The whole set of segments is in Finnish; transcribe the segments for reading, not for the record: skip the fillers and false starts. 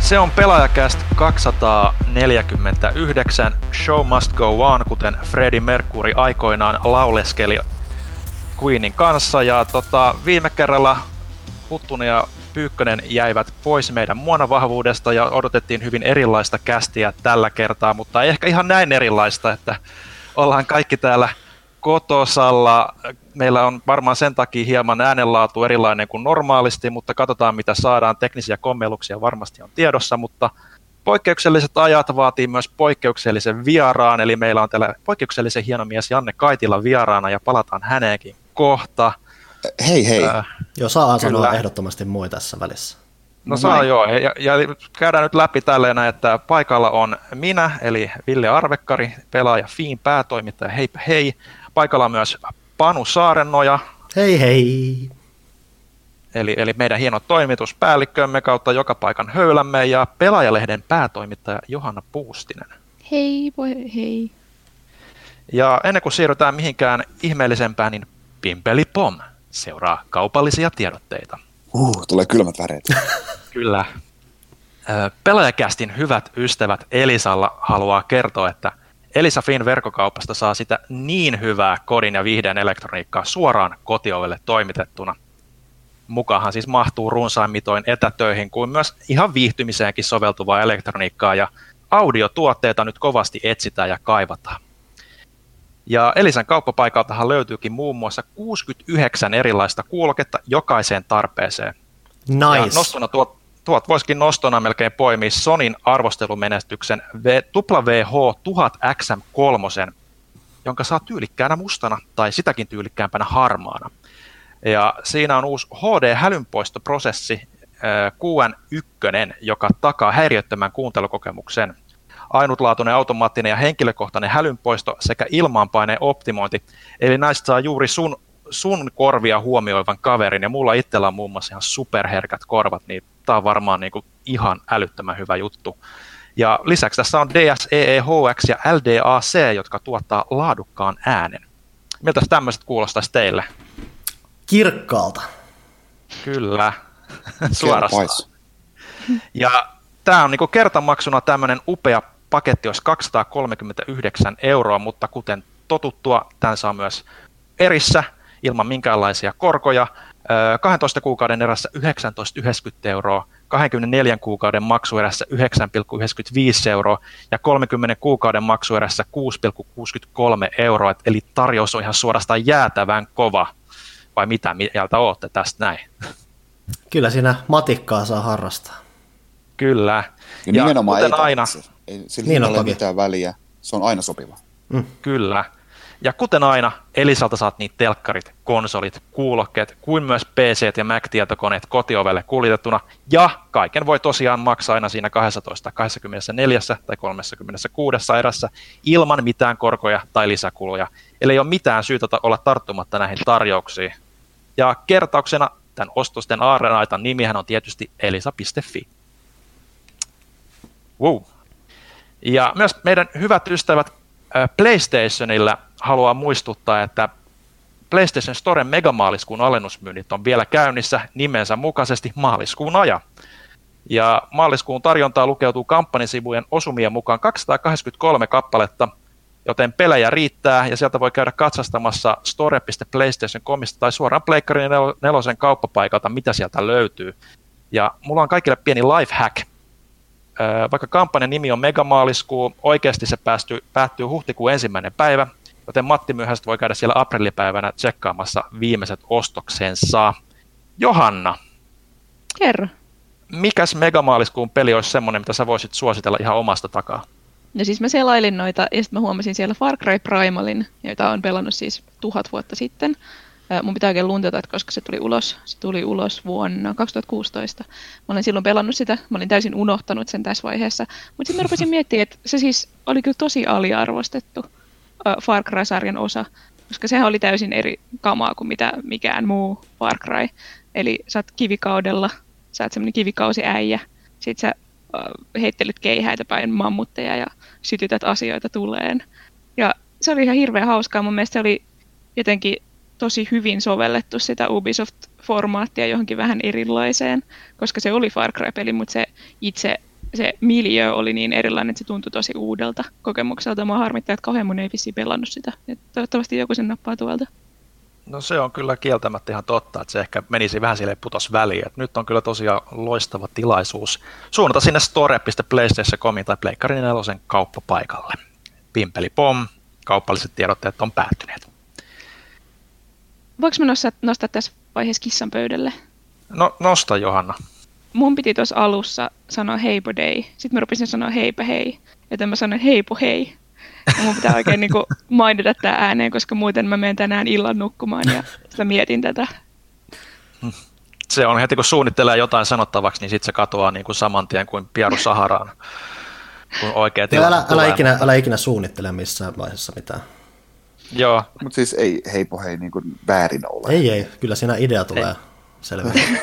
Se on Pelaajakäst 249. Show must go on, kuten Freddie Mercury aikoinaan lauleskeli Queenin kanssa. Ja viime kerralla Huttunen ja Pyykkönen jäivät pois meidän muonavahvuudesta ja odotettiin hyvin erilaista kästiä tällä kertaa, mutta ei ehkä ihan näin erilaista, että ollaan kaikki täällä kotosalla. Meillä on varmaan sen takia hieman äänenlaatu erilainen kuin normaalisti, mutta katsotaan mitä saadaan. Teknisiä kommelluksia varmasti on tiedossa, mutta poikkeukselliset ajat vaatii myös poikkeuksellisen vieraan, eli meillä on täällä poikkeuksellisen hieno mies Janne Kaitila vieraana ja palataan häneenkin kohta. Hei hei. Joo, saa sanoa ehdottomasti moi tässä välissä. No saa joo, ja käydään nyt läpi tälleen, että paikalla on minä, eli Ville Arvekkari, pelaaja Fiin päätoimittaja, heipä hei. Paikalla on myös Panu Saarennoja. Hei hei. Eli meidän hieno toimituspäällikkömme kautta joka paikan höylämme ja Pelaajalehden päätoimittaja Johanna Puustinen. Hei, hei. Ja ennen kuin siirrytään mihinkään ihmeellisempään, niin Pimpeli Pom seuraa kaupallisia tiedotteita. Tulee kylmät väreet. Kyllä. Pelaajakästin hyvät ystävät Elisalla haluaa kertoa, että Elisa Fin verkkokaupasta saa sitä niin hyvää kodin ja viihdeen elektroniikkaa suoraan kotiovelle toimitettuna. Mukahan siis mahtuu runsain mitoin etätöihin kuin myös ihan viihtymiseenkin soveltuvaa elektroniikkaa ja audiotuotteita nyt kovasti etsitään ja kaivataan. Ja Elisan kauppapaikaltahan löytyykin muun muassa 69 erilaista kuuloketta jokaiseen tarpeeseen. Nice. Ja nostona tuot voisikin nostona melkein poimia Sonyn arvostelumenestyksen WH-1000XM3, jonka saa tyylikkäänä mustana tai sitäkin tyylikkäämpänä harmaana. Ja siinä on uusi HD-hälynpoistoprosessi QN1, joka takaa häiriöttömän kuuntelukokemuksen. Ainutlaatuinen automaattinen ja henkilökohtainen hälynpoisto sekä ilmaanpaineen optimointi. Eli näistä saa juuri sun korvia huomioivan kaverin, ja mulla itsellä on muun muassa ihan superherkät korvat, niin tää on varmaan niinku ihan älyttömän hyvä juttu. Ja lisäksi tässä on DSEEHX ja LDAC, jotka tuottaa laadukkaan äänen. Miltä tämmöiset kuulostaisi teille? Kirkkaalta. Kyllä, suorastaan. Ja tää on niinku kertamaksuna tämmönen upea paketti, olisi 239 €, mutta kuten totuttua, tämän saa myös erissä ilman minkäänlaisia korkoja. 12 kuukauden erässä 19,90 €, 24 kuukauden maksuerässä 9,95 € ja 30 kuukauden maksuerässä 6,63 €, eli tarjous on ihan suorastaan jäätävän kova. Vai mitä mieltä olette tästä näin? Kyllä siinä matikkaa saa harrastaa. Kyllä. Ja nimenomaan kuten ei aina. Sillä niin ei ole mitään väliä. Se on aina sopiva. Kyllä. Ja kuten aina, Elisalta saat niin telkkarit, konsolit, kuulokkeet, kuin myös PC- ja Mac-tietokoneet kotiovelle kuljetettuna. Ja kaiken voi tosiaan maksaa aina siinä 12, 24 tai 36 erässä ilman mitään korkoja tai lisäkuluja. Eli ei ole mitään syytä olla tarttumatta näihin tarjouksiin. Ja kertauksena tämän ostosten aarrenaitan nimihän on tietysti elisa.fi. Wow. Ja myös meidän hyvät ystävät PlayStationilla haluaa muistuttaa, että PlayStation Storen megamaaliskuun alennusmyynnit on vielä käynnissä nimensä mukaisesti maaliskuun ajan. Ja maaliskuun tarjontaa lukeutuu kampanjasivujen osumien mukaan 283 kappaletta, joten pelejä riittää ja sieltä voi käydä katsastamassa store.playstation.comista tai suoraan Pleikkarin 4 kauppapaikalta, mitä sieltä löytyy. Ja mulla on kaikille pieni lifehack. Vaikka kampanjan nimi on Megamaaliskuu, oikeasti se päättyy huhtikuun 1. päivä, joten Matti Myhästä voi käydä siellä aprillipäivänä tsekkaamassa viimeiset ostoksensa. Johanna. Kerro. Mikäs Megamaaliskuun peli olisi semmoinen, mitä sä voisit suositella ihan omasta takaa? No siis mä selailin noita ja sitten mä huomasin siellä Far Cry Primalin, joita on pelannut siis 1000 vuotta sitten. Mun pitää oikein luntata, että koska se tuli ulos vuonna 2016. Mä olen silloin pelannut sitä, mä olin täysin unohtanut sen tässä vaiheessa. Mutta sitten mä rupesin miettimään, että se siis oli kyllä tosi aliarvostettu Far Cry-sarjan osa, koska sehän oli täysin eri kamaa kuin mitä mikään muu Far Cry. Eli sä oot kivikaudella, sä oot semmonen kivikausiäijä, sit sä heittelet keihäitä päin mammutteja ja sytytät asioita tuleen. Ja se oli ihan hirveän hauskaa, mun mielestä se oli jotenkin tosi hyvin sovellettu sitä Ubisoft-formaattia johonkin vähän erilaiseen, koska se oli Far Cry-peli, mutta se itse se miljö oli niin erilainen, että se tuntui tosi uudelta kokemukselta. Mua harmittaa, että kauhean moni ei vissiin pelannut sitä. Et toivottavasti joku sen nappaa tuolta. No se on kyllä kieltämättä ihan totta, että se ehkä menisi vähän silleen putos väliin. Et nyt on kyllä tosiaan loistava tilaisuus suunnata sinne store.playstation.comin tai Pleikkarin 4 kauppapaikalle. Pimpeli pom, kaupalliset tiedotteet on päättyneet. Voinko mä nostaa tässä vaiheessa kissan pöydälle? No nosta Johanna. Mun piti tuossa alussa sanoa heipo day. Sitten mä rupesin sanoa heipä hei. Joten mä sanoin heipo hei. Ja mun pitää oikein niinku mainita tää ääneen, koska muuten mä menen tänään illan nukkumaan ja sitä mietin tätä. Se on heti kun suunnittelee jotain sanottavaksi, niin sitten se katoaa niin kuin saman tien kuin Pieru Saharaan. Kun oikea tilanne älä ikinä suunnittele missään vaiheessa mitään. Joo. Mutta siis ei heipo hei niin kuin väärin olla. Ei, kyllä siinä idea tulee selvästi.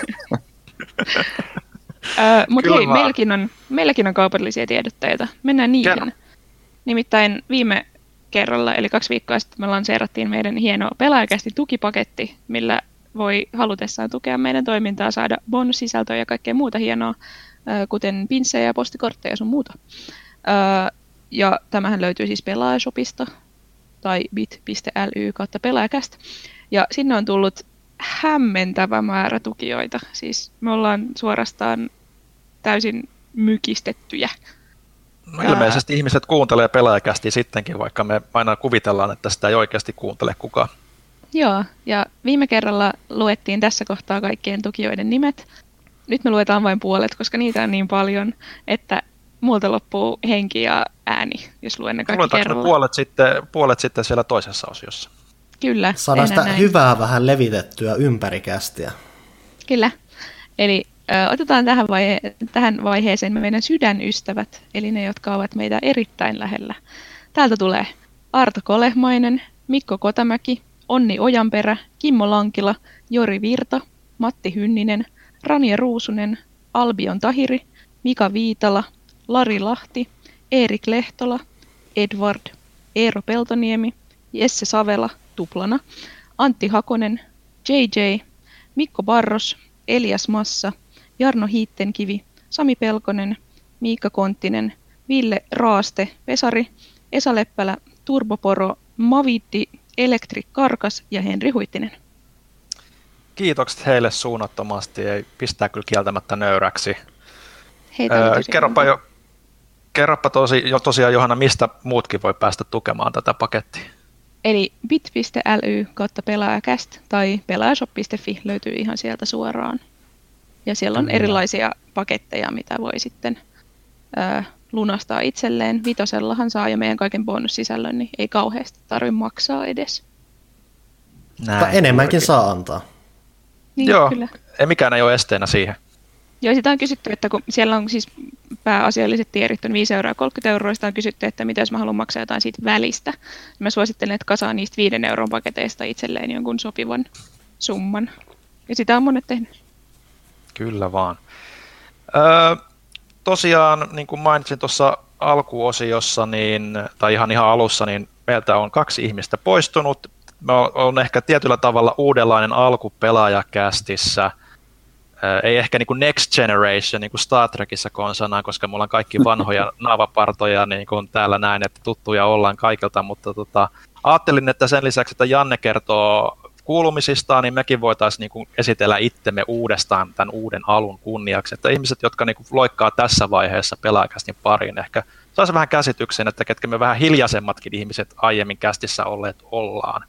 Mutta hei, meilläkin on kaupallisia tiedotteita. Mennään niihin. Kerro. Nimittäin viime kerralla, eli 2 viikkoa sitten, me lanseerattiin meidän hieno pelaajakästi tukipaketti, millä voi halutessaan tukea meidän toimintaa, saada bonussisältöä ja kaikkea muuta hienoa, kuten pinssejä ja postikortteja ja sun muuta. Ja tämähän löytyy siis Pelaajashopista tai bit.ly/pelaajakästä. Ja sinne on tullut hämmentävä määrä tukijoita. Siis me ollaan suorastaan täysin mykistettyjä. No ilmeisesti ihmiset kuuntelee pelaajakästiä sittenkin, vaikka me aina kuvitellaan, että sitä ei oikeasti kuuntele kukaan. Joo, ja viime kerralla luettiin tässä kohtaa kaikkien tukijoiden nimet. Nyt me luetaan vain puolet, koska niitä on niin paljon, että multa loppuu henki ja ääni, jos luen ne kaikki kerralla. Puolet sitten siellä toisessa osiossa? Kyllä. Saadaan sitä hyvää vähän levitettyä ympärikästiä. Kyllä. Eli otetaan tähän vaiheeseen meidän sydänystävät, eli ne, jotka ovat meitä erittäin lähellä. Täältä tulee Arto Kolehmainen, Mikko Kotamäki, Onni Ojanperä, Kimmo Lankila, Jori Virta, Matti Hynninen, Rania Ruusunen, Albion Tahiri, Mika Viitala, Lari Lahti, Erik Lehtola, Edward, Eero Peltoniemi, Jesse Savela, tuplana, Antti Hakonen, JJ, Mikko Barros, Elias Massa, Jarno Hiittenkivi, Sami Pelkonen, Miikka Konttinen, Ville Raaste, Pesari, Esa Leppälä, Turboporo, Mavitti, Elektrik Karkas ja Henri Huittinen. Kiitokset heille suunnattomasti, ei pistää kyllä kieltämättä nöyräksi. Kerropa tosiaan Johanna, mistä muutkin voi päästä tukemaan tätä pakettia? Eli bit.ly/pelaajakäst tai pelaajashop.fi löytyy ihan sieltä suoraan. Ja siellä on erilaisia paketteja, mitä voi sitten lunastaa itselleen. Vitosellahan saa jo meidän kaiken bonussisällön, niin ei kauheasti tarvitse maksaa edes. Näin, enemmänkin juurikin saa antaa. Niin, joo, kyllä. Mikään ei ole esteenä siihen. Joo, sitä on kysytty, että kun siellä on siis pääasialliset tiedot on 5 euroa ja 30 euroa, sitä on kysytty, että mitä jos mä haluan maksaa jotain siitä välistä. Mä suosittelen, että kasaan niistä 5 euron paketeista itselleen jonkun sopivan summan. Ja sitä on monet tehnyt. Kyllä vaan. Tosiaan, niin kuin mainitsin tuossa alkuosiossa, tai ihan alussa, niin meiltä on 2 ihmistä poistunut. Me on ehkä tietyllä tavalla uudenlainen alku pelaajakästissä. Ei ehkä niin kuin Next Generation, niin kuin Star Trekissa konsanaan, koska mulla on kaikki vanhoja naavapartoja, niin kuin täällä näin, että tuttuja ollaan kaikilta, mutta ajattelin, että sen lisäksi, että Janne kertoo kuulumisistaan, niin mekin voitaisiin niin kuin esitellä itsemme uudestaan tämän uuden alun kunniaksi, että ihmiset, jotka niin kuin loikkaa tässä vaiheessa pelaajakästin pariin, ehkä saisi vähän käsityksen, että ketkä me vähän hiljaisemmatkin ihmiset aiemmin kästissä olleet ollaan.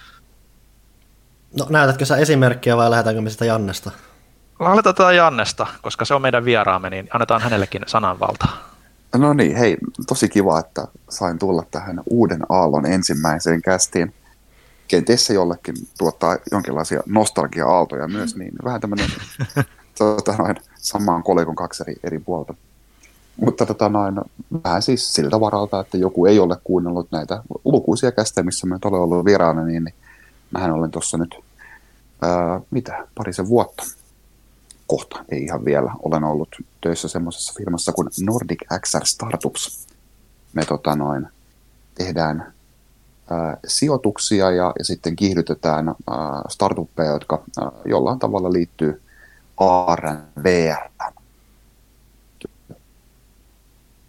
No näytätkö sä esimerkkiä vai lähdetäänkö me sitä Jannesta? Aloitetaan Jannesta, koska se on meidän vieraamme, niin annetaan hänellekin sananvaltaa. No niin, hei, tosi kiva, että sain tulla tähän uuden aallon ensimmäiseen kästiin. Kenties se jollekin tuottaa jonkinlaisia nostalgia-aaltoja myös, niin vähän tämmöinen samaan kolikon 2 eri puolta. Mutta vähän siis siltä varalta, että joku ei ole kuunnellut näitä lukuisia kästejä, missä mä olen ollut vieraana, niin mähän olen tuossa nyt, parisen vuotta. Kohta, ei ihan vielä. Olen ollut töissä semmoisessa firmassa kuin Nordic XR Startups. Me tehdään sijoituksia ja sitten kiihdytetään startuppeja, jotka jollain tavalla liittyy AR/VR.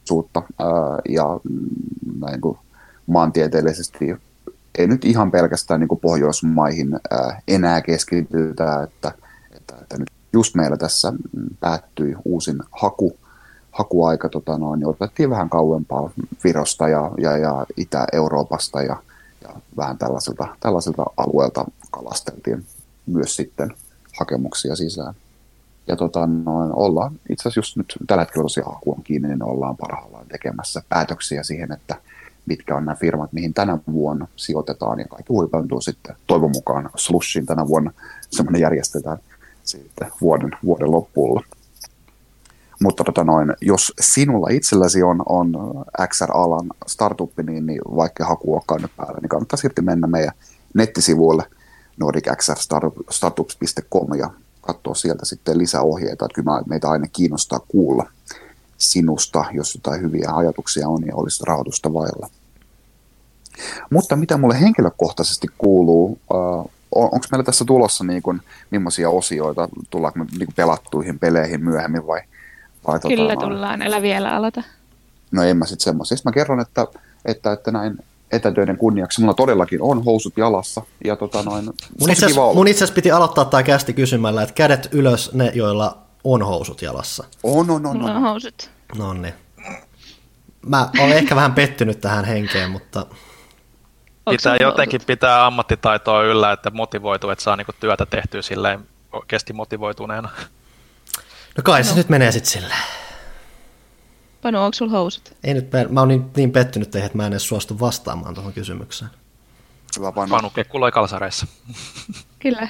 teollisuutta ja näin kuin maantieteellisesti ei nyt ihan pelkästään niin kuin Pohjoismaihin enää keskitytä, että nyt just meillä tässä päättyi uusin hakuaika, niin otettiin vähän kauempaa Virosta ja Itä-Euroopasta ja vähän tällaisilta alueelta kalasteltiin myös sitten hakemuksia sisään. Ja ollaan itse asiassa just nyt tällä hetkellä tosiaan haku on kiinni, niin ollaan parhaillaan tekemässä päätöksiä siihen, että mitkä on nämä firmat, mihin tänä vuonna sijoitetaan, ja kaikki huipentuu sitten toivon mukaan Slushin tänä vuonna. Semmoinen järjestetään sitten vuoden loppuun. Mutta jos sinulla itselläsi on XR-alan startuppi, niin vaikka haku olekaan nyt päällä, niin kannattaa silti mennä meidän nettisivuille nordicxrstartups.com ja katsoa sieltä sitten lisäohjeita, että kyllä meitä aina kiinnostaa kuulla sinusta, jos jotain hyviä ajatuksia on ja olisi rahoitusta vailla. Mutta mitä mulle henkilökohtaisesti kuuluu, onko meillä tässä tulossa millaisia osioita, tullaanko me pelattuihin peleihin myöhemmin vai Kyllä tullaan, älä vielä aloita. No en mä sitten semmoisia. Sitten mä kerron, että näin etätöiden kunniaksi mulla todellakin on housut jalassa. Ja mun itse asiassa piti aloittaa tämä kästi kysymällä, että kädet ylös ne, joilla on housut jalassa. On housut. No niin. Mä olen ehkä vähän pettynyt tähän henkeen, mutta... Pitää jotenkin pitää ammattitaitoa yllä, että motivoituu, että saa niinku työtä tehtyä silleen oikeasti motivoituneena. No kai se nyt menee sitten silleen. Panu, onko sulla housut? Ei nyt, mä oon niin pettynyt teihin, että mä en edes suostu vastaamaan tuohon kysymykseen. Hyvä Panu. Panu kekkuloi kalsareissa. Kyllä.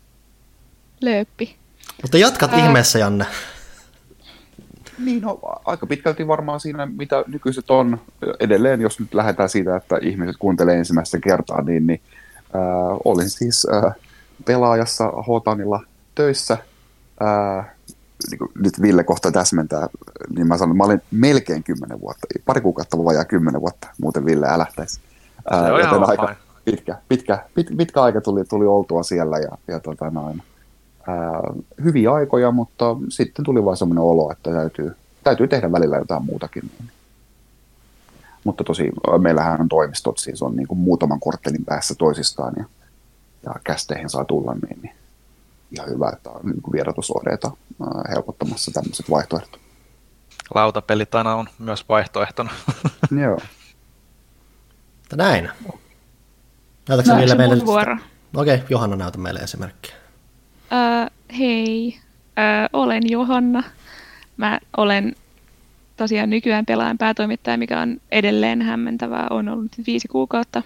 Lööppi. Mutta jatkat ihmeessä, Janne. Niin, aika pitkälti varmaan siinä, mitä nykyiset on. Edelleen, jos nyt lähdetään siitä, että ihmiset kuuntelee ensimmäistä kertaa, niin olin siis pelaajassa Hotanilla töissä. Niin nyt Ville kohta täsmentää, niin mä sanon, että mä olin melkein 10 vuotta, pari kuukautta vajaa 10 vuotta, muuten Ville älähtäisi. Aika pitkä aika tuli oltua siellä ja hyviä aikoja, mutta sitten tuli vaan semmoinen olo, että täytyy tehdä välillä jotain muutakin. Mutta tosi, meillähän on toimistot, siis on niin kuin muutaman korttelin päässä toisistaan ja kästeihin saa tulla, niin ihan hyvä, että on niin vierotusohjeita helpottamassa tämmöiset vaihtoehdot. Lautapelit aina on myös vaihtoehtona. Joo. Näin. Näytätkö Ville meille? Vuoro. Okei, Johanna, näytä meille esimerkkiä. Hei, olen Johanna. Mä olen tosiaan nykyään pelaajan päätoimittaja, mikä on edelleen hämmentävää. On ollut 5 kuukautta.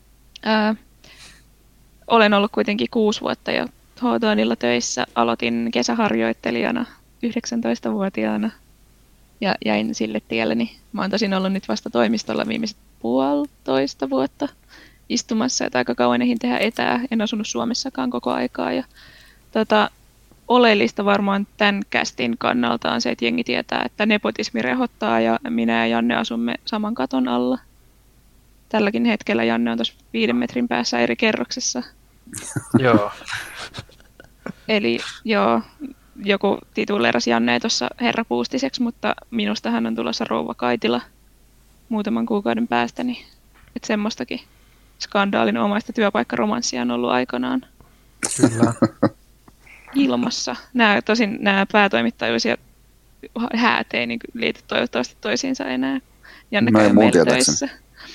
Olen ollut kuitenkin 6 vuotta jo Hawthornella töissä. Aloitin kesäharjoittelijana 19-vuotiaana ja jäin sille tielleni. Mä oon tosin ollut nyt vasta toimistolla viimeiset 1,5 vuotta istumassa, että aika kauan ehdin tehdä etää. En asunut Suomessakaan koko aikaa. Ja, oleellista varmaan tämän kästin kannalta on se, että jengi tietää, että nepotismi rehottaa ja minä ja Janne asumme saman katon alla. Tälläkin hetkellä Janne on tuossa 5 metrin päässä eri kerroksessa. Joo. Eli joo, joku tituleerasi Janne tuossa herrapuustiseksi, mutta minusta hän on tulossa rouva Kaitila muutaman kuukauden päästä, niin että semmoistakin skandaalinomaista työpaikkaromanssia on ollut aikanaan. Kyllä. Ilmassa. Nämä päätoimittajuisia häät ei niin liity toivottavasti toisiinsa enää. Janne käy meillä töissä.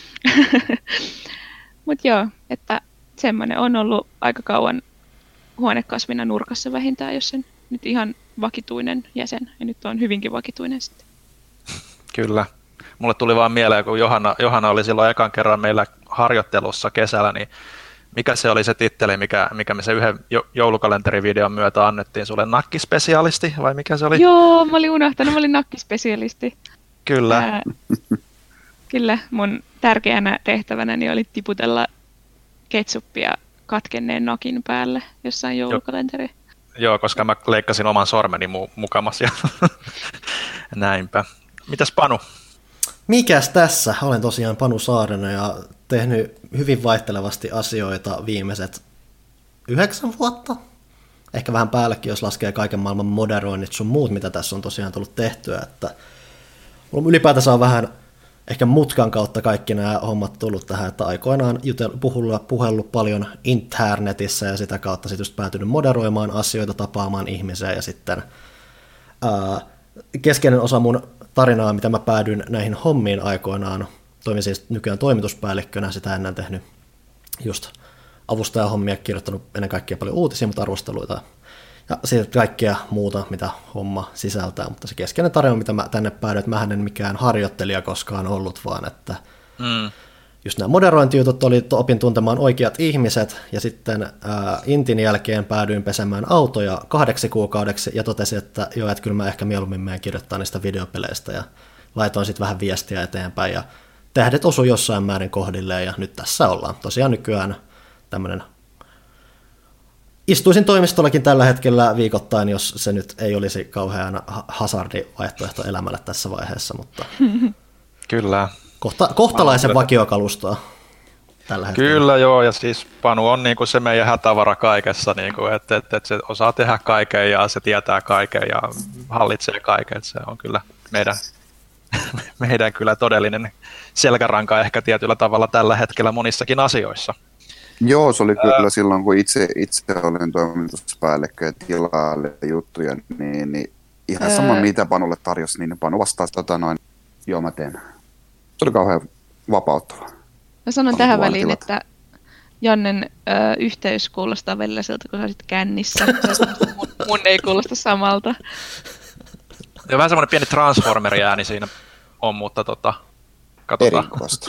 Mutta joo, että semmoinen on ollut aika kauan huonekasvina nurkassa vähintään, jos sen nyt ihan vakituinen jäsen, ja nyt on hyvinkin vakituinen sitten. Kyllä. Mulle tuli vaan mieleen, kun Johanna oli silloin ekan kerran meillä harjoittelussa kesällä, niin mikä se oli se titteli, mikä me se yhden joulukalenterivideon myötä annettiin sulle, nakkispesialisti vai mikä se oli? Joo, mä olin unohtanut, mä olin nakkispesialisti. Kyllä. Kyllä, mun tärkeänä tehtävänäni oli tiputella ketsuppia katkenneen nakin päälle jossain joulukalenteri. Joo, koska mä leikkasin oman sormeni mukamas ja näinpä. Mitäs Panu? Mikäs tässä? Olen tosiaan Panu Saarinen ja tehnyt hyvin vaihtelevasti asioita viimeiset 9 vuotta. Ehkä vähän päällekin, jos laskee kaiken maailman moderoinnit sun muut, mitä tässä on tosiaan tullut tehtyä. Että Mulla ylipäätänsä on vähän ehkä mutkan kautta kaikki nämä hommat tullut tähän, että aikoinaan puhellut paljon internetissä ja sitä kautta sitten just päätynyt moderoimaan asioita, tapaamaan ihmisiä ja sitten keskeinen osa mun tarinaa, mitä mä päädyin näihin hommiin aikoinaan, toimin siis nykyään toimituspäällikkönä, sitä ennen tehnyt just avustajahommia, kirjoittanut ennen kaikkea paljon uutisia, mutta arvosteluita ja sitten kaikkea muuta, mitä homma sisältää, mutta se keskeinen tarina, mitä mä tänne päädyin, että mähän en mikään harjoittelija koskaan ollut, vaan että just nämä moderointijutut opin tuntemaan oikeat ihmiset, ja sitten Intin jälkeen päädyin pesemään autoja 2 kuukaudeksi, ja totesin, että joo, että kyllä mä ehkä mieluummin menen kirjoittaa niistä videopeleistä, ja laitoin sitten vähän viestiä eteenpäin, ja tähdet osui jossain määrin kohdilleen, ja nyt tässä ollaan. Tosiaan nykyään tämmöinen istuisin toimistollakin tällä hetkellä viikoittain, jos se nyt ei olisi kauhean hazardi-vaihtoehto elämälle tässä vaiheessa, mutta Kyllä. Kohtalaisen vakiokalustoa tällä hetkellä. Kyllä joo, ja siis Panu on niinku se meidän hätävara kaikessa, niinku, että se osaa tehdä kaiken ja se tietää kaiken ja hallitsee kaiken. Se on kyllä meidän kyllä todellinen selkäranka ehkä tietyllä tavalla tällä hetkellä monissakin asioissa. Joo, se oli kyllä silloin, kun itse olin toimituspäällikkö ja tilaalle juttuja, niin ihan sama mitä Panulle tarjosi, niin Panu vastasi, joo mä teen. Se oli kauhean vapauttava. Mä sanon tähän väliin, että Jannen yhteys kuulostaa välillä siltä, kun sä olisit kännissä. mun ei kuulosta samalta. Ja vähän semmoinen pieni Transformeri-ääni siinä on, mutta katsotaan. Erikoista.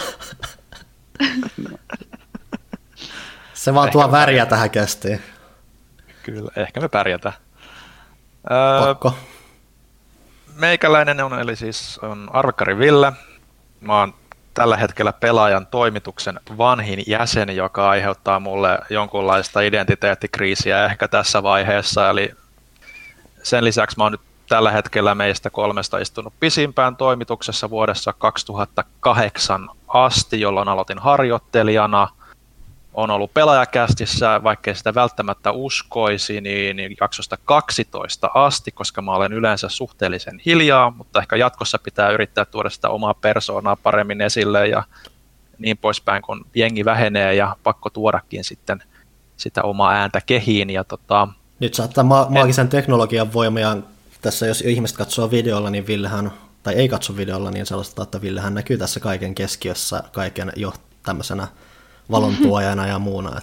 Se vaan tuo väriä tähän kästiin. Kyllä, ehkä me pärjätään. Pakko. Meikäläinen eli siis on Arvekkari Ville. Mä oon tällä hetkellä pelaajan toimituksen vanhin jäsen, joka aiheuttaa mulle jonkunlaista identiteettikriisiä ehkä tässä vaiheessa. Eli sen lisäksi mä oon nyt tällä hetkellä meistä 3 istunut pisimpään toimituksessa vuodessa 2008 asti, jolloin aloitin harjoittelijana. On ollut pelaajakästissä, vaikkei sitä välttämättä uskoisi, niin jaksosta 12 asti, koska mä olen yleensä suhteellisen hiljaa, mutta ehkä jatkossa pitää yrittää tuoda sitä omaa persoonaa paremmin esille ja niin poispäin, kun jengi vähenee ja pakko tuodakin sitten sitä omaa ääntä kehiin. Ja Nyt saattaa maagisen teknologian voimia, tässä jos ihmiset katsoo videolla, niin Villehän, tai ei katso videolla, niin sellaista, että Villehän näkyy tässä kaiken keskiössä, kaiken jo tämmöisenä valontuojana ja muuna.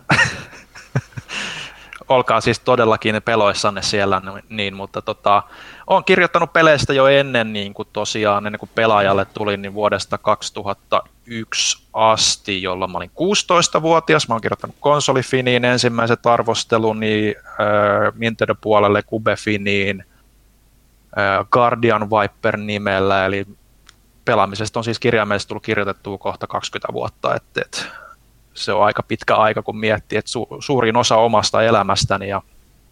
Olkaa siis todellakin peloissanne siellä, niin, mutta olen kirjoittanut peleistä jo ennen, niin kuin tosiaan, ennen kuin pelaajalle tuli, niin vuodesta 2001 asti, jolloin mä olin 16-vuotias. Mä olen kirjoittanut konsolifiniin ensimmäiset arvosteluni, Nintendo-puolelle Cubefiniin, Guardian Viper nimellä, eli pelaamisesta on siis kirjaimellisesti tullut kirjoitettua kohta 20 vuotta, että se on aika pitkä aika, kun miettii, että suurin osa omasta elämästäni. Ja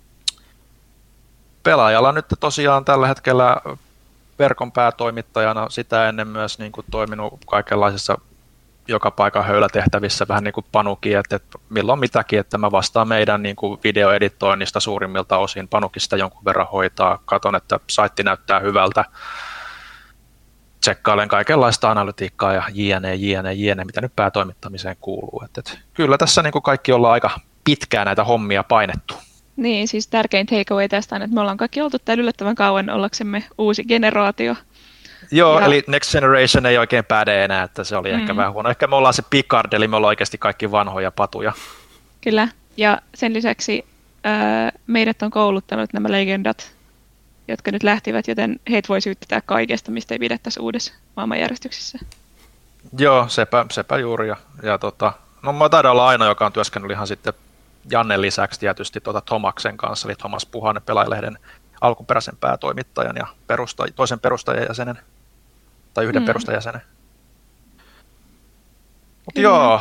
pelaajalla nyt tosiaan tällä hetkellä verkon päätoimittajana, sitä ennen myös niin kuin toiminut kaikenlaisissa joka paikan höylätehtävissä, vähän niin kuin Panukin, että milloin mitäkin, että mä vastaan meidän niin kuin videoeditoinnista suurimmilta osin. Panukista jonkun verran hoitaa, katon, että saitti näyttää hyvältä. Tsekkailen kaikenlaista analytiikkaa ja jne, mitä nyt päätoimittamiseen kuuluu. Et kyllä tässä niin kuin kaikki ollaan aika pitkään näitä hommia painettu. Niin, siis tärkein takeaway tästä on, että me ollaan kaikki oltu täällä yllättävän kauan ollaksemme uusi generaatio. Joo, eli Next Generation ei oikein päde enää, että se oli ehkä vähän huono. Ehkä me ollaan se Picard, eli me ollaan oikeasti kaikki vanhoja patuja. Kyllä, ja sen lisäksi meidät on kouluttanut nämä legendat, jotka nyt lähtivät, joten heitä voi syyttää kaikesta, mistä ei pidettäisi uudessa maailmanjärjestyksessä. Joo, sepä juuri. No mä taidan olla ainoa, joka on työskennellyt ihan sitten Jannen lisäksi tietysti Thomaksen kanssa, eli Thomas Puhanen, Pelaajalehden alkuperäisen päätoimittajan ja toisen perustajajäsenen, tai yhden perustajajäsenen. Mutta joo,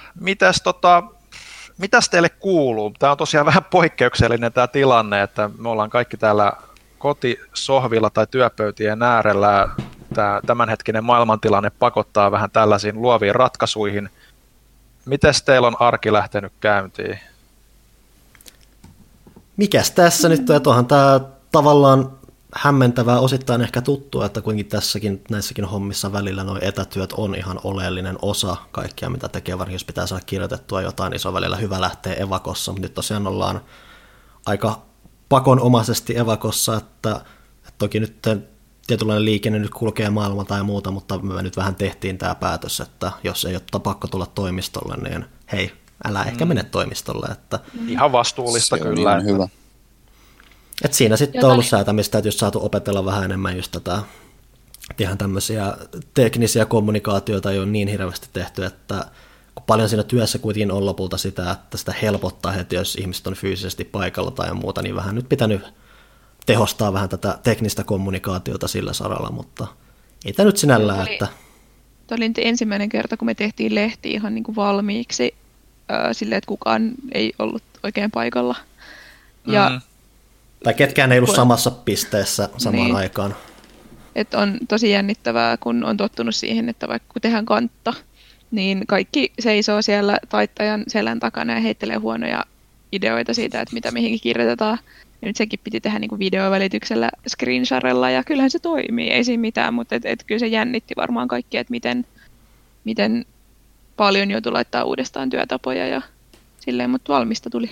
mitäs teille kuuluu? Tämä on tosiaan vähän poikkeuksellinen tämä tilanne, että me ollaan kaikki täällä kotisohvilla tai työpöytien äärellä. Tämänhetkinen maailmantilanne pakottaa vähän tällaisiin luoviin ratkaisuihin. Mites teillä on arki lähtenyt käyntiin? Mikäs tässä nyt on? Tuohan tämä tavallaan hämmentävää, osittain ehkä tuttua, että kuitenkin näissäkin hommissa välillä nuo etätyöt on ihan oleellinen osa kaikkea, mitä tekee, varsinkin jos pitää saada kirjoitettua jotain, niin se on välillä hyvä lähteä evakossa, mutta nyt tosiaan ollaan aika pakonomaisesti evakossa, että toki nyt tietynlainen liikenne nyt kulkee maailmaa tai muuta, mutta me nyt vähän tehtiin tämä päätös, että jos ei ole pakko tulla toimistolle, niin hei, älä ehkä mene toimistolle. Että ihan vastuullista se kyllä. on hyvä. että siinä sitten on ollut säätämistä, että jos saatu opetella vähän enemmän just tätä ihan tämmöisiä teknisiä kommunikaatioita ei ole niin hirveästi tehty, että kun paljon siinä työssä kuitenkin on lopulta sitä, että sitä helpottaa heti, jos ihmiset on fyysisesti paikalla tai muuta, niin vähän nyt pitänyt tehostaa vähän tätä teknistä kommunikaatiota sillä saralla, mutta ei tämä nyt sinällään, että... Tämä oli nyt ensimmäinen kerta, kun me tehtiin lehti ihan niin kuin valmiiksi silleen, että kukaan ei ollut oikein paikalla. Ja tai ketkään ei ollut samassa pisteessä samaan niin aikaan. Että on tosi jännittävää, kun on tottunut siihen, että vaikka kun tehdään kantta, niin kaikki seisoo siellä taittajan selän takana ja heittelee huonoja ideoita siitä, että mitä mihinkin kirjoitetaan. Ja nyt sekin piti tehdä niin kuin videovälityksellä screensharella, ja kyllähän se toimii, ei siinä mitään, mutta kyllä se jännitti varmaan kaikkia, että miten paljon joutui laittaa uudestaan työtapoja ja silleen, mutta valmista tuli.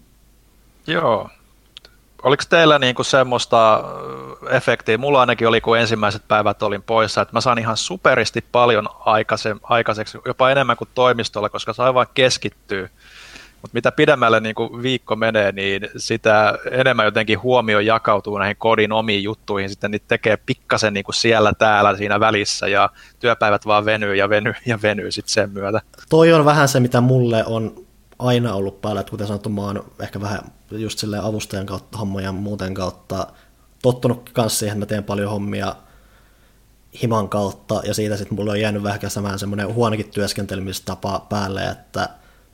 Joo. Oliko teillä niinku semmoista efektiä? Mulla ainakin oli, kun ensimmäiset päivät olin poissa, että mä saan ihan superisti paljon aikaiseksi, jopa enemmän kuin toimistolla, koska sai vaan keskittyä. Mutta mitä pidemmälle niinku viikko menee, niin sitä enemmän jotenkin huomio jakautuu näihin kodin omiin juttuihin. Sitten niitä tekee pikkasen niinku siellä täällä siinä välissä ja työpäivät vaan venyy ja venyy ja venyy sitten sen myötä. Toi on vähän se, mitä mulle on aina ollut päällä, että kuten sanottu, mä oon ehkä vähän just silleen avustajan kautta hommoja muuten kautta tottunut kanssa siihen, että mä teen paljon hommia himan kautta, ja siitä sitten mulla on jäänyt vähän semmoinen huonokin työskentelemistapa päälle, että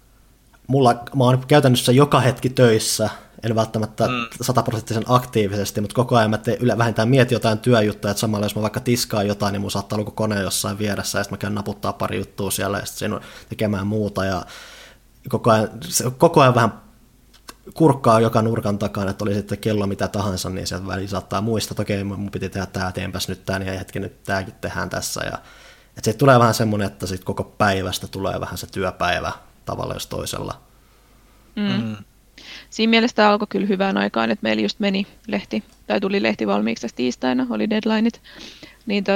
mä oon käytännössä joka hetki töissä, en välttämättä 100% aktiivisesti, mutta koko ajan mä vähintään mietin jotain työjuttuja, että samalla jos mä vaikka tiskaan jotain, niin mun saattaa olla kone jossain vieressä, ja sitten mä käyn naputtaa pari juttua siellä, ja sitten tekemään muuta, ja koko ajan vähän kurkkaa joka nurkan takana, että oli sitten kello mitä tahansa, niin sieltä väliin saattaa muistaa, että okei, mun piti tehdä tämä, teenpäs nyt tämän, ja hetki nyt tämäkin tehdään tässä, ja että siitä tulee vähän semmoinen, että sitten koko päivästä tulee vähän se työpäivä tavalla jos toisella. Siinä mielessä tämä alkoi kyllä hyvään aikaan, että meillä just meni tuli lehti valmiiksi tässä tiistaina, oli deadlineit, niin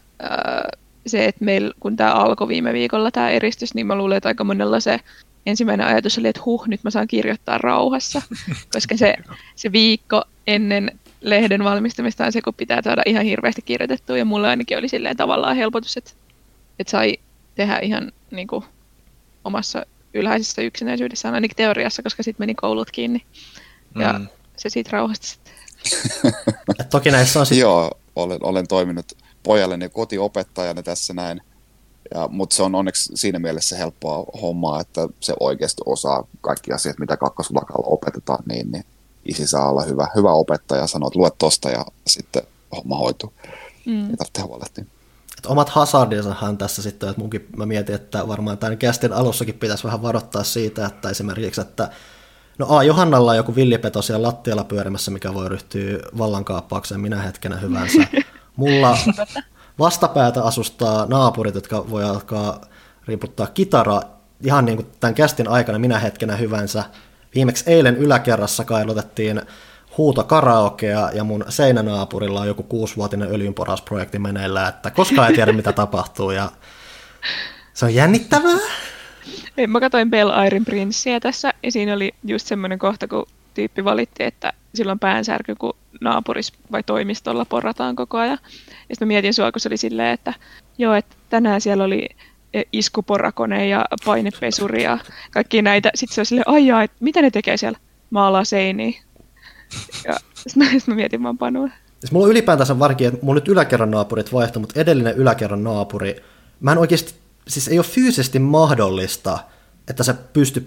se, että meillä, kun tämä alkoi viime viikolla tämä eristys, niin mä luulen, että aika monella se ensimmäinen ajatus oli, että nyt mä saan kirjoittaa rauhassa, koska se viikko ennen lehden valmistamista on se, kun pitää saada ihan hirveästi kirjoitettua, ja mulle ainakin oli silleen tavallaan helpotus, että sai tehdä ihan niin kuin omassa ylhäisessä yksinäisyydessään, ainakin teoriassa, koska sitten meni koulut kiinni, ja se siitä rauhasta sitten. Toki näissä on Joo, olen toiminut pojalleni kotiopettajana tässä näin. Mutta se on onneksi siinä mielessä helppoa hommaa, että se oikeasti osaa kaikki asiat, mitä kakkosluokalla opetetaan, niin isi saa olla hyvä opettaja ja sanoo, että lue tosta ja sitten homma hoituu. Ei tarvitse huolehtia. Omat hazardinsahan tässä sitten, että mä mietin, että varmaan tämän kästin alussakin pitäisi vähän varoittaa siitä, että esimerkiksi, että Johannalla on joku villipeto siellä lattialla pyörimässä, mikä voi ryhtyä vallankaappaukseen minä hetkenä hyvänsä. Mulla vastapäätä asustaa naapurit, jotka voi alkaa riiputtaa kitaraa ihan niin kuin tämän kästin aikana minä hetkenä hyvänsä. Viimeksi eilen yläkerrassa kailotettiin huutokaraokea ja mun seinänaapurilla on joku 6-vuotinen öljynporausprojekti meneillään, että koskaan ei tiedä mitä tapahtuu ja se on jännittävää. Mä katsoin Bell Iron Princea tässä ja siinä oli just semmoinen kohta, kun tyyppi valitti, että sillä on päänsärky, kun naapuris vai toimistolla porrataan koko ajan. Ja sitten mä mietin sua, kun se oli silleen, että joo, että tänään siellä oli iskuporakone ja painepesuri ja kaikki näitä. Sitten se on silleen, aijaa, että mitä ne tekee siellä? Maalaa seiniä. Ja sitten mä mietin vaan Panua. Mulla on ylipäätänsä varkin, että mulla nyt yläkerran naapurit vaihtui, mutta edellinen yläkerran naapuri, mä en oikeasti, siis ei ole fyysisesti mahdollista, että se pystyy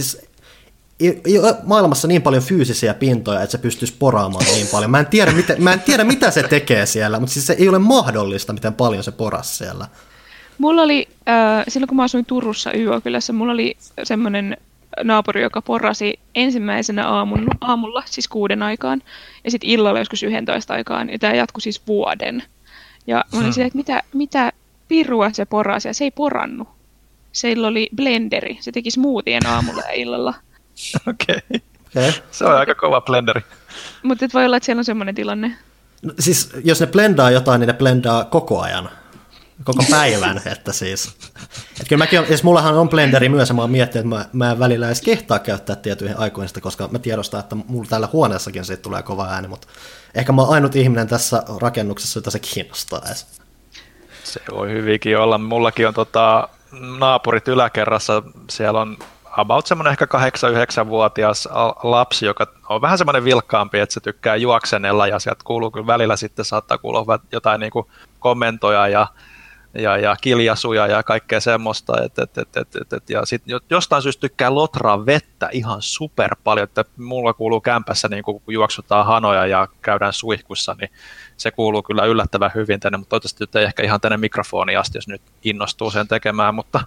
ei ole maailmassa niin paljon fyysisiä pintoja, että se pystyisi poraamaan niin paljon. Mä en tiedä, mitä se tekee siellä, mutta siis se ei ole mahdollista, miten paljon se porasi siellä. Mulla oli, silloin kun mä asuin Turussa YÖ-kylässä, mulla oli semmoinen naapuri, joka porasi ensimmäisenä aamulla, siis 6 aikaan, ja sitten illalla joskus 11 aikaan, ja tämä jatkui siis vuoden. Ja mä olin silleen, että mitä pirua se porasi, ja se ei porannut. Seillä oli blenderi, se teki smoothien aamulla ja illalla. Okei. Se on aika kova blenderi. Mutta voi olla, että siellä on semmoinen tilanne. No, siis jos ne blendaa jotain, niin ne blendaa koko ajan. Koko päivän, että siis. Että kyllä mäkin siis mullahan on blenderi myös, ja mä oon miettinyt, että mä en välillä edes kehtaa käyttää tietyihin aikoihin sitä, koska mä tiedostan, että mulla täällä huoneessakin siitä tulee kova ääni, mutta ehkä mä oon ainut ihminen tässä rakennuksessa, jota se kiinnostaa edes. Se voi hyvinkin olla. Mullakin on naapurit yläkerrassa, siellä on about semmoinen ehkä 8-9-vuotias lapsi, joka on vähän semmoinen vilkkaampi, että se tykkää juoksenella, ja sieltä kuuluu kyllä välillä sitten saattaa kuulua jotain niin kuin kommentoja ja kiljasuja ja kaikkea semmoista, ja sitten jostain syystä tykkää lotraa vettä ihan super paljon, että mulla kuuluu kämpässä, niin kun juoksutaan hanoja ja käydään suihkussa, niin se kuuluu kyllä yllättävän hyvin tänne, mutta toivottavasti nyt ei ehkä ihan tänne mikrofoniin asti, jos nyt innostuu sen tekemään, mutta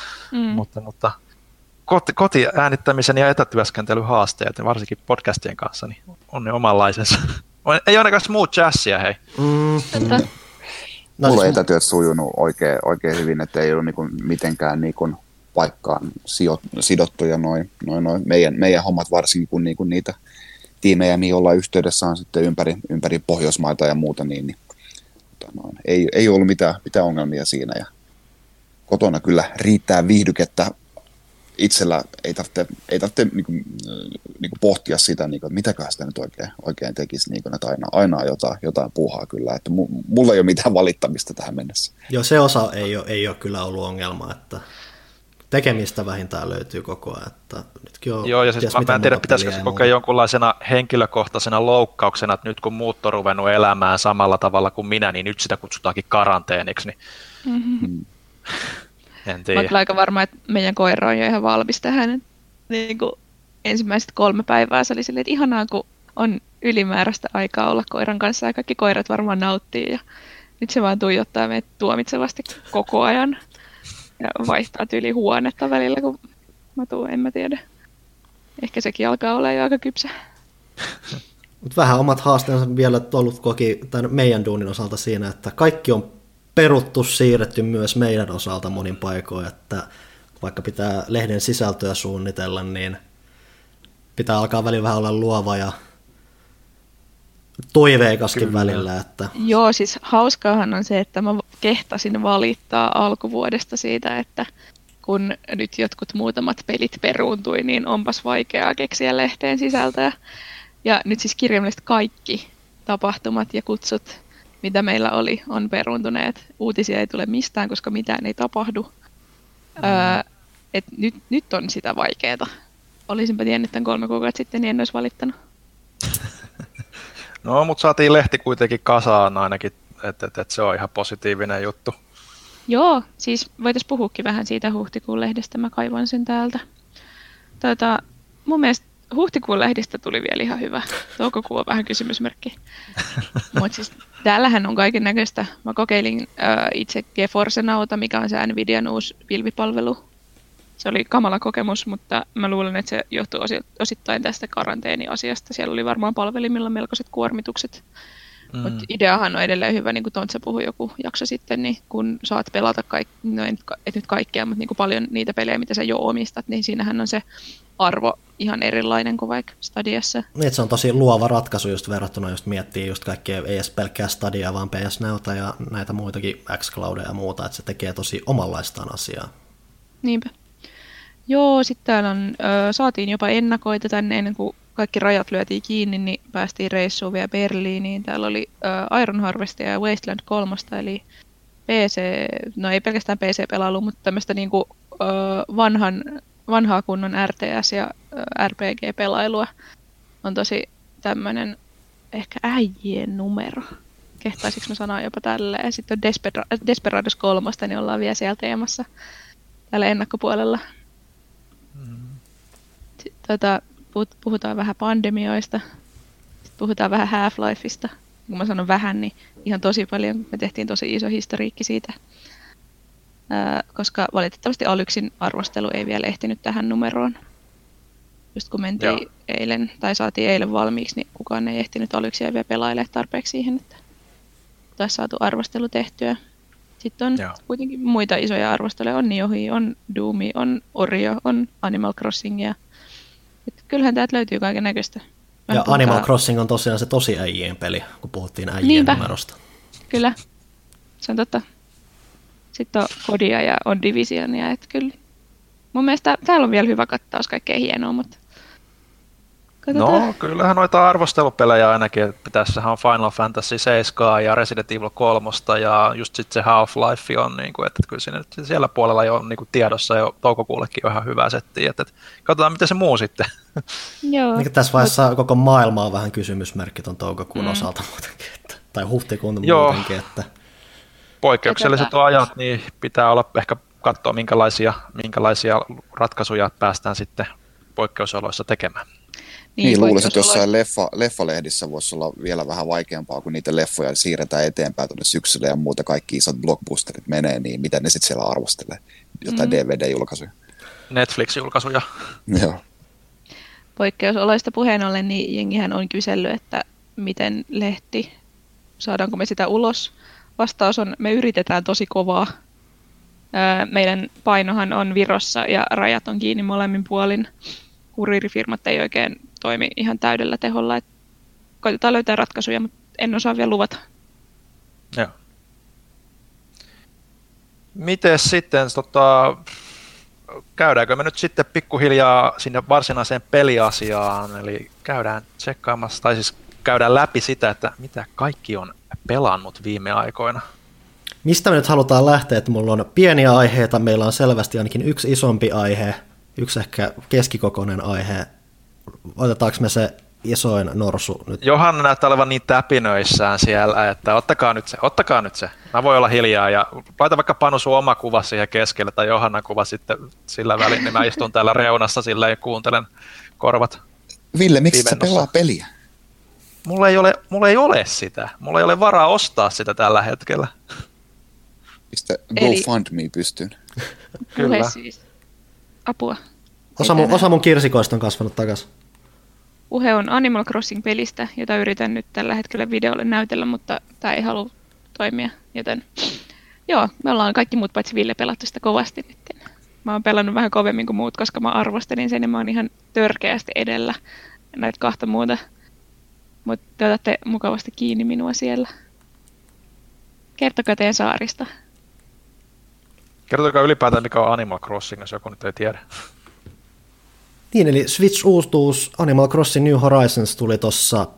kotiäänittämisen ja etätyöskentelyn haasteet, varsinkin podcastien kanssa, niin on ne omanlaisensa. Ei ainakaan smooth jazzia, hei. Mulla on etätyöt sujunut oikein hyvin, että ei ole niinku mitenkään niinku paikkaan sidottuja noin meidän hommat, varsinkin kun niinku niitä tiimejä, mihin ollaan yhteydessä, on sitten ympäri Pohjoismaita ja muuta, niin ei ollut mitään ongelmia siinä. Ja kotona kyllä riittää viihdykettä. Itsellä ei tarvitse niinku pohtia sitä, niinku, että mitäköhän sitä nyt oikein tekisi, niinku, että aina jotain puuhaa kyllä, että mulla ei ole mitään valittamista tähän mennessä. Joo, se osa ei ole kyllä ollut ongelma, että tekemistä vähintään löytyy koko ajan. Että nytkin on, joo, ja siis mä en tiedä, pitäisikö se kokea jonkunlaisena henkilökohtaisena loukkauksena, että nyt kun muut on ruvennut elämään samalla tavalla kuin minä, niin nyt sitä kutsutaankin karanteeniksi. Niin. En tiedä. Mä olen aika varma, että meidän koira on jo ihan valmis tähän. Niin kuin ensimmäiset 3 päivää se oli silleen, että ihanaa, kun on ylimääräistä aikaa olla koiran kanssa, ja kaikki koirat varmaan nauttii. Ja nyt se vaan tuijottaa meitä tuomitsevasti koko ajan. Ja vaihtaa tyyli huonetta välillä, kun mä tuun, en mä tiedä. Ehkä sekin alkaa olla jo aika kypsä. Mut vähän omat haasteensa vielä ollut meidän duunin osalta siinä, että kaikki on peruttu, siirretty myös meidän osalta monin paikoin, että vaikka pitää lehden sisältöä suunnitella, niin pitää alkaa välillä vähän olla luova ja toiveikaskin välillä. Että... Joo, siis hauskaahan on se, että mä kehtasin valittaa alkuvuodesta siitä, että kun nyt jotkut muutamat pelit peruuntui, niin onpas vaikeaa keksiä lehteen sisältöä. Ja nyt siis kirjaimellisesti kaikki tapahtumat ja kutsut, mitä meillä oli, on peruuntuneet. Uutisia ei tule mistään, koska mitään ei tapahdu. Nyt on sitä vaikeaa. Olisinpä tiennyt tämän 3 kuukautta sitten, niin en olisi valittanut. No, mutta saatiin lehti kuitenkin kasaan ainakin, että se on ihan positiivinen juttu. Joo, siis voitaisiin puhuakin vähän siitä huhtikuun lehdestä, mä kaivan sen täältä. Mun mielestä huhtikuun lehdistä tuli vielä ihan hyvä. Toukokuu on vähän kysymysmerkki. Mutta siis täällähän on kaiken näköistä. Mä kokeilin itse GeForce Nowta, mikä on se Nvidian uusi pilvipalvelu. Se oli kamala kokemus, mutta mä luulen, että se johtuu osittain tästä karanteeniasiasta. Siellä oli varmaan palvelimilla melkoiset kuormitukset. Mutta ideahan on edelleen hyvä, niin kuin Tontsa puhui joku jakso sitten, niin kun saat pelata et nyt kaikkea, mutta niin kuin paljon niitä pelejä, mitä sä jo omistat, niin siinähän on se arvo ihan erilainen kuin vaikka Stadiassa. Niin, se on tosi luova ratkaisu just verrattuna, just miettii just kaikkea, ei edes pelkkää Stadia, vaan PS Nowta ja näitä muitakin xCloudia ja muuta, että se tekee tosi omanlaistaan asiaa. Niinpä. Joo, sitten täällä on, saatiin jopa ennakoita tänne ennen kuin kaikki rajat lyötiin kiinni, niin päästiin reissuun vielä Berliiniin. Täällä oli Iron Harvestia ja Wasteland 3, eli PC, no ei pelkästään PC-pelailu, mutta tämmöistä niinku, vanhaa kunnon RTS- ja RPG-pelailua. On tosi tämmöinen ehkä äijien numero. Kehtaisinko mä sanoa jopa tälleen. Sitten on Desperados 3, niin ollaan vielä siellä teemassa täällä ennakkopuolella. Puhutaan vähän pandemioista, sitten puhutaan vähän Half-Lifeista. Kun mä sanon vähän, niin ihan tosi paljon. Me tehtiin tosi iso historiikki siitä, koska valitettavasti Alyxin arvostelu ei vielä ehtinyt tähän numeroon. just kun mentiin eilen, tai saatiin eilen valmiiksi, niin kukaan ei ehtinyt Alyxia vielä pelailemaan tarpeeksi siihen, että taisi saatu arvostelu tehtyä. Sitten on kuitenkin muita isoja arvosteluja, on Niohi, on Doomi, on Oreo, on Animal Crossingia. Että kyllähän täältä löytyy kaiken näköistä. Ja Animal Crossing on tosiaan se tosi äijien peli, kun puhuttiin äijien numerosta. Kyllä, se on totta. Sitten on Kodia ja on Divisionia, että kyllä. Mun mielestä täällä on vielä hyvä kattaus, kaikkea hienoa, mutta katsotaan. No, kyllähän noita arvostelupelejä ainakin, että tässähän on Final Fantasy 7 ja Resident Evil 3 ja just sitten se Half-Life on, niin kuin, että kyllä siinä nyt siellä puolella jo on niin kuin tiedossa jo toukokuullekin on ihan hyvä setti, että katsotaan miten se muu sitten. Joo. Niin tässä vaiheessa koko maailma on vähän kysymysmerkki ton toukokuun osalta muutenkin, tai huhtikuun muutenkin. Että poikkeukselliset ajat, niin pitää olla ehkä katsoa minkälaisia ratkaisuja päästään sitten poikkeusoloissa tekemään. Niin luulisin, että jossain leffalehdissä voisi olla vielä vähän vaikeampaa, kun niitä leffoja siirretään eteenpäin tuonne syksyllä ja muuta kaikki isot blockbusterit menee, niin miten ne sitten siellä arvostelee jotain DVD-julkaisuja. Netflix-julkaisuja. Joo. Poikkeusoloista puheen ollen, niin jengihän on kysellyt, että miten lehti, saadaanko me sitä ulos. Vastaus on, me yritetään tosi kovaa. Meidän painohan on Virossa ja rajat on kiinni molemmin puolin. Kuriirifirmat ei oikein toimi ihan täydellä teholla. Koitetaan löytää ratkaisuja, mutta en osaa vielä luvata. Joo. Miten sitten, käydäänkö me nyt sitten pikkuhiljaa sinne varsinaiseen peliasiaan, eli käydään tsekkaamassa, tai siis käydään läpi sitä, että mitä kaikki on pelannut viime aikoina. Mistä me nyt halutaan lähteä, että mulla on pieniä aiheita, meillä on selvästi ainakin yksi isompi aihe, yksi ehkä keskikokoinen aihe. Otetaanko me se isoin norsu nyt? Johanna näyttää olevan niin täpinöissään siellä, että ottakaa nyt se. Mä voin olla hiljaa ja laita vaikka Panu sun oma kuva siihen keskelle tai Johannan kuva sitten sillä välin, niin mä istun täällä reunassa silleen ja kuuntelen korvat. Ville, miksi sä pelaa peliä? Mulla ei ole sitä. Mulla ei ole varaa ostaa sitä tällä hetkellä. Pistä GoFundMe pystyyn. Kyllä. Siis. Apua. Osa mun kirsikoista on kasvanut takaisin. Puhe on Animal Crossing-pelistä, jota yritän nyt tällä hetkellä videolle näytellä, mutta tämä ei halua toimia. Joten joo, me ollaan kaikki muut paitsi Ville pelattu sitä kovasti nyt. Mä oon pelannut vähän kovemmin kuin muut, koska mä arvostelin sen ja mä oon ihan törkeästi edellä näitä kahta muuta. Mutta te otatte mukavasti kiinni minua siellä. Kertokaa teidän saarista. Kertokaa ylipäätään, mikä on Animal Crossing, jos joku nyt ei tiedä. Niin, eli Switch-uutuus Animal Crossing New Horizons tuli tuossa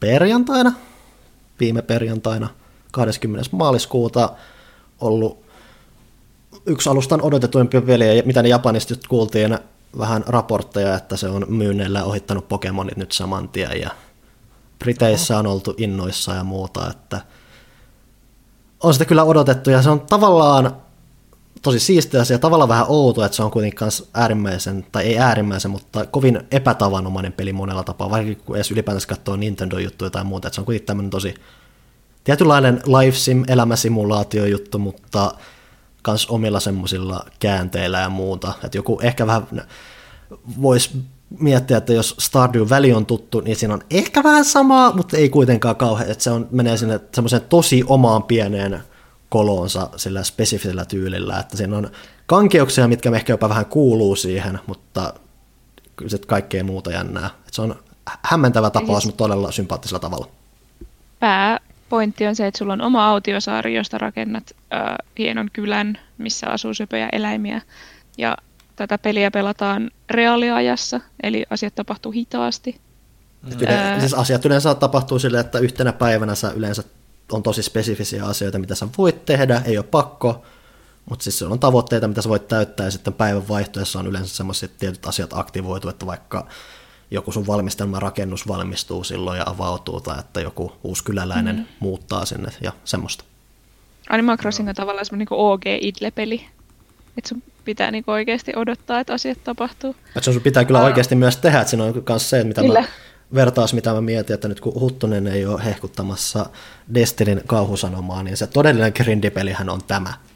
viime perjantaina, 20. maaliskuuta, ollut yksi alustan odotetuimpia peliä, mitä ne Japanista nyt kuultiin vähän raportteja, että se on myynneillä ohittanut Pokemonit nyt saman tien, ja Briteissä on oltu innoissa ja muuta, että on sitä kyllä odotettu, ja se on tavallaan tosi siistiä asia, tavallaan vähän outo, että se on kuitenkin äärimmäisen, tai ei äärimmäisen, mutta kovin epätavanomainen peli monella tapaa, vaikka kun edes ylipäätänsä katsoo Nintendo-juttuja tai muuta, että se on kuitenkin tämmöinen tosi tietynlainen life sim, elämäsimulaatio-juttu, mutta kans omilla semmoisilla käänteillä ja muuta, että joku ehkä vähän voisi miettiä, että jos Stardew Valley on tuttu, niin siinä on ehkä vähän samaa, mutta ei kuitenkaan kauhean, että menee sinne semmoiseen tosi omaan pieneen koloonsa sillä spesifisellä tyylillä, että siinä on kankeuksia, mitkä ehkä jopa vähän kuuluu siihen, mutta kyllä se kaikkea muuta jännää. Että se on hämmentävä tapaus, mutta todella sympaattisella tavalla. Pääpointti on se, että sulla on oma autiosaari, josta rakennat hienon kylän, missä asuu söpöjä eläimiä, ja tätä peliä pelataan reaaliajassa, eli asiat tapahtuu hitaasti. Siis asiat yleensä tapahtuu silleen, että yhtenä päivänä sä yleensä on tosi spesifisiä asioita, mitä sä voit tehdä, ei ole pakko, mutta siis on tavoitteita, mitä sä voit täyttää, ja sitten päivän vaihtoessa on yleensä sellaiset tietyt asiat aktivoitu, että vaikka joku sun valmistelma rakennus valmistuu silloin ja avautuu, tai että joku uusi kyläläinen muuttaa sinne ja semmoista. Animal Crossing on tavallaan semmoinen niin OG-idle-peli, että sun pitää niin oikeasti odottaa, että asiat tapahtuu. Että sun pitää kyllä oikeasti myös tehdä, että siinä on myös se, mitä mä vertaus, mitä mä mietin, että nyt kun Huttunen ei ole hehkuttamassa Destinyn kauhusanomaa, niin se todellinen grindipelihän on tämä.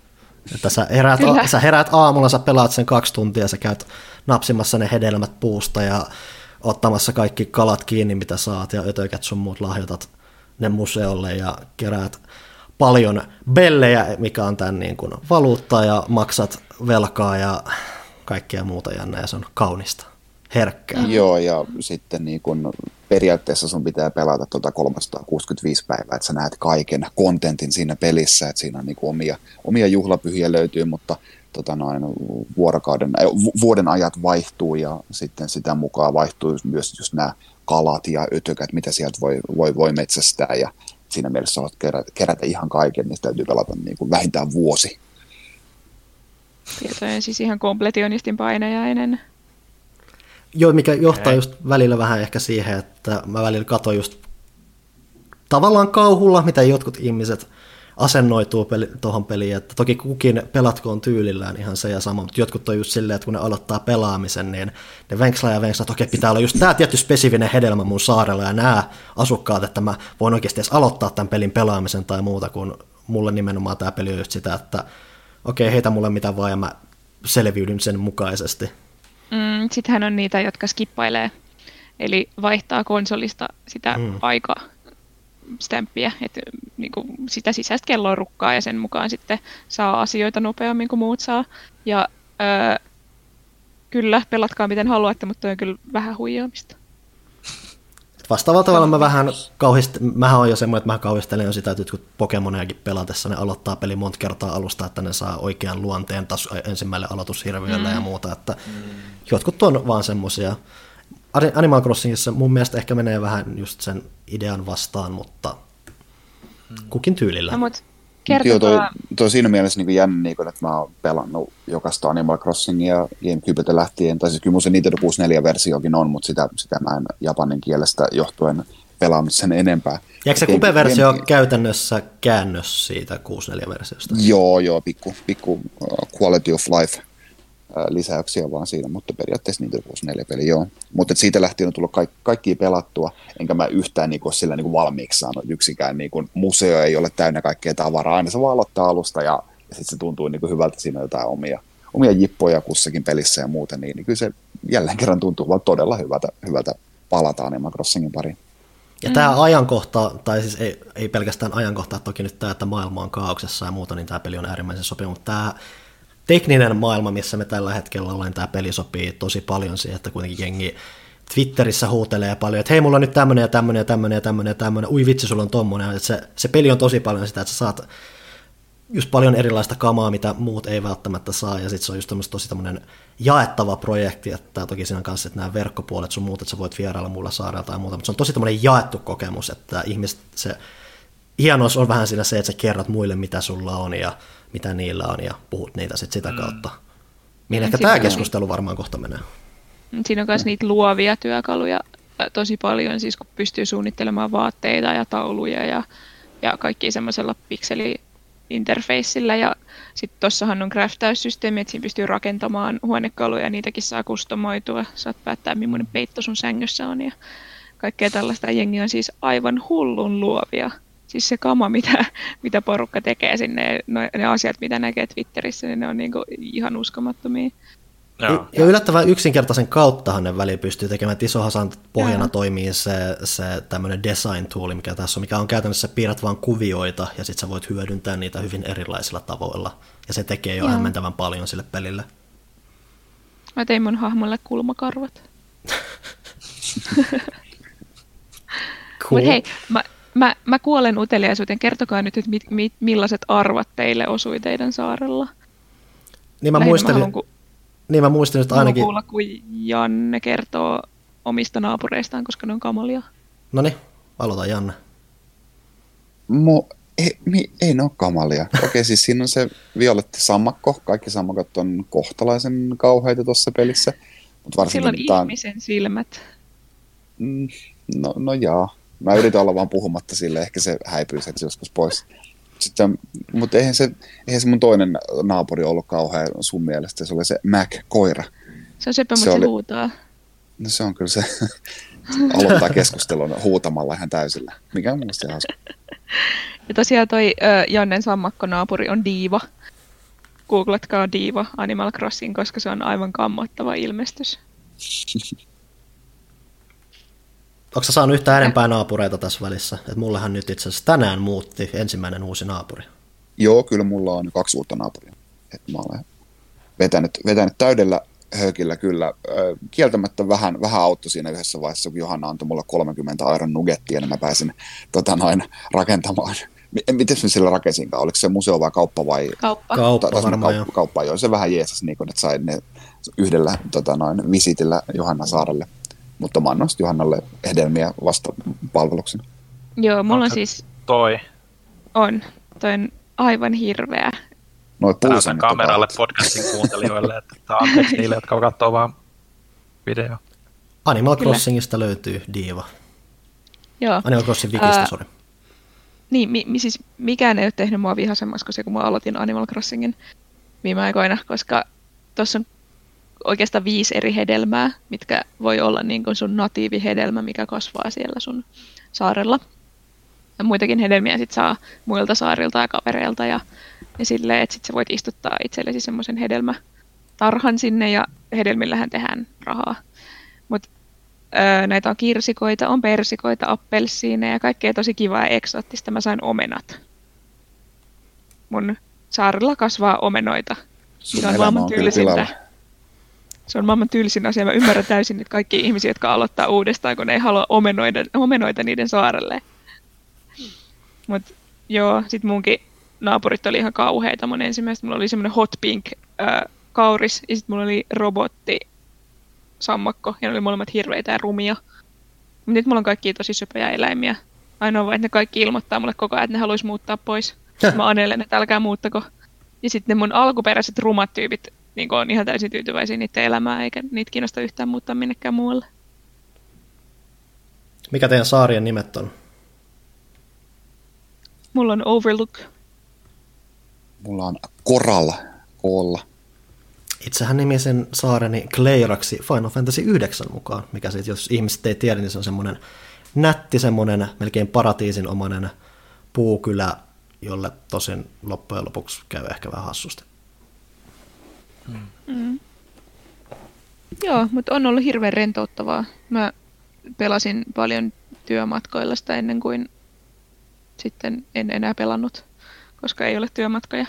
Että sä heräät aamulla, sä pelaat sen 2 tuntia, sä käyt napsimassa ne hedelmät puusta ja ottamassa kaikki kalat kiinni, mitä saat, ja ötökät sun muut lahjoitat ne museolle ja keräät paljon bellejä, mikä on tämän niin kuin valuuttaa, ja maksat velkaa ja kaikkea muuta jännää, ja se on kaunista, herkkää. Joo, ja sitten niin kun periaatteessa sun pitää pelata 365 päivää, että sä näet kaiken kontentin siinä pelissä, että siinä on niin kuin omia juhlapyhiä löytyy, mutta vuoden ajat vaihtuu, ja sitten sitä mukaan vaihtuu myös just nämä kalat ja ötökät, mitä sieltä voi metsästää, ja siinä mielessä olet kerätä ihan kaiken, niin täytyy pelata niin kuin vähintään vuosi. Tietojen siis ihan kompletionistin painajainen. Joo, mikä johtaa just välillä vähän ehkä siihen, että mä välillä katon just tavallaan kauhulla, mitä jotkut ihmiset asennoituu tuohon peliin, että toki kukin pelatkoon tyylillään ihan se ja sama, mutta jotkut on just silleen, että kun ne aloittaa pelaamisen, niin ne venkslaa, että okei, pitää olla just tämä tietty spesifinen hedelmä mun saarella ja nämä asukkaat, että mä voin oikeasti edes aloittaa tämän pelin pelaamisen tai muuta, kun mulle nimenomaan tämä peli on just sitä, että okei, heitä mulle mitä vaan ja mä selviydyn sen mukaisesti. Sittenhän on niitä, jotka skippailee, eli vaihtaa konsolista sitä aikastämppiä, että niinku sitä sisäistä kelloa rukkaa ja sen mukaan sitten saa asioita nopeammin kuin muut saa. Ja kyllä, pelatkaa miten haluatte, mutta on kyllä vähän huijaamista. Vastaavalla tavalla mähän on jo semmoinen, että mä kauhistelen jo sitä, että jotkut Pokemonejakin pelatessa ne aloittaa peli monta kertaa alusta, että ne saa oikean luonteen ensimmäiselle aloitushirviölle ja muuta, että jotkut on vaan semmoisia. Animal Crossingissa mun mielestä ehkä menee vähän just sen idean vastaan, mutta kukin tyylillä. No, kertokaa. Toi siinä mielessä niin jännä, niin että mä oon pelannut jokaista Animal Crossingia GameCubelta lähtien, tai siis kyllä mun se Nintendo 64-versiokin on, mutta sitä mä en japanin kielestä johtuen pelaamassa sen enempää. Jääkö se Kupe-versio käytännössä käännös siitä 64-versiosta? Joo, pikku quality of life lisäyksiä vaan siinä, mutta periaatteessa Nintendo 64-peli, joo. Mutta siitä lähtien on tullut kaikkia pelattua, enkä mä yhtään sillä valmiiksi saanut. Yksikään museo ei ole täynnä kaikkea tavaraa, aina se vaan aloittaa alusta ja sitten se tuntuu hyvältä, siinä jotain omia jippoja kussakin pelissä ja muuten, niin kyllä se jälleen kerran tuntuu vaan todella hyvältä palata Animal Crossingin pariin. Ja tämä ajankohta, tai siis ei pelkästään ajankohta, toki nyt tämä, että maailma on kaauksessa ja muuta, niin tämä peli on äärimmäisen sopiva, mutta tämä tekninen maailma, missä me tällä hetkellä ollaan, tämä peli sopii tosi paljon siihen, että kuitenkin jengi Twitterissä huutelee paljon, että hei, mulla on nyt tämmönen ja tämmönen ja tämmönen ja tämmönen ja tämmönen, ui vitsi, sulla on tommonen, että se peli on tosi paljon sitä, että sä saat just paljon erilaista kamaa, mitä muut ei välttämättä saa, ja sitten se on just tosi tämmöinen jaettava projekti, että toki siinä on kanssa että nämä verkkopuolet sun muut, että sä voit vierailla muulla saarella tai muuta, mutta se on tosi tämmöinen jaettu kokemus, että ihmiset, se hienous on vähän siinä se, että sä kerrot muille, mitä sulla on ja mitä niillä on, ja puhut niitä sitten sitä kautta. Mihin ehkä tämä keskustelu varmaan kohta menee. Siinä on myös niitä luovia työkaluja tosi paljon, siis kun pystyy suunnittelemaan vaatteita ja tauluja ja kaikki semmoisella pikseli-interfaceillä. Ja sitten tuossahan on craftaussysteemi, että siinä pystyy rakentamaan huonekaluja, ja niitäkin saa kustomoitua. Saat päättää, millainen peitto sun sängyssä on, ja kaikkea tällaista. Jengi on siis aivan hullun luovia. Siis se kama, mitä porukka tekee sinne, ne asiat, mitä näkee Twitterissä, niin ne on niinku ihan uskomattomia. Ja yllättävän yksinkertaisen kauttahan ne väliin pystyy tekemään, että isohasan pohjana toimii se tämmöinen design tool, mikä tässä on, mikä on käytännössä piirrät vaan kuvioita, ja sitten sä voit hyödyntää niitä hyvin erilaisilla tavoilla, ja se tekee jo hämmentävän paljon sille pelille. Mä tein mun hahmolle kulmakarvat. Cool. Mut hei, mä kuolen uteliaisuuteen. Kertokaa nyt, että millaiset arvat teille osui teidän saarella. Niin mä muistelin, että ainakin... kuulla, kun Janne kertoo omista naapureistaan, koska ne on kamalia. Noniin, aloita Janne. Ei ne ole kamalia. Okei, siis siinä on se violetti sammakko. Kaikki sammakot on kohtalaisen kauheita tuossa pelissä. Silloin ihmisen silmät. No jaa. Mä yritän olla vaan puhumatta sille, ehkä se häipyy sieltä joskus pois. Mutta eihän se mun toinen naapuri ollut kauhean sun mielestä, se oli se Mac-koira. Se on sepä, mutta se huutaa. No se on kyllä se, aloittaa keskustelun huutamalla ihan täysillä, mikä on mun mielestä hauska. Ja tosiaan toi Jannen sammakkonaapuri on diiva. googlatkaa Diiva Animal Crossing, koska se on aivan kammottava ilmestys. Onko sä saanut yhtään enempää naapureita tässä välissä? Et mullehan nyt itse asiassa tänään muutti ensimmäinen uusi naapuri. Joo, kyllä mulla on 2 uutta naapuria. Et mä olen vetänyt täydellä höykillä kyllä. Kieltämättä vähän auttoi siinä yhdessä vaiheessa, kun Johanna antoi mulle 30 Iron Nuggettia, niin mä pääsin rakentamaan. Miten mä sillä rakensinkaan? Oliko se museo vai kauppa vai? Kauppa varmaan, kauppa, joo. Se vähän jeesasi, niin kun, että sain ne yhdellä visitillä Johanna saarelle. Mutta mä annoin Johannalle hedelmiä vasta palveluksena. Joo, mulla on siis... Toi on aivan hirveä. Näytän kameralle podcastin kuuntelijoille, että tämä on anteeksi niille, jotka katsoo vaan video. Animal Crossingista löytyy Diiva. Joo. Animal Crossing Wikistä, sori. Niin, siis mikään ei ole tehnyt mua vihasemmaksi kuin se, kun mä aloitin Animal Crossingin viime aikoina, koska tuossa on oikeastaan 5 eri hedelmää, mitkä voi olla niin kuin sun natiivihedelmä, mikä kasvaa siellä sun saarella. Ja muitakin hedelmiä sit saa muilta saarilta ja kavereilta ja silleen, että sit sä voit istuttaa itsellesi semmoisen hedelmätarhan sinne ja hedelmillähän tehdään rahaa. Mut näitä on kirsikoita, on persikoita, appelsiineja ja kaikkea tosi kivaa ja eksoottista. Mä sain omenat. Mun saarella kasvaa omenoita. Se on maailman tylsintä. Se on maailman tylsin asia. Mä ymmärrän täysin niitä kaikkia ihmisiä, jotka aloittaa uudestaan, kun ne ei halua omenoita niiden saarelle. Mut joo, sit munkin naapurit oli ihan kauheita. Mun ensimmäistä mulla oli semmonen hot pink kauris ja sit mulla oli robotti sammakko ja ne oli molemmat hirveitä ja rumia. Mut nyt mulla on kaikki tosi söpöjä eläimiä. Ainoa vaan, että ne kaikki ilmoittaa mulle koko ajan, että ne haluais muuttaa pois. Mä anelen, että älkää muuttako. Ja sitten ne mun alkuperäiset rumat tyypit niin on ihan täysin tyytyväisiä niiden elämään, eikä niitä kiinnosta yhtään muuttaa minnekään muualle. Mikä teidän saarien nimet on? Mulla on Overlook. Mulla on Coral. Itsehän nimisen saareni Clayraksi Final Fantasy 9 mukaan, mikä sitten, jos ihmiset ei tiedä, niin se on semmoinen nätti, semmoinen melkein paratiisinomainen puukylä, jolle tosin loppujen lopuksi käy ehkä vähän hassusti. Joo, mutta on ollut hirveän rentouttavaa. Mä pelasin paljon työmatkoilla sitä ennen kuin sitten en enää pelannut, koska ei ole työmatkoja.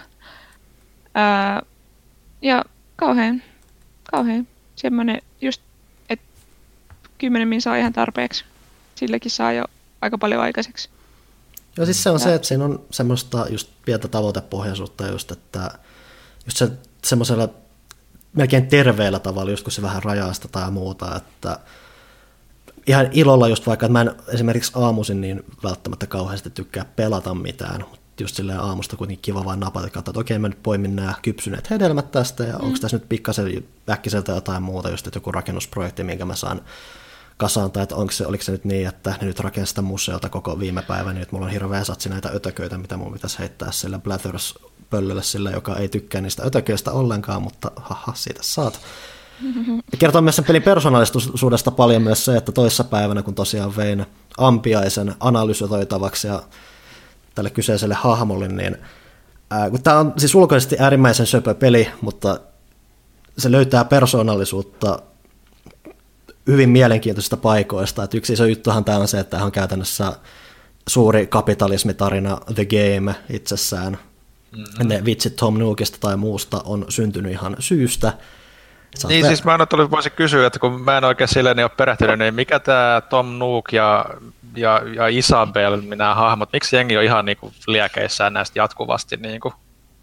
Ja kauhean semmoinen just, että 10 min saa ihan tarpeeksi. Silläkin saa jo aika paljon aikaiseksi. Joo, siis se on se, että siinä on semmoista just pientä tavoitepohjaisuutta just, että just se semmoisella melkein terveellä tavalla, just kun se vähän rajaa sitä tai muuta, että ihan ilolla just vaikka, että mä en esimerkiksi aamuisin niin välttämättä kauheasti tykkää pelata mitään, mutta just silleen aamusta kuitenkin kiva vaan napata, että okei, mä nyt poimin nämä kypsyneet hedelmät tästä, ja onko tässä nyt pikkasen äkkiseltä jotain muuta, just että joku rakennusprojekti, minkä mä saan kasaan, tai että oliko se nyt niin, että ne nyt rakensi sitä museota koko viime päivän, niin nyt mulla on hirveä satsi näitä ötököitä, mitä mun pitäisi heittää sillä Blathers-pöllölle sillä, joka ei tykkää niistä ötököistä ollenkaan, mutta siitä saat. Kertoo myös sen pelin persoonallisuudesta paljon myös se, että toissapäivänä, kun tosiaan vein ampiaisen analysoitavaksi ja tälle kyseiselle hahmolle, niin kun tämä on siis ulkoisesti äärimmäisen söpö peli, mutta se löytää persoonallisuutta hyvin mielenkiintoisista paikoista. Että yksi iso juttuhan tämä on se, että tämä on käytännössä suuri kapitalismitarina The Game itsessään. Ne vitsit Tom Nookista tai muusta on syntynyt ihan syystä. Niin siis mä voisin kysyä, että kun mä en oikein silleen ole perehtynyt, niin mikä tämä Tom Nook ja Isabel, nämä hahmot, miksi jengi on ihan niinku liekeissään näistä jatkuvasti? Niinku?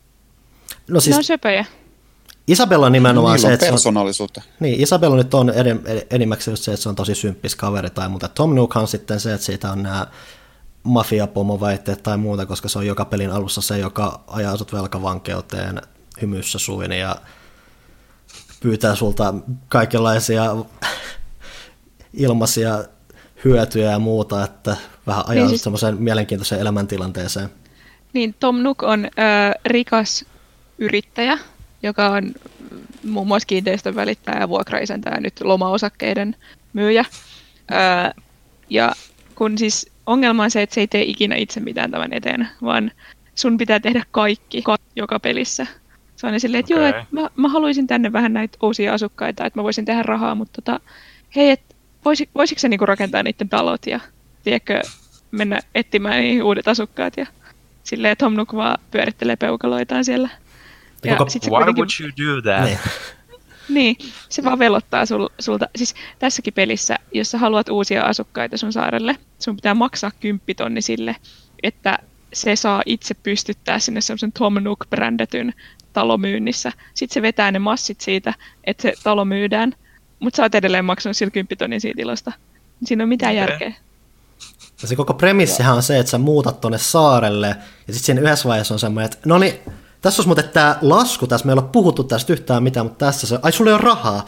No siis, ne on söpöjä. Isabella on nimenomaan se, että persoonallisuutta. Niin, Isabella nyt on enimmäkseen just se, että se on tosi symppis kaveri tai muuta. Tom Nook on sitten se, että siitä on nämä mafiapomoväitteet tai muuta, koska se on joka pelin alussa se, joka ajaa sut velkavankeuteen hymyssä suin ja pyytää sulta kaikenlaisia ilmaisia hyötyjä ja muuta, että vähän ajaa siis semmoiseen mielenkiintoiseen elämäntilanteeseen. Niin, Tom Nook on rikas yrittäjä, joka on muun muassa kiinteistön välittäjä ja vuokraisäntä ja nyt lomaosakkeiden myyjä. Ja kun siis ongelma on se, että se ei tee ikinä itse mitään tämän eteen, vaan sun pitää tehdä kaikki joka pelissä. Se on silleen, että joo, että mä haluaisin tänne vähän näitä uusia asukkaita, että mä voisin tehdä rahaa, mutta hei, että voisiko se niinku rakentaa niiden talot ja tiedätkö, mennä etsimään niihin uudet asukkaat ja silleen Tom Nook vaan pyörittelee peukaloitaan siellä. Ja why would you do that? Niin, se vaan velottaa sulta. Siis tässäkin pelissä, jos sä haluat uusia asukkaita sun saarelle, sun pitää maksaa 10 000 sille, että se saa itse pystyttää sinne semmoisen Tom Nook-brändätyn talomyynnissä. Sitten se vetää ne massit siitä, että se talo myydään, mutta sä oot edelleen maksanut sillä 10 000 siitä ilosta. Siinä on mitään järkeä. Ja se koko premissihän on se, että sä muutat tonne saarelle, ja sitten siinä yhdessä vaiheessa on semmoinen, että no niin, tässä olisi muuten tämä lasku, tässä me ei ole puhuttu tästä yhtään mitään, mutta tässä se, ai sulla ei ole rahaa.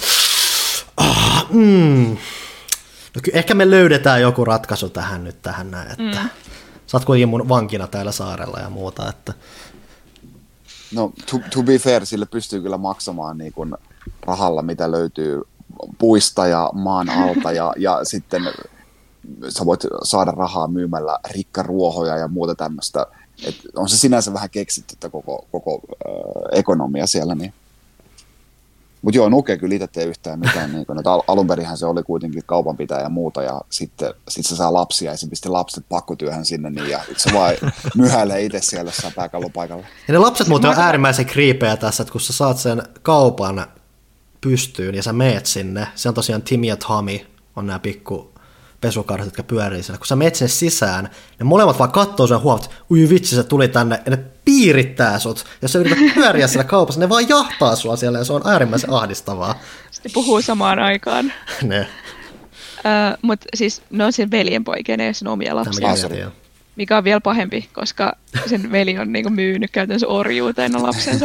No ehkä me löydetään joku ratkaisu tähän nyt näin, että sä oot kuitenkin mun vankina täällä saarella ja muuta, että... No, to be fair, sille pystyy kyllä maksamaan niin kuin rahalla, mitä löytyy puista ja maan alta, ja sitten sä voit saada rahaa myymällä rikkaruohoja ja muuta tämmöistä. Et on se sinänsä vähän keksitty, että koko ekonomia siellä. Niin. Mutta joo, Nuke kyllä itse tee yhtään mitään. Niin alunperinhän se oli kuitenkin kaupanpitäjä ja muuta, ja sitten se saa lapsia, ja se pisti lapset pakkotyöhön sinne, niin, ja se vaan myhäilee itse siellä jossain pääkallopaikalla. Ja ne lapset muuten on äärimmäisen kriipejä tässä, että kun sä saat sen kaupan pystyyn, ja sä meet sinne, se on tosiaan Timmy ja Tommy, on nämä pikku pesukarhut, jotka pyörii siellä. Kun sä menet sinne sisään, ne molemmat vaan kattoo sen huomat, että ui vitsi, se tuli tänne, ja ne piirittää sut. Jos sä yrität pyöriä siellä kaupassa, ne vaan jahtaa sua siellä, ja se on äärimmäisen ahdistavaa. Sitten puhuu samaan aikaan. Ne. Mutta siis ne on sen veljenpoikia, ne ei ole sen omia lapsia. Mikä on vielä pahempi, koska sen veli on niinku myynyt käytännössä orjuuteen lapsensa.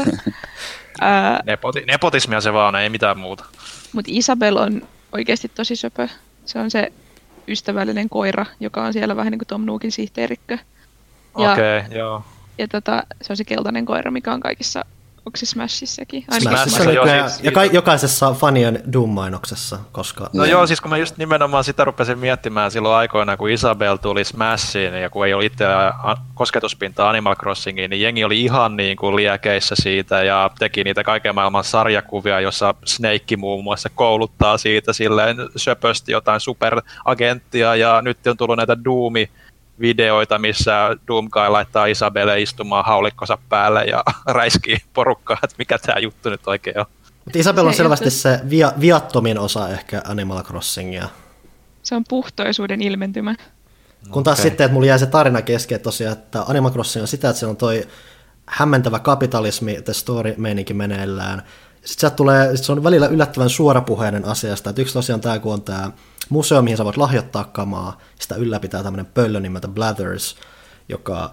Nepotismia se vaan, ei mitään muuta. Mutta Isabel on oikeasti tosi söpö. Se on se ystävällinen koira, joka on siellä vähän niin kuin Tom Nookin sihteerikkö. Okei, joo. Ja se on se keltainen koira, mikä on kaikissa, onko se Smashissakin? Smashissa ja jokaisessa Fanien Doom-mainoksessa. Koska... No joo, siis kun mä just nimenomaan sitä rupesin miettimään silloin aikoina, kun Isabel tuli Smashiin, ja kun ei ollut itse kosketuspintaa Animal Crossingiin, niin jengi oli ihan niin kuin liekeissä siitä, ja teki niitä kaiken maailman sarjakuvia, jossa Snake muun muassa kouluttaa siitä silleen söpösti jotain superagenttia, ja nyt on tullut näitä videoita, missä Doomguy laittaa Isabelle istumaan haulikkonsa päälle ja räiskii porukkaa, että mikä tämä juttu nyt oikein on. Mutta Isabel on selvästi se viattomin osa ehkä Animal Crossingia. Se on puhtoisuuden ilmentymä. Kun taas sitten, että mulla jäi se tarina kesken tosiaan, että Animal Crossing on sitä, että se on toi hämmentävä kapitalismi, the story-meininki meneillään. Sitten se on välillä yllättävän suorapuheinen asiasta, että yksi tosiaan tämä, kun on tämä museo, mihin sä voit lahjoittaa kamaa, sitä ylläpitää tämmöinen pöllö nimeltä Blathers, joka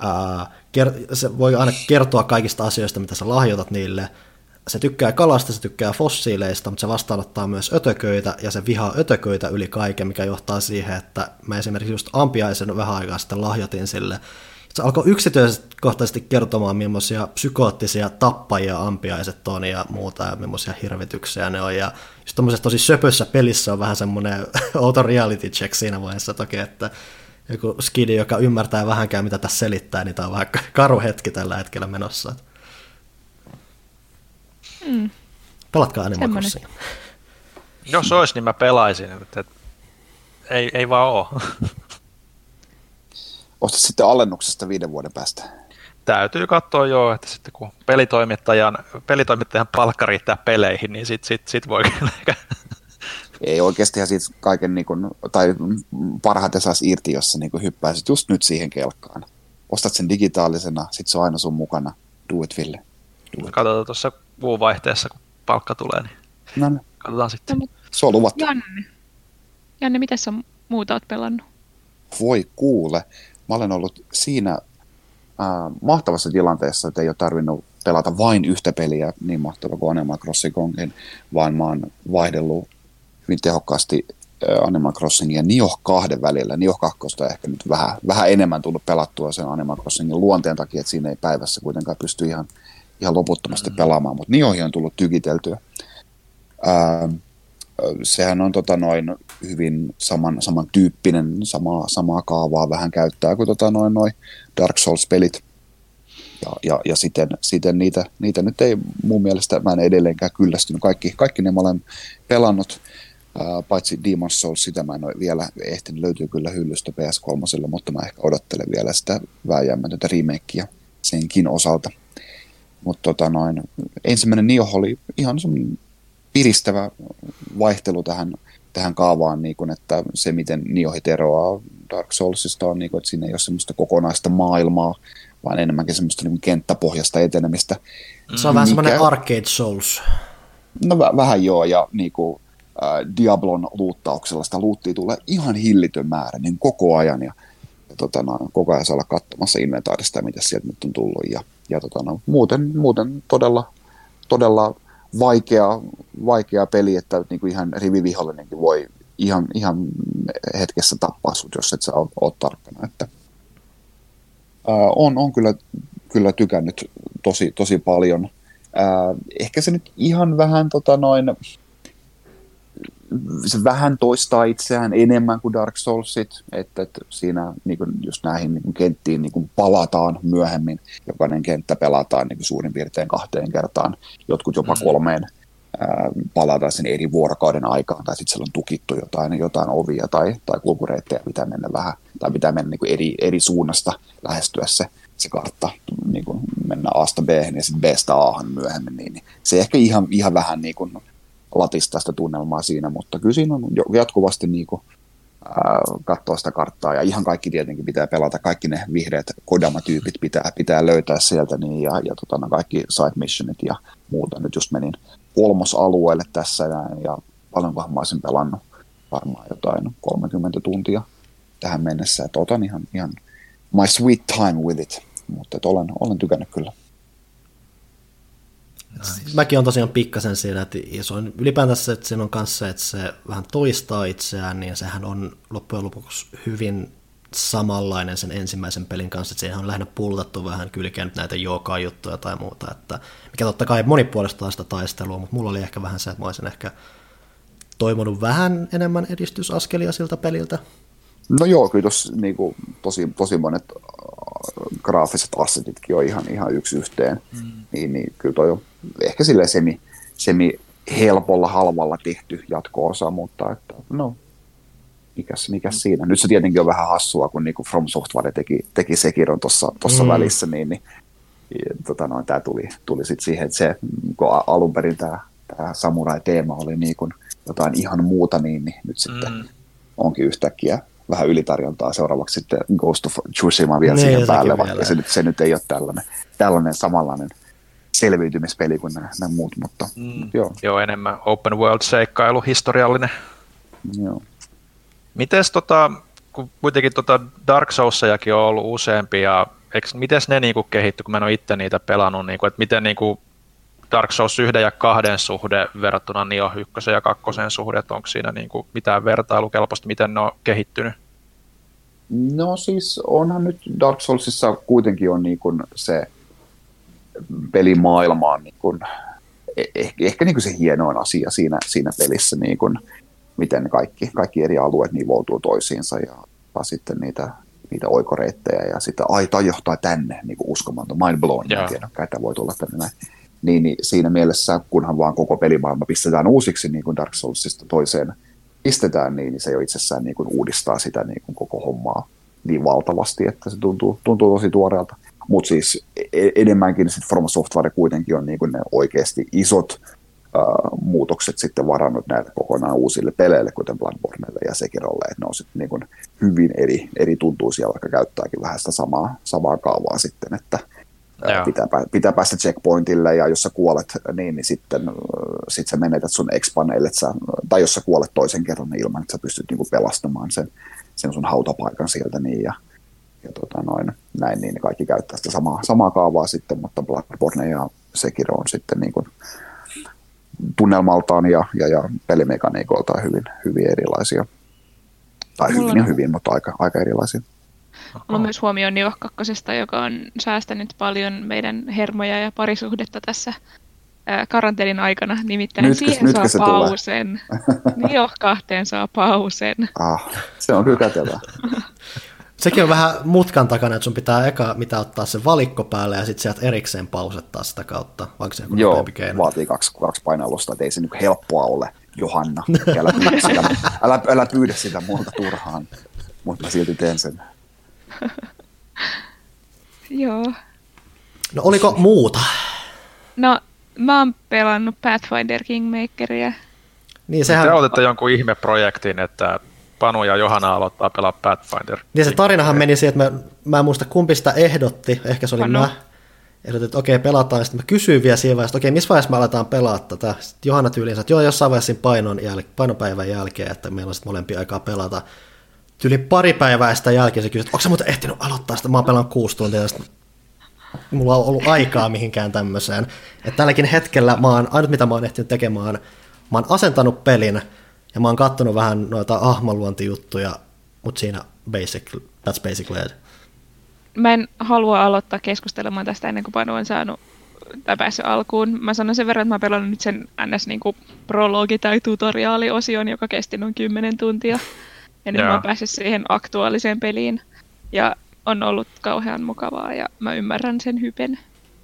se voi aina kertoa kaikista asioista, mitä sä lahjoitat niille. Se tykkää kalasta, se tykkää fossiileista, mutta se vastaanottaa myös ötököitä, ja se vihaa ötököitä yli kaiken, mikä johtaa siihen, että mä esimerkiksi just ampiaisen vähän aikaa sitten lahjoitin sille. Se alkoi yksityiskohtaisesti kertomaan, millaisia psykoottisia tappajia ampiaiset on ja muuta, ja millaisia hirvityksiä ne on. Ja just tommosessa tosi söpössä pelissä on vähän semmoinen outo reality check siinä vaiheessa toki, että joku skidi, joka ymmärtää vähänkään, mitä tässä selittää, niin tämä on vähän karu hetki tällä hetkellä menossa. Pelatkaa Animal Crossingia. Jos olisi, niin mä pelaisin. Että ei vaan oo. Ostat sitten alennuksesta 5 vuoden päästä. Täytyy katsoa joo, että sitten kun pelitoimittajan palkka riittää peleihin, niin sit voi kyllä. Ei oikeastihan siitä kaiken, niin kuin, tai parhaiten saisi irti, jos sä niin hyppäisit just nyt siihen kelkkaan. Ostat sen digitaalisena, sit se on aina sun mukana. Do it, Ville. Katsotaan tuossa vuovaihteessa, kun palkka tulee, niin no. Katsotaan sitten. Se on luvattu. Janne, mitä sä muuta oot pelannut? Voi kuule. Mä olen ollut siinä mahtavassa tilanteessa, että ei ole tarvinnut pelata vain yhtä peliä, niin mahtava kuin Animal Crossing onkin, vaan mä oon vaihdellut hyvin tehokkaasti Animal Crossingin ja Nioh 2 välillä. Nioh 2 on ehkä nyt vähän enemmän tullut pelattua sen Animal Crossingin luonteen takia, että siinä ei päivässä kuitenkaan pysty ihan loputtomasti pelaamaan, mutta Niohi on tullut tykiteltyä. Sehän on hyvin samantyyppinen, samaa kaavaa vähän käyttää kuin noi Dark Souls-pelit. Ja siten niitä nyt ei mun mielestä, mä en edelleenkään kyllästynyt. Kaikki ne mä olen pelannut, paitsi Demon's Souls, sitä mä en ole vielä ehtinyt, löytyy kyllä hyllystä PS3, mutta mä ehkä odottelen vielä sitä vääjäämätöntä remakea senkin osalta. Mutta ensimmäinen Nioh oli ihan semmoinen piristävä vaihtelu tähän kaavaan, niin kun, että se miten Niohit eroaa Dark Soulsista on, niin kun, että siinä ei ole semmoista kokonaista maailmaa, vaan enemmänkin semmoista niin kenttäpohjasta etenemistä. Se on vähän semmoinen Arcade Souls. No vähän joo, ja niin kuin, Diablon luuttauksella sitä luuttia tulee ihan hillitön määrä niin koko ajan, ja koko ajan saa olla katsomassa inventaarista, mitä sieltä nyt on tullut, ja muuten todella vaikea peli, että niin kuin ihan rivivihollinenkin voi ihan hetkessä tappaa sut, jos et sä ole tarkkana. Että, on kyllä tykännyt tosi paljon. Ehkä se nyt ihan vähän se vähän toistaa itseään enemmän kuin Dark Soulsit, että siinä niin kuin just näihin niin kuin kenttiin niin kuin palataan myöhemmin. Jokainen kenttä pelataan niin kuin suurin piirtein 2 kertaan, jotkut jopa 3 palataan sen eri vuorokauden aikaan, tai sitten siellä on tukittu jotain ovia tai kulkureittejä, pitää mennä vähän, tai pitää mennä niin kuin eri suunnasta lähestyä se kartta, niin kuin mennä Asta B:hen ja sitten B:stä Ahan myöhemmin, niin se ehkä ihan vähän niin kuin latistaa sitä tunnelmaa siinä, mutta kyllä siinä on jatkuvasti niin kuin, katsoa sitä karttaa, ja ihan kaikki tietenkin pitää pelata, kaikki ne vihreät Kodama-tyypit pitää löytää sieltä, niin, ja kaikki side missionit ja muuta. Nyt just menin 3. alueelle tässä, ja paljonkohan mä olisin pelannut varmaan jotain 30 tuntia tähän mennessä, että otan ihan my sweet time with it, mutta olen tykännyt kyllä. Mäkin on tosiaan pikkasen siinä, että se on ylipäätänsä, että siinä on kanssa, että se vähän toistaa itseään, niin sehän on loppujen lopuksi hyvin samanlainen sen ensimmäisen pelin kanssa, että siihen on lähinnä pultattu vähän kylkeen näitä Yokai-juttuja tai muuta, että mikä totta kai monipuolistaa sitä taistelua, mutta mulla oli ehkä vähän se, että mä olisin ehkä toivonut vähän enemmän edistysaskelia siltä peliltä. No joo, kyllä tuossa niin tosi monet graafiset assetitkin on ihan yksi yhteen, niin kyllä toi on ehkä silleen semi helpolla, halvalla tehty jatko-osa, mutta että no, mikäs siinä. Nyt se tietenkin on vähän hassua, kun niinku From Software teki Sekiron tuossa välissä, niin tämä tuli sitten siihen, että se, kun alun perin tämä samurai-teema oli niinku jotain ihan muuta, niin nyt sitten onkin yhtäkkiä vähän ylitarjontaa, seuraavaksi sitten Ghost of Tsushima vielä siihen päälle, vaikka se nyt ei ole tällainen samanlainen selviytymispeli kuin nämä muut, mutta joo. Joo, enemmän open world-seikkailu, historiallinen. Joo. Mites kun kuitenkin Dark Soulsiakin on ollut useampia, mites ne niinku kehitty, kun mä en ole itse niitä pelannut, niinku, että miten niinku Dark Souls 1 ja 2 suhde verrattuna Nioh 1 ja 2 suhde, että onko siinä niinku mitään vertailukelpoista, miten ne on kehittynyt? No siis onhan nyt Dark Soulsissa kuitenkin on niin kuin se pelimaailma on niin kuin, ehkä niin kuin se hienoin asia siinä pelissä, niin kuin, miten kaikki eri alueet nivoutuu toisiinsa ja sitten niitä oikoreittejä ja sitten tämä johtaa tänne, niin kuin uskomaton, mind blown, en tiedä, että voi tulla tänne näin. Niin siinä mielessä, kunhan vaan koko pelimaailma pistetään uusiksi, niin kuin Dark Soulsista toiseen pistetään, niin se jo itsessään niin kuin uudistaa sitä niin kuin koko hommaa niin valtavasti, että se tuntuu tosi tuoreelta. Mutta siis enemmänkin sit From Software kuitenkin on niin kuin ne oikeasti isot muutokset sitten varannut näille kokonaan uusille peleille, kuten Bloodbornelle ja Sekirolle, että ne on sitten niin kuin hyvin eri tuntuisia, vaikka käyttääkin vähän sitä samaa kaavaa sitten, että pitää päästä checkpointille, ja jos sä kuolet, niin sitten sä menetät sun expaneille, tai jos sä kuolet toisen kerran niin ilman, että sä pystyt niinku pelastamaan sen sun hautapaikan sieltä, niin, ja näin, niin kaikki käyttää sitä samaa kaavaa sitten, mutta Bloodborne ja Sekiro on sitten niinku tunnelmaltaan ja pelimekaniikoltaan hyvin erilaisia. Tai hyvin, mutta aika erilaisia. Mulla on myös huomioon Nioh 2, joka on säästänyt paljon meidän hermoja ja parisuhdetta tässä karanteenin aikana. Nimittäin siihen saa pausen. Nioh 2 saa pausen. Se on kyllä kätevää. Sekin on vähän mutkan takana, että sun pitää eka mitä ottaa se valikko päälle ja sitten sieltä erikseen pausettaa sitä kautta, vaikka se on Joo, keino. vaatii kaksi painallusta, että ei se nyt helppoa ole, Johanna. Älä pyydä sitä multa turhaan, mutta mä silti teen sen. Joo. No oliko muuta? No, mä oon pelannut Pathfinder Kingmakeria. Niin, Te otatte jonkun ihmeprojektin, että Panu ja Johanna aloittaa pelaa Pathfinder. Niin se tarinahan meni siihen, että mä en muista kumpi sitä ehdotti, ehkä se oli Panu. mä. Ehdotin, että okei, pelataan, sitten mä kysyin vielä siinä vaiheessa, että okei, missä vaiheessa me aletaan pelaa tätä. Sitten Johanna tyyliin sanoi, että joo, jossain vaiheessa siinä painopäivän jälkeen, että meillä on sitten molempia aikaa pelata. Tyyli pari päivää sitä jälkeen se kysyi, että onko sä muuten ehtinyt aloittaa sitä, mä oon pelannut 6 tuntia, ja mulla on ollut aikaa mihinkään tämmöiseen. Että tälläkin hetkellä ainut mitä mä oon ehtinyt tekemään, mä oon asentanut pelin, ja mä oon kattonut vähän noita ahmaluontijuttuja, mutta siinä that's basically it. Mä en halua aloittaa keskustelemaan tästä ennen kuin Panu on saanut tai päässyt alkuun. Mä sanon sen verran, että mä oon pelannut nyt sen ns. Niinku prologi- tai tutoriaaliosion, joka kesti noin 10 tuntia. Ja nyt mä oon päässyt siihen aktuaaliseen peliin. Ja on ollut kauhean mukavaa ja mä ymmärrän sen hypen.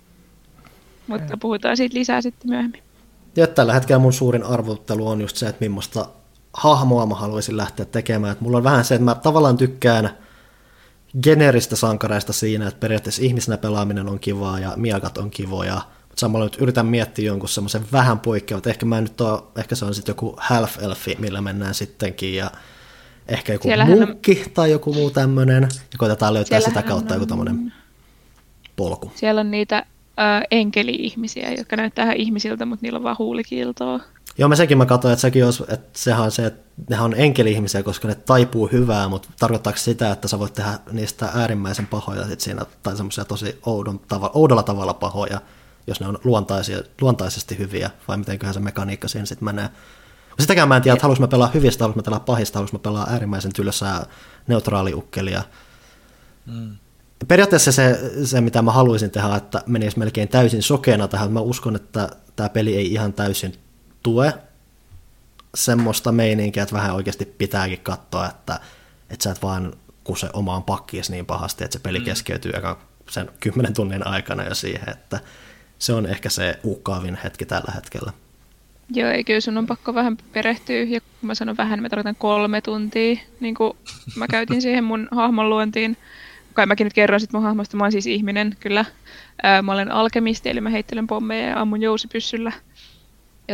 Mutta puhutaan siitä lisää sitten myöhemmin. Ja tällä hetkellä mun suurin arvottelu on just se, että millaista hahmoa mä haluaisin lähteä tekemään. Että mulla on vähän se, että mä tavallaan tykkään geneeristä sankareista siinä, että periaatteessa ihmisenä pelaaminen on kivaa ja miekat on kivoja. Mutta samalla nyt yritän miettiä jonkun semmoisen vähän poikkeavat. Ehkä se on sitten joku half-elfi, millä mennään sittenkin ja ehkä joku munkki tai joku muu tämmöinen. Ja koitetaan löytää sitä kautta joku tämmöinen polku. Siellä on niitä enkeli-ihmisiä, jotka näyttää ihan ihmisiltä, mutta niillä on vaan huulikiltoa. Joo, mä katsoin, että sehän on se, että nehän on enkeli-ihmisiä, koska ne taipuu hyvää, mutta tarkoittaako sitä, että sä voit tehdä niistä äärimmäisen pahoja sit siinä, tai semmoisia tosi oudolla tavalla pahoja, jos ne on luontaisesti hyviä, vai mitenköhän se mekaniikka siinä sitten menee. Sitäkään mä en tiedä, että haluaisin mä pelaa hyvistä, haluaisin mä pelaa pahista, haluaisin mä pelaa äärimmäisen tylsää neutraaliukkelia. Periaatteessa se, mitä mä haluaisin tehdä, että menisi melkein täysin sokeena tähän. Mä uskon, että tämä peli ei ihan täysin tue semmoista meininkiä, että vähän oikeasti pitääkin katsoa, että sä et vaan kuse omaan pakkiis niin pahasti, että se peli keskeytyy sen 10 tunnin aikana jo siihen, että se on ehkä se uhkaavin hetki tällä hetkellä. Joo, ei kyllä sun on pakko vähän perehtyä, ja kun mä sanon vähän, mä tarvitaan 3 tuntia, niin kuin mä käytin siihen mun hahmon luontiin. Kai mäkin nyt kerron sit mun hahmosta, mä oon siis ihminen, kyllä. Mä olen alkemisti, eli mä heittelen pommeja ja ammun jousipyssyllä. Ja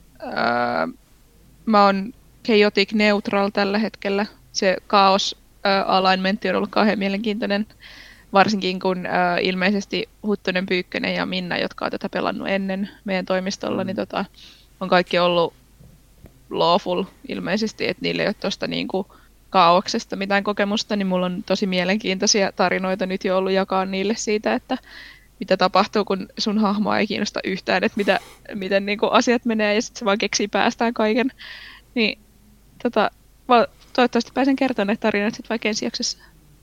mä oon chaotic neutral tällä hetkellä. Se chaos alignmentti on ollut kauhean mielenkiintoinen, varsinkin kun ilmeisesti Huttunen, Pyykkönen ja Minna, jotka on tätä pelannut ennen meidän toimistolla, niin on kaikki ollut lawful ilmeisesti, että niillä ei ole tuosta niinku kaauksesta mitään kokemusta, niin mulla on tosi mielenkiintoisia tarinoita nyt jo ollut jakaa niille siitä, että mitä tapahtuu, kun sun hahmoa ei kiinnosta yhtään, että miten niinku asiat menee ja sitten se vaan keksii päästään kaiken. Niin toivottavasti pääsen kertomaan näitä tarinoita sitten vaikka ensi jaksossa.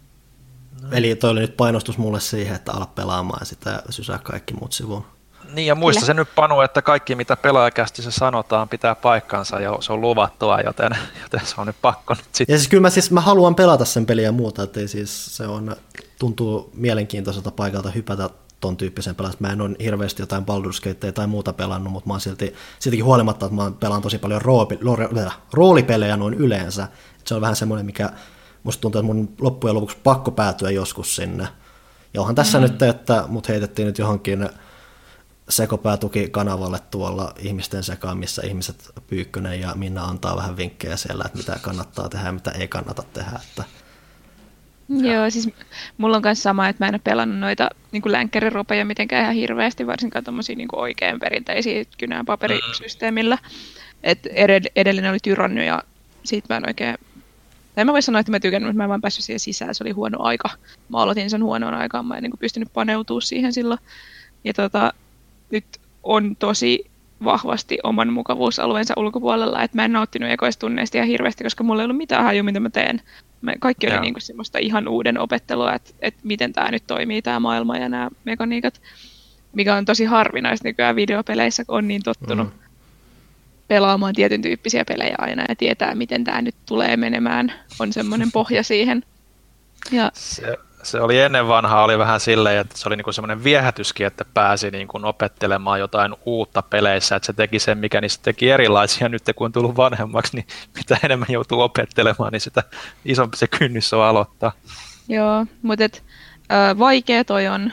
Eli toi oli nyt painostus mulle siihen, että ala pelaamaan ja sitä sysää kaikki muut sivuun. Niin ja muista se nyt Panu, että kaikki mitä pelaajakästissä sanotaan pitää paikkansa ja se on luvattua, joten se on nyt pakko nyt sitten. Ja siis kyllä mä haluan pelata sen peliä ja muuta, että siis tuntuu mielenkiintoiselta paikalta hypätä ton tyyppisen pelasta. Mä en ole hirveästi jotain Baldur's Gatea tai muuta pelannut, mutta mä oon siltikin huolimatta, että mä pelaan tosi paljon roolipelejä noin yleensä. Et se on vähän semmoinen, mikä musta tuntuu, että mun loppujen lopuksi pakko päätyä joskus sinne. Ja onhan tässä nyt, että mut heitettiin nyt johonkin sekopäätukikanavalle tuolla ihmisten sekaan, missä ihmiset Pyykkönen ja Minna antaa vähän vinkkejä siellä, että mitä kannattaa tehdä ja mitä ei kannata tehdä. Että Joo, siis mulla on myös sama, että mä en ole pelannut noita niin länkkäriropeja mitenkään ihan hirveästi, varsinkaan tommosia niin oikein perinteisiä kynää paperisysteemillä. Et edellinen oli Tyranny ja siitä mä en oikein. Tai mä voin sanoa, että mä tykännyt, mutta mä en vaan päässyt siihen sisään, se oli huono aika. Mä aloitin sen huonoon aikaan, mä en niin pystynyt paneutumaan siihen silloin. Ja nyt on tosi vahvasti oman mukavuusalueensa ulkopuolella, että mä en nauttinut ekoistunneista ihan hirveästi, koska mulla ei ollut mitään hajua, mitä mä teen. Kaikki oli niinku semmoista ihan uuden opettelua, että miten tämä nyt toimii, tämä maailma ja nämä mekaniikat, mikä on tosi harvinaista nykyään videopeleissä, kun on niin tottunut pelaamaan tietyn tyyppisiä pelejä aina ja tietää, miten tämä nyt tulee menemään. On semmoinen pohja siihen. Ja Se oli ennen vanhaa oli vähän silleen, että se oli niinku semmoinen viehätyskin, että pääsi niinku opettelemaan jotain uutta peleissä, että se teki sen, mikä niistä teki erilaisia. Nyt kun on tullut vanhemmaksi, niin mitä enemmän joutuu opettelemaan, niin sitä isompi se kynnys on aloittaa. joo, mutta vaikea toi on.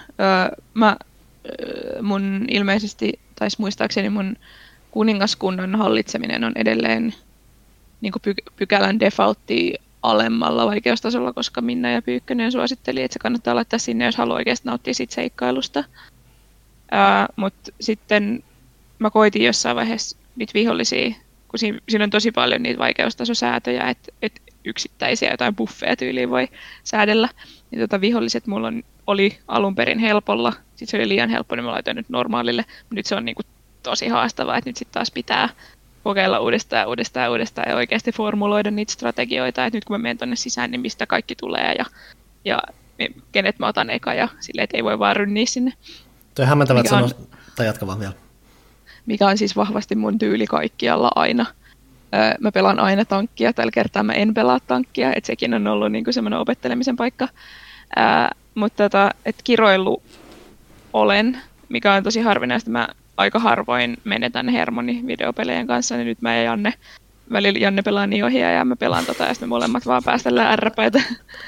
Mun ilmeisesti, tai muistaakseni mun kuningaskunnan hallitseminen on edelleen niin pykälän defaultti alemmalla vaikeustasolla, koska Minna ja Pyykkönen suositteli, että se kannattaa laittaa sinne, jos haluaa oikeasti nauttia siitä seikkailusta. Mutta sitten mä koitin jossain vaiheessa niitä vihollisia, kun siinä on tosi paljon niitä vaikeustasosäätöjä, että yksittäisiä jotain buffeja tyyliin voi säädellä. Niin viholliset mulla oli alun perin helpolla, sitten se oli liian helppo, niin mä laitoin nyt normaalille, mutta nyt se on niinku tosi haastavaa, että nyt sitten taas pitää kokeilla uudestaan ja oikeasti formuloida niitä strategioita, että nyt kun mä menen tonne sisään, niin mistä kaikki tulee ja kenet mä otan eka ja silleen, että ei voi vaan rynniä sinne. Toi hämmentävä, että sanoo, tai jatka vaan vielä. Mikä on siis vahvasti mun tyyli kaikkialla aina. Mä pelaan aina tankkia, tällä kertaa mä en pelaa tankkia, että sekin on ollut niinku semmoinen opettelemisen paikka. Mutta että kiroillu olen, mikä on tosi harvinaista. Mä aika harvoin menetän hermoni videopelejä kanssa, niin nyt mä ja Janne, välillä Janne pelaa niin ohjaa ja mä pelaan ja sitten me molemmat vaan päästellään ärräpäitä.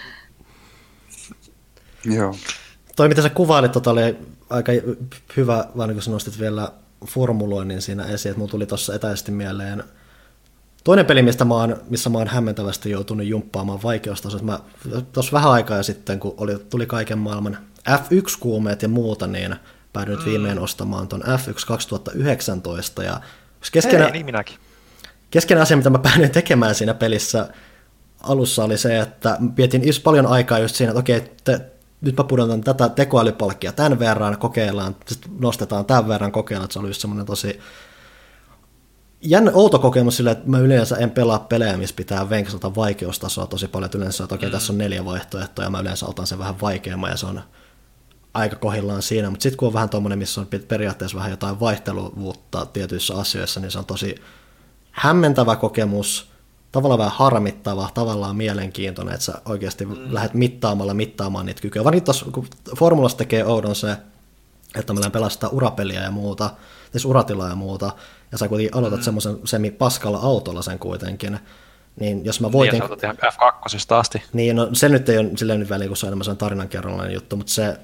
Joo. Toi, mitä sä kuvailit, oli aika hyvä, vaan kun sä nostit vielä formuloinnin siinä esiin, että mulla tuli tuossa etäisesti mieleen toinen peli, missä mä oon hämmentävästi joutunut jumppaamaan vaikeustasoa. Mä tuossa vähän aikaa sitten, kun tuli kaiken maailman F1-kuumeet ja muuta, niin päädyin nyt viimein ostamaan ton F1 2019. Ja keskeinen asia, mitä mä päädyin tekemään siinä pelissä alussa, oli se, että vietin paljon aikaa just siinä, että okei, nyt mä pudotan tätä tekoälypalkkia tämän verran, kokeillaan, sitten nostetaan tämän verran, kokeillaan, että se oli just semmoinen tosi jännä, outo kokemus silleen, että mä yleensä en pelaa pelejä, missä pitää venksalta vaikeustasoa tosi paljon, että yleensä että okei, tässä on 4 vaihtoehtoa, ja mä yleensä otan sen vähän vaikeamman, ja se on aika kohillaan siinä, mutta sitten kun on vähän tommoinen, missä on periaatteessa vähän jotain vaihteluvuutta tietyissä asioissa, niin se on tosi hämmentävä kokemus, tavallaan vähän harmittava, tavallaan mielenkiintoinen, että sä oikeasti lähdet mittaamaan niitä kykyjä. Vaan tuossa, kun formulassa tekee oudon se, että meillä pelastaa urapeliä ja muuta, siis uratilaa ja muuta, ja sä kuitenkin aloitat semmoisen semi-paskalla autolla sen kuitenkin, niin jos mä voitin... Niin, sä ihan F2 asti. Niin, no se nyt ei ole silleen nyt väliin, kun se on enemmän tarinankerrallinen juttu, mutta se,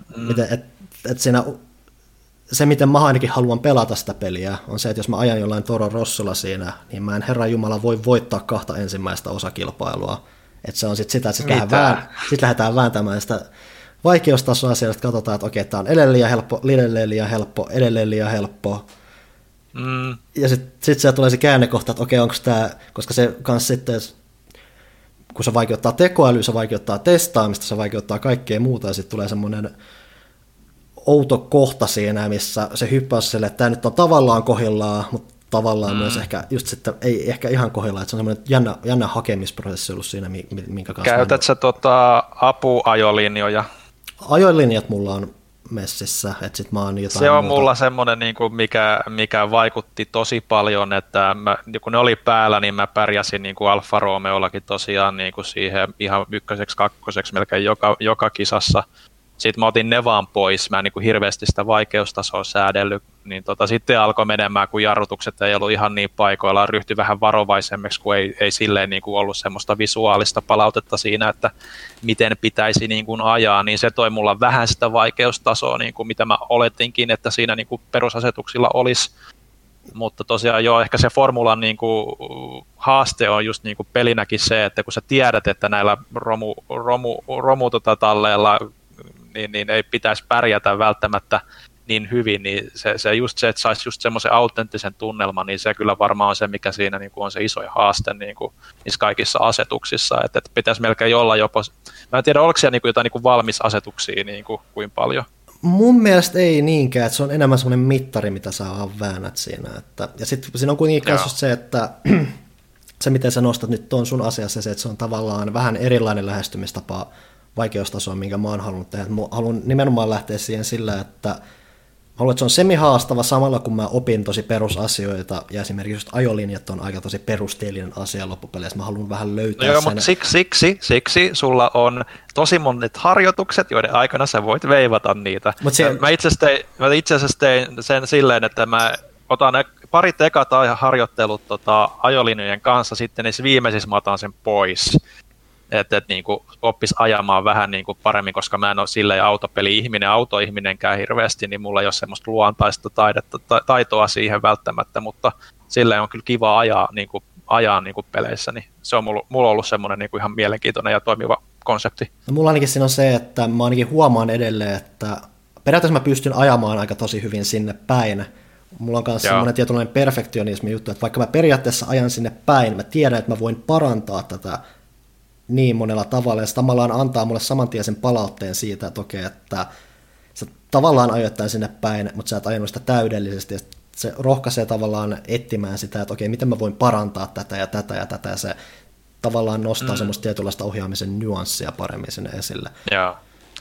se, miten mä ainakin haluan pelata sitä peliä, on se, että jos mä ajan jollain Toro Rossolla siinä, niin mä en Herran Jumala voi voittaa 2 ensimmäistä osakilpailua. Että se on sitten sitä, että sit lähdetään vääntämään sitä vaikeustasoa siellä, että katsotaan, että okei, tämä on edelleen liian helppo. Ja sitten se tulee se käännekohta, että okei, onko tämä, koska se kanssa sitten, kun se vaikeuttaa tekoälyä, se vaikeuttaa testaamista, se vaikeuttaa kaikkea muuta, ja sitten tulee semmoinen outo kohta siinä, missä se hyppäys sille, että tämä nyt on tavallaan kohdillaan, mutta tavallaan myös ehkä just sitten ei ehkä ihan kohdillaan, että se on semmoinen jännä hakemisprosessi ollut siinä, minkä kanssa... Käytät sä apuajolinjoja? Ajolinjat mulla on messissä, että sit mä oon jotain se on muuta. mulla semmoinen, niin kuin mikä vaikutti tosi paljon, että kun ne oli päällä, niin mä pärjäsin niin kuin Alfa Romeollakin tosiaan niin kuin siihen ihan 1., 2. melkein joka kisassa. Sitten mä otin ne vaan pois, mä en niin kuin hirveästi sitä vaikeustasoa säädellyt, niin sitten alkoi menemään, kun jarrutukset ei ollut ihan niin paikoillaan, ryhtyi vähän varovaisemmaksi, kun ei silleen niin kuin ollut semmoista visuaalista palautetta siinä, että miten pitäisi niin kuin ajaa, niin se toi mulla vähän sitä vaikeustasoa, niin kuin mitä mä oletinkin, että siinä niin kuin perusasetuksilla olisi. Mutta tosiaan joo, ehkä se formulan niin kuin haaste on just niin kuin pelinäkin se, että kun sä tiedät, että näillä talleilla niin ei pitäisi pärjätä välttämättä niin hyvin, niin se just se, että saisi just semmoisen autenttisen tunnelman, niin se kyllä varmaan on se, mikä siinä niin kuin on se isoin haaste niin kuin niissä kaikissa asetuksissa, että pitäisi melkein olla jopa, mä en tiedä, oliko siellä niin kuin jotain niin kuin valmisasetuksia niin kuin paljon? Mun mielestä ei niinkään, että se on enemmän semmoinen mittari, mitä sä väännät siinä, ja sitten siinä on kuitenkin just se, että se, miten sä nostat nyt tuon sun asiassa, se, että se on tavallaan vähän erilainen lähestymistapa vaikeustasoa, minkä mä oon halunnut tehdä. Mä haluan nimenomaan lähteä siihen sillä, että haluan, että se on semi-haastava samalla, kun mä opin tosi perusasioita, ja esimerkiksi just ajolinjat on aika tosi perusteellinen asia loppupeleissä. Mä haluan vähän löytää no joo, sen. Mutta siksi sulla on tosi monet harjoitukset, joiden aikana sä voit veivata niitä. Mä itse asiassa tein sen silleen, että mä otan parit ekat harjoittelut ajolinjojen kanssa, sitten niissä viimeisissä mä otan sen pois. Että niin kuin oppisi ajamaan vähän niin kuin paremmin, koska mä en ole silleen autopeli-ihminen, autoihminenkään hirveästi, niin mulla ei ole semmoista luontaista taitoa siihen välttämättä, mutta silleen on kyllä kiva ajaa niin kuin peleissä, niin se on mulla ollut semmoinen niin kuin ihan mielenkiintoinen ja toimiva konsepti. No, mulla ainakin siinä on se, että mä ainakin huomaan edelleen, että periaatteessa mä pystyn ajamaan aika tosi hyvin sinne päin. Mulla on myös semmoinen tietynlainen perfektionismi juttu, että vaikka mä periaatteessa ajan sinne päin, mä tiedän, että mä voin parantaa tätä niin monella tavalla, ja se tavallaan antaa mulle saman tien sen palautteen siitä, että okei, että sä tavallaan ajoittain sinne päin, mutta sä et ajanut sitä täydellisesti, ja se rohkaisee tavallaan etsimään sitä, että okei, miten mä voin parantaa tätä ja tätä ja tätä, ja se tavallaan nostaa semmoista tietynlaista ohjaamisen nyanssia paremmin sinne esille. Joo.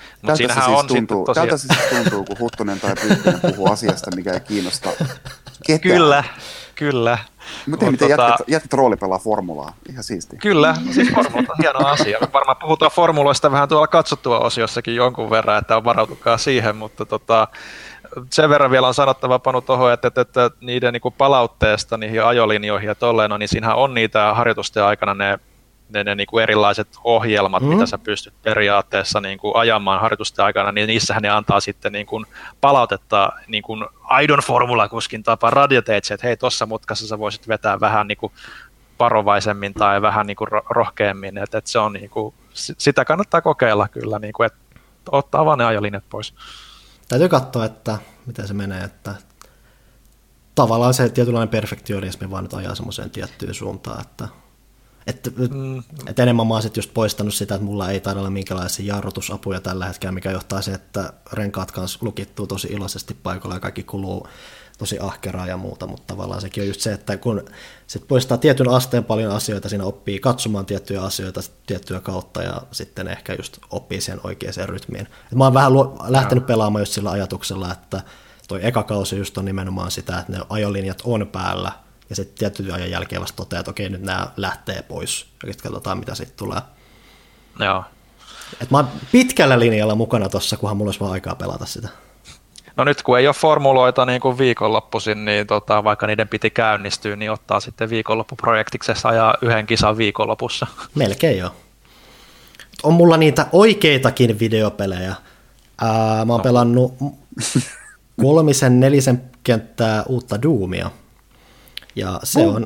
Tältä se siis tuntuu, kun Huttunen tai Pyykkönen puhuu asiasta, mikä ei kiinnosta ketään. Kyllä. Miten jätkät rooli pelaa formulaa? Ihan siistiä. Kyllä, siis formulat on hieno asia. Me varmaan puhutaan formuloista vähän tuolla katsottua osiossakin jonkun verran, että varautukaa siihen, mutta sen verran vielä on sanottava Panu tuohon, että niiden niin kuin palautteesta niihin ajolinjoihin ja tolleen, niin siinähän on niitä harjoitusten aikana ne niin kuin erilaiset ohjelmat, mitä sä pystyt periaatteessa niin kuin ajamaan harjoitusten aikana, niin niissähän ne antaa sitten niin kuin palautetta niin kuin aidon formulakuskin tapa radioteitse, että hei, tuossa mutkassa sä voisit vetää vähän niin kuin varovaisemmin tai vähän niin kuin rohkeammin, että se on niin kuin, sitä kannattaa kokeilla kyllä, niin kuin, että ottaa vaan ne ajolinjat pois. Täytyy katsoa, että miten se menee, että tavallaan se tietynlainen perfektionismi vaan nyt ajaa semmoiseen tiettyyn suuntaan, että enemmän mä oon sitten just poistanut sitä, että mulla ei taida olla minkälaisia jarrutusapuja tällä hetkellä, mikä johtaa siihen, että renkaat kanssa lukittuu tosi iloisesti paikalla ja kaikki kuluu tosi ahkeraa ja muuta, mutta tavallaan sekin on just se, että kun sit poistaa tietyn asteen paljon asioita, siinä oppii katsomaan tiettyjä asioita tiettyä kautta ja sitten ehkä just oppii siihen oikeaan rytmiin. Et mä oon vähän lähtenyt pelaamaan just sillä ajatuksella, että toi eka kausi just on nimenomaan sitä, että ne ajolinjat on päällä, ja sitten tietyn ajan jälkeen vasta toteaa, että okei, nyt nämä lähtee pois, ja sitten katsotaan, mitä siitä tulee. Joo. Et mä oon pitkällä linjalla mukana tuossa, kunhan mulla olisi vaan aikaa pelata sitä. No nyt kun ei ole formuloita niin kuin viikonloppuisin, niin vaikka niiden piti käynnistyä, niin ottaa sitten viikonloppuprojektiksessa ajaa yhden kisan viikonlopussa. Melkein joo. On mulla niitä oikeitakin videopelejä. Mä oon pelannut 3-4 kenttää uutta Doomia. Ja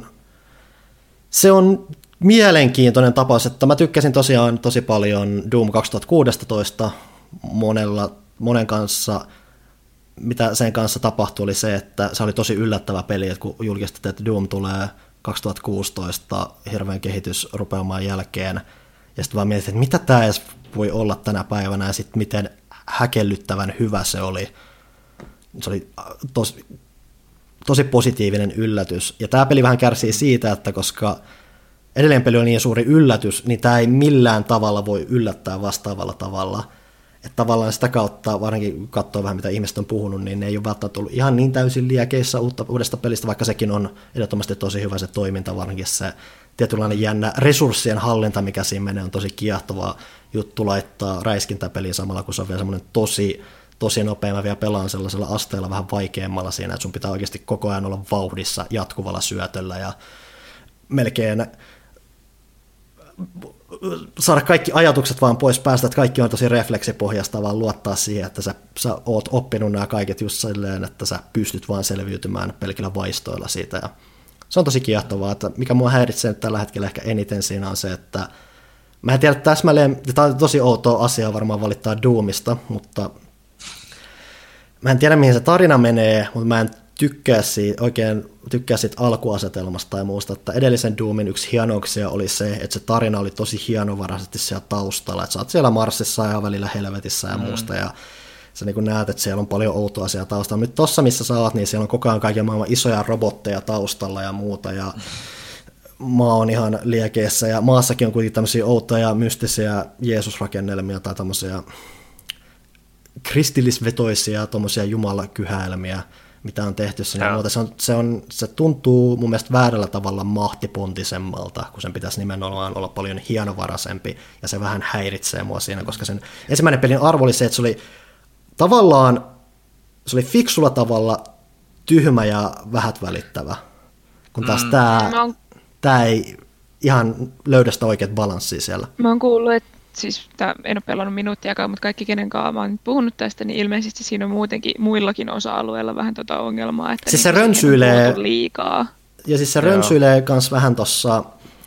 se on mielenkiintoinen tapaus, että mä tykkäsin tosiaan tosi paljon Doom 2016 monen kanssa. Mitä sen kanssa tapahtui oli se, että se oli tosi yllättävä peli, että kun julkistettiin, että Doom tulee 2016 hirveän kehitysrupeamaan jälkeen, ja sitten vaan mietin, että mitä tämä edes voi olla tänä päivänä, ja sitten miten häkellyttävän hyvä se oli. Se oli tosi positiivinen yllätys. Ja tämä peli vähän kärsii siitä, että koska edelleen peli on niin suuri yllätys, niin tämä ei millään tavalla voi yllättää vastaavalla tavalla. Että tavallaan sitä kautta, varsinkin kun katsoo vähän mitä ihmiset on puhunut, niin ne ei ole välttämättä ollut ihan niin täysin liekeissä uudesta pelistä, vaikka sekin on ehdottomasti tosi hyvä se toiminta, varsinkin se tietynlainen jännä resurssien hallinta, mikä siinä menee, on tosi kiehtova juttu laittaa räiskintäpeliin samalla, kun se on vielä semmoinen tosi nopea. Mä vielä pelaan sellaisella asteella vähän vaikeammalla siinä, että sun pitää oikeasti koko ajan olla vauhdissa jatkuvalla syötöllä ja melkein saada kaikki ajatukset vaan pois päästä, että kaikki on tosi refleksipohjasta, vaan luottaa siihen, että sä oot oppinut nämä kaiket just silleen, että sä pystyt vaan selviytymään pelkillä vaistoilla siitä. Ja se on tosi kiehtovaa, että mikä mua häiritsee tällä hetkellä ehkä eniten siinä on se, että mä en tiedä täsmälleen, tämä on tosi outoa asiaa varmaan valittaa Doomista, mutta mä en tiedä mihin se tarina menee, mutta mä en tykkää siitä alkuasetelmasta tai muusta, että edellisen Doomin yksi hienouksia oli se, että se tarina oli tosi hienovaraisesti siellä taustalla, että sä oot siellä Marsissa ja välillä helvetissä ja muusta, ja sä niin näet, että siellä on paljon outoa siellä taustalla. Nyt tossa, missä sä oot, niin siellä on koko ajan kaiken maailman isoja robotteja taustalla ja muuta, ja maa on ihan liekeissä, ja maassakin on kuitenkin tämmöisiä outoja mystisiä Jeesus-rakennelmia tai tämmöisiä kristillisvetoisia tuommoisia jumalakyhäilmiä, mitä on tehty sinne. Mutta se tuntuu mun mielestä väärällä tavalla mahtipontisemmalta, kun sen pitäisi nimenomaan olla paljon hienovaraisempi, ja se vähän häiritsee mua siinä, koska sen ensimmäinen pelin arvo oli se, että se oli tavallaan, se oli fiksulla tavalla tyhmä ja vähät välittävä, kun taas tämä ei ihan löydä sitä oikeat balanssia siellä. Mä oon kuullut, että siis en ole pelannut minuuttiakaan, mutta kaikki kenen kanssa mä oon puhunut tästä, niin ilmeisesti siinä on muutenkin muillakin osa-alueilla vähän tota ongelmaa, että siis se rönsyilee liikaa. Ja siis se rönsyilee kans vähän tuossa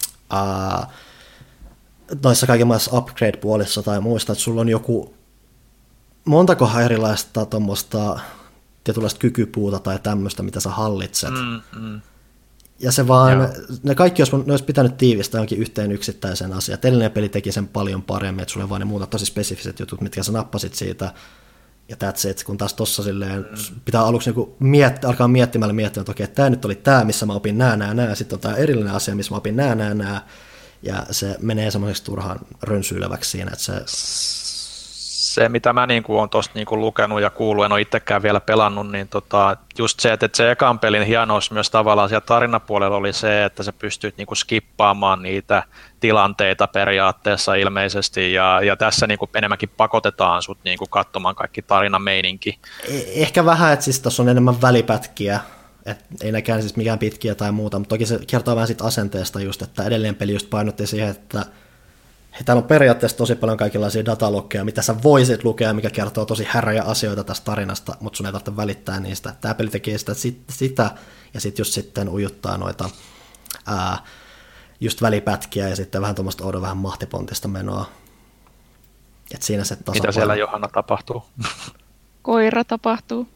noissa kaikenlaisissa upgrade-puolissa tai muista, että sulla on joku montakohan erilaista tuommoista tietynlaista kykypuuta tai tämmöistä, mitä sä hallitset. Ja se vaan, ne kaikki ne olisi pitänyt tiivistää jonkin yhteen yksittäisen asian. Edellinen peli teki sen paljon paremmin, että sulla on vaan ne muuta tosi spesifiset jutut, mitkä sä nappasit siitä. Ja that's it, kun taas tossa silleen pitää aluksi niinku alkaa miettimään, että okei, tämä nyt oli tämä, missä mä opin nää. Sitten on tämä erillinen asia, missä mä opin nää. Ja se menee semmoiseksi turhaan rönsyileväksi siinä, että se, mitä mä olen tuosta lukenut ja kuullut, en ole itsekään vielä pelannut, niin just se, että se ekan pelin hienous myös tavallaan siellä tarinapuolella oli se, että sä pystyt skippaamaan niitä tilanteita periaatteessa ilmeisesti, ja tässä enemmänkin pakotetaan sut katsomaan kaikki tarinameininki. Ehkä vähän, että siis tuossa on enemmän välipätkiä, et ei näkään siis mikään pitkiä tai muuta, mutta toki se kertoo vähän siitä asenteesta just, että edelleen peli just painotti siihen, että täällä on periaatteessa tosi paljon kaikenlaisia dataloggeja, mitä sä voisit lukea, mikä kertoo tosi häröjä asioita tästä tarinasta, mutta sun ei tarvitse välittää niistä. Tämä peli tekee sitä ja sitten just sitten ujuttaa noita just välipätkiä ja sitten vähän tuommoista oudon vähän mahtipontista menoa. Et siinä se mitä siellä Johanna tapahtuu? Koira tapahtuu.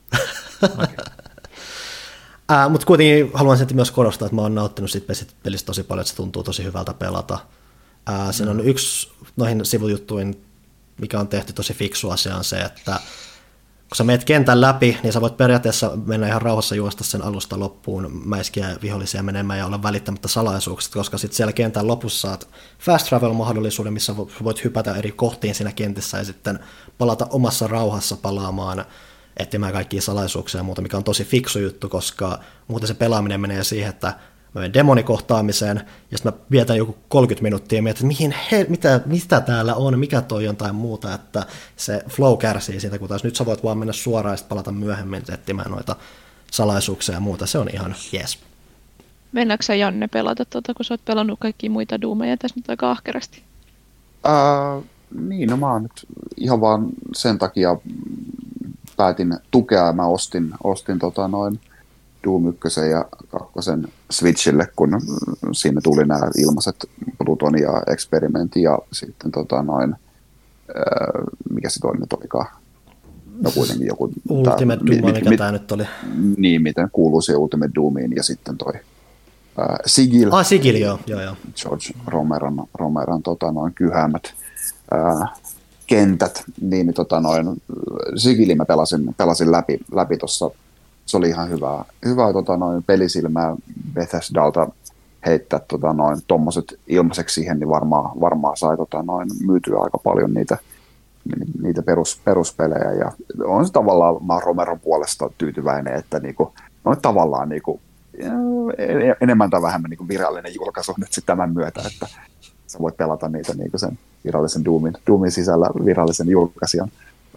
Mutta kuitenkin haluan sitten myös korostaa, että mä oon nauttinut siitä pelistä tosi paljon, että se tuntuu tosi hyvältä pelata. Siinä on yksi noihin sivujuttuihin, mikä on tehty tosi fiksu asia, on se, että kun sä meet kentän läpi, niin sä voit periaatteessa mennä ihan rauhassa juosta sen alusta loppuun, mäiskiä vihollisia menemään ja olla välittämättä salaisuuksista, koska sitten siellä kentän lopussa saat fast travel-mahdollisuuden, missä voit hypätä eri kohtiin siinä kentissä ja sitten palata omassa rauhassa palaamaan etsimään kaikkia salaisuuksia ja muuta, mikä on tosi fiksu juttu, koska muuten se pelaaminen menee siihen, että mä menen demonikohtaamiseen, ja sitten mä vietän joku 30 minuuttia ja mietin, että mitä täällä on, mikä toi on tai muuta, että se flow kärsii siitä, kun taas nyt sä voit vaan mennä suoraan ja sitten palata myöhemmin etsimään noita salaisuuksia ja muuta, se on ihan jees. Mennäänkö sä, Janne, pelata kun sä oot pelannut kaikkia muita Doomeja tässä nyt aika ahkerasti? Niin, no mä oon nyt ihan vaan sen takia päätin tukea ja mä ostin Doom 1 ja 2 Switchille, kun siinä tuli nämä ilmaiset Pluton ja Experiment ja sitten mikä se toinen nyt olikaan? No kuitenkin joku... Ultimate Doom, mikä tämä nyt oli. Niin, miten kuuluu se Ultimate Doomiin ja sitten toi Sigil. Sigil, joo. George Romeron kyhäämät kentät, niin Sigilin mä pelasin läpi tuossa. Se oli ihan hyvää pelisilmää Bethesdalta heittää tommoset ilmaiseksi siihen, niin varmaan sai myytyä aika paljon niitä peruspelejä. Ja on se tavallaan, mä oon Romeron puolesta tyytyväinen, että on tavallaan enemmän tai vähemmän virallinen julkaisu nyt sitten tämän myötä, että sä voit pelata niitä sen virallisen Doomin sisällä virallisen julkaisijan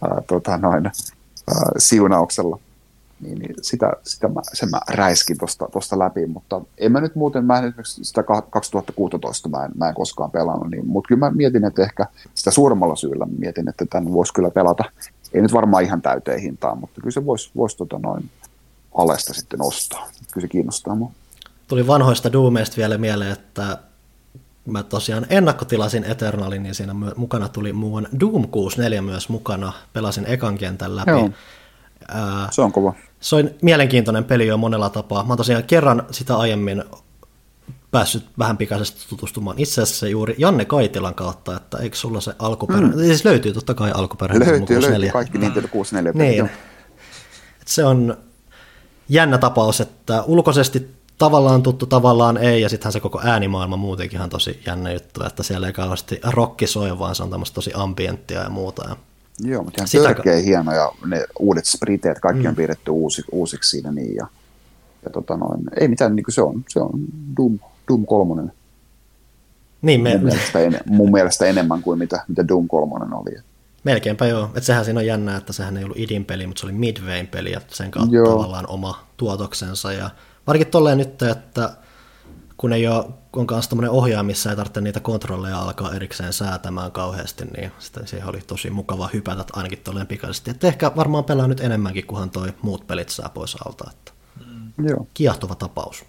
siunauksella. Niin sen mä räiskin tosta läpi, mutta en mä nyt muuten, mä en esimerkiksi sitä 2016 mä en koskaan pelannut, mutta kyllä mä mietin, että ehkä sitä suuremmalla syyllä mietin, että tämän voisi kyllä pelata, ei nyt varmaan ihan täyteen hintaan, mutta kyllä se voisi alesta sitten ostaa, kyllä se kiinnostaa mua. Tuli vanhoista Doomeista vielä mieleen, että mä tosiaan ennakkotilasin Eternalin, niin siinä mukana tuli muun Doom 64 myös mukana, pelasin ekan kentän läpi. Joo. Se on kova. Se on mielenkiintoinen peli jo monella tapaa. Mä oon tosiaan kerran sitä aiemmin päässyt vähän pikaisesti tutustumaan itse asiassa juuri Janne Kaitilan kautta, että eikö sulla se alkuperäinen, siis löytyy totta kai alkuperäinen. Löytyy kaikki Nintendo 64 pelit. Niin. Se on jännä tapaus, että ulkoisesti tavallaan tuttu, tavallaan ei, ja sittenhän se koko äänimaailma muutenkin on tosi jännä juttu, että siellä ei kauheasti rokki soi, vaan se on tämmöistä tosi ambienttia ja muuta. Joo, mutta ihan törkeä hienoja ne uudet spriteet, kaikki on piirretty uusiksi siinä niin ja ei mitään, niin se on Doom 3. Niin, mun mielestä enemmän kuin mitä Doom 3 oli. Melkeinpä joo. Että sehän siinä on jännää, että sehän ei ollut idin peli, mutta se oli Midwayn peli ja sen kautta tavallaan oma tuotoksensa. Ja varsinkin tolleen nyt, että kun ei ole, on kanssa tommoinen ohjaaja, missä ei tarvitse niitä kontrolleja alkaa erikseen säätämään kauheasti, niin siihen oli tosi mukava hypätä ainakin tolleen pikaisesti. Että ehkä varmaan pelaa nyt enemmänkin, kunhan toi muut pelit saa pois alta. Että kiehtova tapaus.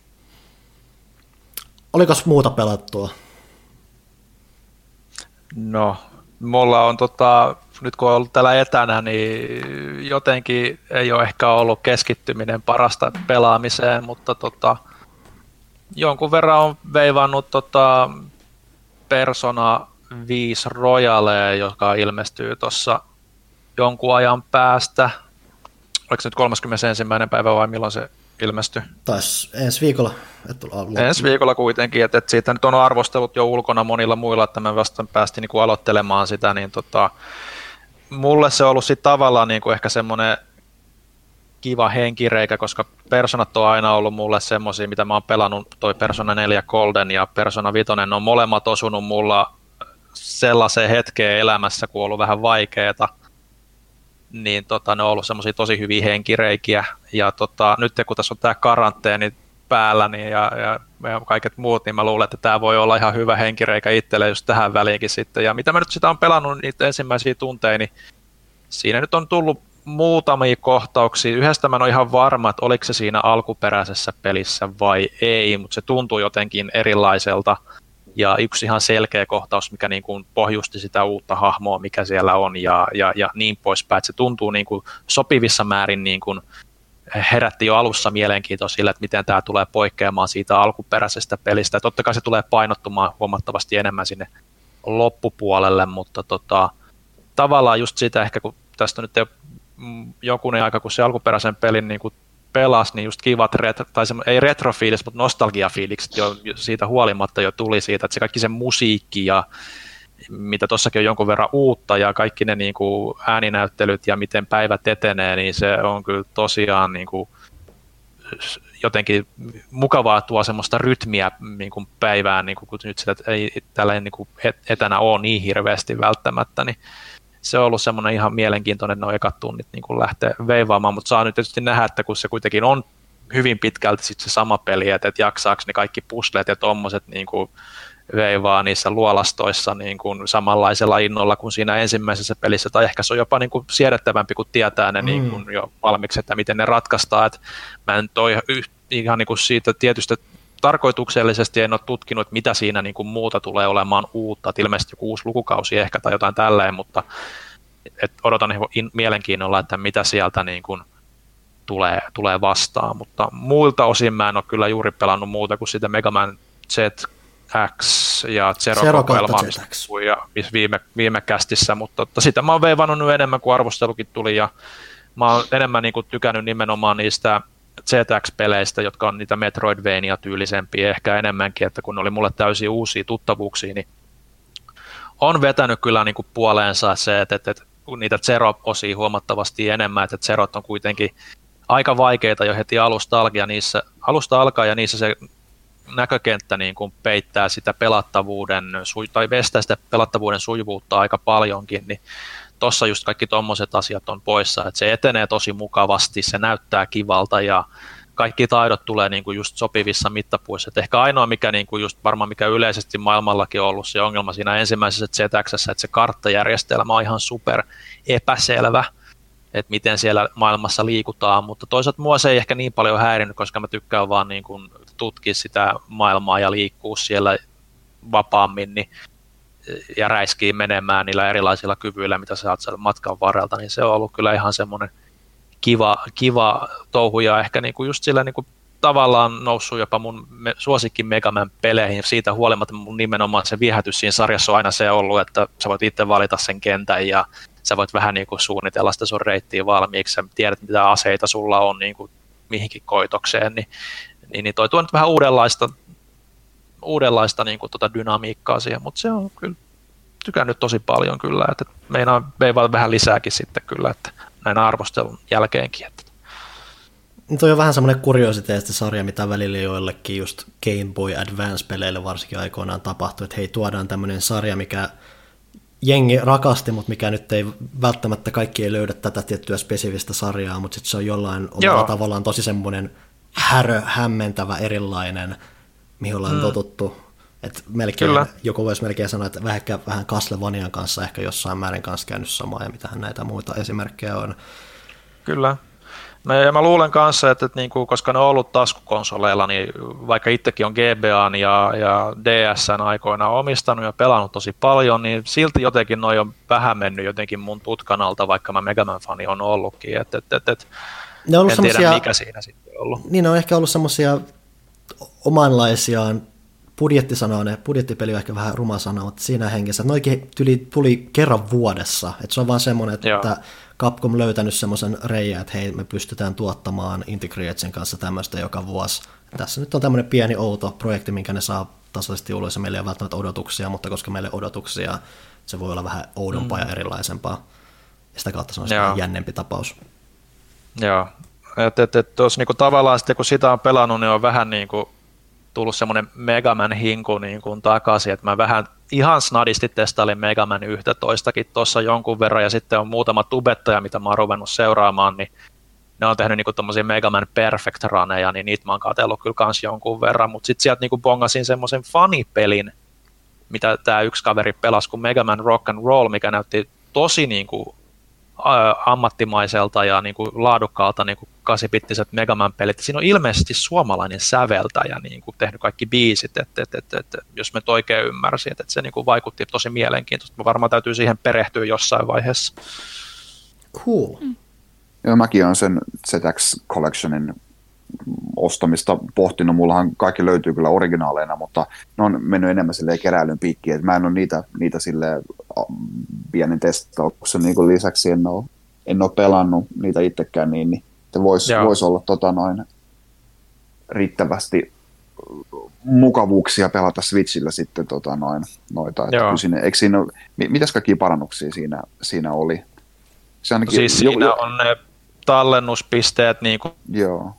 Olikos muuta pelattua? No, mulla on nyt kun on ollut täällä etänä, niin jotenkin ei ole ehkä ollut keskittyminen parasta pelaamiseen, mutta jonkun verran on veivannut Persona 5 Royalea, joka ilmestyy tuossa jonkun ajan päästä. Oliko se nyt 31. päivä vai milloin se ilmestyi? Taisi ensi viikolla. Ensi viikolla kuitenkin, että siitä nyt on arvostelut jo ulkona monilla muilla, että me vasta päästiin niin kuin aloittelemaan sitä, niin mulle se on ollut sitten tavallaan niin kuin ehkä semmoinen kiva henkireikä, koska Personat on aina ollut mulle semmoisia, mitä mä oon pelannut, toi Persona 4 Golden ja Persona 5, ne on molemmat osunut mulla sellaiseen hetkeen elämässä, kun on ollut vähän vaikeeta, niin ne on ollut semmoisia tosi hyviä henkireikiä, ja nyt kun tässä on tämä karanteeni päällä niin ja kaiket muut, niin mä luulen, että tämä voi olla ihan hyvä henkireikä itselle just tähän väliinkin sitten, ja mitä mä nyt sitä on pelannut niitä ensimmäisiä tunteja, niin siinä nyt on tullut muutamia kohtauksia. Yhdestä mä en ole ihan varma, että oliko se siinä alkuperäisessä pelissä vai ei, mutta se tuntuu jotenkin erilaiselta. Ja yksi ihan selkeä kohtaus, mikä niin kuin pohjusti sitä uutta hahmoa, mikä siellä on ja niin poispäin. Että se tuntuu niin kuin sopivissa määrin niin kuin herätti jo alussa mielenkiintoa sillä, että miten tämä tulee poikkeamaan siitä alkuperäisestä pelistä. Ja totta kai se tulee painottumaan huomattavasti enemmän sinne loppupuolelle, mutta tavallaan just sitä ehkä, kun tästä nyt ei jokunen aika, kun se alkuperäisen pelin niin kuin pelasi, niin just kivat, ei retrofiilis, mutta nostalgiafiilikset jo siitä huolimatta jo tuli siitä, että se kaikki se musiikki ja mitä tuossakin on jonkun verran uutta ja kaikki ne niin kuin ääninäyttelyt ja miten päivät etenee, niin se on kyllä tosiaan niin kuin jotenkin mukavaa tuo semmoista rytmiä niin kuin päivään, niin kuin, kun nyt sitä ei tällainen niin kuin etänä ole niin hirveästi välttämättä, niin se on ollut semmoinen ihan mielenkiintoinen, että ne ekat tunnit niin kuin lähtee veivaamaan, mutta saa nyt tietysti nähdä, että kun se kuitenkin on hyvin pitkälti sit se sama peli, että jaksaako ne kaikki puslet ja tommoset niin kuin veivaa niissä luolastoissa niin kuin samanlaisella innolla kuin siinä ensimmäisessä pelissä, tai ehkä se on jopa niin kuin siedettävämpi, kun tietää ne niin kuin jo valmiiksi, että miten ne ratkaistaan. Että mä en toi ihan niin kuin siitä tietystä tarkoituksellisesti en ole tutkinut, mitä siinä niin kuin muuta tulee olemaan uutta, että ilmeisesti joku uusi lukukausi ehkä tai jotain tälleen, mutta odotan mielenkiinnolla, että mitä sieltä niin kuin tulee vastaan, mutta muilta osin mä en ole kyllä juuri pelannut muuta kuin sitä Mega Man ZX ja Zero-kokoelmaa, ja viime kästissä, mutta sitä mä oon veivannut nyt enemmän kuin arvostelukin tuli, ja mä oon enemmän niin kuin tykännyt nimenomaan niistä ZX-peleistä, jotka on niitä Metroidvania-tyylisempiä ehkä enemmänkin, että kun ne oli mulle täysin uusia tuttavuuksia, niin on vetänyt kyllä niin kuin puoleensa se, että niitä Zero-osia huomattavasti enemmän, että Zerot on kuitenkin aika vaikeita jo heti alusta alkaa, ja niissä se näkökenttä niin kuin peittää sitä pelattavuuden, tai estää sitä pelattavuuden sujuvuutta aika paljonkin, niin tuossa just kaikki tommoset asiat on poissa, että se etenee tosi mukavasti, se näyttää kivalta ja kaikki taidot tulee niin kuin just sopivissa mittapuissa. Et ehkä ainoa, mikä niin kuin just varmaan mikä yleisesti maailmallakin on ollut se ongelma siinä ensimmäisessä ZX:ssä, että se karttajärjestelmä on ihan super epäselvä, että miten siellä maailmassa liikutaan, mutta toisaalta mua se ei ehkä niin paljon häirinyt, koska mä tykkään vaan niin kuin tutkia sitä maailmaa ja liikkua siellä vapaammin, niin ja räiskii menemään niillä erilaisilla kyvyillä, mitä sä saat siellä matkan varrelta, niin se on ollut kyllä ihan semmoinen kiva touhu, ja ehkä niinku just sillä niinku tavallaan noussut jopa mun suosikki Mega Man peleihin, siitä huolimatta mun nimenomaan se viehätys siinä sarjassa on aina se ollut, että sä voit itse valita sen kentän, ja sä voit vähän niinku suunnitella sitä sun reittiä valmiiksi, sä tiedät mitä aseita sulla on niinku mihinkin koitokseen, niin toi tuo nyt vähän uudenlaista niin kuin dynamiikkaa siihen, mutta se on kyllä tykännyt tosi paljon kyllä, että meinaan veivaa vähän lisääkin sitten kyllä, että näin arvostelun jälkeenkin. Että. Toi on vähän semmoinen kuriositeetti-sarja, mitä välillä joillekin just Game Boy Advance-peleille varsinkin aikoinaan tapahtui, että hei, tuodaan tämmöinen sarja, mikä jengi rakasti, mutta mikä nyt ei välttämättä kaikki ei löydä tätä tiettyä spesifistä sarjaa, mutta sitten se on jollain omalla tavallaan tosi semmoinen hämmentävä, erilainen, mihin ollaan totuttu. Että melkein, joku voisi melkein sanoa, että vähän Castlevanian kanssa ehkä jossain määrin kanssa käynyt samaa, ja mitähän näitä muita esimerkkejä on. Kyllä. Ja mä luulen kanssa, että niinku, koska ne on ollut taskukonsoleilla, niin vaikka itsekin on GBAn ja DS:n aikoina omistanut ja pelannut tosi paljon, niin silti jotenkin noi on vähän mennyt jotenkin mun tutkan alta, vaikka mä Mega Man-fani on ollutkin. En tiedä, mikä siinä sitten on ollut. Niin, on ehkä ollut semmoisia omanlaisiaan, budjettipeli on ehkä vähän ruma sana, mutta siinä hengessä, että noikin tuli kerran vuodessa, että se on vaan semmoinen, että Capcom löytänyt semmoisen reijän, että hei, me pystytään tuottamaan Integratesen kanssa tämmöistä joka vuosi. Tässä nyt on tämmöinen pieni outo projekti, minkä ne saa tasaisesti ulos, ja meillä ei ole välttämättä odotuksia, mutta koska meillä ei odotuksia, se voi olla vähän oudompaa ja erilaisempaa. Ja sitä kautta se on sitten jännempi tapaus. Joo, että tuossa niinku tavallaan sitten kun sitä on pelannut, niin on vähän niin kuin tullut semmoinen Mega Man hinku niin kuin takaisin, että mä vähän ihan snadisti testailin Mega Man 11kin tuossa jonkun verran, ja sitten on muutama tubettaja, mitä mä oon ruvennut seuraamaan, niin ne on tehnyt niinku tommosia Mega Man Perfect Runeja, niin niitä mä oon katsellut kyllä kans jonkun verran, mutta sitten sieltä niinku bongasin semmoisen funny-pelin, mitä tää yksi kaveri pelasi, kuin Mega Man Rock and Roll, mikä näytti tosi niinku ammattimaiselta ja niinku laadukkaalta niinku 8-bittiset Mega Man-pelit. Siinä on ilmeisesti suomalainen säveltäjä niinku tehnyt kaikki biisit, että jos me oikein ymmärsin, että se niinku vaikutti tosi mielenkiintoista. Mä varmaan täytyy siihen perehtyä jossain vaiheessa. Cool. Joo, mäkin olen sen ZX Collectionin ostamista pohtinut. Mullahan kaikki löytyy kyllä originaaleina, mutta ne on mennyt enemmän silleen keräilyn piikkiin, että mä en ole niitä silleen pienen testauksen niin lisäksi en ole pelannut niitä itsekään, niin voisi olla riittävästi mukavuuksia pelata Switchillä sitten noita. Eikö siinä ole, mitäs kaikkia parannuksia siinä oli? Se ainakin, siis siinä on ne tallennuspisteet. Niin kuin. Joo.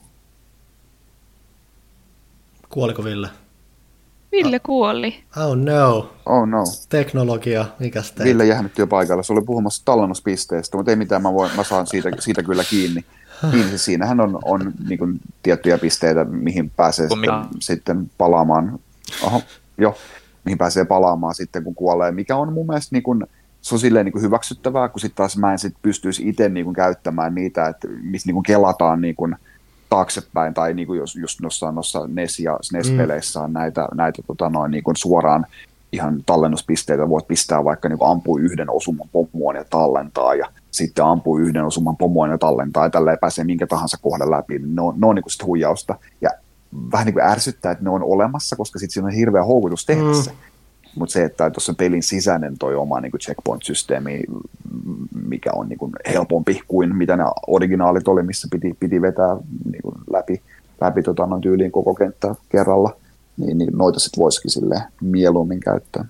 Kuoliko Ville? Ville kuoli. Oh no. Oh no. Teknologia, mikäs teit? Ville jähnyt työpaikalla. Se oli puhumassa tallennuspisteestä, mutta ei mitään, mä saan siitä kyllä kiinni. Siinähän on niin kuin tiettyjä pisteitä, mihin pääsee sitten palaamaan. Mihin pääsee palaamaan sitten, kun kuolee, mikä on mun mielestä niin kuin, se on silleen niin kuin hyväksyttävää, kun sitten taas mä en sit pystyisi itse niin kuin käyttämään niitä, että missä niin kuin kelataan niin kuin taaksepäin, tai niin kuin jos noissa NES- ja SNES-peleissä on näitä niin kuin suoraan ihan tallennuspisteitä, voit pistää vaikka niin kuin ampuu yhden osuman pommuun ja tallentaa, ja sitten ampuu yhden osuman pommuun ja tallentaa, ja tällä ei pääse minkä tahansa kohdan läpi, niin ne on niin kuin sit huijausta, ja vähän niin kuin ärsyttää, että ne on olemassa, koska sitten siinä on hirveä houkutus tehdä se. Mutta se, että tuossa pelin sisäinen toi oma niin kuin checkpoint-systeemi, mikä on niin kuin helpompi kuin mitä ne originaalit oli, missä piti vetää niin kuin läpi tyyliin koko kenttää kerralla, niin noita sitten voisikin silleen mieluummin käyttää.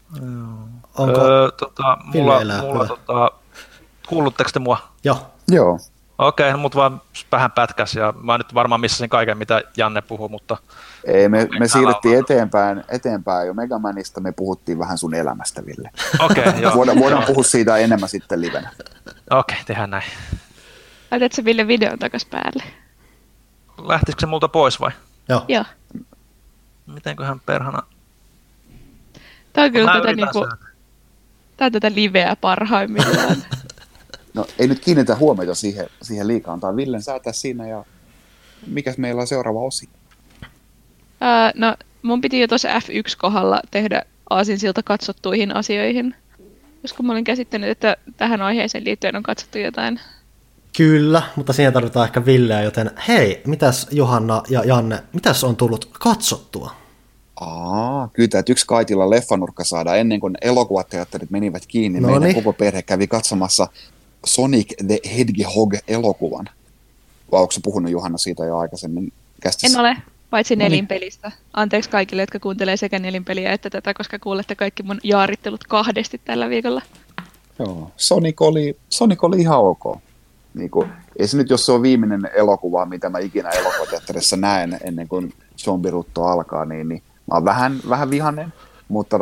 Kuulutteko te mua? Joo. Okei, mutta vaan vähän pätkäs, ja mä nyt varmaan missasin kaiken, mitä Janne puhui, mutta... Ei, me siirrettiin eteenpäin jo Mega Manista, me puhuttiin vähän sun elämästä, Ville. Okei, joo. Voidaan puhua siitä enemmän sitten livenä. Okei, tehdään näin. Laitatko sä Ville videon takas päälle? Lähtisikö se multa pois vai? Joo. Mitenköhän perhana... Tää on kyllä tätä liveä parhaimmillaan. No ei nyt kiinnitä huomiota siihen liikaa, tai Villen säätää siinä, ja mikäs meillä on seuraava osi? No mun piti jo tuossa F1-kohdalla tehdä aasinsilta katsottuihin asioihin, koska mä olin käsittänyt, että tähän aiheeseen liittyen on katsottu jotain. Kyllä, mutta siinä tarvitaan ehkä Villeä, joten hei, mitäs Johanna ja Janne, mitäs on tullut katsottua? Kyllä että yksi kaitilla leffanurkka saada ennen kuin elokuvateatterit menivät kiinni. Meidän koko perhe kävi katsomassa Sonic the Hedgehog-elokuvan. Vai onko sä puhunut Johanna siitä jo aikaisemmin kästissä? En ole. Paitsi No niin. nelinpelistä. Anteeksi kaikille, jotka kuuntelee sekä nelinpeliä että tätä, koska kuulette kaikki mun jaarittelut kahdesti tällä viikolla. Joo, Sonic oli ihan ok. Niin kuin, ei se nyt, jos se on viimeinen elokuva, mitä mä ikinä elokuvateatterissa näen ennen kuin zombirutto alkaa, niin mä oon vähän vihainen, mutta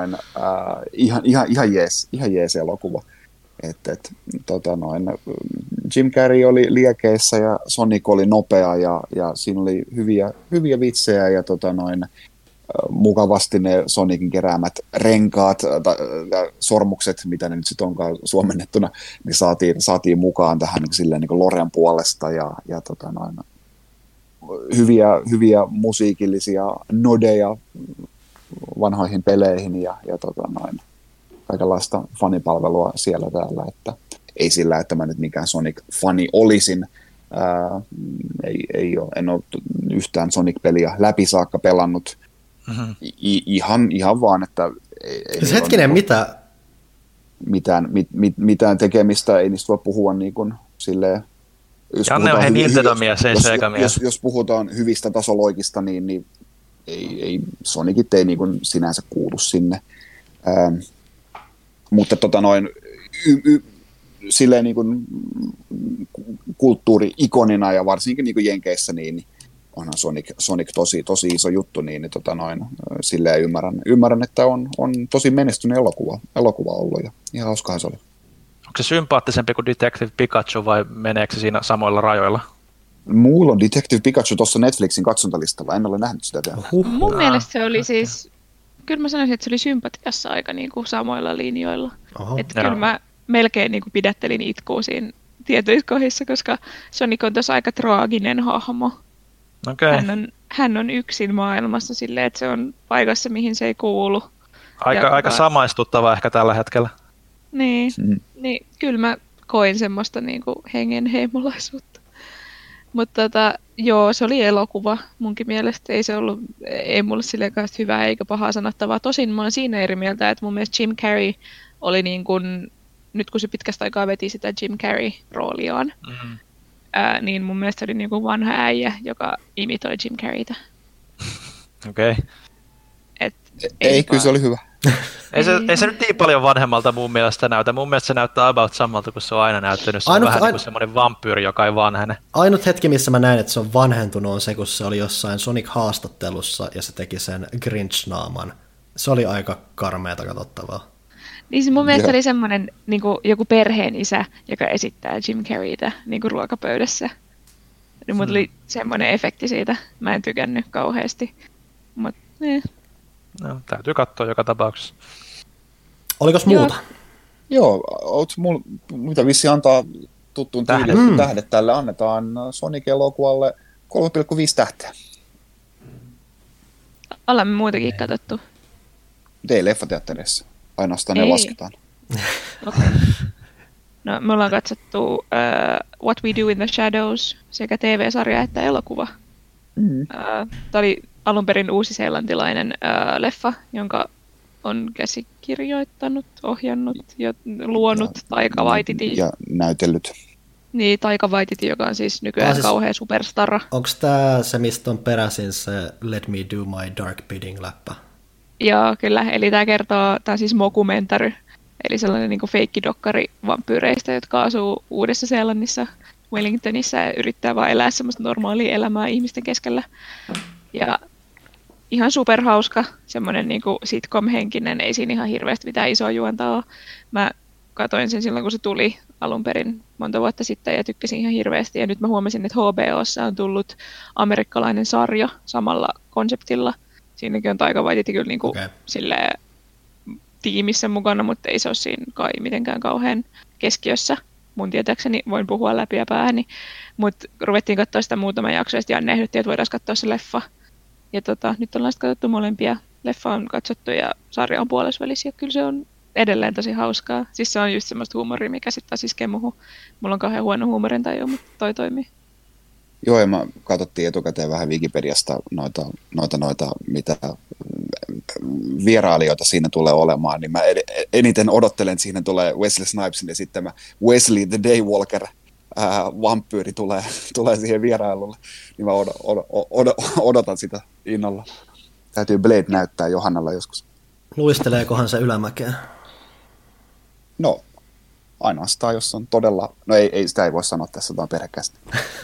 ihan jees elokuva. Jim Carrey oli liekeissä ja Sonic oli nopea ja siinä oli hyviä vitsejä ja mukavasti ne Sonicin keräämät renkaat tai sormukset, mitä ne nyt sitten onkaan suomennettuna, niin saatiin mukaan tähän niin Loren puolesta ja hyviä musiikillisia nodeja vanhoihin peleihin ja kaikenlaista fanipalvelua siellä täällä, että ei sillä, että mä nyt mikään Sonic-fani olisin. En ole yhtään Sonic-peliä läpi saakka pelannut. Mm-hmm. Ihan vaan, että ei hetkinen, mitään tekemistä, ei niistä voi puhua niin kuin silleen. Janne on Nintendo-mies, ei Sega-mies. Jos puhutaan hyvistä tasoloikista, niin ei Sonicit ei niin kuin sinänsä kuulu sinne. Mutta silleen niin kuin kulttuuri-ikonina ja varsinkin niin kuin Jenkeissä, niin onhan Sonic tosi iso juttu, niin silleen ymmärrän, että on tosi menestynyt elokuva ollut ja ihan hauskahan se oli. Onko se sympaattisempi kuin Detective Pikachu vai meneekö se siinä samoilla rajoilla? Mulla on Detective Pikachu tuossa Netflixin katsontolistalla, en ole nähnyt sitä vielä. Mun mielestä se oli siis, kyllä mä sanoisin, että se oli sympatiassa aika niin kuin samoilla linjoilla. Että kyllä mä melkein niin kuin pidättelin itkua siinä tietyissä kohdissa, koska Sonic on tossa aika traaginen hahmo. Okay. Hän on yksin maailmassa silleen, että se on paikassa, mihin se ei kuulu. Aika samaistuttava ehkä tällä hetkellä. Niin, niin kyllä mä koin semmoista niinku hengenheimolaisuutta. Mutta joo, se oli elokuva munkin mielestä. Ei mulle silleen hyvää eikä pahaa sanottavaa. Tosin mä oon siinä eri mieltä, että mun mielestä Jim Carrey oli niin kuin, nyt kun se pitkästä aikaa veti sitä Jim Carrey-rooliaan, niin mun mielestä se oli niin kuin vanha äijä, joka imitoi Jim Carreytä. Okei. Okay. Ei, kyllä se oli hyvä. Ei se nyt niin paljon vanhemmalta mun mielestä näytä. Mun mielestä se näyttää about samalta kuin se on aina näyttänyt. Se on vähän niin kuin semmoinen vampyyri, joka ei vanhene. Ainut hetki, missä mä näin, että se on vanhentunut, on se, kun se oli jossain Sonic-haastattelussa ja se teki sen Grinch-naaman. Se oli aika karmeata katsottavaa. Niin se mun mielestä oli semmoinen niin kuin joku perheen isä, joka esittää Jim Carreytä niin kuin ruokapöydässä. Niin mulla tuli semmoinen efekti siitä. Mä en tykännyt kauheasti. Mut, No, täytyy katsoa joka tapauksessa. Olikos muuta? Joo, mitä vissi antaa tuttuun tyyliin tähdet tälle? Annetaan Sonic-elokuvalle 3,5 tähteä. Ollaan me muutakin katsottu. Ei leffateatterissa. Ainoastaan ne lasketaan. Okay. No, me ollaan katsottu What We Do in the Shadows, sekä TV-sarja että elokuva. Tämä oli alun perin uusiseelantilainen leffa, jonka on käsikirjoittanut, ohjannut ja luonut Taika Waititi. Ja näytellyt. Niin, Taika Waititi, joka on siis nykyään kauhea superstarra. Onko tämä se, mistä on peräisin se Let Me Do My Dark Bidding-läppä? Joo, kyllä. Eli tämä on siis mockumentary, eli sellainen niin kuin feikkidokkari vampyyreistä, jotka asuu Uudessa-Seelannissa, Wellingtonissa ja yrittää vaan elää semmoista normaalia elämää ihmisten keskellä. Ja ihan superhauska, semmoinen niin kuin sitcom-henkinen, ei siinä ihan hirveästi mitään isoa juontaa ole. Mä katoin sen silloin, kun se tuli alun perin monta vuotta sitten ja tykkäsin ihan hirveästi. Ja nyt mä huomasin, että HBOssa on tullut amerikkalainen sarja samalla konseptilla. Siinäkin on Taika Waititi kyllä niin kuin silleen tiimissä mukana, mutta ei se ole siinä kai mitenkään kauhean keskiössä. Mun tietääkseni voin puhua läpi ja päähäni. Mutta ruvettiin katsoa sitä muutama jakso ja sitten Janne ehdotti, että voidaan katsoa se leffa. Ja nyt ollaan sitten katsottu molempia. Leffa on katsottu ja sarja on puolesvälissä ja kyllä se on edelleen tosi hauskaa. Siis se on just semmoista huumoria, mikä sitten taas iskee muhun. Mulla on kauhean huono huumorintaju, mutta toi toimii. Joo, ja mä katsottiin etukäteen vähän Wikipediasta noita mitä vierailijoita siinä tulee olemaan, niin mä eniten odottelen, että siinä tulee Wesley Snipesin esittämä Wesley the Daywalker vampyyri tulee siihen vierailulle, niin mä odotan sitä innolla. Täytyy Blade näyttää Johannalla joskus. Luisteleekohan se ylämäkeen? No, ainoastaan jos on todella... No ei sitä ei voi sanoa tässä, tämä on perhekästä.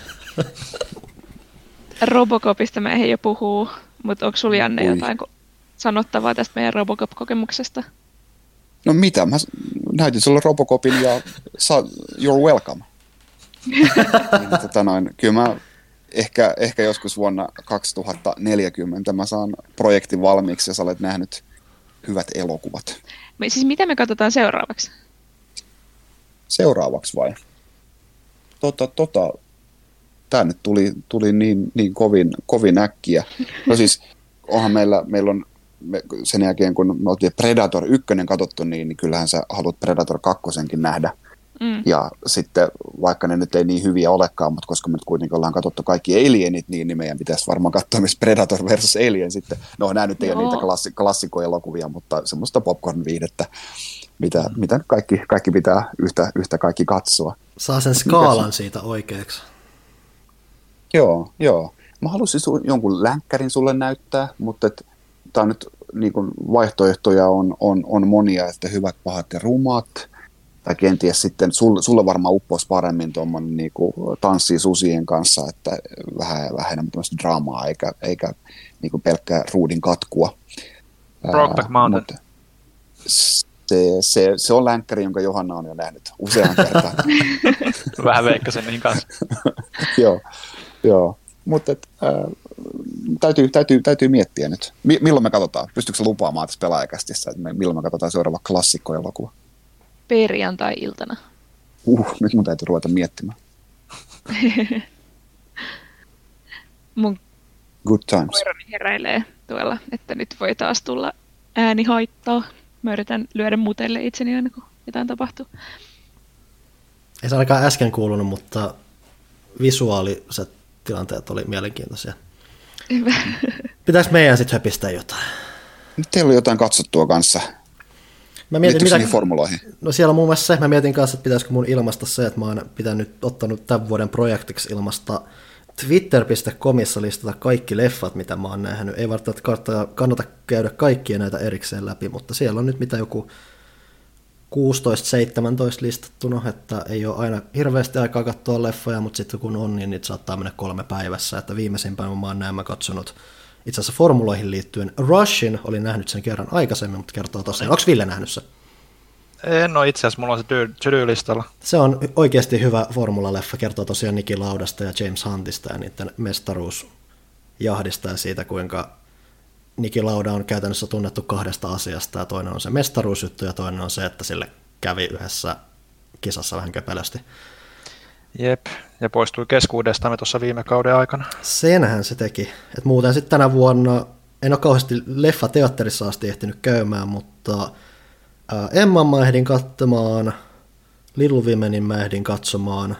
Robocopista me ei jo puhuu, mutta onko sulla, Janne, jotain sanottavaa tästä meidän Robocop-kokemuksesta? No mitä, mä näytin sulle Robocopin ja you're welcome. Kyllä mä ehkä joskus vuonna 2040 mä saan projektin valmiiksi ja sä olet nähnyt hyvät elokuvat. Siis mitä me katsotaan seuraavaksi? Seuraavaksi vai? Tää nyt tuli niin kovin äkkiä. No siis onhan meillä on sen jälkeen, kun me oltiin Predator 1 katsottu, niin kyllähän sä haluat Predator 2 nähdä. Ja sitten, vaikka ne nyt ei niin hyviä olekaan, mutta koska me nyt kuitenkin ollaan katsottu kaikki Alienit, niin meidän pitäisi varmaan katsoa myös Predator versus Alien sitten. No nämä nyt ei ole niitä klassikkoelokuvia, mutta semmoista popcorn-viihdettä, mitä kaikki pitää yhtä kaikki katsoa. Saa sen skaalan siitä oikeaksi. Joo. Mä halusin jonkun länkkärin sulle näyttää, mutta tää on nyt niin kuin vaihtoehtoja on monia, että hyvät, pahat ja rumat. Tai kenties sitten sulle varmaan uppoisi paremmin tuommoinen niin tanssii susien kanssa, että vähän enemmän tämmöistä draamaa eikä niin kuin pelkkää ruudin katkua. Brokeback Mountain. Se on länkkäri, jonka Johanna on jo nähnyt usean kertaan. Vähän veikkasin niin kanssa. Joo. Mutta täytyy miettiä nyt. Milloin me katsotaan? Pystyykö se lupaamaan tässä pelaajakästissä, että milloin me katsotaan seuraava klassikkoelokuva? Perjantai-iltana. Nyt mun täytyy ruveta miettimään. Mun Good times. koirani heräilee tuolla, että nyt voi taas tulla äänihaittaa. Mä yritän lyödä mutelle itseni aina, kun jotain tapahtuu. Ei se ainakaan äsken kuulunut, mutta visuaaliset tilanteet oli mielenkiintoisia. Hyvä. Pitäisikö meidän sitten höpistää jotain? Nyt teillä on jotain katsottua kanssa. Mä mietin, niihin formuloihin? No siellä on muun muassa se, mä mietin kanssa, että pitäisikö mun ilmaista se, että mä oon ottanut tämän vuoden projektiksi ilmasta twitter.comissa listata kaikki leffat, mitä mä oon nähnyt. Ei välttämättä kannata käydä kaikkia näitä erikseen läpi, mutta siellä on nyt mitä joku 16-17 listattuna, että ei ole aina hirveästi aikaa katsoa leffoja, mutta sitten kun on, niin niitä saattaa mennä 3 päivässä. Että viimeisimpänä mä oon näemmä katsonut itse asiassa formuloihin liittyen Rushin, olin nähnyt sen kerran aikaisemmin, mutta kertoo tosiaan. Onko Ville nähnyt sen? En ole itse asiassa, mulla on se to-do-listalla. Se on oikeasti hyvä formulaleffa, kertoo tosiaan Niki Laudasta ja James Huntista ja niiden mestaruusjahdista ja siitä, kuinka Niki Lauda on käytännössä tunnettu 2 asiasta, ja toinen on se mestaruusjuttu ja toinen on se, että sille kävi yhdessä kisassa vähän köpelösti. Jep, ja poistui keskuudestamme tuossa viime kauden aikana. Senhän se teki. Et muuten sitten tänä vuonna, en ole kauheasti leffateatterissa asti ehtinyt käymään, mutta Emman mä ehdin katsomaan, Little Womenin mä ehdin katsomaan,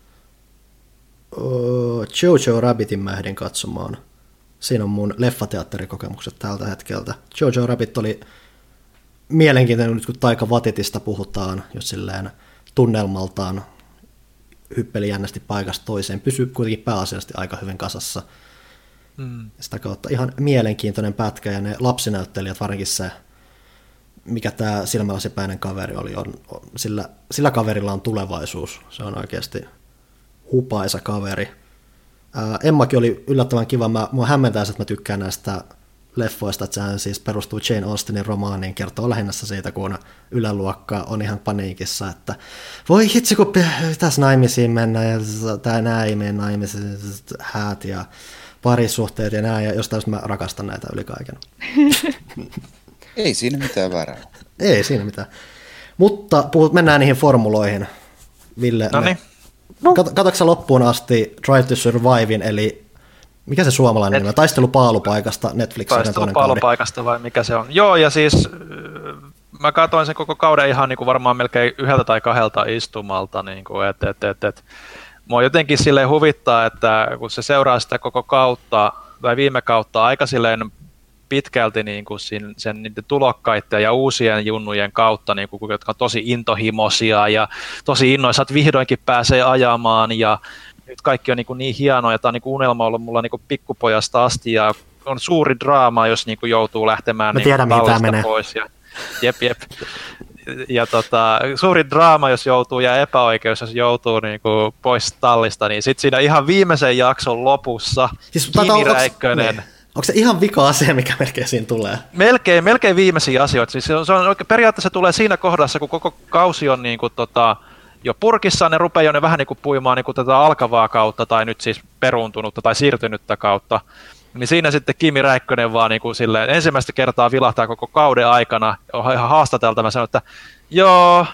Jojo Rabbitin mä ehdin katsomaan. Siinä on mun leffateatterikokemukset tältä hetkeltä. Jojo Rabbit oli mielenkiintoinen, nyt kun Taika Waititista puhutaan, jos silleen tunnelmaltaan hyppeli jännästi paikasta toiseen, pysyi kuitenkin pääasiallisesti aika hyvin kasassa. Sitä kautta ihan mielenkiintoinen pätkä, ja ne lapsinäyttelijät, varsinkin se, mikä tämä silmälasipäinen kaveri oli, sillä kaverilla on tulevaisuus. Se on oikeasti hupaisa kaveri. Emmakin oli yllättävän kiva. Mua hämmentää, että mä tykkään näistä leffoista, että sehän siis perustuu Jane Austenin romaaniin, kertoo lähinnä siitä, kun yläluokka on ihan paniikissa, että voi hitsi, kun pitäisi naimisiin mennä, ja tämä ei mene naimisiin, häät ja parisuhteet ja näin, ja jostain mä rakastan näitä yli kaiken. Ei siinä mitään väärää. Ei siinä mitään. Mutta mennään niihin formuloihin. Ville, katsotko sä loppuun asti Drive to Survivein, eli mikä se suomalainen nimi on? Taistelu paalupaikasta Netflixin. Taistelu paalupaikasta vai mikä se on? Joo, ja siis mä katsoin sen koko kauden ihan niin kuin varmaan melkein 1 tai 2 istumalta. Niin kuin, mua jotenkin silleen huvittaa, että kun se seuraa sitä koko kautta, tai viime kautta aika silleen pitkälti niin kuin sen niiden tulokkaiden ja uusien junnujen kautta, niin kuin, jotka on tosi intohimoisia ja tosi innoissa, että vihdoinkin pääsee ajamaan ja nyt kaikki on niin hienoa ja tämä on niin unelma ollut mulla niin pikkupojasta asti ja on suuri draama, jos niin joutuu lähtemään niin tallista pois. Ja, jep. Ja suuri draama, jos joutuu, ja epäoikeus, jos joutuu niin kuin pois tallista, niin sitten siinä ihan viimeisen jakson lopussa siis, Kimi Räikkönen. Onko se ihan vika asia, mikä melkein siinä tulee? Melkein viimeisiä asioita. Siis se on periaatteessa tulee siinä kohdassa, kun koko kausi on niin kuin, jo purkissa, ne rupeaa jo ne vähän niin kuin puimaan niin kuin tätä alkavaa kautta, tai nyt siis peruuntunutta tai siirtynyttä kautta. Niin siinä sitten Kimi Räikkönen vaan niin kuin silleen, ensimmäistä kertaa vilahtaa koko kauden aikana, on ihan haastateltava, sanoo, että joo,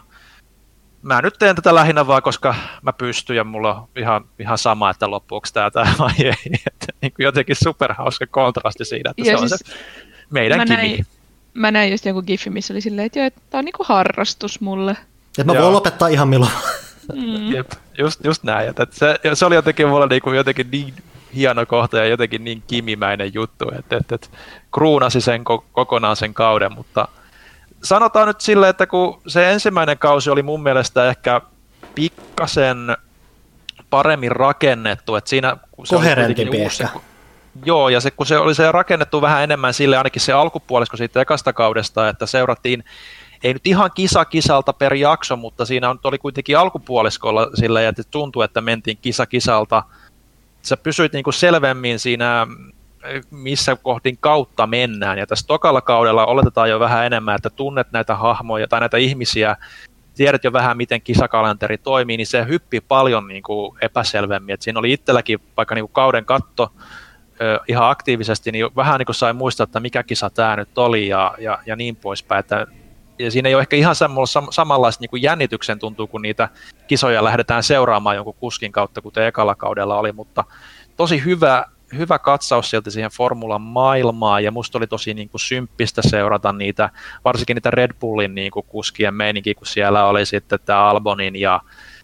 mä nyt teen tätä lähinnä vaan, koska mä pystyn ja mulla on ihan sama, että loppuuko tämä vai ei. Että niin kuin jotenkin superhauska kontrasti siinä, että ja se siis on se meidän Kimi. Mä näin just joku giffi, missä oli silleen, että tää on niinku harrastus mulle. Että mä voin lopettaa ihan milloin. Jep, just näin. Että se oli jotenkin mulla niinku jotenkin niin hieno kohta ja jotenkin niin kimimäinen juttu, että kruunasi sen kokonaan sen kauden, mutta sanotaan nyt silleen, että kun se ensimmäinen kausi oli mun mielestä ehkä pikkasen paremmin rakennettu, että siinä kun se koherentimpi ehkä. Joo, ja kun se oli se rakennettu vähän enemmän sille ainakin se alkupuolisko siitä ekasta kaudesta, että seurattiin ei nyt ihan kisalta per jakso, mutta siinä oli kuitenkin alkupuoliskolla silleen, että tuntui, että mentiin kisalta. Sä pysyit niin kuin selvemmin siinä, missä kohdin kautta mennään. Ja tässä tokalla kaudella oletetaan jo vähän enemmän, että tunnet näitä hahmoja tai näitä ihmisiä, tiedät jo vähän, miten kisakalenteri toimii, niin se hyppi paljon niin kuin epäselvemmin. Et siinä oli itselläkin, vaikka niin kuin kauden katto ihan aktiivisesti, niin vähän niin kuin sai muistaa, että mikä kisa tämä nyt oli ja niin poispäin. Ja siinä ei ole ehkä ihan samanlaista niin kuin jännityksen tuntuu, kun niitä kisoja lähdetään seuraamaan jonkun kuskin kautta, kuten ekalla kaudella oli, mutta tosi hyvä katsaus sieltä siihen formulan maailmaan, ja musta oli tosi niin kuin symppistä seurata niitä, varsinkin niitä Red Bullin niin kuin kuskien meininki, kun siellä oli sitten tämä Albonin ja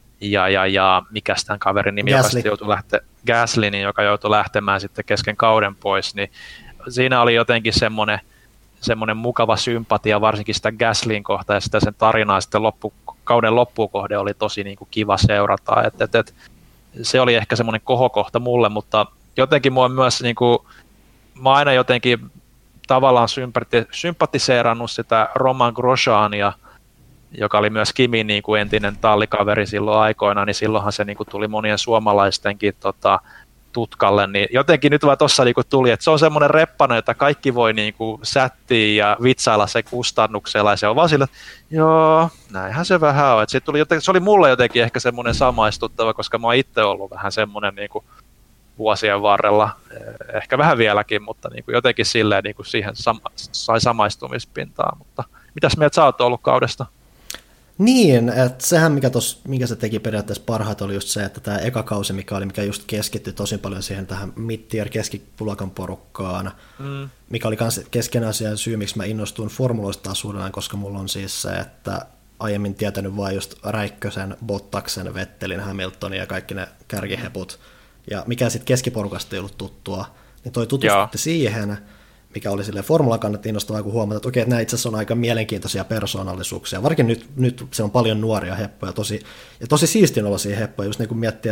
mikäs tämän kaverin nimi, Gaslinin, joka joutui lähtemään sitten kesken kauden pois, niin siinä oli jotenkin semmoinen mukava sympatia, varsinkin sitä Gaslin kohtaa ja sitä sen tarinaa sitten kauden loppukohde oli tosi niin kuin kiva seurata. Se oli ehkä semmoinen kohokohta mulle, mutta jotenkin mua myös, niin kuin, mä aina jotenkin tavallaan sympatiseerannut sitä Romain Grosjeania, joka oli myös Kimin niin kuin entinen tallikaveri silloin aikoina, niin silloinhan se niin kuin tuli monien suomalaistenkin tutkalle, niin jotenkin nyt vaan tuossa niinku tuli, että se on semmoinen reppana, jota kaikki voi niinku sättiä ja vitsailla se kustannuksella, ja se on vaan sillä, että joo, näinhän se vähän on. Et se oli mulle jotenkin ehkä semmoinen samaistuttava, koska mä oon itse ollut vähän semmoinen niinku vuosien varrella, ehkä vähän vieläkin, mutta niinku jotenkin silleen niinku siihen sai samaistumispintaa. Mutta mitäs mieltä sä oot ollut kaudesta? Niin, että sehän mikä se teki periaatteessa parhaita oli just se, että tämä eka kausi, mikä just keskittyi tosi paljon siihen tähän mid-tier keskipulukan porukkaan, mikä oli myös keskeinen asia syy, miksi mä innostuin formuloista taas uudelleen, koska mulla on siis se, että aiemmin tietänyt vain just Räikkösen, Bottaksen, Vettelin, Hamiltonin ja kaikki ne kärkiheput, ja mikä sitten keskiporukasta ei ollut tuttua, niin toi tutustutti siihen, mikä oli silleen formulan kannalta innostavaa, kun huomata, että okei, että nämä itse asiassa on aika mielenkiintoisia persoonallisuuksia. Varsinkin nyt se on paljon nuoria heppoja, tosi siistin oloisia heppoja, just niin kuin miettii,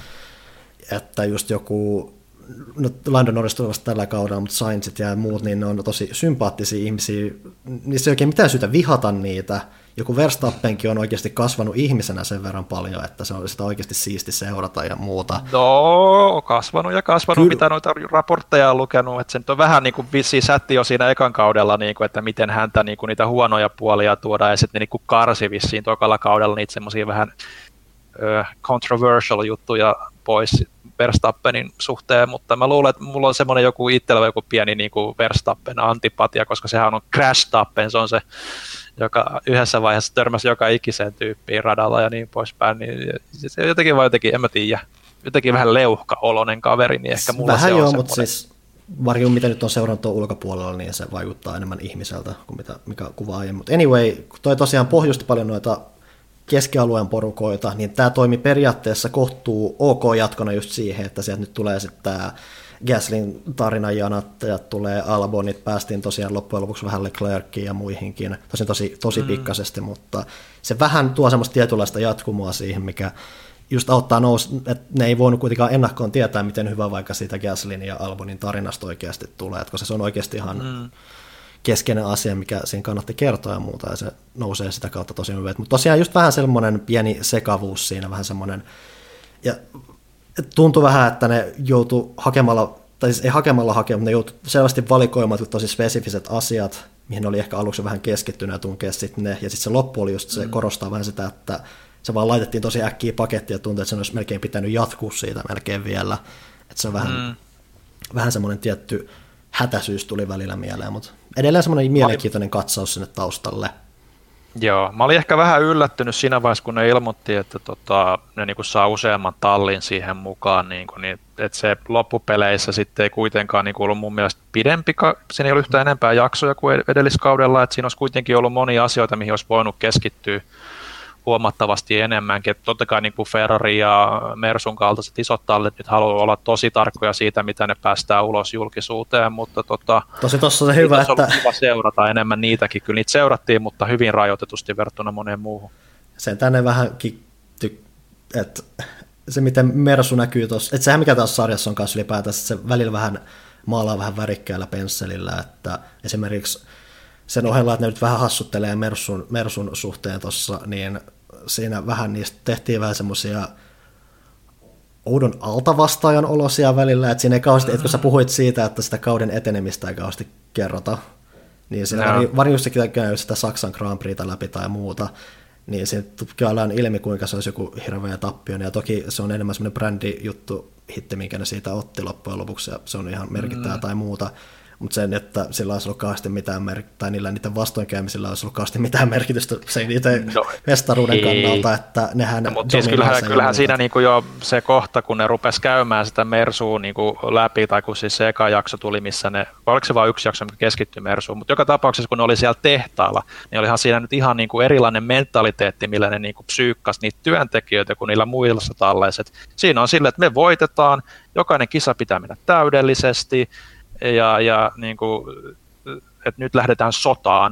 että just joku, no Lando Norris tulee vasta tällä kaudella, mutta Sainzit ja muut, niin ne on tosi sympaattisia ihmisiä, niissä ei oikein mitään syytä vihata niitä. Joku Verstappenkin on oikeasti kasvanut ihmisenä sen verran paljon, että se on sitä oikeasti siisti seurata ja muuta. No, kasvanut, mitä noita raportteja on lukenut, että se nyt on vähän niin kuin vissiin sätti jo siinä ekan kaudella, niin kuin, että miten häntä niin kuin niitä huonoja puolia tuodaan, ja sitten niin kuin karsi vissiin tokalla kaudella niitä semmoisia vähän controversial juttuja pois Verstappenin suhteen, mutta mä luulen, että mulla on semmoinen itsellä joku pieni niin kuin Verstappen antipatia, koska sehän on Crash-tappen, se on se, joka yhdessä vaiheessa törmäsi joka ikiseen tyyppiin radalla ja niin poispäin, niin se jotenkin en mä tiedä, jotenkin vähän leuhka-oloinen kaveri, niin ehkä mulla vähän se on joo, semmoinen. Mutta siis varmaan mitä nyt on seurannut tuon ulkopuolella, niin se vaikuttaa enemmän ihmiseltä kuin mikä kuvaa aiemmin. Mutta anyway, toi tosiaan pohjusti paljon noita keskialueen porukoita, niin tämä toimi periaatteessa kohtuu ok jatkona just siihen, että sieltä nyt tulee sitten tämä Gaslyn tarinanjanat ja tulee Albonit, päästiin tosiaan loppujen lopuksi vähän Leclerciin ja muihinkin, tosi pikkaisesti, mutta se vähän tuo semmoista tietynlaista jatkumoa siihen, mikä just auttaa että ne ei voinut kuitenkaan ennakkoon tietää, miten hyvä vaikka siitä Gaslyn ja Albonin tarinasta oikeasti tulee, koska se on oikeasti ihan keskeinen asia, mikä siinä kannatti kertoa ja muuta, ja se nousee sitä kautta tosi hyvin. Mutta tosiaan just vähän semmoinen pieni sekavuus siinä, vähän semmoinen, ja tuntui vähän, että ne joutu hakemalla, tai siis ei hakemalla mutta ne joutu selvästi valikoimaan tosi spesifiset asiat, mihin oli ehkä aluksi vähän keskittynyt ja tunkea sitten ne, ja sitten se loppu oli just se, korostaa vähän sitä, että se vaan laitettiin tosi äkkiä pakettiin ja tuntui, että sen olisi melkein pitänyt jatkuu siitä melkein vielä, että se on vähän semmoinen tietty hätäisyys tuli välillä mieleen, mutta edelleen semmoinen mielenkiintoinen katsaus sinne taustalle. Joo, mä olin ehkä vähän yllättynyt siinä vaiheessa, kun ne ilmoitti, että ne niinku saa useamman tallin siihen mukaan, niin että se loppupeleissä sitten ei kuitenkaan niinku ollut mun mielestä pidempi, siinä ei ollut yhtään enempää jaksoja kuin edelliskaudella, että siinä olisi kuitenkin ollut monia asioita, mihin olisi voinut keskittyä huomattavasti enemmänkin. Että totta kai niin kuin Ferrari ja Mersun kaltaiset isot tallit nyt haluaa olla tosi tarkkoja siitä, mitä ne päästään ulos julkisuuteen, mutta tosi tuossa on hyvä, että on kiva seurata enemmän niitäkin. Kyllä niitä seurattiin, mutta hyvin rajoitetusti verrattuna moneen muuhun. Sen tänne vähän että se miten Mersu näkyy tuossa, että sehän mikä tässä sarjassa on kanssa ylipäätään, että se välillä vähän maalaa vähän värikkäällä pensselillä, että esimerkiksi sen ohella, että ne nyt vähän hassuttelee Mersun suhteen tuossa, niin siinä vähän niistä tehtiin vähän semmoisia oudon altavastaajan olosia välillä, että siinä ei kauheasti, että kun sä puhuit siitä, että sitä kauden etenemistä ei kauheasti kerrota, niin siinä varjustikin käy sitä Saksan Grand Prixta läpi tai muuta, niin siinä käydään ilmi, kuinka se olisi joku hirveä tappio, ja toki se on enemmän semmoinen brändijuttu hitti, minkä ne siitä otti loppujen lopuksi, ja se on ihan merkittävää tai muuta. Mutta sen, että sillä olisi ollut kauheasti mitään tai niiden vastoinkäymisillä olisi ollut kauheasti mitään merkitystä se itse mestaruuden kannalta, että nehän mutta siis kyllähän siinä niinku jo se kohta, kun ne rupesi käymään sitä Mersua niinku läpi, tai kun siis se eka jakso tuli, missä ne, oliko se vain yksi jakso, mikä keskittyi Mersuun, mutta joka tapauksessa, kun ne oli siellä tehtaalla, niin olihan siinä nyt ihan niinku erilainen mentaliteetti, millä ne niinku psyykkasi niitä työntekijöitä kuin niillä muilla talleissa. Siinä on silleen, että me voitetaan, jokainen kisa pitää mennä täydellisesti, ja niin kuin, että nyt lähdetään sotaan.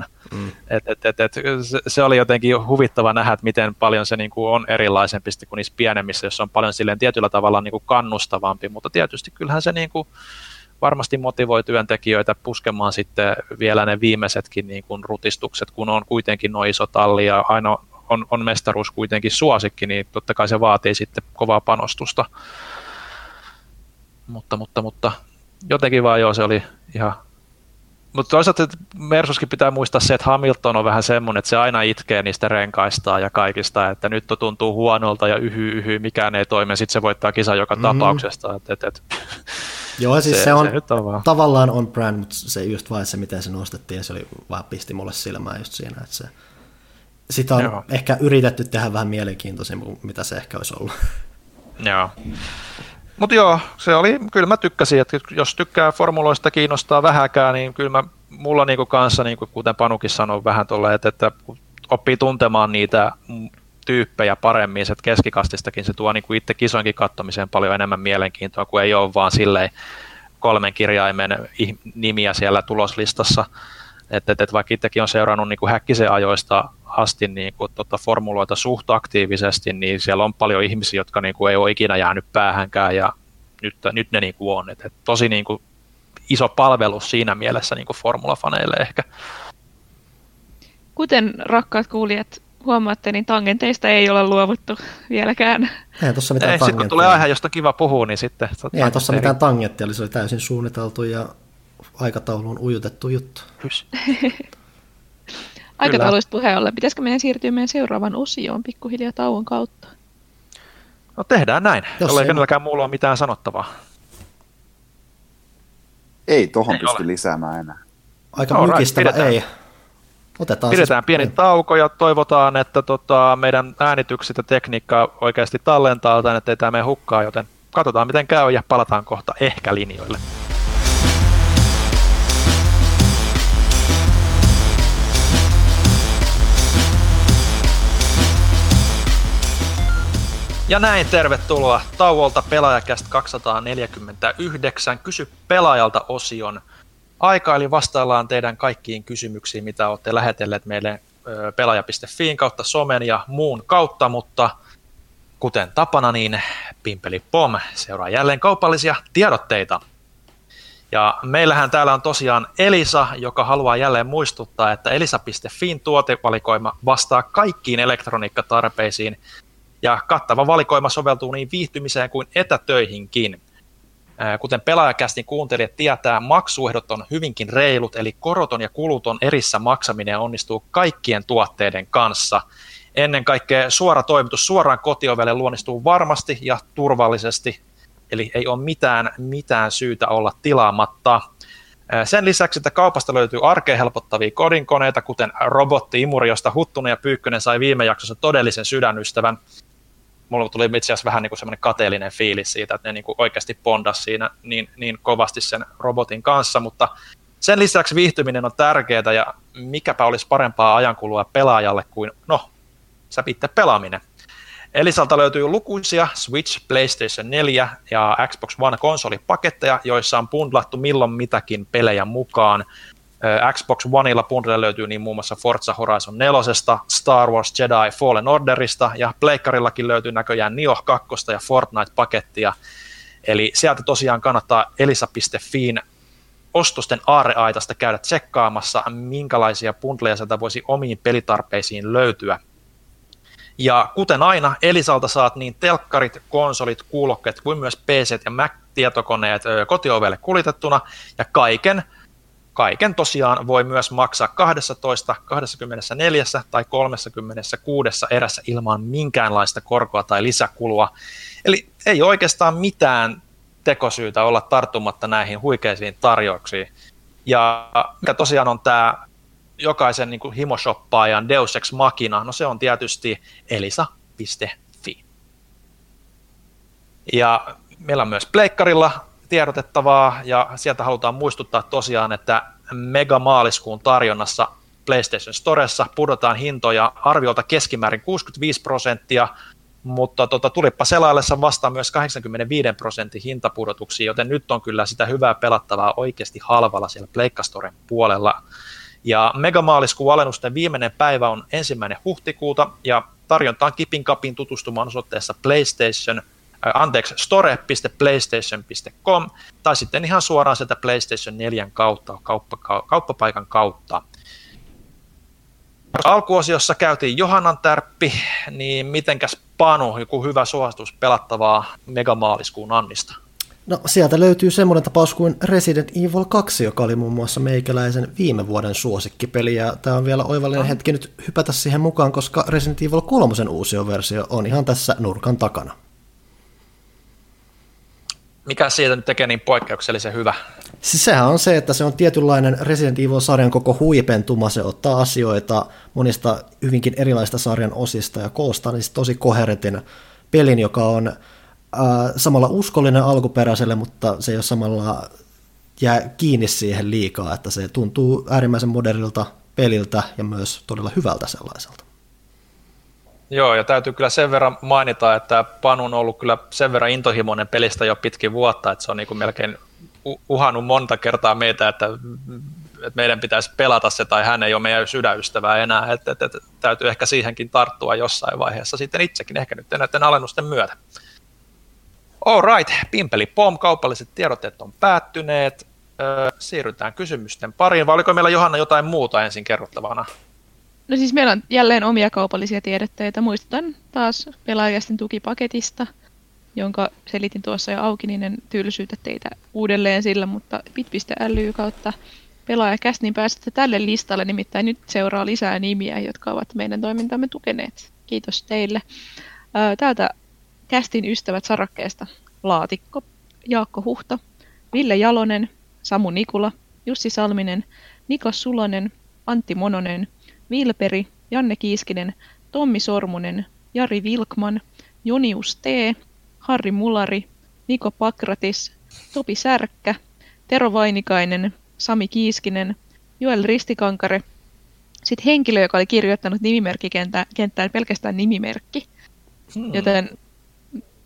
Se oli jotenkin huvittava nähdä, että miten paljon se niin kuin on erilaisempi kuin niissä pienemmissä, jossa on paljon silleen tietyllä tavalla niin kuin kannustavampi, mutta tietysti kyllähän se niin kuin varmasti motivoi työntekijöitä puskemaan sitten vielä ne viimeisetkin niin kuin rutistukset, kun on kuitenkin noin iso talli ja aina on mestaruus kuitenkin suosikki, niin totta kai se vaatii sitten kovaa panostusta. Mutta jotenkin vaan joo, se oli ihan. Mutta toisaalta Mersuskin pitää muistaa se, että Hamilton on vähän semmoinen, että se aina itkee niistä renkaistaan ja kaikista, että nyt tuntuu huonolta ja mikään ei toimi, ja sitten se voittaa kisan joka tapauksesta. Joo, siis se on tavallaan on brand, mutta se just vaan se, miten se nostettiin, se oli vaan pisti mulle silmään just siinä, että sitä on ehkä yritetty tehdä vähän mielenkiintoisemmin kuin mitä se ehkä olisi ollut. Joo. Mutta joo, se oli, kyllä mä tykkäsin, että jos tykkää formuloista kiinnostaa vähäkään, niin kyllä mulla niinku kanssa, niinku kuten Panukin sanoi vähän tuolle, että oppii tuntemaan niitä tyyppejä paremmin, että keskikastistakin se tuo niinku itse kisoinkin katsomiseen paljon enemmän mielenkiintoa, kun ei ole vaan silleen 3 kirjaimen nimiä siellä tuloslistassa, että vaikka itsekin on seurannut niinku Häkkisen ajoista asti niinku formuloita suht aktiivisesti, niin siellä on paljon ihmisiä, jotka niinku ei ole ikinä jäänyt päähänkään, ja nyt ne niinku on. Et tosi niinku iso palvelus siinä mielessä niinku formulafaneille ehkä. Kuten rakkaat kuulijat huomaatte, niin tangenteista ei ole luovuttu vieläkään. Ei tuossa mitään tangenttia. Sitten kun tulee aihe, josta kiva puhua, niin sitten. Ei tuossa mitään tangenttia, se oli täysin suunniteltu ja aikatauluun ujutettu juttu. Aikatauluista puheen ollen. Pitäisikö meidän siirtyä meidän seuraavan osioon pikkuhiljaa tauon kautta? No tehdään näin. Jollei kenelläkään muulla ole mitään sanottavaa. Ei tohon pysty lisäämään enää. Aika mykistävä ei. Pidetään pieni tauko ja toivotaan, että meidän äänitykset ja tekniikka oikeasti tallentaa, tai ettei tämä mene hukkaan, joten katsotaan miten käy ja palataan kohta ehkä linjoille. Ja näin tervetuloa tauolta Pelaajakäst 249 Kysy pelaajalta -osion aika, eli vastaillaan teidän kaikkiin kysymyksiin, mitä olette lähetelleet meille pelaaja.fiin kautta somen ja muun kautta, mutta kuten tapana, niin Pimpeli Pom seuraa jälleen kaupallisia tiedotteita. Ja meillähän täällä on tosiaan Elisa, joka haluaa jälleen muistuttaa, että elisa.fiin tuotevalikoima vastaa kaikkiin elektroniikkatarpeisiin, ja kattava valikoima soveltuu niin viihtymiseen kuin etätöihinkin. Kuten Pelaajakästin kuuntelijat tietää, maksuehdot on hyvinkin reilut, eli koroton ja kuluton erissä maksaminen onnistuu kaikkien tuotteiden kanssa. Ennen kaikkea suora toimitus suoraan kotiovelle luonnistuu varmasti ja turvallisesti, eli ei ole mitään syytä olla tilaamatta. Sen lisäksi, että kaupasta löytyy arkeen helpottavia kodinkoneita, kuten robotti-imuri, josta Huttunen ja Pyykkönen sai viime jaksossa todellisen sydänystävän. Mulla tuli itse asiassa vähän niin kuin semmoinen kateellinen fiilis siitä, että ne niin kuin oikeasti bondas siinä niin kovasti sen robotin kanssa, mutta sen lisäksi viihtyminen on tärkeää, ja mikäpä olisi parempaa ajankulua pelaajalle kuin, sä itse pelaaminen. Elisalta löytyy lukuisia Switch, PlayStation 4 ja Xbox One -konsolipaketteja, joissa on bundlattu milloin mitäkin pelejä mukaan. Xbox Oneilla bundle löytyy niin muun muassa Forza Horizon 4, Star Wars Jedi Fallen Orderista, ja Pleikkarillakin löytyy näköjään Nioh 2 ja Fortnite-pakettia. Eli sieltä tosiaan kannattaa elisa.fiin ostosten aarreaitasta käydä tsekkaamassa, minkälaisia bundleja sieltä voisi omiin pelitarpeisiin löytyä. Ja kuten aina, Elisalta saat niin telkkarit, konsolit, kuulokkeet kuin myös PC ja Mac-tietokoneet kotiovelle kuljetettuna, ja kaiken tosiaan voi myös maksaa 12, 24 tai 36 erässä ilman minkäänlaista korkoa tai lisäkulua. Eli ei oikeastaan mitään tekosyytä olla tarttumatta näihin huikeisiin tarjouksiin. Ja mikä tosiaan on tämä jokaisen niin kuin himoshoppaajan Deus Ex Machina, no se on tietysti elisa.fi. Ja meillä on myös Pleikkarilla tiedotettavaa, ja sieltä halutaan muistuttaa tosiaan, että mega-maaliskuun tarjonnassa PlayStation Storessa pudotaan hintoja arviolta keskimäärin 65%, mutta tulippa selaillessa vastaan myös 85% hintapudotuksia, joten nyt on kyllä sitä hyvää pelattavaa oikeasti halvalla siellä Pleikka Storen puolella. Ja mega-maaliskuun alennusten viimeinen päivä on 1. huhtikuuta, ja tarjontaan kipin kapin tutustumaan osoitteessa store.playstation.com tai sitten ihan suoraan sieltä PlayStation 4 kautta, kauppapaikan kautta. Alkuosiossa käytiin Johannan tärppi, niin mitenkäs Panu, joku hyvä suositus pelattavaa mega-maaliskuun Annista? No sieltä löytyy semmoinen tapaus kuin Resident Evil 2, joka oli muun muassa meikäläisen viime vuoden suosikkipeli, ja tämä on vielä oivallinen hetki nyt hypätä siihen mukaan, koska Resident Evil 3 uusioversio on ihan tässä nurkan takana. Mikä siitä nyt tekee niin poikkeuksellisen hyvä? Siis sehän on se, että se on tietynlainen Resident Evil-sarjan koko huipentuma. Se ottaa asioita monista hyvinkin erilaisista sarjan osista ja koostaa niistä tosi koherentin pelin, joka on samalla uskollinen alkuperäiselle, mutta se ei ole samalla jää kiinni siihen liikaa, että se tuntuu äärimmäisen modernilta peliltä ja myös todella hyvältä sellaiselta. Joo, ja täytyy kyllä sen verran mainita, että Panu on ollut kyllä sen verran intohimoinen pelistä jo pitkin vuotta, että se on niin kuin melkein uhannut monta kertaa meitä, että meidän pitäisi pelata se, tai hän ei ole meidän sydänystävää enää, että täytyy ehkä siihenkin tarttua jossain vaiheessa sitten itsekin, ehkä nyt näiden alennusten myötä. All right, Pimpeli Pom, kaupalliset tiedotteet on päättyneet, siirrytään kysymysten pariin, vai oliko meillä Johanna jotain muuta ensin kerrottavana? No siis meillä on jälleen omia kaupallisia tiedotteita. Muistutan taas Pelaajakästin tukipaketista, jonka selitin tuossa jo auki, niin en tylsyytä teitä uudelleen sillä, mutta bit.ly kautta Pelaajakäst, niin pääsette tälle listalle, nimittäin nyt seuraa lisää nimiä, jotka ovat meidän toimintamme tukeneet. Kiitos teille. Täältä Kästin ystävät sarakkeesta Laatikko, Jaakko Huhta, Ville Jalonen, Samu Nikula, Jussi Salminen, Niklas Sulonen, Antti Mononen, Vilperi, Janne Kiiskinen, Tommi Sormunen, Jari Vilkman, Jonius T, Harri Mulari, Niko Pakratis, Topi Särkkä, Tero Vainikainen, Sami Kiiskinen, Joel Ristikankare, sitten henkilö, joka oli kirjoittanut nimimerkkikenttään pelkästään nimimerkki, joten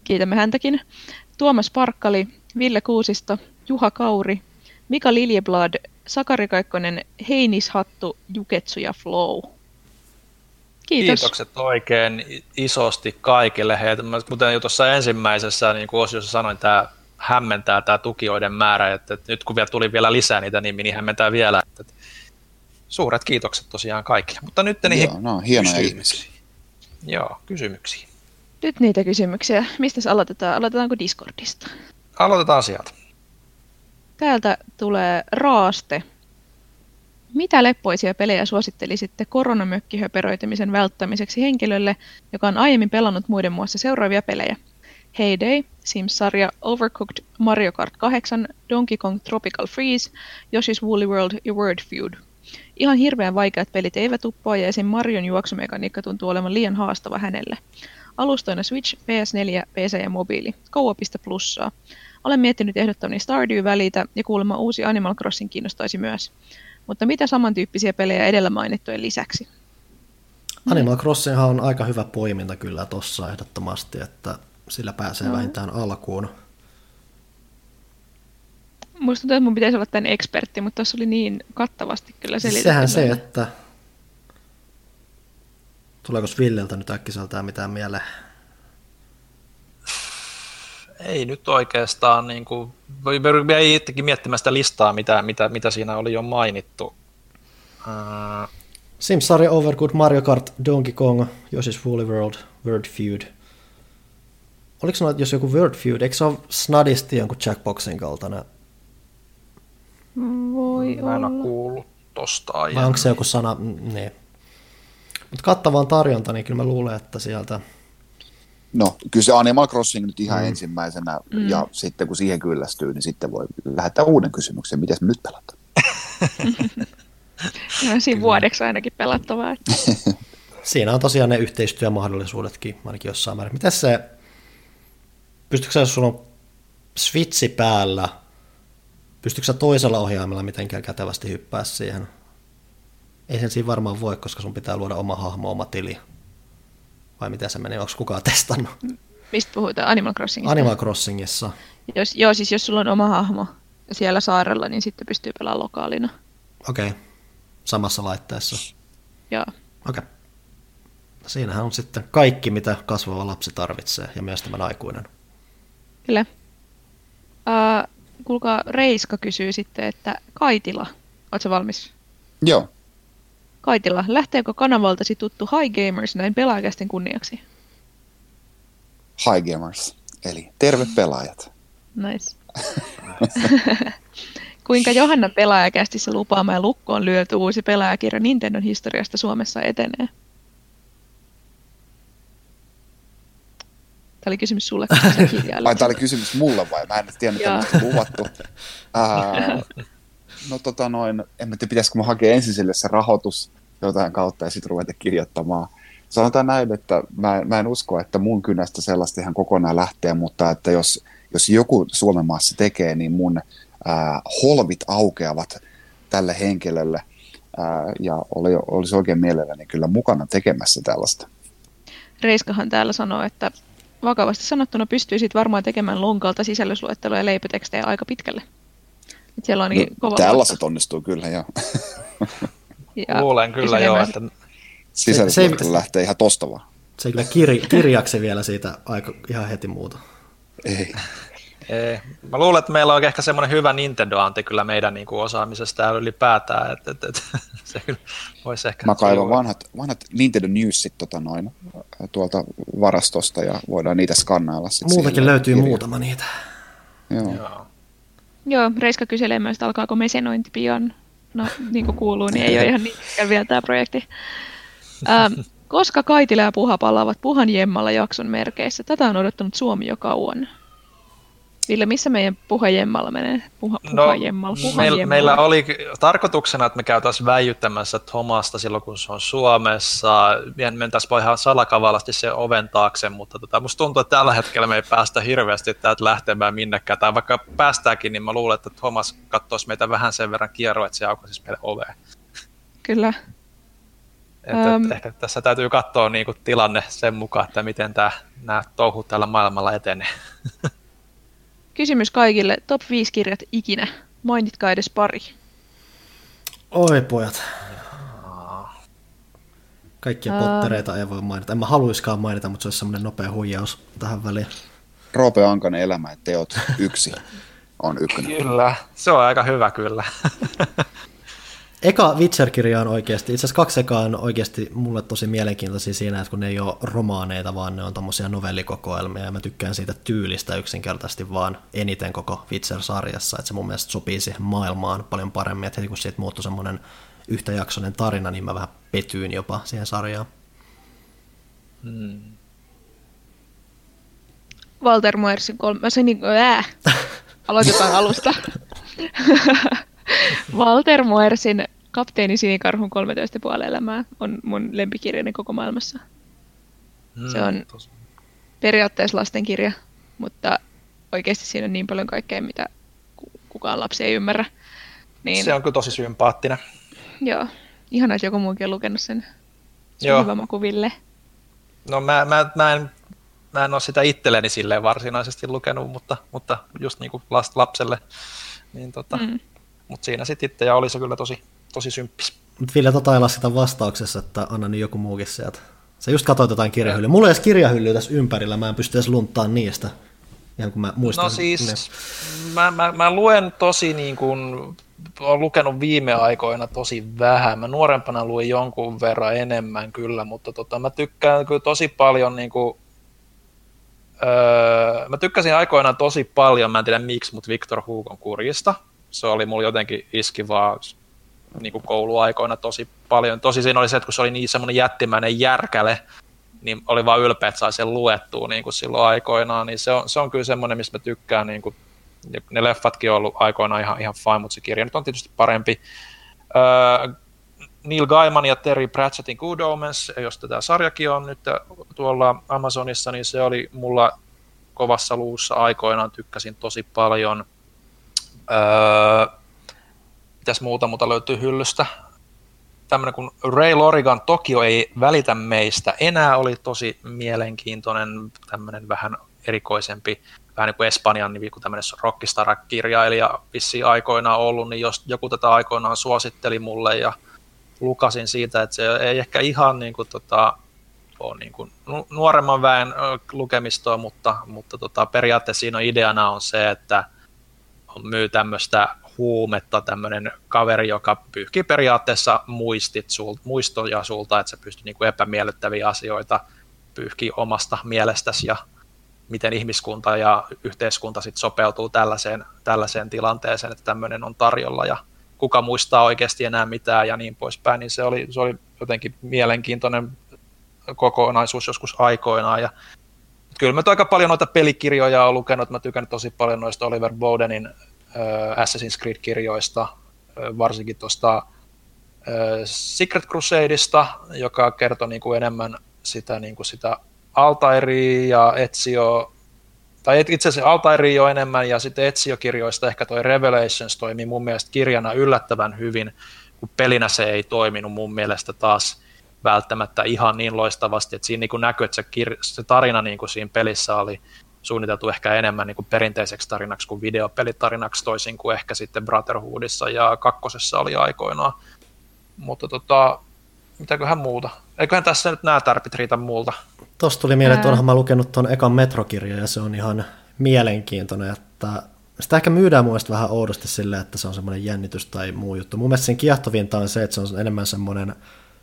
kiitämme häntäkin. Tuomas Parkkali, Ville Kuusisto, Juha Kauri, Mika Liljeblad, Sakari Kaikkonen, Heinishattu, Juketsu ja Flow. Kiitos. Kiitokset oikein isosti kaikille. Kuten jo tuossa ensimmäisessä niin kuin osiossa sanoin, tämä hämmentää tämä tukijoiden määrä, että nyt kun vielä tuli vielä lisää niitä nimiä, niin hämmentää vielä. Että suuret kiitokset tosiaan kaikille. Mutta nyt niihin hienoja ihmisiä. Joo, kysymyksiin. Nyt niitä kysymyksiä. Mistä aloitetaan? Aloitetaanko Discordista? Aloitetaan sieltä. Täältä tulee Raaste. Mitä leppoisia pelejä suosittelisitte koronamökkihöperöitymisen välttämiseksi henkilölle, joka on aiemmin pelannut muiden muassa seuraavia pelejä? Heyday, Sims-sarja, Overcooked, Mario Kart 8, Donkey Kong Tropical Freeze, Yoshi's Woolly World ja Word Feud. Ihan hirveän vaikeat pelit eivät uppoa ja esim. Marion juoksumekaniikka tuntuu olevan liian haastava hänelle. Alustoina Switch, PS4, PC ja mobiili. Kauapista plussaa. Olen miettinyt ehdottamani Stardew-välitä ja kuulemma uusi Animal Crossing kiinnostaisi myös. Mutta mitä samantyyppisiä pelejä edellä mainittujen lisäksi? Animal Crossinghan on aika hyvä poiminta kyllä tossa ehdottomasti, että sillä pääsee vähintään alkuun. Musta tuntuu, että mun pitäisi olla tämän ekspertti, mutta tuossa oli niin kattavasti kyllä selitetty. Sehän se, että tuleeko Villeltä nyt äkkiseltään mitään mieleen? Ei nyt oikeastaan, niin kuin, jäi itsekin miettimään sitä listaa, mitä siinä oli jo mainittu. Sims-sarja, Overcooked, Mario Kart, Donkey Kong, Yoshi's Woolly World, Word Feud. Oliko se, jos joku Word Feud, eikö se ole snadisti jonkun Jackboxin kaltainen? Voi Mä en olla. ole kuullut tosta aiemmin. Vai onko se joku sana? Niin. Mutta kattavaan tarjonta, niin kyllä mä luulen, että sieltä... No, kyllä se Animal Crossing nyt ihan ensimmäisenä, ja sitten kun siihen kyllästyy, niin sitten voi lähettää uuden kysymyksen, miten me nyt pelataan. No, siinä vuodeksi ainakin pelattavaa. Siinä on tosiaan ne yhteistyömahdollisuudetkin, ainakin jossain määrin. Mitäs se, pystytkö sä, jos sulla on Switchi päällä, pystytkö sä toisella ohjaimella mitenkään kätevästi hyppää siihen? Ei sen siinä varmaan voi, koska sun pitää luoda oma hahmo, oma tili. Vai miten se meni, onko kukaan testannut? Mistä puhutaan? Animal Crossingista? Animal Crossingissa. Siis jos sulla on oma hahmo siellä saarella, niin sitten pystyy pelaamaan lokaalina. Okei. Samassa laitteessa. Joo. Okei. Siinähän on sitten kaikki, mitä kasvava lapsi tarvitsee, ja myös tämän aikuinen. Kyllä. Kuulkaa, Reiska kysyy sitten, että Kaitila, ootko valmis? Joo. Kaitila, lähteekö kanavaltasi tuttu High Gamers näin pelaajakästen kunniaksi? High Gamers, eli terve pelaajat. Nice. Kuinka Johanna pelaajakästissä lupaama ja lukkoon lyöty uusi pelaajakirja Nintendon historiasta Suomessa etenee? Tämä oli kysymys sulle, koska sä kirjailit. Ai, tämä oli kysymys mulle vai? Mä en tiedä, mitä on luvattu. En tiedä, pitäisikö mä hakea ensin sille se rahoitus jotain kautta ja sitten ruveta kirjoittamaan. Sanotaan näin, että mä en usko, että mun kynästä sellaista ihan kokonaan lähtee, mutta että jos joku Suomen maassa tekee, niin mun holvit aukeavat tälle henkilölle ja olisi oikein mielelläni kyllä mukana tekemässä tällaista. Reiskahan täällä sanoo, että vakavasti sanottuna pystyisit varmaan tekemään lonkalta sisällysluetteloja ja leipätekstejä aika pitkälle. Et siellä on kova tällaiset onnistuu kyllä, joo. Luulen kyllä joo, että sisällysluettelo lähtee ihan tosta vaan. Se ei kyllä kirjaksi vielä siitä aika ihan heti muuta. Ei. Mä luulen, että meillä on ehkä semmoinen hyvä Nintendo-anti kyllä meidän niin kuin osaamisesta ja ylipäätään, että se kyllä voisi ehkä... Mä kaivan vanhat Nintendo Newsit tuolta varastosta ja voidaan niitä skannailla. Muutakin löytyy muutama niitä. Joo, Reiska kyselee myös, että alkaako mesenointi pian. No, niin kuin kuuluu, niin ei ole ihan niin pitkään vielä tämä projekti. Koska Kaitila ja Puha palaavat Puhan jemmalla jakson merkeissä? Tätä on odottanut Suomi jo kauan. Ville, missä meidän Puhan jemmalla menee? Meillä oli tarkoituksena, että me käytäisiin väijyttämässä Thomasta silloin, kun se on Suomessa. Mentäisiin ihan salakavalasti sen oven taakse, mutta musta tuntuu, että tällä hetkellä me ei päästä hirveästi täältä lähtemään minnekään. Tai vaikka päästäänkin, niin mä luulen, että Thomas katsoisi meitä vähän sen verran kierroa, että se aukaisisi meille oveen. Kyllä. Ehkä tässä täytyy katsoa niin kuin tilanne sen mukaan, että miten nämä touhut täällä maailmalla etenee. Kysymys kaikille. Top 5 kirjat ikinä. Mainitkaa edes pari. Oi pojat. Kaikkia pottereita ei voi mainita. En mä haluiskaan mainita, mutta se olisi semmoinen nopea huijaus tähän väliin. Roope Ankanen Elämä ja teot 1 on ykkönen. Kyllä, se on aika hyvä kyllä. Eka Witcher-kirja on oikeasti, itse asiassa 2 ekaa on oikeasti mulle tosi mielenkiintoisia siinä, että kun ne ei ole romaaneita, vaan ne on tommosia novellikokoelmia, ja mä tykkään siitä tyylistä yksinkertaisesti vaan eniten koko Witcher-sarjassa, että se mun mielestä sopii siihen maailmaan paljon paremmin, että heti kun siitä muuttui semmoinen yhtäjaksoinen tarina, niin mä vähän petyin jopa siihen sarjaan. Walter Moersin aloitetaan alusta. Walter Moersin Kapteeni Sinikarhun 13,5 elämää on mun lempikirjani koko maailmassa. Se on periaatteessa lastenkirja, mutta oikeasti siinä on niin paljon kaikkea, mitä kukaan lapsi ei ymmärrä. Niin, se on kyllä tosi sympaattinen. Joo, ihanaa, että joku muukin on lukenut sen. Se on hyvä maku, Ville. No mä en ole sitä itselleni silleen varsinaisesti lukenut, mutta just niin kuin lapselle. Niin mutta siinä sitten itse ja oli se kyllä tosi symppis. Mutta Ville ei lasketa vastauksessa, että anna nyt joku muukin sieltä. Sä just katsoit jotain kirjahyllyä. Mulla ei edes kirjahyllyä tässä ympärillä, mä en pysty edes lunttaamaan niistä. Ihan kun mä muistan. No siis, mä luen tosi niin kuin, olen lukenut viime aikoina tosi vähän. Mä nuorempana luin jonkun verran enemmän kyllä, mutta mä tykkään kyllä tosi paljon niin kuin, mä tykkäsin aikoinaan tosi paljon, mä en tiedä miksi, mutta Victor Hugon Kurjista. Se oli mulla jotenkin iski vaan niin kuin kouluaikoina tosi paljon. Tosi siinä oli se, että kun se oli niin semmoinen jättimäinen järkäle, niin oli vaan ylpeä, että sai sen luettua niin kuin silloin aikoinaan. Niin se on kyllä semmoinen, mistä mä tykkään. Niin kuin, ne leffatkin on ollut aikoinaan ihan fine, mutta se kirja nyt on tietysti parempi. Neil Gaiman ja Terry Pratchettin Good Omens, josta tämä sarjakin on nyt tuolla Amazonissa, niin se oli mulla kovassa luussa aikoinaan, tykkäsin tosi paljon. Mitäs muuta löytyy hyllystä? Tämmöinen kuin Ray Lorigan Tokio ei välitä meistä enää oli tosi mielenkiintoinen, tämmöinen vähän erikoisempi, vähän niin kuin Espanjan niin kuin tämmöinen rockstar-kirjailija vissiin aikoinaan ollut, niin jos joku tätä aikoinaan suositteli mulle ja lukasin siitä, että se ei ehkä ihan niin kuin, ole niin kuin nuoremman väen lukemistoa, mutta periaatteessa siinä ideana on se, että myy tämmöistä huumetta, tämmöinen kaveri, joka pyyhkii periaatteessa muistoja sulta, että sä pystyt niin kuin epämiellyttäviä asioita pyyhkii omasta mielestäsi ja miten ihmiskunta ja yhteiskunta sit sopeutuu tällaiseen tilanteeseen, että tämmöinen on tarjolla ja kuka muistaa oikeasti enää mitään ja niin poispäin, niin se oli jotenkin mielenkiintoinen kokonaisuus joskus aikoinaan. Ja kyllä mä aika paljon noita pelikirjoja olen lukenut, mä tykännyt tosi paljon noista Oliver Bowdenin Assassin's Creed-kirjoista, varsinkin tuosta Secret Crusadeista, joka kertoi niin kuin enemmän sitä Altairia ja Ezio, tai itse asiassa Altairia jo enemmän, ja sitten Ezio-kirjoista ehkä toi Revelations toimii mun mielestä kirjana yllättävän hyvin, kun pelinä se ei toiminut mun mielestä taas välttämättä ihan niin loistavasti, että siinä niin näkyy, että se tarina niin kuin siinä pelissä oli suunniteltu ehkä enemmän niin kuin perinteiseksi tarinaksi kuin videopelitarinaksi, toisin kuin ehkä sitten Brotherhoodissa ja kakkosessa oli aikoinaan. Mutta mitäköhän muuta? Eiköhän tässä nyt nämä tärpit riitä muulta. Tuossa tuli mieleen, että onhan mä lukenut tuon ekan Metro-kirjan ja se on ihan mielenkiintoinen, että sitä ehkä myydään mun mielestä vähän oudosti silleen, että se on semmoinen jännitys tai muu juttu. Mun mielestä sen kiehtovinta on se, että se on enemmän semmoinen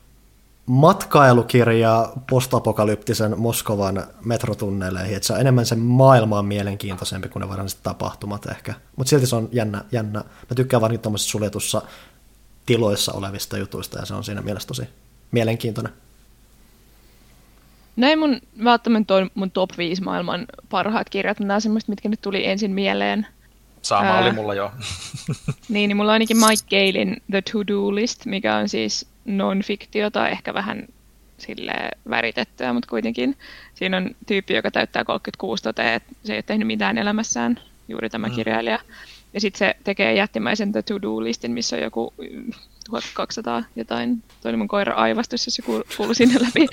matkailukirja postapokalyptisen Moskovan metrotunneileihin, että se on enemmän sen maailmaan mielenkiintoisempi kuin ne varmasti tapahtumat ehkä. Mutta silti se on jännä. Mä tykkään varsinkin tuommoisessa suljetussa tiloissa olevista jutuista ja se on siinä mielessä tosi mielenkiintoinen. Näin mun top 5 maailman parhaat kirjat, nämä on semmoista, mitkä nyt tuli ensin mieleen. Sama oli mulla jo. Niin, mulla on ainakin Mike Galein The To-Do List, mikä on siis non-fiktiota, ehkä vähän silleen väritettyä, mutta kuitenkin. Siinä on tyyppi, joka täyttää 36 toteen, että se ei ole tehnyt mitään elämässään, juuri tämä kirjailija. Ja sitten se tekee jättimäisen The To-Do Listin, missä on joku 1200 jotain. Toi oli mun koira aivastus, jos se kuului sinne läpi.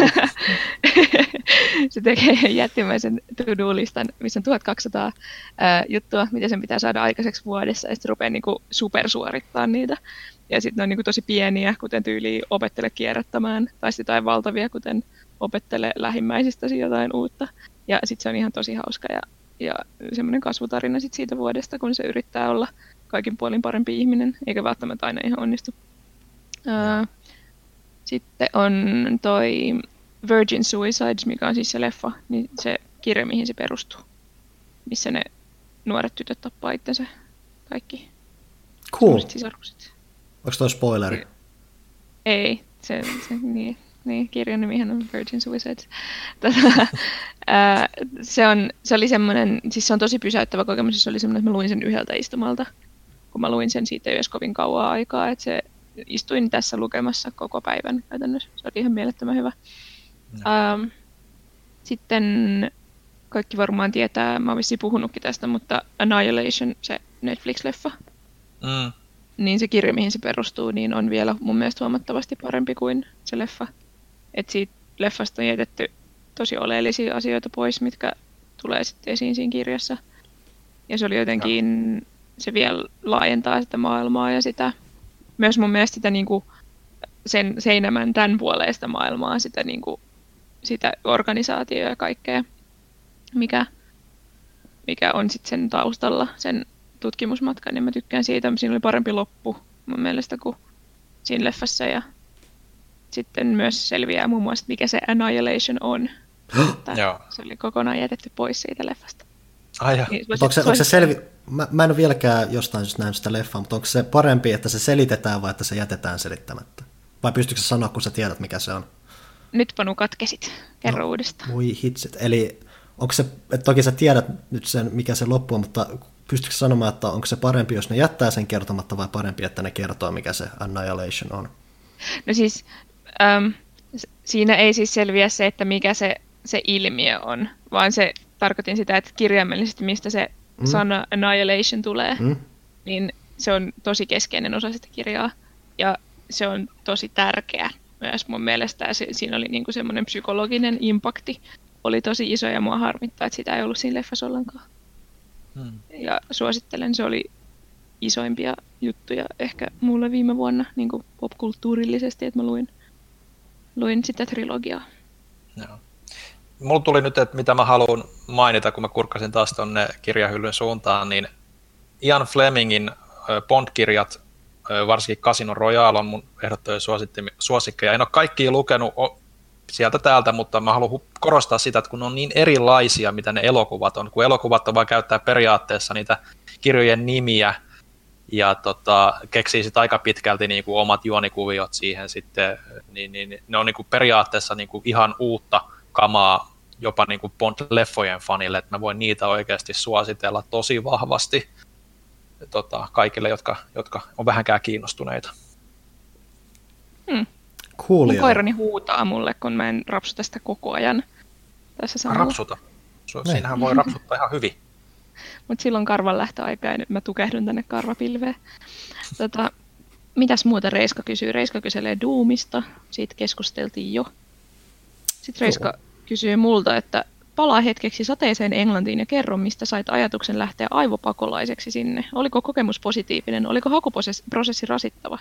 Se tekee jättimäisen to-do-listan, missä on 1200 juttua, mitä sen pitää saada aikaiseksi vuodessa, ja sitten rupeaa niinku supersuorittaa niitä. Ja sitten ne on niinku tosi pieniä, kuten tyyliin opettele kierrättämään, tai sitten jotain valtavia, kuten opettele lähimmäisistäsi jotain uutta. Ja sitten se on ihan tosi hauska ja semmoinen kasvutarina sit siitä vuodesta, kun se yrittää olla kaikin puolin parempi ihminen, eikä välttämättä aina ihan onnistu. Sitten on toi Virgin Suicides, mikä on siis se leffa, niin se kirja, mihin se perustuu. Missä ne nuoret tytöt tappaa itsensä kaikki. Cool. Sisarukset. Onko toi spoileri? Ei, niin, kirjan nimihän on Virgin Suicides. Se oli semmoinen, siis se on tosi pysäyttävä kokemus, se oli semmoinen, että mä luin sen yhdeltä istumalta, kun mä luin sen siitä ei edes kovin kauan aikaa, että se istuin tässä lukemassa koko päivän käytännössä, se oli ihan mielettömän hyvä. Sitten kaikki varmaan tietää, mä oon vissiin puhunutkin tästä, mutta Annihilation, se Netflix-leffa, niin se kirja, mihin se perustuu, niin on vielä mun mielestä huomattavasti parempi kuin se leffa. Että siitä leffasta on jätetty tosi oleellisia asioita pois, mitkä tulee sitten esiin siinä kirjassa. Ja se oli jotenkin, se vielä laajentaa sitä maailmaa ja sitä, myös mun mielestä sitä niinku, sen enemmän tämän puoleista maailmaa, sitä, niinku, sitä organisaatioa ja kaikkea, mikä on sitten sen taustalla, sen tutkimusmatkan, niin mä tykkään siitä. Siinä oli parempi loppu mun mielestä kuin siinä leffassa ja sitten myös selviää muun muassa, mikä se Annihilation on. Se oli kokonaan jätetty pois siitä leffasta. Niin, onko se mä en ole vieläkään jostain syystä nähnyt sitä leffaa, mutta onko se parempi, että se selitetään vai että se jätetään selittämättä? Vai pystytkö sä sanoa, kun sä tiedät, mikä se on? Nyt Panu katkesit. Kerro uudestaan. Voi hitsit. Eli onko se, että toki sä tiedät nyt sen, mikä se loppu on, mutta pystytkö sanomaan, että onko se parempi, jos ne jättää sen kertomatta vai parempi, että ne kertoo, mikä se Annihilation on? No siis, siinä ei siis selviä se, että mikä se ilmiö on, vaan se tarkoitin sitä, että kirjaimellisesti mistä se sana Annihilation tulee, niin se on tosi keskeinen osa sitä kirjaa ja se on tosi tärkeä myös mun mielestä. Siinä oli niinku semmoinen psykologinen impakti, oli tosi iso ja mua harmittaa, että sitä ei ollut siinä leffassa ollenkaan. Ja suosittelen, se oli isoimpia juttuja ehkä mulle viime vuonna niin kuin popkulttuurillisesti, että mä luin sitä trilogiaa. Joo. Mulla tuli nyt, että mitä mä haluan mainita, kun mä kurkkasin taas tonne kirjahyllyn suuntaan, niin Ian Flemingin Bond-kirjat, varsinkin Casino Royale on mun ehdottomia suosikkeja. En ole kaikkia lukenut sieltä täältä, mutta mä haluan korostaa sitä, että kun ne on niin erilaisia, mitä ne elokuvat on, kun elokuvat on vaan käyttää periaatteessa niitä kirjojen nimiä ja keksii sitten aika pitkälti niin kuin omat juonikuviot siihen sitten, niin ne on niin kuin periaatteessa niin kuin ihan uutta kamaa jopa niin kuin Bond-leffojen fanille, että mä voin niitä oikeasti suositella tosi vahvasti kaikille, jotka on vähänkään kiinnostuneita. Cool, mun koirani huutaa mulle, kun mä en rapsuta sitä koko ajan tässä samalla. Rapsuta? Siinähän voi rapsuttaa ihan hyvin. Mutta silloin karvan lähtöaika ja nyt mä tukehdun tänne karvapilveen. Mitäs muuta Reiska kysyy? Reiska kyselee Doomista, siitä keskusteltiin jo. Sitten Reiska kysyy multa, että palaa hetkeksi sateiseen Englantiin ja kerro, mistä sait ajatuksen lähteä aivopakolaiseksi sinne. Oliko kokemus positiivinen? Oliko hakuprosessi rasittava?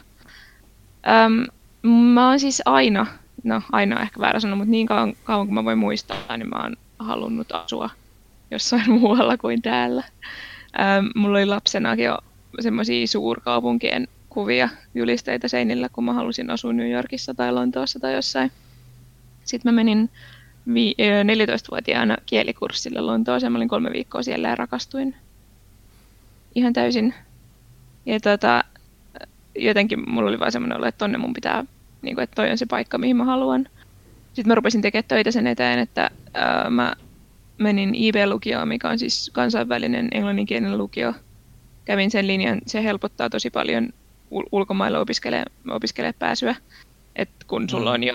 Mä oon siis aina on ehkä väärä sanoa, mutta niin kauan kuin mä voin muistaa, niin mä oon halunnut asua jossain muualla kuin täällä. Mulla oli lapsenakin jo semmoisia suurkaupunkien kuvia, julisteita seinillä, kun mä halusin asua New Yorkissa tai Lontoossa tai jossain. Sitten mä menin 14-vuotiaana kielikurssille Lontooseen. Mä olin 3 viikkoa siellä ja rakastuin ihan täysin. Ja jotenkin mulla oli vaan semmoinen olo, että tonne mun pitää, niin kuin, että toi on se paikka, mihin mä haluan. Sitten mä rupesin tekemään töitä sen eteen, että mä menin IB-lukioon, mikä on siis kansainvälinen englanninkielinen lukio. Kävin sen linjan, se helpottaa tosi paljon ulkomailla opiskelemaan pääsyä. Et kun sulla on jo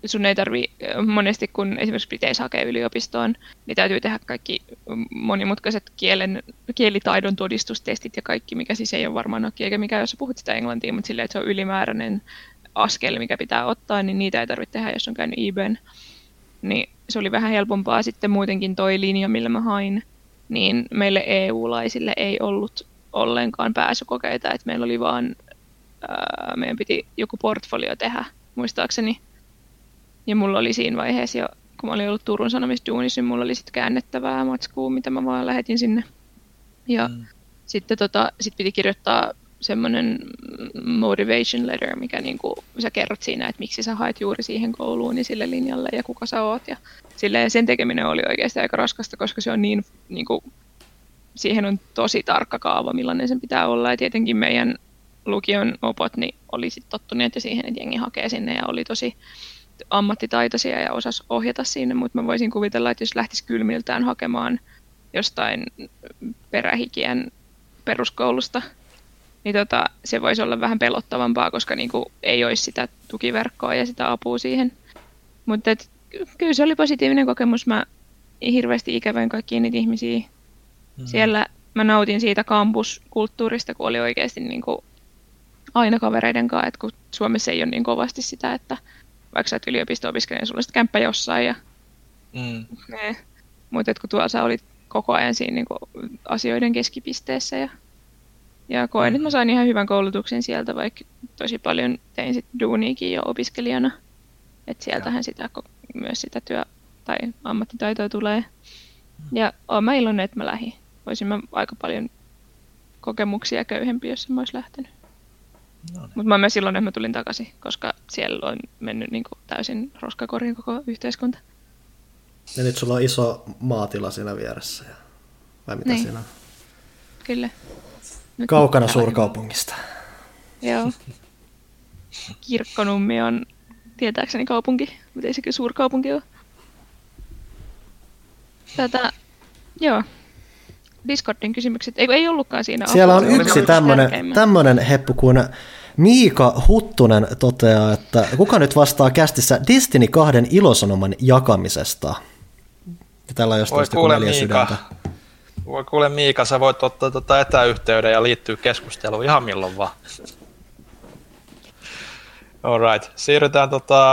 sun ei tarvi monesti, kun esimerkiksi Briteissä hakee yliopistoon, niin täytyy tehdä kaikki monimutkaiset kielitaidon todistustestit ja kaikki, mikä siis ei ole varmaan nakki, eikä mikä, jos sä puhut sitä englantia, mutta silleen, että se on ylimääräinen askel, mikä pitää ottaa, niin niitä ei tarvitse tehdä, jos on käynyt IBn. Niin se oli vähän helpompaa sitten muutenkin toi linja, millä mä hain, niin meille EU-laisille ei ollut ollenkaan pääsykokeita, että meillä oli vaan, meidän piti joku portfolio tehdä, muistaakseni. Ja mulla oli siinä vaiheessa jo, kun mä olin ollut Turun Sanomissa duunissa, niin mulla oli sitten käännettävää matskua, mitä mä vaan lähetin sinne. Ja sitten sit piti kirjoittaa semmoinen motivation letter, mikä niinku, sä kerrot siinä, että miksi sä haet juuri siihen kouluun niin sille linjalle ja kuka sä oot. Ja sen tekeminen oli oikeasti aika raskasta, koska se on niin, niinku, siihen on tosi tarkka kaava, millainen sen pitää olla. Ja tietenkin meidän lukion opot niin oli sit tottuneet jo siihen, että jengi hakee sinne ja oli tosi ammattitaitoisia ja osasi ohjata sinne, mutta mä voisin kuvitella, että jos lähtisi kylmiltään hakemaan jostain perähikien peruskoulusta, niin se voisi olla vähän pelottavampaa, koska niinku ei olisi sitä tukiverkkoa ja sitä apua siihen. Mutta kyllä se oli positiivinen kokemus. Mä hirveästi ikävöin kaikkia niitä ihmisiä. Siellä mä nautin siitä kampuskulttuurista, kun oli oikeasti niinku aina kavereiden kanssa, että kun Suomessa ei ole niin kovasti sitä, että vaikka sä oot yliopisto-opiskelija, niin sulla on sitten kämppä jossain. Ja, mutta kun tuolla sä olit koko ajan siinä niinku asioiden keskipisteessä ja koen, että mä sain ihan hyvän koulutuksen sieltä, vaikka tosi paljon tein sitten duuniikin jo opiskelijana. Että sieltähän myös sitä tai ammattitaitoa tulee. Ja oon mä iloinen, että mä lähdin. Voisin mä aika paljon kokemuksia köyhempiä, jos mä olisi lähtenyt. Mutta mä oon myös iloinen, että mä tulin takaisin, koska siellä on mennyt niinku täysin roskakoriin koko yhteiskunta. Ja nyt sulla on iso maatila siinä vieressä. Vai mitä siinä on? Kyllä. Nyt kaukana suurkaupungista. Joo. Kirkkonummi on tietääkseni kaupunki, mutta ei se kyllä suurkaupunki ole. Joo. Discordin kysymykset. Ei ollutkaan siinä. Siellä on yksi tämmöinen heppu, kun Miika Huttunen toteaa, että kuka nyt vastaa kästissä Destiny 2 ilosanoman jakamisesta? Ja tällä on jostain sitten 4 sydäntä. Voi kuule Miika, sä voit ottaa etäyhteyden ja liittyä keskusteluun ihan milloin vaan. Alright, siirrytään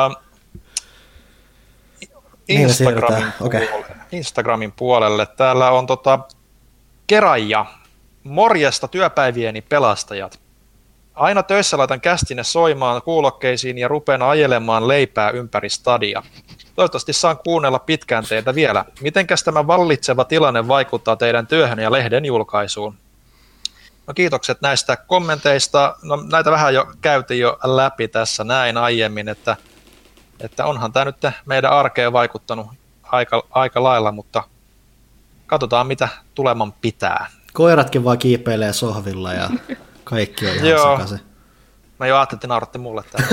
Instagramin puolelle. Täällä on Keraija. Morjesta työpäivieni pelastajat. Aina töissä laitan kästinne soimaan kuulokkeisiin ja rupean ajelemaan leipää ympäri stadia. Toivottavasti saan kuunnella pitkään teitä vielä. Mitenkäs tämä vallitseva tilanne vaikuttaa teidän työhön ja lehden julkaisuun? No kiitokset näistä kommenteista. No, näitä vähän jo käytiin jo läpi tässä näin aiemmin, että onhan tämä nyt meidän arkeen vaikuttanut aika lailla, mutta katsotaan mitä tuleman pitää. Koiratkin vaan kiipeilee sohvilla ja kaikki on ihan sekaisin. Mä jo ajattelin, että nauratte mulle täällä.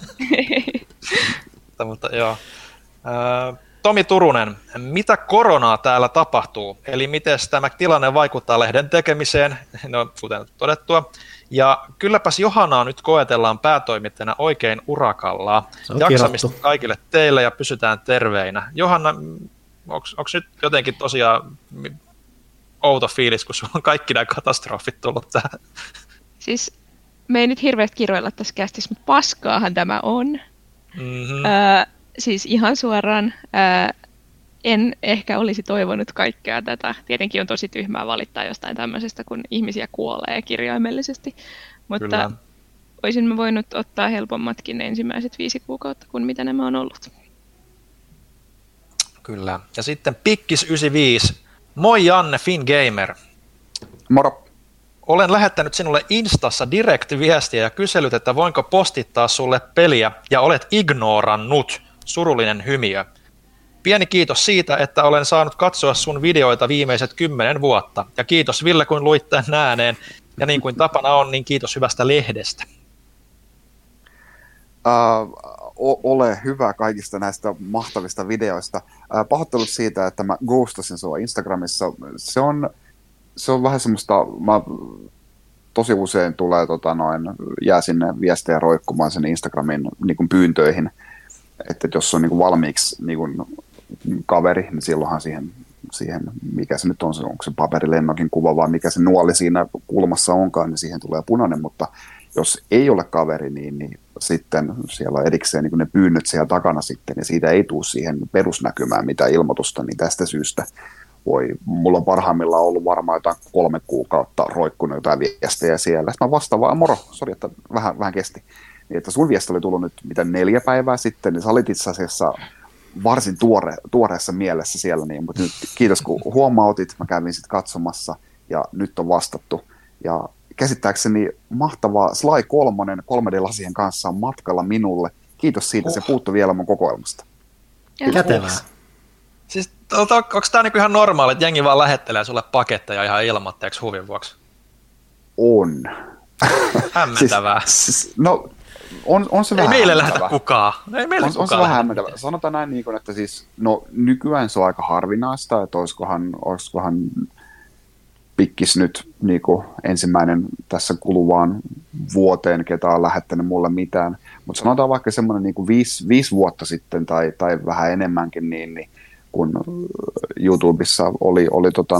Mutta joo. Tomi Turunen, mitä koronaa täällä tapahtuu? Eli miten tämä tilanne vaikuttaa lehden tekemiseen? No, kuten todettua. Ja kylläpäs Johanaa nyt koetellaan päätoimittajana oikein urakalla. Jaksamista kaikille teille ja pysytään terveinä. Johanna, onko nyt jotenkin tosiaan outo fiilis, kun sulla on kaikki nämä katastrofit tullut tähän? Siis me ei nyt hirveästi kiroilla tässä kästissä, mutta paskaahan tämä on. Mm-hmm. Siis ihan suoraan en ehkä olisi toivonut kaikkea tätä. Tietenkin on tosi tyhmää valittaa jostain tämmöisestä, kun ihmisiä kuolee kirjaimellisesti. Mutta kyllä, olisin mä voinut ottaa helpommatkin ensimmäiset 5 kuukautta kuin mitä nämä on ollut. Kyllä. Ja sitten Pikkis95. Moi Janne, FinGamer. Moro. Olen lähettänyt sinulle Instassa direct-viestiä ja kysellyt, että voinko postittaa sulle peliä ja olet ignorannut. Surullinen hymiö. Pieni kiitos siitä, että olen saanut katsoa sun videoita viimeiset 10 vuotta. Ja kiitos Ville, kun luit tämän ääneen. Ja niin kuin tapana on, niin kiitos hyvästä lehdestä. Ole hyvä kaikista näistä mahtavista videoista. Pahoittelut siitä, että mä ghostasin sua Instagramissa. Se on vähän semmoista, tosi usein tulee, jää sinne viestejä roikkumaan sen Instagramin niin kuin pyyntöihin. Että jos on niin kuin valmiiksi niin kuin kaveri, niin silloinhan siihen, mikä se nyt on, onko se paperilennokin kuva vai mikä se nuoli siinä kulmassa onkaan, niin siihen tulee punainen, mutta jos ei ole kaveri, niin sitten siellä on erikseen niin kuin ne pyynnöt siellä takana sitten, ja siitä ei tule siihen perusnäkymään mitään ilmoitusta, niin tästä syystä mulla on parhaimmillaan ollut varmaan jotain 3 kuukautta roikkunut jotain viestejä siellä. Sitten mä vastaan vaan, moro, sori, että vähän kesti. Niin, että sun viesti oli tullut nyt 4 päivää sitten, niin sä olit itse asiassa varsin tuoreessa mielessä siellä, niin, mutta nyt kiitos kun huomautit, mä kävin sitten katsomassa ja nyt on vastattu. Ja käsittääkseni mahtavaa Sly 3 3D-lasien kanssa on matkalla minulle. Kiitos siitä, se puuttui vielä mun kokoelmasta. Kätevää. Siis onko tämä niinku ihan normaali, että jengi vaan lähettelee sulle paketteja ihan ilmoitteeksi huvin vuoksi? On. Hämmentävää. No, on se vähän ei meille hämmentävää. lähetä kukaan. Ei meille on kukaan se vähän hämmentävää. Sanotaan näin, niin kuin, että siis, no, nykyään se on aika harvinaista, että olisikohan pikkis nyt niin kuin ensimmäinen tässä kuluvaan vuoteen, ketä on lähettänyt mulle mitään. Mutta sanotaan vaikka semmoinen niin kuin 5 vuotta sitten tai vähän enemmänkin, niin kun YouTubessa oli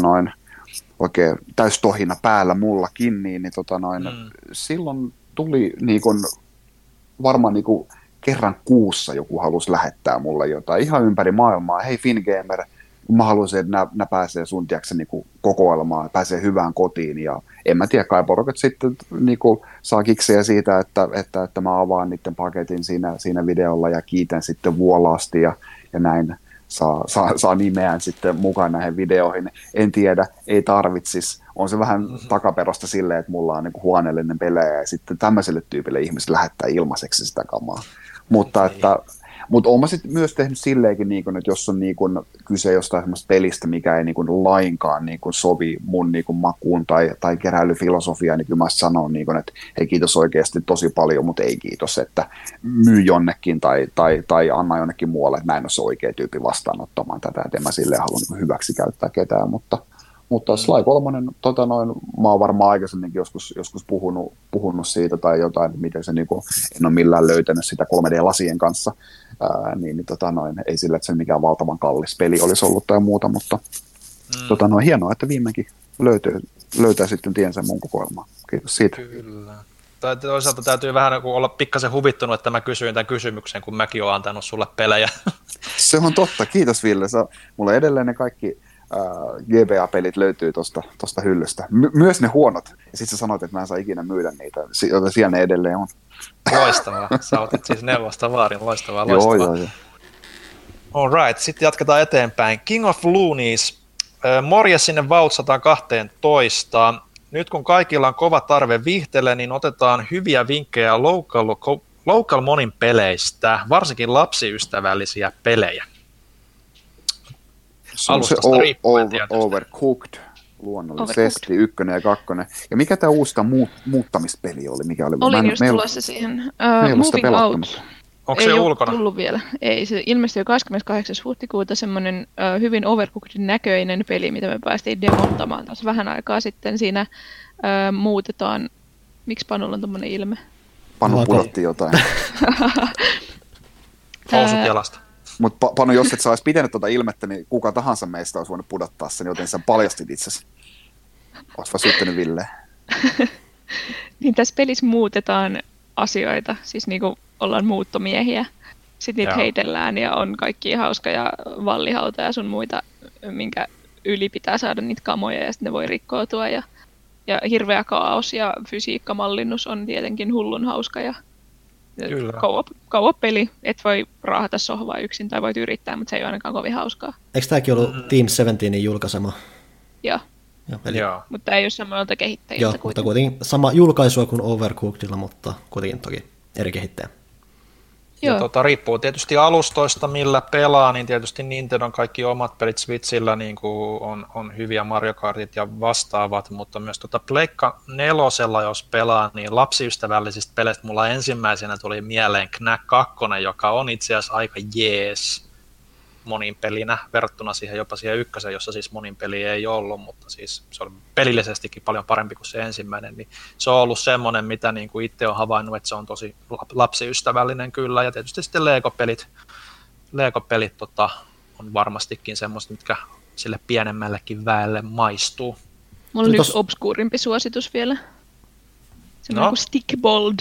oikein täystohina päällä mullakin, niin silloin tuli niin kuin, varmaan niin kuin kerran kuussa joku halusi lähettää mulle jotain ihan ympäri maailmaa. Hei Fingamer, mä haluaisin, että nämä pääsee sun niin kokoelmaan, pääsee hyvään kotiin. Ja en mä tiedä, kai porukat sitten niin kuin, saa kiksejä siitä, että mä avaan niiden paketin siinä videolla ja kiitän sitten vuolaasti ja näin. Saa nimeään sitten mukaan näihin videoihin. En tiedä, ei tarvitsisi. On se vähän takaperosta silleen, että mulla on niin huoneellinen pelejä ja sitten tämmöiselle tyypille ihmiset lähettää ilmaiseksi sitä kamaa. Mutta olen mä sitten myös tehnyt silleenkin, niin kun, että jos on niin kun kyse jostain semmoista pelistä, mikä ei niin kun lainkaan niin kun sovi mun niin kun makuun tai keräilyfilosofiaan, niin kyllä mä sanon, niin kun, että hei kiitos oikeasti tosi paljon, mutta ei kiitos, että myy jonnekin tai anna jonnekin muualle, että mä en ole se oikea tyyppi vastaanottamaan tätä, että en mä silleen halua niin hyväksi käyttää ketään, mutta Sly 3, mä oon varmaan aikaisemminkin joskus puhunut siitä tai jotain, miten se niinku, en ole millään löytänyt sitä 3D-lasien kanssa, ei sillä, että se mikään valtavan kallis peli olisi ollut tai muuta, mutta hienoa, että viimeinkin löytää sitten tiensä mun kokoelmaan. Kiitos siitä. Kyllä. Toisaalta täytyy vähän olla pikkasen huvittunut, että mä kysyin tämän kysymyksen, kun mäkin olen antanut sulle pelejä. Se on totta, kiitos Ville. Mulla edelleen ne kaikki GBA-pelit löytyy tosta hyllystä. Myös ne huonot. Ja sitten sä sanoit, että mä en saa ikinä myydä niitä, joten siellä ne edelleen on. Loistavaa. Sä otit siis neuvosta vaarin. Loistavaa. Joo. All right. Sitten jatketaan eteenpäin. King of Loonies. Morjes sinne Vault 112. Nyt kun kaikilla on kova tarve viihteelle, niin otetaan hyviä vinkkejä Local Monin peleistä, varsinkin lapsiystävällisiä pelejä. Se on se Overcooked luonnollisesti, 1 ja 2. Ja mikä tämä uusi muuttamispeli oli? Mikä oli? Olin just tulossa siihen. Moving Out. Onko se ulkona? Ei tullut vielä. Ei, se ilmestyi 28. huhtikuuta semmoinen hyvin Overcooked näköinen peli, mitä me päästiin demontamaan taas vähän aikaa sitten. Siinä muutetaan. Miksi Panulla on tommoinen ilme? Panu pudotti jotain. Housut jalasta. Mutta Panu, jos et sä olisi pitänyt tuota ilmettä, niin kuka tahansa meistä olisi voinut pudottaa sen, joten sä paljastit itsesi. Olis vaan syyttänyt Ville. Niin tässä pelissä muutetaan asioita, siis niinku ollaan muuttomiehiä. Sitten niitä heitellään ja on kaikki hauska ja vallihauta ja sun muita, minkä yli pitää saada niitä kamoja ja sitten ne voi rikkoutua. Ja hirveä kaos ja fysiikkamallinnus on tietenkin hullun hauska ja co-op-peli, et voi raahata sohvaa yksin tai voit yrittää, mutta se ei ole ainakaan kovin hauskaa. Eikö tämäkin ollut Team 17 julkaisema? Joo. Mutta ei ole samalta kehittäjiltä. Joo, mutta kuitenkin sama julkaisua kuin Overcookedilla, mutta kuitenkin toki eri kehittäjä. Ja riippuu tietysti alustoista, millä pelaa, niin tietysti Nintendon kaikki omat pelit Switchillä niin kuin on hyviä Mario Kartit ja vastaavat, mutta myös Pleikka 4, jos pelaa, niin lapsiystävällisistä peleistä mulla ensimmäisenä tuli mieleen Knack 2, joka on itse asiassa aika jees. monin pelinä verrattuna siihen jopa siihen ykköseen, jossa siis monin peli ei ollut, mutta siis se oli pelillisestikin paljon parempi kuin se ensimmäinen, niin se on ollut semmoinen, mitä niin kuin itse olen havainnut, että se on tosi lapsiystävällinen kyllä, ja tietysti sitten Lego-pelit on varmastikin semmoista, mitkä sille pienemmällekin väelle maistuu. Mulla on yksi obskuurimpi suositus vielä. Se on kuin Stickbold.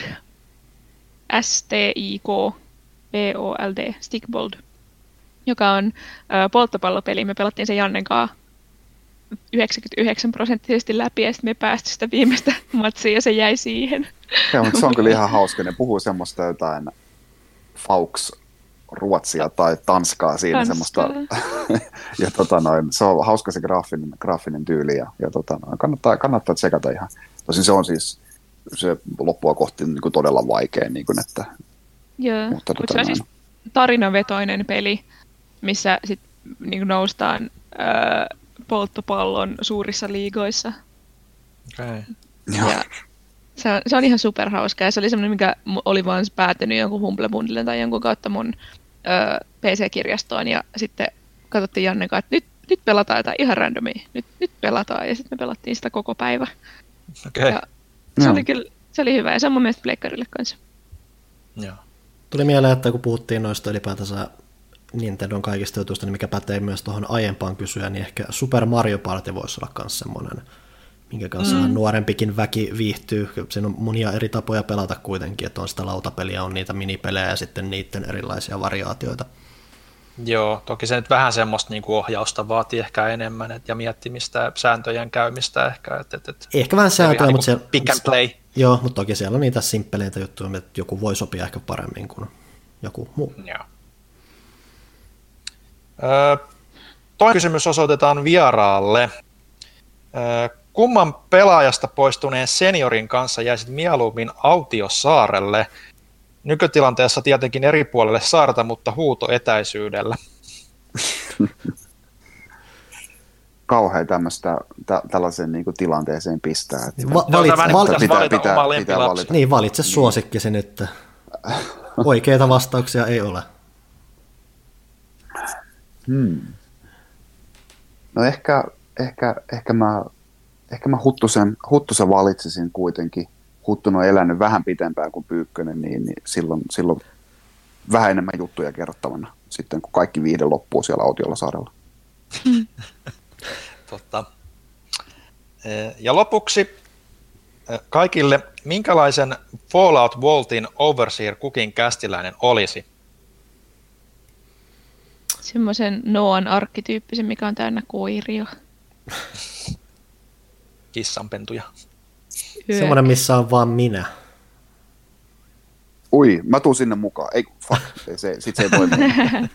STIKBOLD, Stickbold, joka on polttopallopeli. Me pelattiin sen Jannen kanssa 99% läpi, ja sitten me päästiin sitä viimeistä matsia, ja se jäi siihen. Joo, mutta se on kyllä ihan hauska. Ne puhuu semmoista jotain ruotsia tai tanskaa siinä semmoista. Ja se on hauska se graafinen tyyli, ja kannattaa tsekata ihan. Tosin se on siis se loppua kohti niin kuin todella vaikea. Niin kuin, että, joo, mutta se on siis tarinavetoinen peli, missä sit, niin kuin noustaan polttopallon suurissa liigoissa. Okay. Ja se on ihan superhauska, ja se oli semmoinen, mikä oli vaan päätynyt jonkun Humble Bundlen tai jonkun kautta mun PC-kirjastoon, ja sitten katsottiin Jannen kanssa, että nyt pelataan jotain ihan randomia, nyt pelataan, ja sitten me pelattiin sitä koko päivä. Okay. Ja se oli hyvä, ja se on mun mielestä pleikkarille kanssa. Joo. Tuli mieleen, että kun puhuttiin noista ylipäätänsä Nintendon kaikista jutuista, niin mikä pätee myös tuohon aiempaan kysyä, niin ehkä Super Mario Party voisi olla myös semmoinen, minkä kanssa nuorempikin väki viihtyy. Siinä on monia eri tapoja pelata kuitenkin, että on sitä lautapeliä, on niitä minipelejä ja sitten niiden erilaisia variaatioita. Joo, toki se nyt vähän semmoista niin kuin ohjausta vaatii ehkä enemmän ja miettimistä, sääntöjen käymistä ehkä. Ehkä vähän sääntöjä, mutta niin pick and play. Joo, mutta toki siellä on niitä simppeleitä juttuja, että joku voi sopia ehkä paremmin kuin joku muu. Joo. Toinen kysymys osoitetaan vieraalle. Kumman pelaajasta poistuneen seniorin kanssa jäisit mieluummin autiosaarelle? Nykytilanteessa tietenkin eri puolelle saarta, mutta huutoetäisyydellä. Kauhean tällaiseen niin kuin tilanteeseen pistää. Pitää valita. Niin, valitse suosikkisi nyt. Oikeita vastauksia ei ole. No ehkä mä Huttusen valitsisin kuitenkin. Huttunen on elänyt vähän pitempään kuin Pyykkönen, niin silloin vähän enemmän juttuja kerrottavana sitten, kun kaikki viihde loppuu siellä Autiolla saarella. Totta. Ja lopuksi kaikille, minkälaisen Fallout Vaultin Overseer Cookin kästiläinen olisi? Semmoisen Noan arkkityyppisen, mikä on täynnä koiria. Kissanpentuja. Semmoinen, missä on vaan minä. Ui, mä tuun sinne mukaan. Ei, fuck. Sit se ei voi mennä.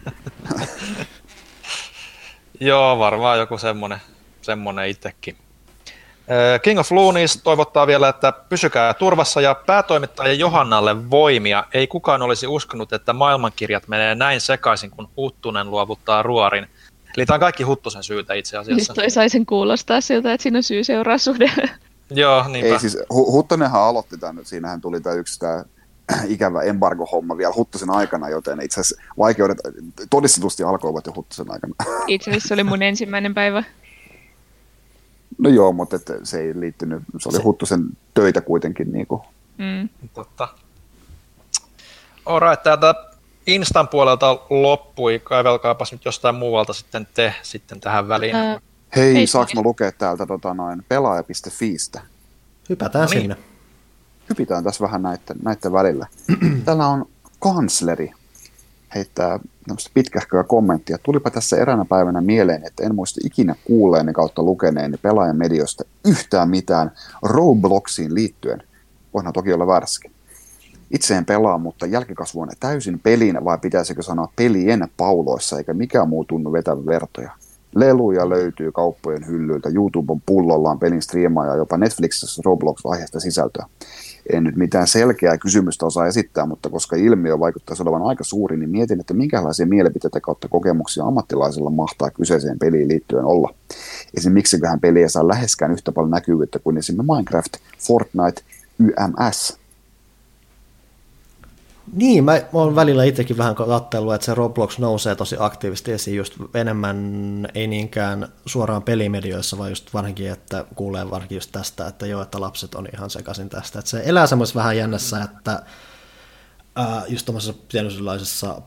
Joo, varmaan joku semmonen itsekin. King of Loonies toivottaa vielä, että pysykää turvassa ja päätoimittaja Johannalle voimia. Ei kukaan olisi uskonut, että maailmankirjat menee näin sekaisin, kun Huttunen luovuttaa ruorin. Eli tämä on kaikki Huttusen syytä itse asiassa. Nyt toi sai sen kuulostaa siltä, että siinä on syy-seuraa suhde. Joo, niinpä. Ei siis, Huttonenhan aloitti tämän, siinähän tuli tämä ikävä embargo-homma vielä Huttusen aikana, joten itse asiassa vaikeudet todistetusti alkoivat jo Huttusen aikana. Itse asiassa se oli mun ensimmäinen päivä. No joo, mutta se ei liittynyt, se oli Huttusen töitä kuitenkin. Niin kuin. Totta. Alright, täältä Instan puolelta loppui, kaivelkaapas nyt jostain muualta sitten tähän väliin. Hei, saaks mä lukea täältä pelaaja.fiistä? Hypätään sinne. Hypitään tässä vähän näiden välillä. Täällä on kansleri, heittää tämmöistä pitkähköä kommenttia. Tulipa tässä eräänä päivänä mieleen, että en muista ikinä kuulleeni kautta lukeneeni pelaajan mediosta yhtään mitään Robloxiin liittyen. Voihan toki olla väärässäkin. Itse en pelaa, mutta jälkikasvu on täysin pelin, vai pitäisikö sanoa pelien pauloissa, eikä mikään muu tunnu vetävä vertoja. Leluja löytyy kauppojen hyllyiltä, YouTube on pullollaan pelin striimaa ja jopa Netflixissä Roblox-aiheesta sisältöä. En nyt mitään selkeää kysymystä osaa esittää, mutta koska ilmiö vaikuttaisi olevan aika suuri, niin mietin, että minkälaisia mielipiteitä kautta kokemuksia ammattilaisilla mahtaa kyseiseen peliin liittyen olla. Esimerkiksi miksiköhän peliä saa läheskään yhtä paljon näkyvyyttä kuin esimerkiksi Minecraft, Fortnite, YMS. Niin, mä oon välillä itsekin vähän katsellut, että se Roblox nousee tosi aktiivisesti esiin just enemmän, ei niinkään suoraan pelimedioissa, vaan just varsinkin, että kuulee varsinkin just tästä, että joo, että lapset on ihan sekaisin tästä. Että se elää semmoisessa vähän jännässä, että just tommosessa tietynlaisessa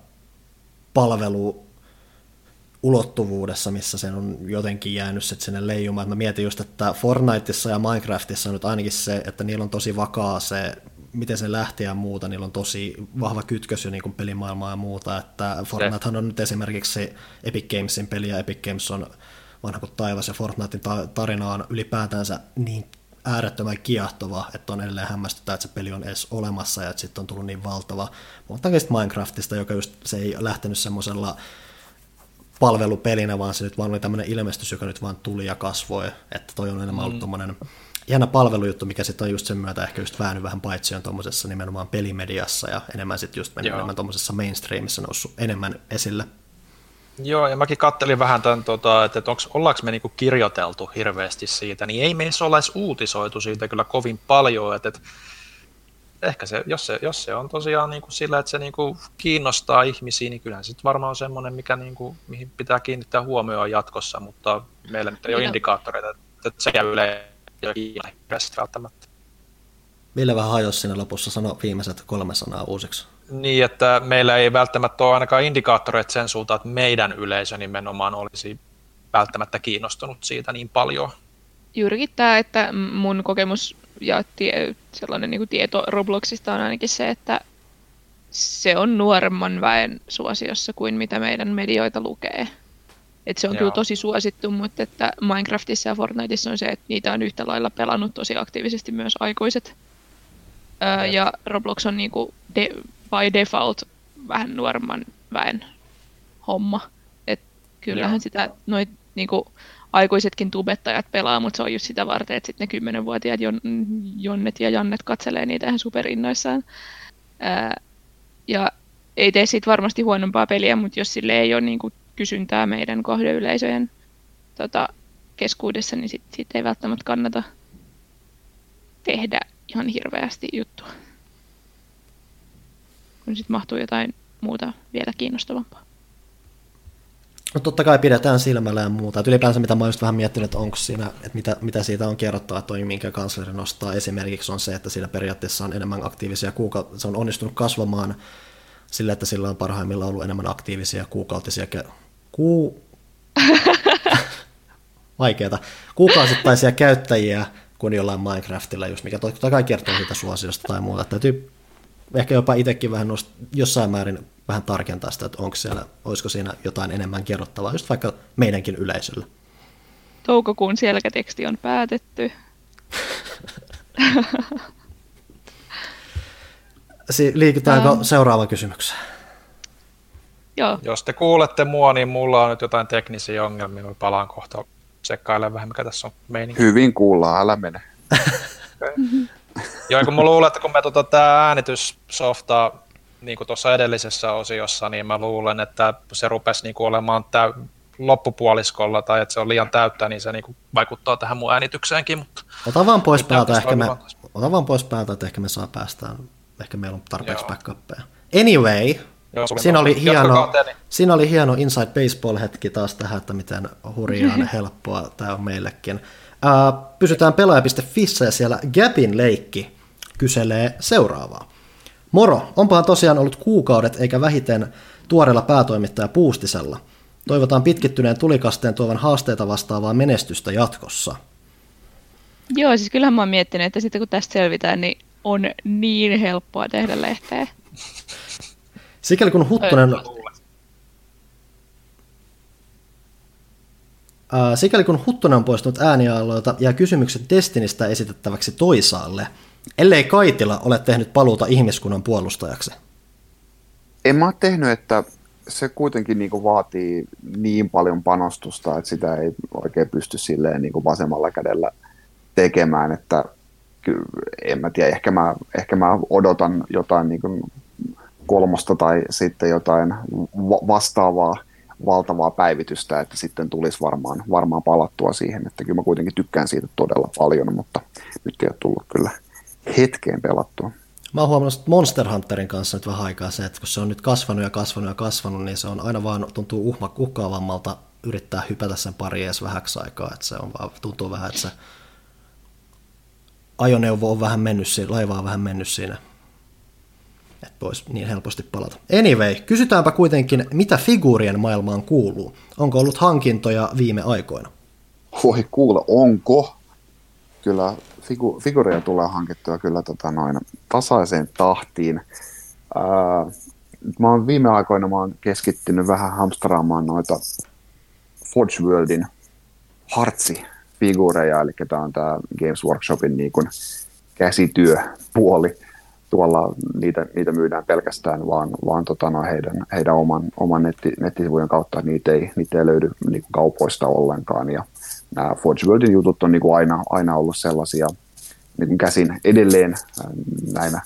palveluulottuvuudessa, missä se on jotenkin jäänyt sinne leijumaan. Mä mietin just, että Fortniteissa ja Minecraftissa on nyt ainakin se, että niillä on tosi vakaa se, miten se lähtee ja muuta, niillä on tosi vahva kytkös jo niin kuin pelimaailmaa ja muuta, että Fortnitehan on nyt esimerkiksi Epic Gamesin peli, ja Epic Games on vanha kuin taivas, ja Fortnitein tarina on ylipäätänsä niin äärettömän kiehtova, että on edelleen hämmästyttää, että se peli on edes olemassa, ja että sitten on tullut niin valtava. Mutta Minecraftista, joka just se ei lähtenyt semmoisella palvelupelinä, vaan se nyt vaan oli tämmöinen ilmestys, joka nyt vaan tuli ja kasvoi, että toi on enemmän ollut tommoinen jännä palvelujuttu, mikä sitten on just sen myötä ehkä just väännyt vähän paitsi on tuommoisessa nimenomaan pelimediassa ja enemmän sitten just enemmän tuommoisessa mainstreamissa noussut enemmän esille. Joo, ja mäkin kattelin vähän tämän, että ollaanko me niinku kirjoiteltu hirveästi siitä, niin ei meissä olla edes uutisoitu siitä kyllä kovin paljon, että ehkä se, jos se on tosiaan niinku sillä, että se niinku kiinnostaa ihmisiä, niin kyllähän se varmaan on semmoinen, mihin pitää kiinnittää huomioon jatkossa, mutta meillä nyt ei ole indikaattoreita, että se käy hirveästi välttämättä. Ville vähän hajosi siinä lopussa, sano viimeiset 3 sanaa uusiksi. Niin, että meillä ei välttämättä ole ainakaan indikaattoreita sen suuntaan, että meidän yleisö nimenomaan olisi välttämättä kiinnostunut siitä niin paljon. Juurikin tämä, että mun kokemus ja sellainen niin kuin tieto Robloxista on ainakin se, että se on nuoremman väen suosiossa kuin mitä meidän medioita lukee. Et se on kyllä tosi suosittu, mutta että Minecraftissa ja Fortniteissa on se, että niitä on yhtä lailla pelannut tosi aktiivisesti myös aikuiset. Ja Roblox on niinku by default vähän nuoremman väen homma. Et kyllähän sitä noit niinku aikuisetkin tubettajat pelaa, mutta se on just sitä varten, että sitten ne 10-vuotiaat Jonnet ja Jannet katselee niitä ihan superinnoissaan. Ja ei tee siitä varmasti huonompaa peliä, mutta jos sille ei ole niinku kysyntää meidän kohdeyleisöjen keskuudessa, niin sit ei välttämättä kannata tehdä ihan hirveästi juttua. Kun sitten mahtuu jotain muuta vielä kiinnostavampaa. No totta kai pidetään silmällä ja muuta. Et ylipäänsä mitä mä oon just vähän miettinyt, että onko siinä, että mitä siitä on kerrottava, toi minkä kansleri nostaa esimerkiksi on se, että sillä periaatteessa on enemmän aktiivisia kuukautta. Se on onnistunut kasvamaan sillä, että sillä on parhaimmillaan ollut enemmän aktiivisia kuukautisia kuukausittaisia käyttäjiä kuin jollain Minecraftilla, just mikä totta kai kertoo siitä suosiosta tai muuta. Täytyy ehkä jopa itsekin vähän jossain määrin vähän tarkentaa sitä, että olisiko siinä jotain enemmän kerrottavaa, just vaikka meidänkin yleisöllä. Toukokuun selkäteksti on päätetty. Liikytäänkö seuraavaan kysymykseen? Joo. Jos te kuulette mua, niin mulla on nyt jotain teknisiä ongelmia. Mä palaan kohta tsekkailemaan vähän, mikä tässä on meininki. Hyvin kuullaan, älä mene. Joo, kun mä luulen, että kun me tää äänityssofta niin kuin tuossa edellisessä osiossa, niin mä luulen, että se rupesi niin kuin olemaan loppupuoliskolla tai että se on liian täyttä, niin se niin kuin vaikuttaa tähän mun äänitykseenkin. Mutta Ota vaan pois päältä, että ehkä me saa päästään. Ehkä meillä on tarpeeksi backuppeja. Anyway, siinä oli hieno Inside Baseball-hetki taas tähän, että miten hurjaan helppoa tämä on meillekin. Pysytään pelaaja.fissä ja siellä Gabin leikki kyselee seuraavaa. Moro, onpahan tosiaan ollut kuukaudet eikä vähiten tuoreella päätoimittaja Puustisella. Toivotaan pitkittyneen tulikasteen tuovan haasteita vastaavaa menestystä jatkossa. Joo, siis kyllähän mä oon miettinyt, että sitten kun tästä selvitään, niin on niin helppoa tehdä lehteä. Sikäli kun Huttunen on poistunut äänialoilta ja kysymykset Destinistä esitettäväksi toisaalle, ellei Kaitila ole tehnyt paluuta ihmiskunnan puolustajaksi. En mä ole tehnyt, että se kuitenkin niin kuin vaatii niin paljon panostusta, että sitä ei oikein pysty silleen niin kuin vasemmalla kädellä tekemään, että en mä tiedä, ehkä mä odotan jotain niin kuin 3 tai sitten jotain vastaavaa valtavaa päivitystä, että sitten tulisi varmaan palattua siihen, että kyllä mä kuitenkin tykkään siitä todella paljon, mutta nyt ei ole tullut kyllä hetkeen pelattua. Mä oon huomannut Monster Hunterin kanssa nyt vähän aikaa se, että kun se on nyt kasvanut, niin se on aina vaan tuntuu uhkaavammalta yrittää hypätä sen pari edes vähäksi aikaa, että se on vaan, tuntuu vähän, että se ajoneuvo on vähän mennyt siinä, laiva on vähän mennyt siinä, että voisi niin helposti palata. Anyway, kysytäänpä kuitenkin, mitä figuurien maailmaan kuuluu? Onko ollut hankintoja viime aikoina? Voi kuule, onko? Kyllä figuureja tulee hankittua kyllä tasaiseen tahtiin. Mä oon viime aikoina keskittynyt vähän hamstraamaan noita Forge Worldin Heartsi-figuureja, eli tämä on tämä Games Workshopin niin kuin käsityöpuoli. Tuolla niitä myydään pelkästään vaan heidän oman nettisivujen kautta, niitä ei löydy niin kuin kaupoista ollenkaan. Ja nämä Forge Worldin jutut on niin kuin aina ollut sellaisia niin kuin käsin edelleen näinä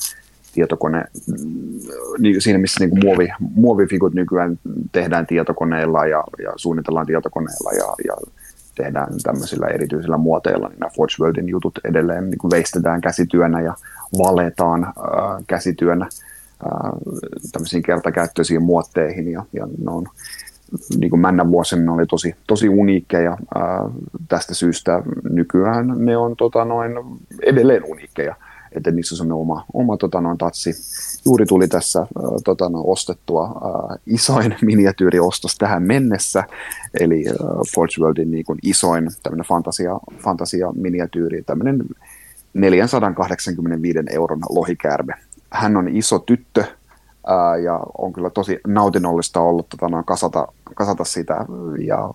siinä missä niin kuin muovifigut nykyään tehdään tietokoneilla ja suunnitellaan tietokoneilla ja tehdään tämmöisillä erityisillä muoteilla, niin nämä Forge Worldin jutut edelleen niin kuin veistetään käsityönä ja valetaan käsityönä tämmöisiin kertakäyttöisiin muotteihin ja ne on niin kuin männän vuosina ne oli tosi uniikkeja. Tästä syystä nykyään ne on edelleen uniikkeja, että niissä on oma tatsi. Juuri tuli tässä ostettua isoin miniatyyriostos tähän mennessä, eli Forge Worldin niin kuin isoin tämmöinen fantasia-miniatyyri, tämmöinen 485 euron lohikäärme. Hän on iso tyttö, ja on kyllä tosi nautinnollista ollut kasata sitä ja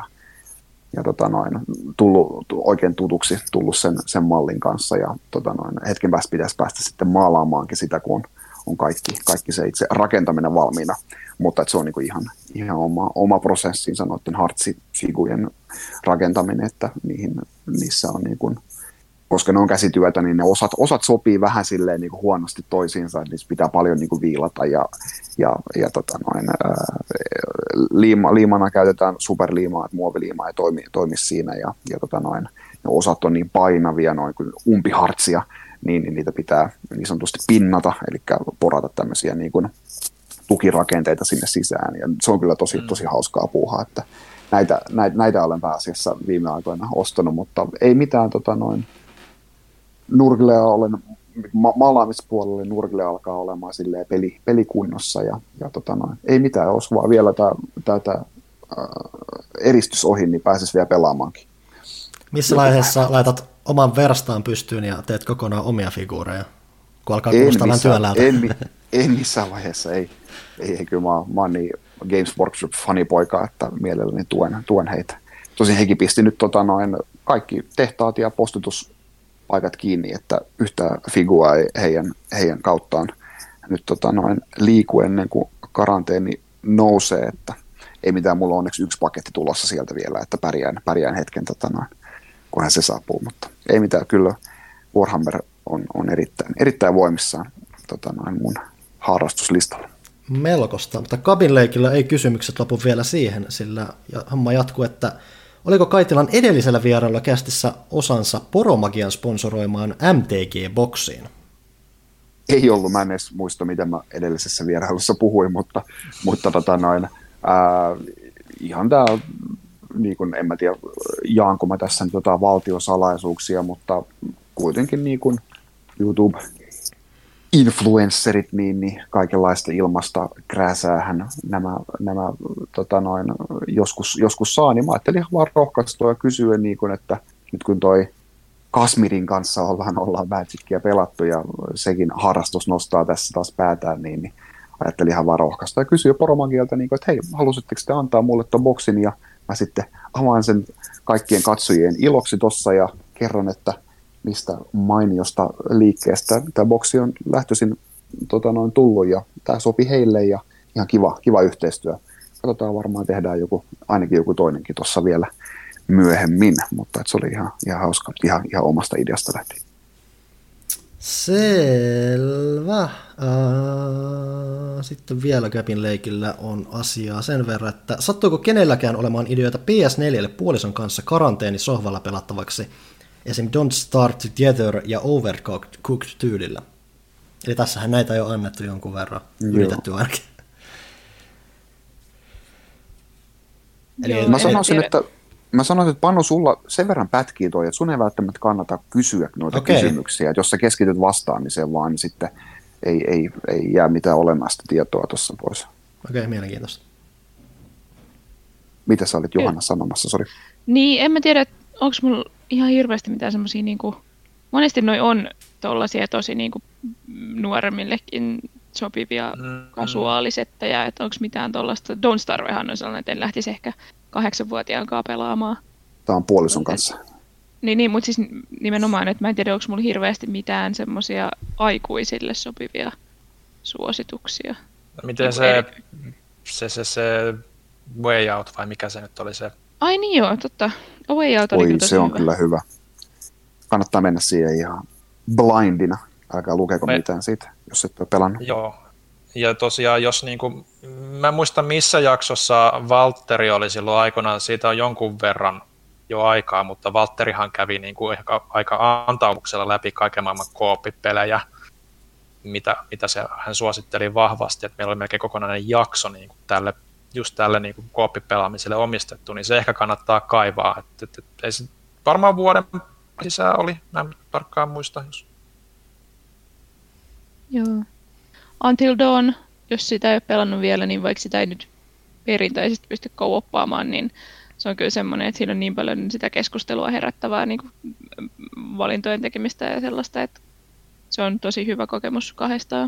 tullut oikein tutuksi sen mallin kanssa ja hetken päästä pitäisi päästä sitten maalaamaankin sitä, kun on kaikki se itse rakentaminen valmiina, mutta se on niinku ihan oma prosessinsa noiden Heartsi-figujen rakentaminen, että niissä on niinku, koska ne on käsityötä, niin ne osat sopii vähän silleen niin kuin huonosti toisiinsa, että niissä pitää paljon niin kuin viilata ja liimana käytetään superliimaa, että muoviliima ei toimi siinä ja ne osat on niin painavia, noin kuin umpihartsia, niin niitä pitää niin sanotusti pinnata, eli porata tämmöisiä niin kuin tukirakenteita sinne sisään ja se on kyllä tosi hauskaa puuhaa, että näitä olen pääasiassa viime aikoina ostanut, mutta ei mitään Nurglea olen maalaamispuolella, Nurgle alkaa olemaan silleen pelikunnossa ja ei mitään, jos vaan vielä tätä eristys ohi, niin pääsisi vielä pelaamaankin. Missä vaiheessa laitat oman verstaan pystyyn ja teet kokonaan omia figuureja, kun alkaa kuulostaa vähän työläältä? En missään vaiheessa, ei kyllä mä oon niin Games Workshop-fanipoika, että mielelläni tuen heitä. Tosin hekin pisti nyt kaikki tehtaat ja postituspaikat kiinni, että yhtä figua ei heidän kauttaan nyt liiku ennen kuin karanteeni nousee, että ei mitään, mulla on onneksi yksi paketti tulossa sieltä vielä, että pärjään hetken, kunhan se saapuu, mutta ei mitään, kyllä Warhammer on erittäin voimissaan mun harrastuslistalla. Melkoista, mutta Kabinleikillä ei kysymykset lopu vielä siihen, sillä homma jatkuu, että oliko Kaitilan edellisellä vierailulla kästissä osansa Poromagian sponsoroimaan MTG-boksiin? Ei ollut, mä en edes muista, mitä mä edellisessä vierailussa puhuin, mutta ihan tämä, niin kuin, en mä tiedä, jaanko mä tässä nyt jotain valtiosalaisuuksia, mutta kuitenkin niin kuin YouTube-influencerit, niin kaikenlaista ilmasta krääsäähän nämä joskus saa, niin mä ajattelin ihan vaan rohkaistua ja kysyä, niin kuin, että nyt kun toi Kasmirin kanssa ollaan Magicia pelattu ja sekin harrastus nostaa tässä taas päätään, niin ajattelin ihan vaan rohkaista ja kysyä Poromagialta, niin kuin, että hei, halusitteko te antaa mulle ton boksin ja mä sitten avaan sen kaikkien katsojien iloksi tossa ja kerron, että mistä mainiosta liikkeestä tämä boksi on lähtöisin tullut ja tämä sopi heille ja ihan kiva yhteistyö. Katsotaan, varmaan tehdään ainakin joku toinenkin tuossa vielä myöhemmin, mutta se oli ihan hauska, ihan omasta ideasta lähtien. Selvä. Sitten vielä Käpin leikillä on asiaa sen verran, että sattuiko kenelläkään olemaan ideoita PS4 puolison kanssa karanteenisohvalla pelattavaksi esim. Don't Start Together ja Overcooked tyylillä? Eli tässähän näitä jo annettu jonkun verran, Joo. yritetty ainakin. Eli Joo, Mä en sanoisin, tiedä. että Panu, sulla sen verran pätkii toi, että sun ei välttämättä kannata kysyä noita kysymyksiä. Että jos sä keskityt vastaamiseen vaan, niin sitten ei jää mitään olennaista tietoa tuossa pois. Okei, mielenkiintoista. Mitä sä olit Johanna sanomassa, sori? Niin, en mä tiedä, onko mulla ihan hirveästi mitään semmosia niinku... Monesti noi on tollasia tosi niinku nuoremmillekin sopivia kasuaalisettejä, että onko mitään tollasta... Don't Starvehan on sellainen, että en lähtisi ehkä 8-vuotiaankaan pelaamaan. Tää on puolison kanssa. Niin, mutta siis nimenomaan, että mä en tiedä, onko mulla hirveästi mitään semmosia aikuisille sopivia suosituksia. Miten se Way Out, vai mikä se nyt oli se? Ai niin joo, totta. A Way Out oli Oi, kyllä tosi se on hyvä. kyllä hyvä. Kannattaa mennä siihen ihan blindina. Älkää lukeko mitään siitä, jos et ole pelannut. Joo. Ja tosiaan, jos niinku, mä en muista missä jaksossa Valtteri oli silloin aikoinaan, siitä on jonkun verran jo aikaa, mutta Valtterihan kävi niinku ehkä aika antaumuksella läpi kaiken maailman kooppipelejä, mitä hän suositteli vahvasti, että meillä oli melkein kokonainen jakso niinku just tälle niinku kooppipelaamiselle omistettu, niin se ehkä kannattaa kaivaa. Ei se varmaan vuoden sisään oli, mä en tarkkaan muista. Joo. Until Dawn, jos sitä ei ole pelannut vielä, niin vaikka sitä ei nyt perinteisesti pysty co-oppaamaan, niin se on kyllä semmoinen, että siinä on niin paljon sitä keskustelua herättävää niin kuin valintojen tekemistä ja sellaista, että se on tosi hyvä kokemus kahdestaan.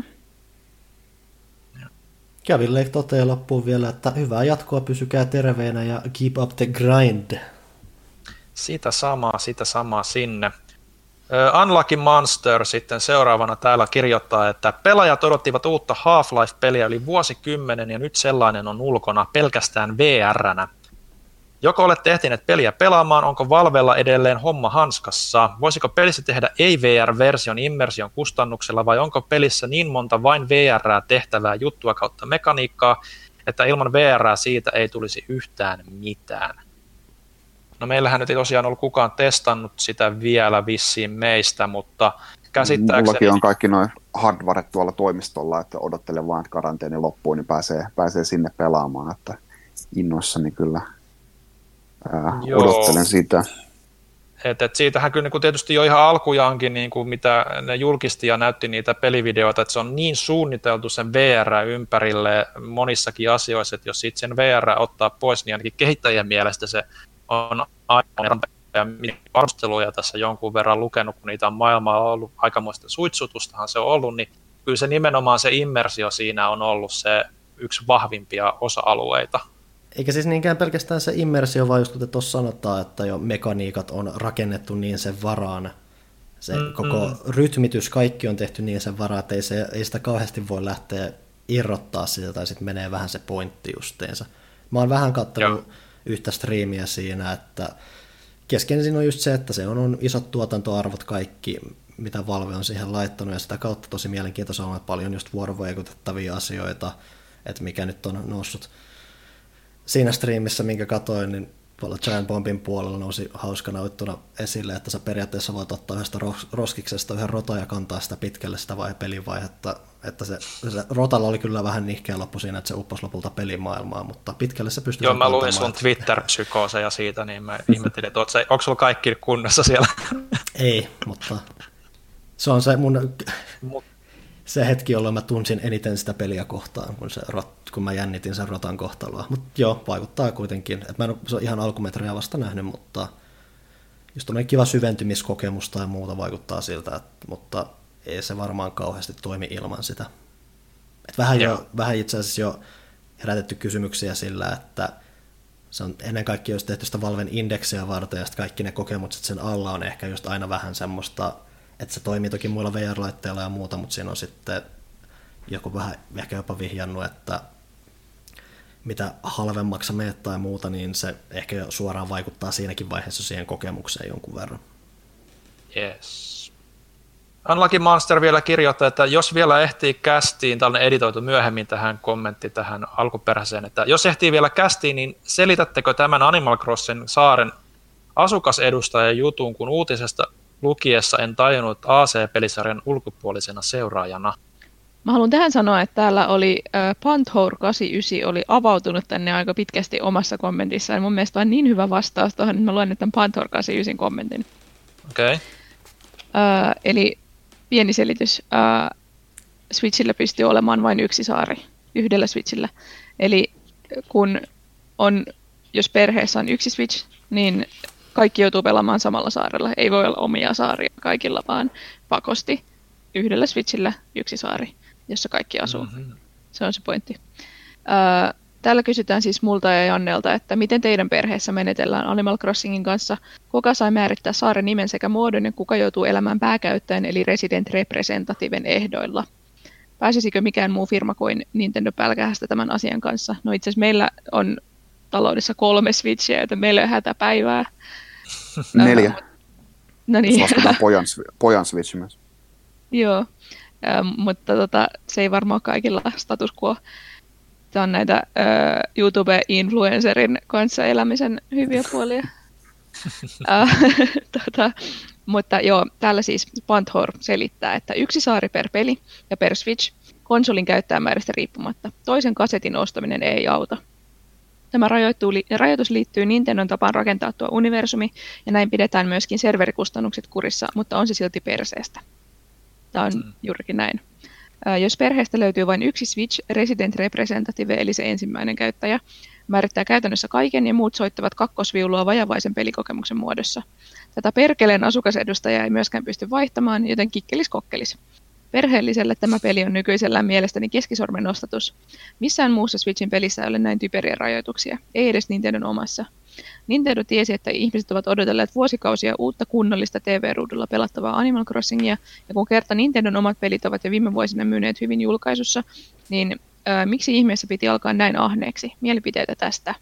Kevin toteaa loppuun vielä, että hyvää jatkoa, pysykää terveenä ja keep up the grind. Sitä samaa sinne. Unlucky Monster sitten seuraavana täällä kirjoittaa, että pelaajat odottivat uutta Half-Life-peliä yli vuosikymmenen ja nyt sellainen on ulkona pelkästään VR-nä. Joko olette ehtineet peliä pelaamaan, onko Valvella edelleen homma hanskassa? Voisiko pelissä tehdä ei-VR-version immersion kustannuksella vai onko pelissä niin monta vain VR:ää tehtävää juttua kautta mekaniikkaa, että ilman VR:ää siitä ei tulisi yhtään mitään? No meillähän nyt ei tosiaan ollut kukaan testannut sitä vielä vissiin meistä, mutta käsittääkseni... Mullakin on kaikki noin hardwaret tuolla toimistolla, että odottelen vaan, että karanteeni loppuu, niin pääsee sinne pelaamaan, että innoissani kyllä odottelen sitä. Et siitähän kyllä niin tietysti jo ihan alkujaankin, niin kuin mitä ne julkisti ja näytti niitä pelivideoita, että se on niin suunniteltu sen VR ympärille monissakin asioissa, että jos siitä sen VR ottaa pois, niin ainakin kehittäjien mielestä se on aivan ja arvosteluja tässä jonkun verran lukenut, kun niitä on maailmalla ollut aikamoista suitsutustahan se on ollut, niin kyllä se nimenomaan se immersio siinä on ollut se yksi vahvimpia osa-alueita. Eikä siis niinkään pelkästään se immersio, vaan just kuten tuossa sanotaan, että jo mekaniikat on rakennettu niin sen varaan. Se koko rytmitys, kaikki on tehty niin sen varaan, että ei sitä kauheasti voi lähteä irrottaa sitä, tai sitten menee vähän se pointti justeensa. Mä oon vähän katsonut yhtä striimiä siinä, että keskeinen siinä on just se, että se on isot tuotantoarvot kaikki, mitä Valve on siihen laittanut, ja sitä kautta tosi mielenkiintoista on paljon just vuorovaikutettavia asioita, että mikä nyt on noussut siinä striimissä, minkä katoin, niin tuolla Giant Bombin puolella nousi hauskana juttuna esille, että sä periaatteessa voit ottaa yhdestä roskiksesta yhden rotan ja kantaa sitä pitkälle sitä pelivaihetta, että se rotalla oli kyllä vähän nihkeä loppu siinä, että se upposi lopulta pelimaailmaan, mutta pitkälle se pystyy... Joo, mä luin sun Twitter-psykooseja siitä, niin mä ihmettelin, että onko sulla kaikki kunnossa siellä? Ei, mutta se on se mun... Se hetki, jolloin mä tunsin eniten sitä peliä kohtaan, kun mä jännitin sen rotan kohtaloa. Mutta joo, vaikuttaa kuitenkin. Et mä en ole ihan alkumetrejä vasta nähnyt, mutta just tommoinen kiva syventymiskokemus tai muuta vaikuttaa siltä, mutta ei se varmaan kauheasti toimi ilman sitä. Et vähän itse asiassa jo herätetty kysymyksiä sillä, että se on ennen kaikkea jos tehty sitä Valven indeksiä varten, ja kaikki ne kokemukset sen alla on ehkä just aina vähän semmoista, että se toimii toki muilla VR-laitteilla ja muuta, mutta siinä on sitten joku vähän ehkä jopa vihjannut, että mitä halvemmaksi meet tai muuta, niin se ehkä jo suoraan vaikuttaa siinäkin vaiheessa siihen kokemukseen jonkun verran. Yes. Unlucky Monster vielä kirjoittaa, että jos vielä ehtii kästiin, tällainen editoitu myöhemmin tähän kommentti tähän alkuperäiseen, että jos ehtii vielä kästiin, niin selitättekö tämän Animal Crossing saaren asukasedustajan jutun, kun uutisesta lukiessa en tajunnut AC-pelisarjan ulkopuolisena seuraajana. Mä haluan tähän sanoa, että täällä oli Panthour89 oli avautunut tänne aika pitkästi omassa kommentissaan. Mun mielestä on niin hyvä vastaus tuohon, että mä luen nyt tämän Panthour89 kommentin. Okei. Eli pieni selitys. Switchillä pystyy olemaan vain yksi saari yhdellä Switchillä. Eli jos perheessä on yksi Switch, niin kaikki joutuu pelaamaan samalla saarella. Ei voi olla omia saaria kaikilla, vaan pakosti yhdellä Switchillä yksi saari, jossa kaikki asuu. Mm-hmm. Se on se pointti. Täällä kysytään siis multa ja Jannelta, että miten teidän perheessä menetellään Animal Crossingin kanssa, kuka sai määrittää saaren nimen sekä muodon ja kuka joutuu elämään pääkäyttäjän eli Resident Representativen ehdoilla. Pääsisikö mikään muu firma kuin Nintendo pälkähästä tämän asian kanssa? No itse asiassa meillä on taloudessa 3 Switchiä, joten meillä on hätäpäivää. 4. No niin. Lasketaan pojan Switch myös. Joo, mutta se ei varmaan kaikilla status quo. Tämä on näitä YouTube-influencerin kanssa elämisen hyviä puolia. Mutta joo, täällä siis Panthour selittää, että yksi saari per peli ja per Switch konsolin käyttäjämäärästä riippumatta. Toisen kasetin ostaminen ei auta. Tämä rajoitus liittyy Nintendon tapaan rakentaa tuo universumi, ja näin pidetään myöskin serverikustannukset kurissa, mutta on se silti perseestä. Tämä on juurikin näin. Jos perheestä löytyy vain yksi Switch, Resident Representative, eli se ensimmäinen käyttäjä, määrittää käytännössä kaiken ja muut soittavat kakkosviulua vajavaisen pelikokemuksen muodossa. Tätä perkeleen asukasedustajaa ei myöskään pysty vaihtamaan, joten kikkelis kokkelis. Perheelliselle tämä peli on nykyisellään mielestäni keskisormen nostatus. Missään muussa Switchin pelissä ei ole näin typeriä rajoituksia, ei edes Nintendon omassa. Nintendo tiesi, että ihmiset ovat odotelleet vuosikausia uutta kunnollista TV-ruudulla pelattavaa Animal Crossingia, ja kun kerta Nintendon omat pelit ovat jo viime vuosina myyneet hyvin julkaisussa, niin miksi ihmeessä piti alkaa näin ahneeksi? Mielipiteitä tästä.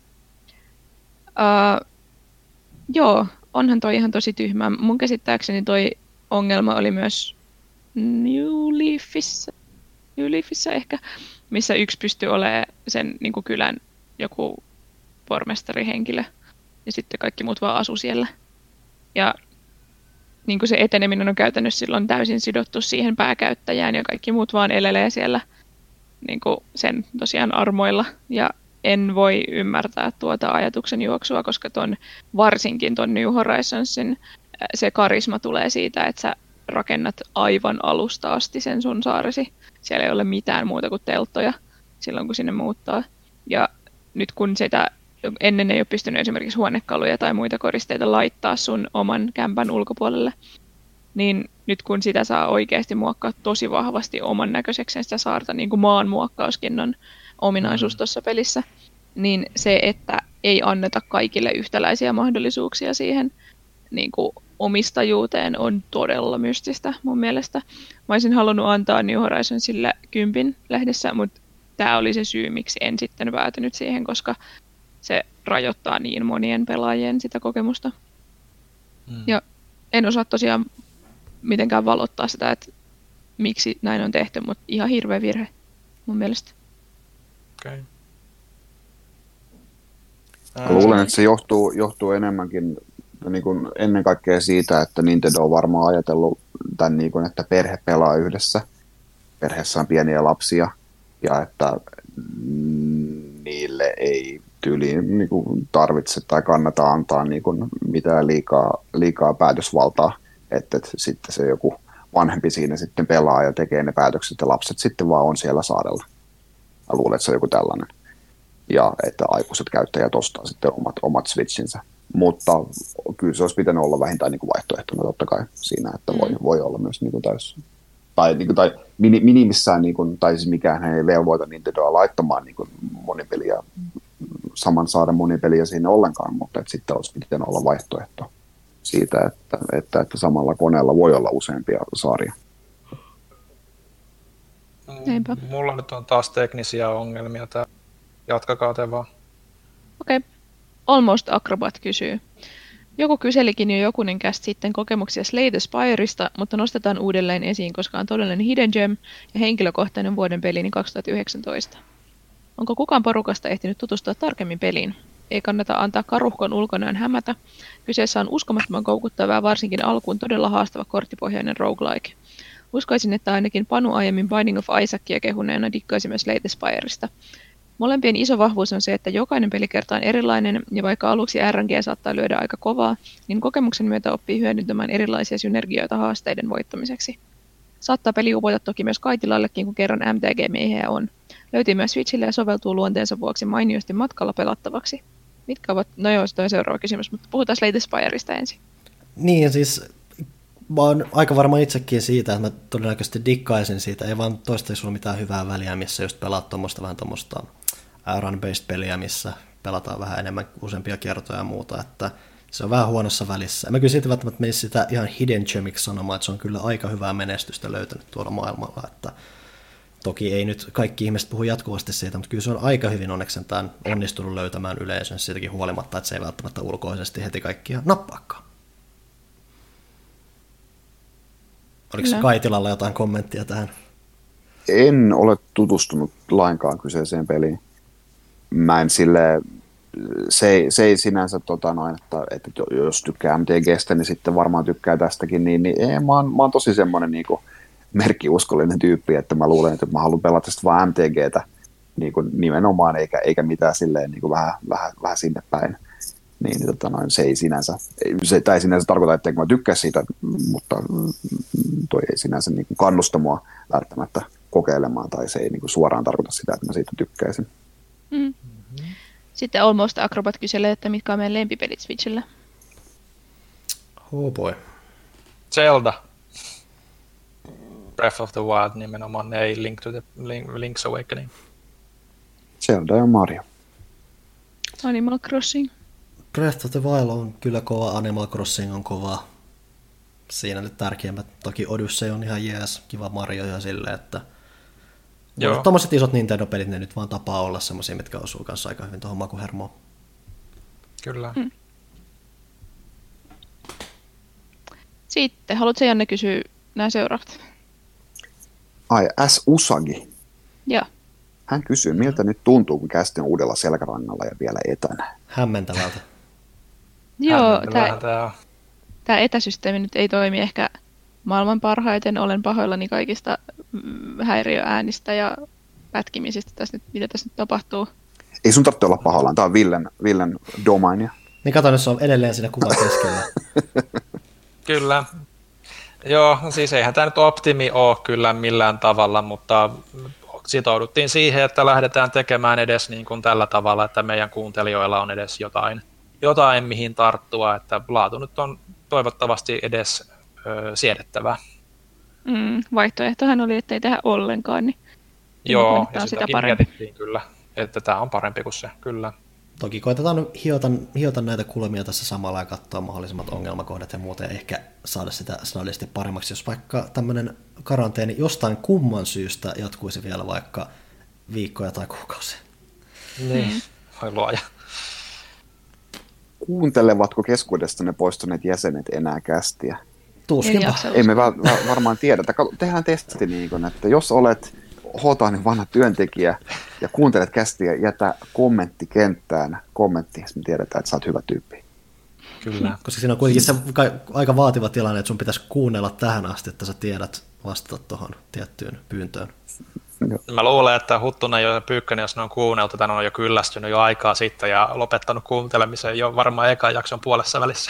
Joo, onhan toi ihan tosi tyhmää. Mun käsittääkseni toi ongelma oli myös New Leafissä ehkä, missä yksi pystyy olemaan sen niin kuin kylän joku pormestarihenkilö, ja sitten kaikki muut vaan asuu siellä. Ja niin kuin se eteneminen on käytännössä silloin täysin sidottu siihen pääkäyttäjään, ja kaikki muut vaan elelee siellä niin kuin sen tosiaan armoilla. Ja en voi ymmärtää tuota ajatuksen juoksua, koska varsinkin ton New Horizonsin se karisma tulee siitä, että sä rakennat aivan alusta asti sen sun saaresi. Siellä ei ole mitään muuta kuin telttoja silloin, kun sinne muuttaa. Ja nyt kun sitä ennen ei ole pystynyt esimerkiksi huonekaluja tai muita koristeita laittaa sun oman kämpän ulkopuolelle, niin nyt kun sitä saa oikeasti muokkaa tosi vahvasti oman näköisekseen sitä saarta, niin kuin maanmuokkauskin on ominaisuus tuossa pelissä, niin se, että ei anneta kaikille yhtäläisiä mahdollisuuksia siihen niin kuin omistajuuteen on todella mystistä mun mielestä. Mä olisin halunnut antaa New Horizonsille 10 lehdessä, mutta tämä oli se syy, miksi en sitten päätynyt siihen, koska se rajoittaa niin monien pelaajien sitä kokemusta. Ja en osaa tosiaan mitenkään valottaa sitä, että miksi näin on tehty, mutta ihan hirveä virhe mun mielestä. Okay. Luulen, että se johtuu enemmänkin niin kuin ennen kaikkea siitä, että Nintendo on varmaan ajatellut tämän, niin kuin, että perhe pelaa yhdessä. Perheessä on pieniä lapsia ja että niille ei tyyliin niin kuin tarvitse tai kannata antaa niin kuin mitään liikaa päätösvaltaa. Että sitten se joku vanhempi siinä sitten pelaa ja tekee ne päätökset ja lapset sitten vaan on siellä saarella. Mä luulen, että se on joku tällainen. Ja että aikuiset käyttäjät ostaa sitten omat Switchinsä. Mutta kyllä se olisi pitänyt olla vähintään niin kuin vaihtoehtona totta kai siinä, että voi olla myös niin kuin tai minimissään, niin kuin, tai siis mikään ei velvoita Nintendoa laittamaan niin kuin monipeliä, saman saaren monipeliä siinä ollenkaan, mutta että sitten olisi pitänyt olla vaihtoehto siitä, että samalla koneella voi olla useampia saaria. Eipä. Mulla nyt on taas teknisiä ongelmia. Jatkakaa te vaan. Okei. Almost Acrobat kysyy. Joku kyselikin jo jokunen käst sitten kokemuksia Slay the Spireista, mutta nostetaan uudelleen esiin, koska on todellinen hidden gem ja henkilökohtainen vuoden pelini 2019. Onko kukaan porukasta ehtinyt tutustua tarkemmin peliin? ei kannata antaa karuhkon ulkonaan hämätä. Kyseessä on uskomattoman koukuttava ja varsinkin alkuun todella haastava korttipohjainen roguelike. Uskoisin, että ainakin Panu aiemmin Binding of Isaacia kehuneena dikkaisi myös Slay the Spireista. Molempien iso vahvuus on se, että jokainen pelikerta on erilainen, ja vaikka aluksi RNG saattaa lyödä aika kovaa, niin kokemuksen myötä oppii hyödyntämään erilaisia synergioita haasteiden voittamiseksi. Saattaa peli upota toki myös kaitilallekin, kun kerran MTG-miehiä on. Löytyy myös Switchille ja soveltuu luonteensa vuoksi mainiosti matkalla pelattavaksi. Mitkä ovat, no joo, se on seuraava kysymys, mutta puhutaan Slay the Spireista ensin. Niin, siis mä oon aika varma itsekin siitä, että mä todennäköisesti dikkaisin siitä, ei vaan toistaiseksi sulla mitään hyvää väliä, missä just pelaat vähän tuommoista run-based peliä, missä pelataan vähän enemmän useampia kertoja ja muuta, että se on vähän huonossa välissä. Mä kyllä siitä välttämättä menisi sitä ihan hidden gemiksi sanomaan, että se on kyllä aika hyvää menestystä löytänyt tuolla maailmalla, että toki ei nyt kaikki ihmiset puhu jatkuvasti siitä, mutta kyllä se on aika hyvin onneksi onnistunut löytämään yleisön siitäkin huolimatta, että se ei välttämättä ulkoisesti heti kaikkia nappaakaan. Oliko se Kaitilalla jotain kommenttia tähän? En ole tutustunut lainkaan kyseiseen peliin. Mä en se ei sinänsä, että jos tykkää MTGstä, niin sitten varmaan tykkää tästäkin, niin mä oon tosi semmoinen niin merkkiuskollinen tyyppi, että mä luulen, että mä haluan pelata sitä vaan MTGtä niin nimenomaan, eikä mitään silleen niin vähän sinne päin. Se ei sinänsä, tai ei sinänsä tarkoita, että mä tykkää siitä, mutta toi ei sinänsä niin kannusta mua välttämättä kokeilemaan, tai se ei niin suoraan tarkoita sitä, että mä siitä tykkäisin. Mm. Sitten Almost Acrobat kyselee, että mitkä on meidän lempipelit Switchillä. Oh boy. Zelda. Breath of the Wild nimenomaan, ei Link's Awakening. Zelda ja Mario. Animal Crossing. Breath of the Wild on kyllä kova, Animal Crossing on kova. Siinä nyt tärkeimmät. Toki Odyssey on ihan jees, kiva Mario ja silleen, että tuommoiset isot Nintendo-pelit, ne nyt vaan tapaa olla semmoisia, mitkä osuu kanssa aika hyvin tuohon makuhermoon. Kyllä. Sitten, haluatko Janne kysyä nämä seuraavat? Ai, S. Usagi. Joo. Hän kysyy, miltä nyt tuntuu, kun kästi on uudella selkärangalla ja vielä etänä. Hämmentävältä. Joo, tämä etäsysteemi nyt ei toimi ehkä maailman parhaiten. Olen pahoillani kaikista häiriöäänistä ja pätkimisistä, mitä tässä nyt tapahtuu. Ei sun tarvitse olla pahoillaan, tämä on Villen domainia. Niin kato, jos on edelleen siinä kuvan keskellä. Kyllä. Joo, no siis eihän tämä nyt optimi ole kyllä millään tavalla, mutta sitouduttiin siihen, että lähdetään tekemään edes niin kuin tällä tavalla, että meidän kuuntelijoilla on edes jotain mihin tarttua, että laatu nyt on toivottavasti edes siedettävää. Vaihtoehtohan oli, että ei tehdä ollenkaan, niin joo, ja sitäkin mietittiin kyllä, että tämä on parempi kuin se, kyllä. Toki koitetaan hiota näitä kulmia tässä samalla ja katsoa mahdollisimmat ongelmakohdat ja muuta ja ehkä saada sitä snadisti paremmaksi, jos vaikka tämmöinen karanteeni jostain kumman syystä jatkuisi vielä vaikka viikkoja tai kuukausia. Niin, voi luoja. Kuuntelevatko keskuudesta ne poistuneet jäsenet enää kästiä? Tuskinpa. Ei me varmaan tiedetä. Tehdään testi, niin että jos olet Hotanin vanha työntekijä ja kuuntelet kästiä, jätä kommenttikenttään kommentti, jos me tiedetään, että sä oot hyvä tyyppi. Kyllä. Koska siinä on kuitenkin se aika vaativa tilanne, että sun pitäisi kuunnella tähän asti, että sä tiedät vastata tuohon tiettyyn pyyntöön. Mä luulen, että Huttunen ja Pyykkönen, jos ne on kuunneltu, tai ne on jo kyllästynyt jo aikaa sitten ja lopettanut kuuntelemisen jo varmaan ekan jakson puolessa välissä.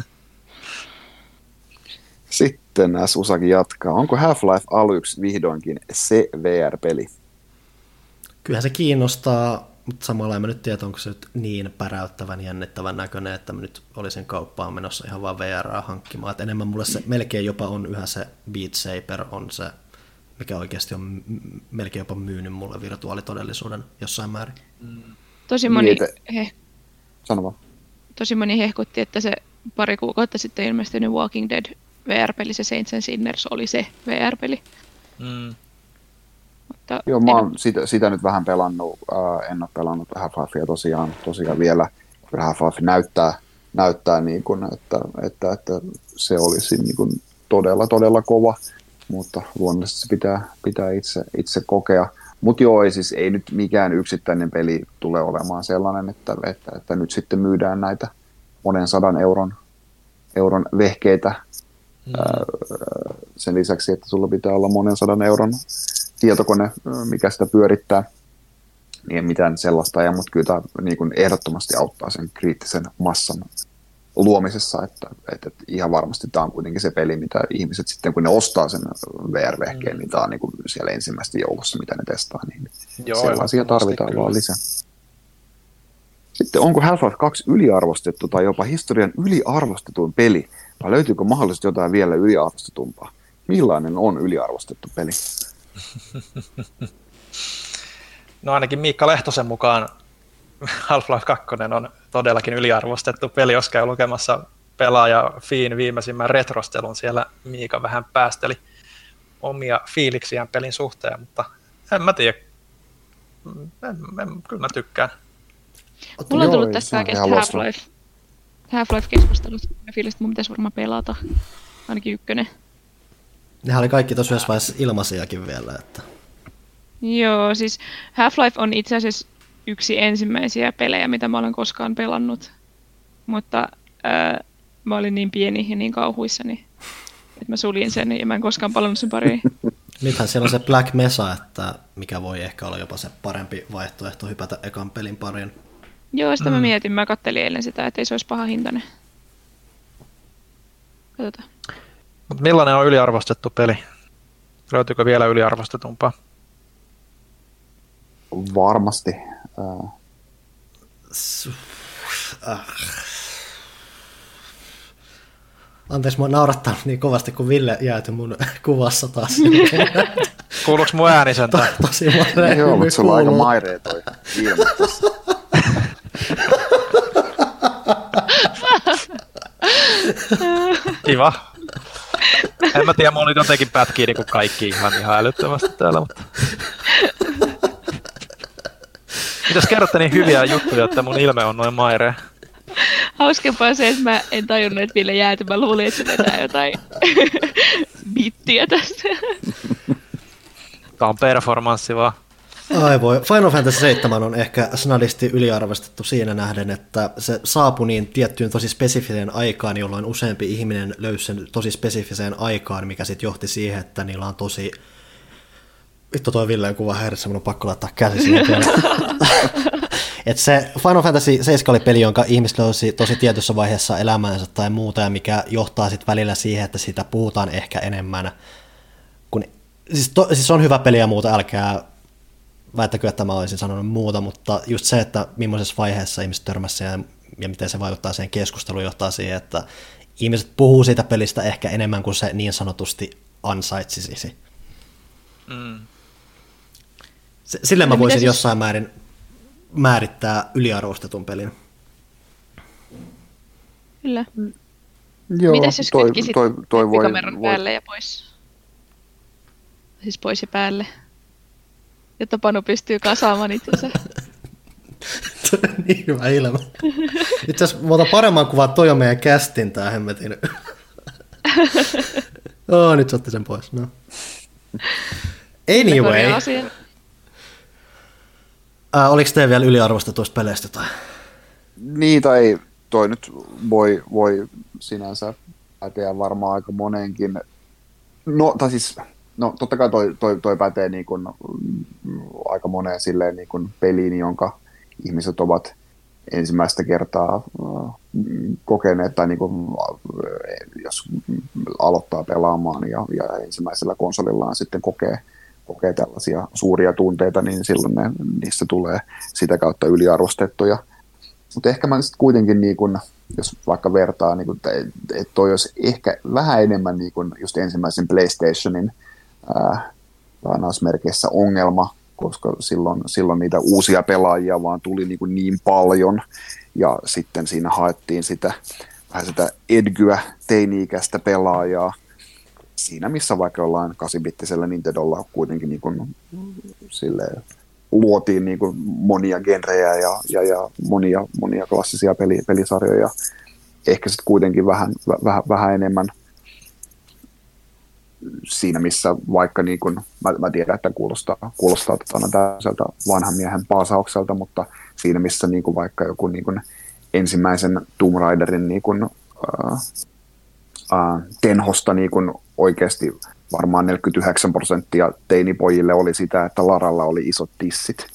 Sitten Usagi jatkaa. Onko Half-Life Alyx vihdoinkin se VR-peli? Kyllähän se kiinnostaa, mutta samalla en mä nyt tiedä, onko se nyt niin päräyttävän, jännittävän näköinen, että mä nyt olisin kauppaan menossa ihan vaan VR:ää hankkimaan. Et enemmän mulle se melkein jopa on yhä se Beat Saber on se, mikä oikeasti on melkein jopa myynyt mulle virtuaalitodellisuuden jossain määrin. Tosi moni hehkutti, että se pari kuukautta sitten ilmestynyt Walking Dead VR-peli, se Saints and Sinners oli se VR-peli. Mutta joo, mä oon sitä nyt vähän pelannut, en ole pelannut Half-Lifea tosiaan vielä. Half-Life näyttää niin kuin, että se olisi niin kuin todella kova, mutta luonnollisesti se pitää itse kokea. Mutta joo, ei nyt mikään yksittäinen peli tule olemaan sellainen, että nyt sitten myydään näitä monen 100 euron vehkeitä. Sen lisäksi, että sulla pitää olla monen 100 euron tietokone, mikä sitä pyörittää, niin mitään sellaista ei, mutta kyllä tämä niin kuin ehdottomasti auttaa sen kriittisen massan luomisessa, että ihan varmasti tämä on kuitenkin se peli, mitä ihmiset sitten, kun ne ostaa sen VR-vehkeen, niin tämä on niin kuin siellä ensimmäistä joukossa, mitä ne testaa, niin joo, sellaisia tarvitaan kyllä vaan lisää. Sitten onko Half-Life 2 yliarvostettu tai jopa historian yliarvostetuin peli, vai löytyykö mahdollisesti jotain vielä yliarvostetumpaa? Millainen on yliarvostettu peli? No ainakin Miikka Lehtosen mukaan Half-Life 2 on todellakin yliarvostettu peli, jos käy lukemassa pelaaja Fiin viimeisimmän retrostelun. Siellä Miika vähän päästeli omia fiiliksiään pelin suhteen, mutta en mä tiedä. Kyllä mä tykkään. Mulla on tullut tästä oikeasti Half-Life-keskustelut. Mä fiilistä, mun pitäisi varmaan pelata. Ainakin 1. Nehän oli kaikki tuossa yhdessä vaiheessa ilmaisiakin vielä. Että... Joo, siis Half-Life on itse asiassa yksi ensimmäisiä pelejä, mitä mä olen koskaan pelannut. Mutta mä olin niin pieni ja niin kauhuissani, että mä suljin sen ja mä en koskaan palannut sen pariin. Nythän siellä on se Black Mesa, että mikä voi ehkä olla jopa se parempi vaihtoehto hypätä ekan pelin pariin. Joo, sitä mä mietin. Mä kattelin eilen sitä, että ei se olisi paha hintainen. Katsotaan. Mut millainen on yliarvostettu peli? Löytyykö vielä yliarvostetumpaa? Varmasti. Anteeksi, mua naurattaa niin kovasti, kun Ville jääty mun kuvassa taas. Kuuluuko mun ääni sen? Tosi mairee. Joo, mutta sulla on aika mairee toi ilme tässä. Kiva. En mä tiedä, mä olin jotenkin pätkii niin kuin kaikki ihan älyttömästi täällä, mutta... Mitäs kerrotte niin hyviä juttuja, että mun ilme on noin mairee? Hauskempaa se, että mä en tajunnut, että Ville jääty. Mä luulin, että se vetää jotain bittiä tästä. Tää on performanssi vaan. Ai voi. Final Fantasy 7 on ehkä snadisti yliarvostettu siinä nähden, että se saapui niin tiettyyn tosi spesifiseen aikaan, jolloin useampi ihminen löysi sen tosi spesifiseen aikaan, mikä sitten johti siihen, että niillä on tosi... Vittu toi Villeen kuva häirissä, mun on pakko laittaa käsi siihen. Et se Final Fantasy 7 oli peli, jonka ihmiset löysi tosi tietyssä vaiheessa elämäänsä tai muuta, ja mikä johtaa sitten välillä siihen, että siitä puhutaan ehkä enemmän. Siis on hyvä peli ja muuta, älkää väittäkö, että mä olisin sanonut muuta, mutta just se, että millaisessa vaiheessa ihmiset törmäsivät ja miten se vaikuttaa siihen keskusteluun, johtaa siihen, että ihmiset puhuu siitä pelistä ehkä enemmän kuin se niin sanotusti ansaitsisi. Sillä mä voisin jossain määrin määrittää yliarvostetun pelin. Kyllä. Joo, mitäs jos kytkisit kameran päälle ja pois? Siis pois ja päälle. Jotta Panu pystyy kasaamaan itsensä. Niin hyvä ilma. Itse asiassa mä otan paremman kuvan, toi on meidän kästin tää hemmetin. Nyt se otti sen pois. No. Anyway. Oliko teillä vielä yliarvostetuista peleistä tai? Niin, tai toi nyt voi sinänsä päteä varmaan aika moneenkin. No, totta kai toi pätee niin kuin aika moneen silleen niin kuin peliin, jonka ihmiset ovat ensimmäistä kertaa kokeneet, tai niin kuin, jos aloittaa pelaamaan ja ensimmäisellä konsolillaan sitten kokee tällaisia suuria tunteita, niin silloin niissä tulee sitä kautta yliarvostettuja. Mutta ehkä mä sitten kuitenkin, niin kun, jos vaikka vertaa, niin kun, että toi olisi ehkä vähän enemmän niin kun just ensimmäisen PlayStationin lainausmerkeissä ongelma, koska silloin niitä uusia pelaajia vaan tuli niin paljon, ja sitten siinä haettiin vähän sitä edgyä teini-ikäistä pelaajaa, siinä missä vaikka jollain 8-bittisellä Nintendolla kuitenkin niin kuin, silleen, luotiin niin kuin monia genrejä ja monia klassisia pelisarjoja, ehkä sitten kuitenkin vähän enemmän siinä missä vaikka niin kuin, mä tiedän, että kuulostaa tämmöiseltä vanhan miehen paasaukselta, mutta siinä missä niin kuin vaikka joku niin kuin ensimmäisen Tomb Raiderin niin kuin, tenhosta niin kuin oikeasti varmaan 49% teinipojille oli sitä, että Laralla oli isot tissit.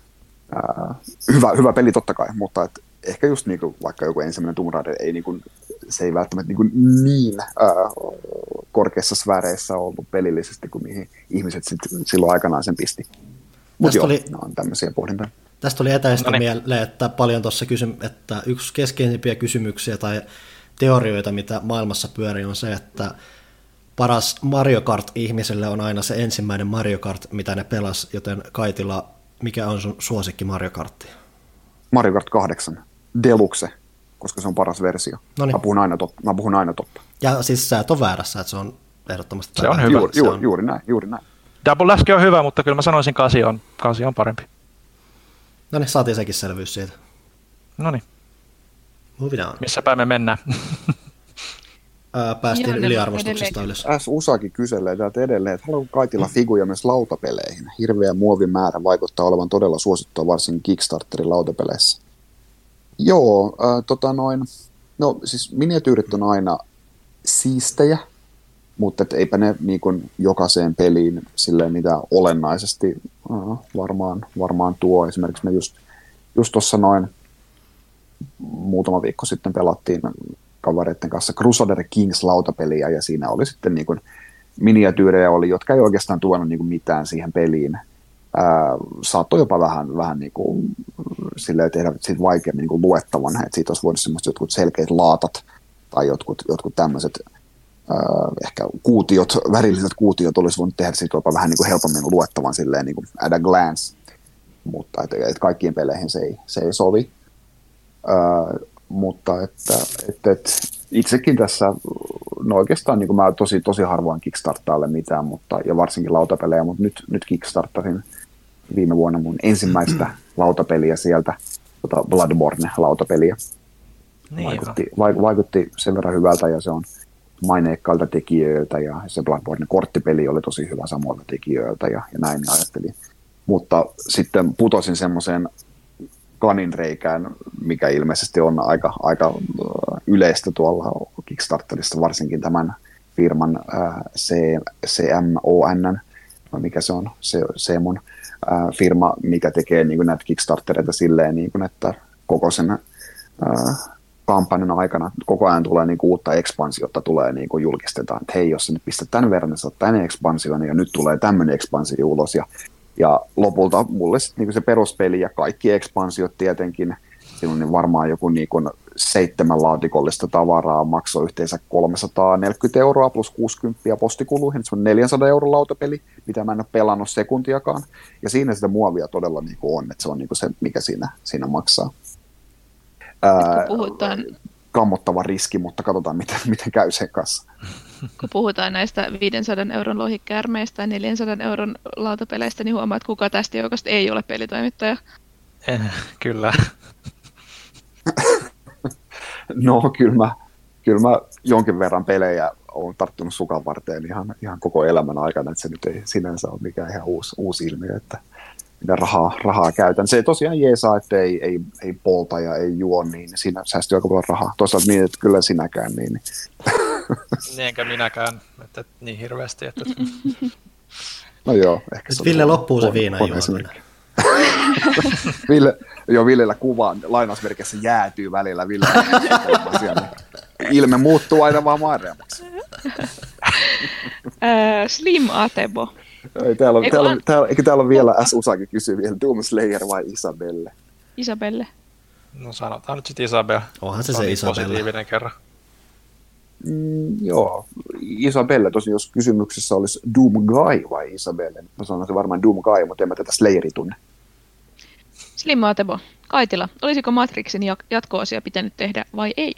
Hyvä peli totta kai, mutta ehkä just niin kuin vaikka joku ensimmäinen Tomb Raider ei niin kuin, se ei välttämättä niin korkeassa sfääreissä ollut pelillisesti kuin mihin ihmiset silloin aikanaan sen pisti. Mutta joo, ne on tämmöisiä pohdintoja. Tästä oli etäisesti mieleen, että paljon tuossa että yksi keskeisimpiä kysymyksiä tai teorioita, mitä maailmassa pyörii, on se, että paras Mario Kart-ihmiselle on aina se ensimmäinen Mario Kart, mitä ne pelas, joten Kaitila, mikä on sun suosikki Mario Kartti? Mario Kart 8, Deluxe, koska se on paras versio. Noniin. Mä puhun aina totta. Ja siis sä et ole väärässä, että se on ehdottomasti... Se on hyvä. Juuri näin. Double Dash on hyvä, mutta kyllä mä sanoisin 8 on parempi. No niin, saatiin sekin selvyys siitä. No niin. Moving on. Missä päin me mennään? Päästiin yliarvostuksesta ylös. Usakin kyselee täältä edelleen, että haluaa Kaitila figuja myös lautapeleihin. Hirveä muovimäärä vaikuttaa olevan todella suosittua varsinkin Kickstarterin lautapeleissä. Joo, no siis miniatyyrit on aina siistejä, mutta eipä ne niin kuin jokaiseen peliin silleen mitään olennaisesti varmaan tuo. Esimerkiksi me just tuossa noin muutama viikko sitten pelattiin kavereiden kanssa Crusader Kings lautapeliä, ja siinä oli sitten niin kuin miniatyyrejä, jotka ei oikeastaan tuonut niin kuin mitään siihen peliin. Saattoi jopa vähän niin kuin, silleen tehdä siitä vaikeammin niin kuin luettavan, että siitä olisi voinut semmoista jotkut selkeät laatat tai jotkut tämmöiset ehkä kuutiot, värilliset kuutiot olisi voinut tehdä siitä jopa vähän niin kuin helpommin luettavan silleen niin kuin at a glance, mutta et kaikkiin peleihin se ei sovi. Mutta että itsekin tässä, no oikeastaan niin kuin mä tosi harvoin kickstarttaille mitään, ja varsinkin lautapelejä, mutta nyt kickstarttasin viime vuonna mun ensimmäistä lautapeliä sieltä, Bloodborne-lautapeliä. Niin vaikutti sen verran hyvältä, ja se on maineikkailta tekijöiltä, ja se Bloodborne-korttipeli oli tosi hyvä samoilta tekijöiltä, ja näin ajattelin. Mutta sitten putosin semmoiseen kaninreikään, mikä ilmeisesti on aika yleistä tuolla Kickstarterissa, varsinkin tämän firman CMON, mikä se on, Semon firma, mikä tekee niin kuin näitä Kickstartereita silleen, niin kuin, että koko sen kampanjan aikana koko ajan tulee niin kuin uutta ekspansiota, tulee niin kuin julkistetaan, että hei, jos sä nyt pistät tämän verran, niin saat tänne ekspansion, ja nyt tulee tämmöinen ekspansio ulos, ja lopulta mulle niin se peruspeli ja kaikki ekspansiot tietenkin, siinä on niin varmaan joku niin 7 laatikollista tavaraa, maksoi yhteensä 340 € plus 60 postikuluihin, se on 400 € lautapeli, mitä mä en ole pelannut sekuntiakaan, ja siinä sitä muovia todella niin on, että se on niin se, mikä siinä maksaa. Kammottava riski, mutta katsotaan, miten käy sen kanssa. Kun puhutaan näistä 500 € lohikäärmeistä ja 400 € lautapeleistä, niin huomaat, kuka tästä joukosta ei ole pelitoimittaja. Kyllä. No, kyllä mä jonkin verran pelejä olen tarttunut sukan varteen ihan koko elämän aikana, että se nyt ei sinänsä ole mikään ihan uusi ilmiö, että mitä rahaa käytän. Se tosiaan jeesaa, että ei polta ja ei juo, niin siinä säästyy aika paljon rahaa. Toisaalta niin, että kyllä sinäkään. Niin. Enkä minäkään, että niin hirveästi. Että... No joo, ehkä se Ville loppuu se viina juominen. Villellä kuva lainausmerkissä jäätyy välillä. Ilme muuttuu aina vaan maailmaksi. Slim Atebo. Täällä on vielä Usakin kysyy vielä, Doom Slayer vai Isabelle? Isabelle. No sanotaan nyt sitten Isabelle. Onhan se Isabelle. Positiivinen kerran. Joo, Isabelle tosi, jos kysymyksessä olisi Doom Guy vai Isabelle, mä sanon se varmaan Doom Guy, mutta en mä tätä Slayeri tunne. Slim Atebo. Kaitila, olisiko Matrixin jatko-osia pitänyt tehdä vai ei?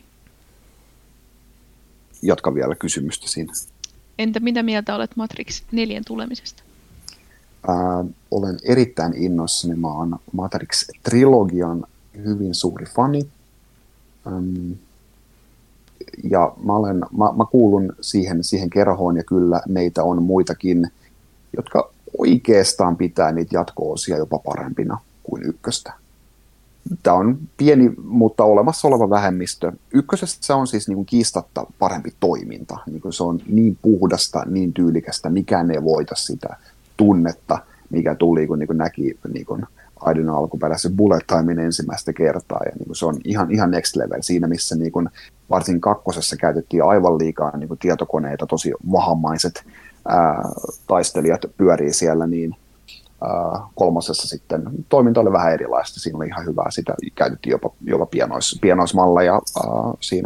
Jatka vielä kysymystä siinä. Entä mitä mieltä olet Matrix 4 tulemisesta? Olen erittäin innoissani. Mä oon Matrix-trilogian hyvin suuri fani. ja mä kuulun siihen kerhoon, ja kyllä meitä on muitakin, jotka oikeastaan pitää niitä jatko-osia jopa parempina kuin ykköstä. Tämä on pieni, mutta olemassa oleva vähemmistö. Ykkösessä on siis niin kuin kiistatta parempi toiminta. Niin kuin se on niin puhdasta, niin tyylikästä, mikään ei voita sitä tunnetta, mikä tuli, kun niin kuin näki niin kuin Aidin alkuperäisen Bullet Timein ensimmäistä kertaa. Ja niin kuin se on ihan next level siinä, missä niin kuin varsin kakkosessa käytettiin aivan liikaa niin kuin tietokoneita, tosi vahamaiset taistelijat pyörii siellä, niin kolmosessa sitten toiminta oli vähän erilaista. Siinä oli ihan hyvää, sitä käytettiin jopa pienoismalleja siinä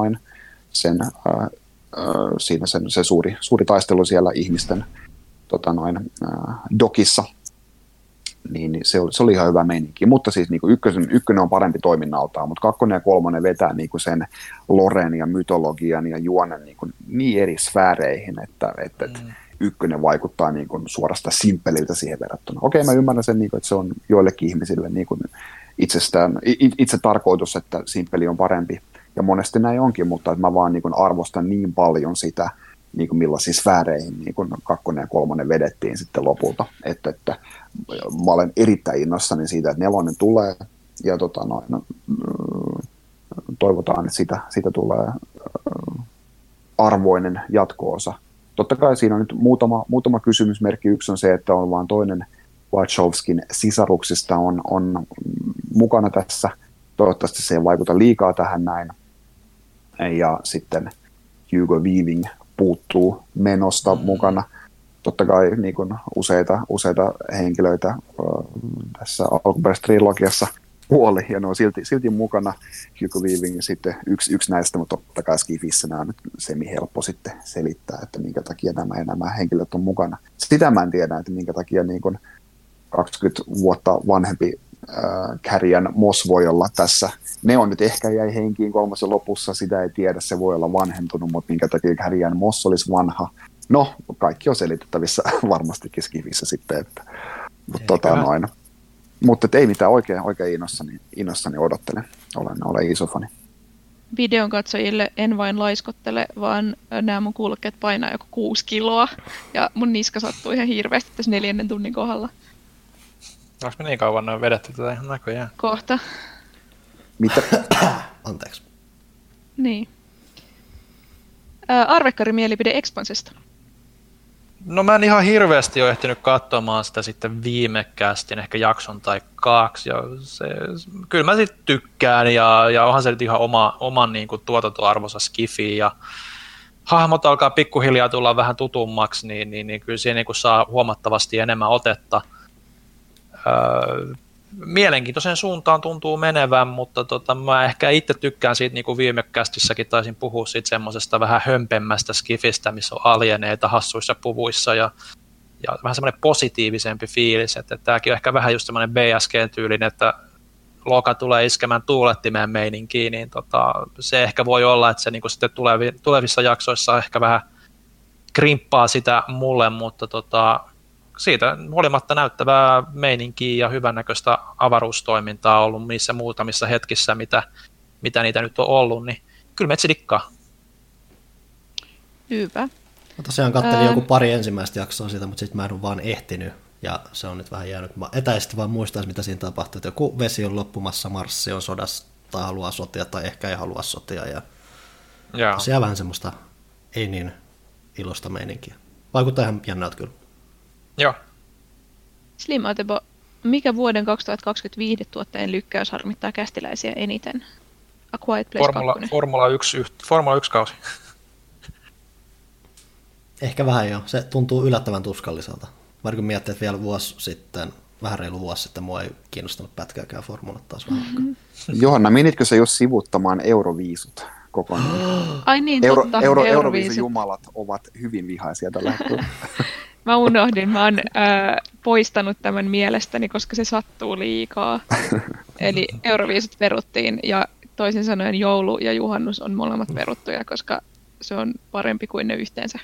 siinä se suuri taistelu siellä ihmisten dokissa, niin se oli ihan hyvä meininki. Mutta siis niin kuin ykkönen on parempi toiminnaltaan, mutta kakkonen ja kolmonen vetää niin kuin sen loren ja mytologian ja juonen niin eri sfääreihin, että ykkönen vaikuttaa niin kuin suorasta simppeliltä siihen verrattuna. Okei, mä ymmärrän sen, että se on joillekin ihmisille niin kuin itse tarkoitus, että simppeli on parempi. Ja monesti näin onkin, mutta mä vaan niin kuin arvostan niin paljon sitä, niin kuin millaisiin sfääreihin niin kuin kakkonen ja kolmonen vedettiin sitten lopulta. Että mä olen erittäin innoissani siitä, että nelonen tulee, ja toivotaan, että siitä tulee arvoinen jatko-osa. Totta kai siinä on nyt muutama kysymysmerkki. Yksi on se, että on vain toinen Wachowskin sisaruksista on mukana tässä. Toivottavasti se ei vaikuta liikaa tähän näin. Ja sitten Hugo Weaving puuttuu menosta mukana. Totta kai niin kuin useita henkilöitä tässä alkuperäisessä trilogiassa kuoli, ja ne on silti mukana. Hugo Weaving sitten yksi näistä, mutta totta kai Skifissä nämä on nyt semi-helppo sitten selittää, että minkä takia nämä henkilöt on mukana. Sitä mä en tiedä, että minkä takia niin kuin 20 vuotta vanhempi Carrie-Anne Moss voi olla tässä. Ne on nyt ehkä jäi henkiin kolmosen lopussa, sitä ei tiedä, se voi olla vanhentunut, mutta minkä takia Carrie-Anne Moss olisi vanha. No, kaikki on selitettävissä varmastikin Skifissä sitten, että mutta ei mitään, oikein innossani odottelen. Olen iso fani. Videon katsojille en vain laiskottele, vaan nämä mun kuulokkeet painaa joku 6 kiloa. Ja mun niska sattuu ihan hirveästi tässä 4 tunnin kohdalla. Onko me niin kauan noin vedetty tätä ihan näköjään? Kohta. Mitä? Anteeksi. Niin. Arvekkari mielipide Expansesta. No mä en ihan hirveästi ole ehtinyt katsomaan sitä sitten viime kästin, ehkä jakson tai 2. Ja kyllä mä sitten tykkään ja onhan se nyt ihan oman niin kuin tuotantoarvonsa skifi ja hahmot alkaa pikkuhiljaa tulla vähän tutummaksi, niin kyllä siihen niin kuin saa huomattavasti enemmän otetta. Mielenkiintoisen suuntaan tuntuu menevän, mutta mä ehkä itse tykkään siitä, niin kuin viime kästissäkin taisin puhua siitä semmoisesta vähän hömpemmästä skifistä, missä on alieneita hassuissa puvuissa ja vähän semmoinen positiivisempi fiilis, että tämäkin on ehkä vähän just semmoinen BSG-tyylinen, että Loka tulee iskemään tuulettimeen meininkiin, niin se ehkä voi olla, että se niin kuin sitten tulevissa jaksoissa ehkä vähän krimppaa sitä mulle, mutta siitä huolimatta näyttävää meininkiä ja hyvännäköistä avaruustoimintaa on ollut niissä muutamissa hetkissä, mitä niitä nyt on ollut, niin kyllä metsi dikkaa. Hyvä. Mä tosiaan katselin joku pari ensimmäistä jaksoa siitä, mutta sitten mä en ole vaan ehtinyt, ja se on nyt vähän jäänyt. Mä etäisesti vaan muistaisin, mitä siinä tapahtuu, että joku vesi on loppumassa, Marssi on sodassa, tai haluaa sotia, tai ehkä ei halua sotia, ja tosiaan vähän semmoista ei niin ilosta meininkiä. Vaikuttaa ihan jännältä kyllä. Joo. Slim Atebo, mikä vuoden 2020 viihdetuotteen lykkäys harmittaa kästiläisiä eniten? A Quiet Place 2. Formula 1 kausi. Ehkä vähän jo. Se tuntuu yllättävän tuskalliselta. Mä kun miettii, että vielä vuosi sitten, vähän reilu vuosi sitten, mua ei kiinnostanut pätkääkään formulat taas vähän aikaa. Johanna, menitkö sä jo sivuttamaan Euroviisut kokonaan? Ai niin, totta. Euroviisun jumalat ovat hyvin vihaisia tällä hetkellä. Mä unohdin, mä oon poistanut tämän mielestäni, koska se sattuu liikaa. Eli Euroviisut peruttiin ja toisin sanoen joulu ja juhannus on molemmat peruttuja, koska se on parempi kuin ne yhteensä.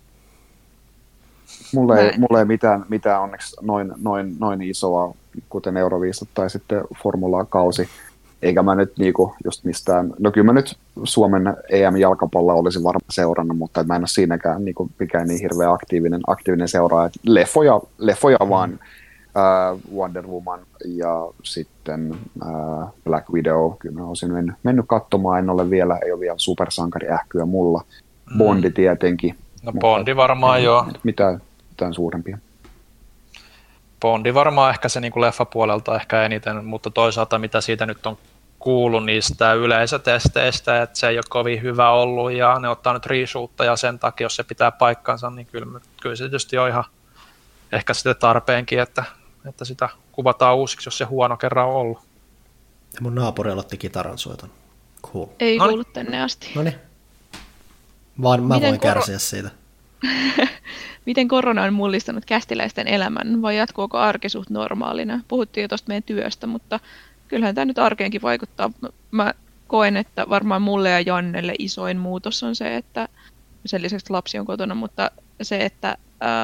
Mulla ei mitään onneksi noin isoa, kuten Euroviisut tai sitten Formula-kausi eikä mä nyt niinku just mistään, no kyllä mä nyt Suomen EM-jalkapalloa olisin varmaan seurannut, mutta mä en ole siinäkään niinku mikään niin hirveän aktiivinen seuraaja. Leffoja vaan Wonder Woman ja sitten Black Widow, kyllä mä olisin mennyt katsomaan, ei ole vielä supersankariähkyä mulla. Bondi tietenkin. No Bondi varmaan joo. Mitään suurempia. Bondi varmaan ehkä se niin kuin leffapuolelta ehkä eniten, mutta toisaalta mitä siitä nyt on kuullut niistä yleisötesteistä, että se ei ole kovin hyvä ollut ja ne ottaa nyt reshootteja ja sen takia, jos se pitää paikkansa, niin kyllä se tietysti on ihan ehkä sitten tarpeenkin, että sitä kuvataan uusiksi, jos se huono kerran on ollut. Ja mun naapuri aloitti kitaran soiton. Cool. Ei kuullut tänne asti. Noniin. Vaan mä voin kärsiä siitä. Miten korona on mullistanut kästiläisten elämän, vai jatkuuko arki suht normaalina? Puhuttiin jo tuosta meidän työstä, mutta kyllähän tämä nyt arkeenkin vaikuttaa. Mä koen, että varmaan mulle ja Jannelle isoin muutos on se, että sen lisäksi lapsi on kotona, mutta se, että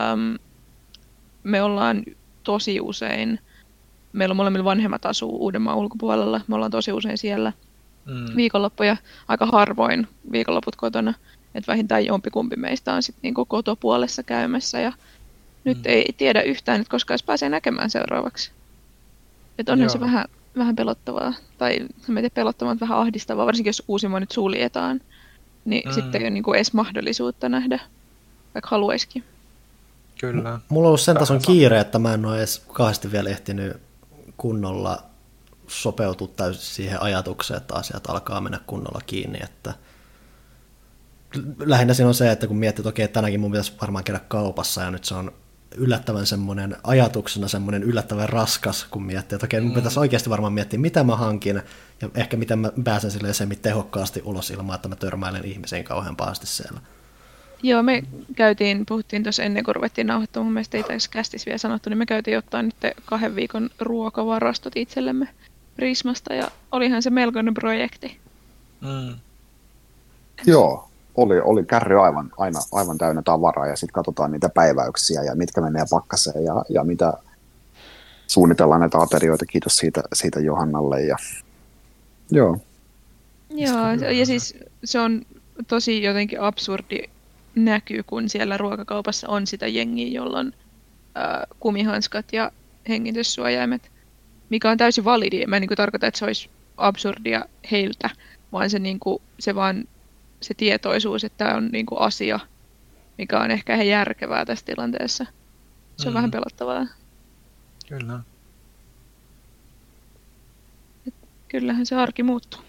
me ollaan tosi usein, meillä on molemmilla vanhemmat asuu Uudenmaan ulkopuolella, me ollaan tosi usein siellä viikonloppuja, aika harvoin viikonloput kotona. Että vähintään jompikumpi meistä on sitten niinku kotopuolessa käymässä ja nyt ei tiedä yhtään, että koska edes pääsee näkemään seuraavaksi. Että onhan se vähän pelottavaa, tai en tiedä pelottavaa, mutta vähän ahdistavaa, varsinkin jos Uusimaa nyt suljetaan, niin sitten ei ole niinku edes mahdollisuutta nähdä, vaikka haluaisikin. Kyllä. Mulla on ollut sen tason kiire, että mä en ole edes kahdesti vielä ehtinyt kunnolla sopeutua täysin siihen ajatukseen, että asiat alkaa mennä kunnolla kiinni, että lähinnä siinä on se, että kun miettii, että okei, tänäkin mun pitäisi varmaan käydä kaupassa, ja nyt se on yllättävän semmoinen ajatuksena semmoinen yllättävän raskas, kun miettii, että okei, mun pitäisi oikeasti varmaan miettiä, mitä mä hankin, ja ehkä miten mä pääsen silleen tehokkaasti ulos ilman, että mä törmäilen ihmisiin kauhean pahasti siellä. Joo, puhuttiin tuossa ennen kuin ruvettiin nauhoittamaan, mun mielestä ei taisi kästis vielä sanottu, niin me käytiin ottaa nyt 2 viikon ruokavarastot itsellemme Prismasta, ja olihan se melkoinen projekti. Joo. Oli kärry aivan täynnä tavaraa ja sitten katsotaan niitä päiväyksiä ja mitkä menee pakkaseen ja mitä suunnitellaan näitä aterioita. Kiitos siitä Johannalle. Joo, ja siis se on tosi jotenkin absurdi näky, kun siellä ruokakaupassa on sitä jengiä, jolla on kumihanskat ja hengityssuojaimet, mikä on täysin validi. Mä en tarkoita, että se olisi absurdia heiltä, vaan se tietoisuus, että tämä on niinku asia, mikä on ehkä ihan järkevää tässä tilanteessa. Se on vähän pelottavaa. Kyllä. Kyllähän se arki muuttuu.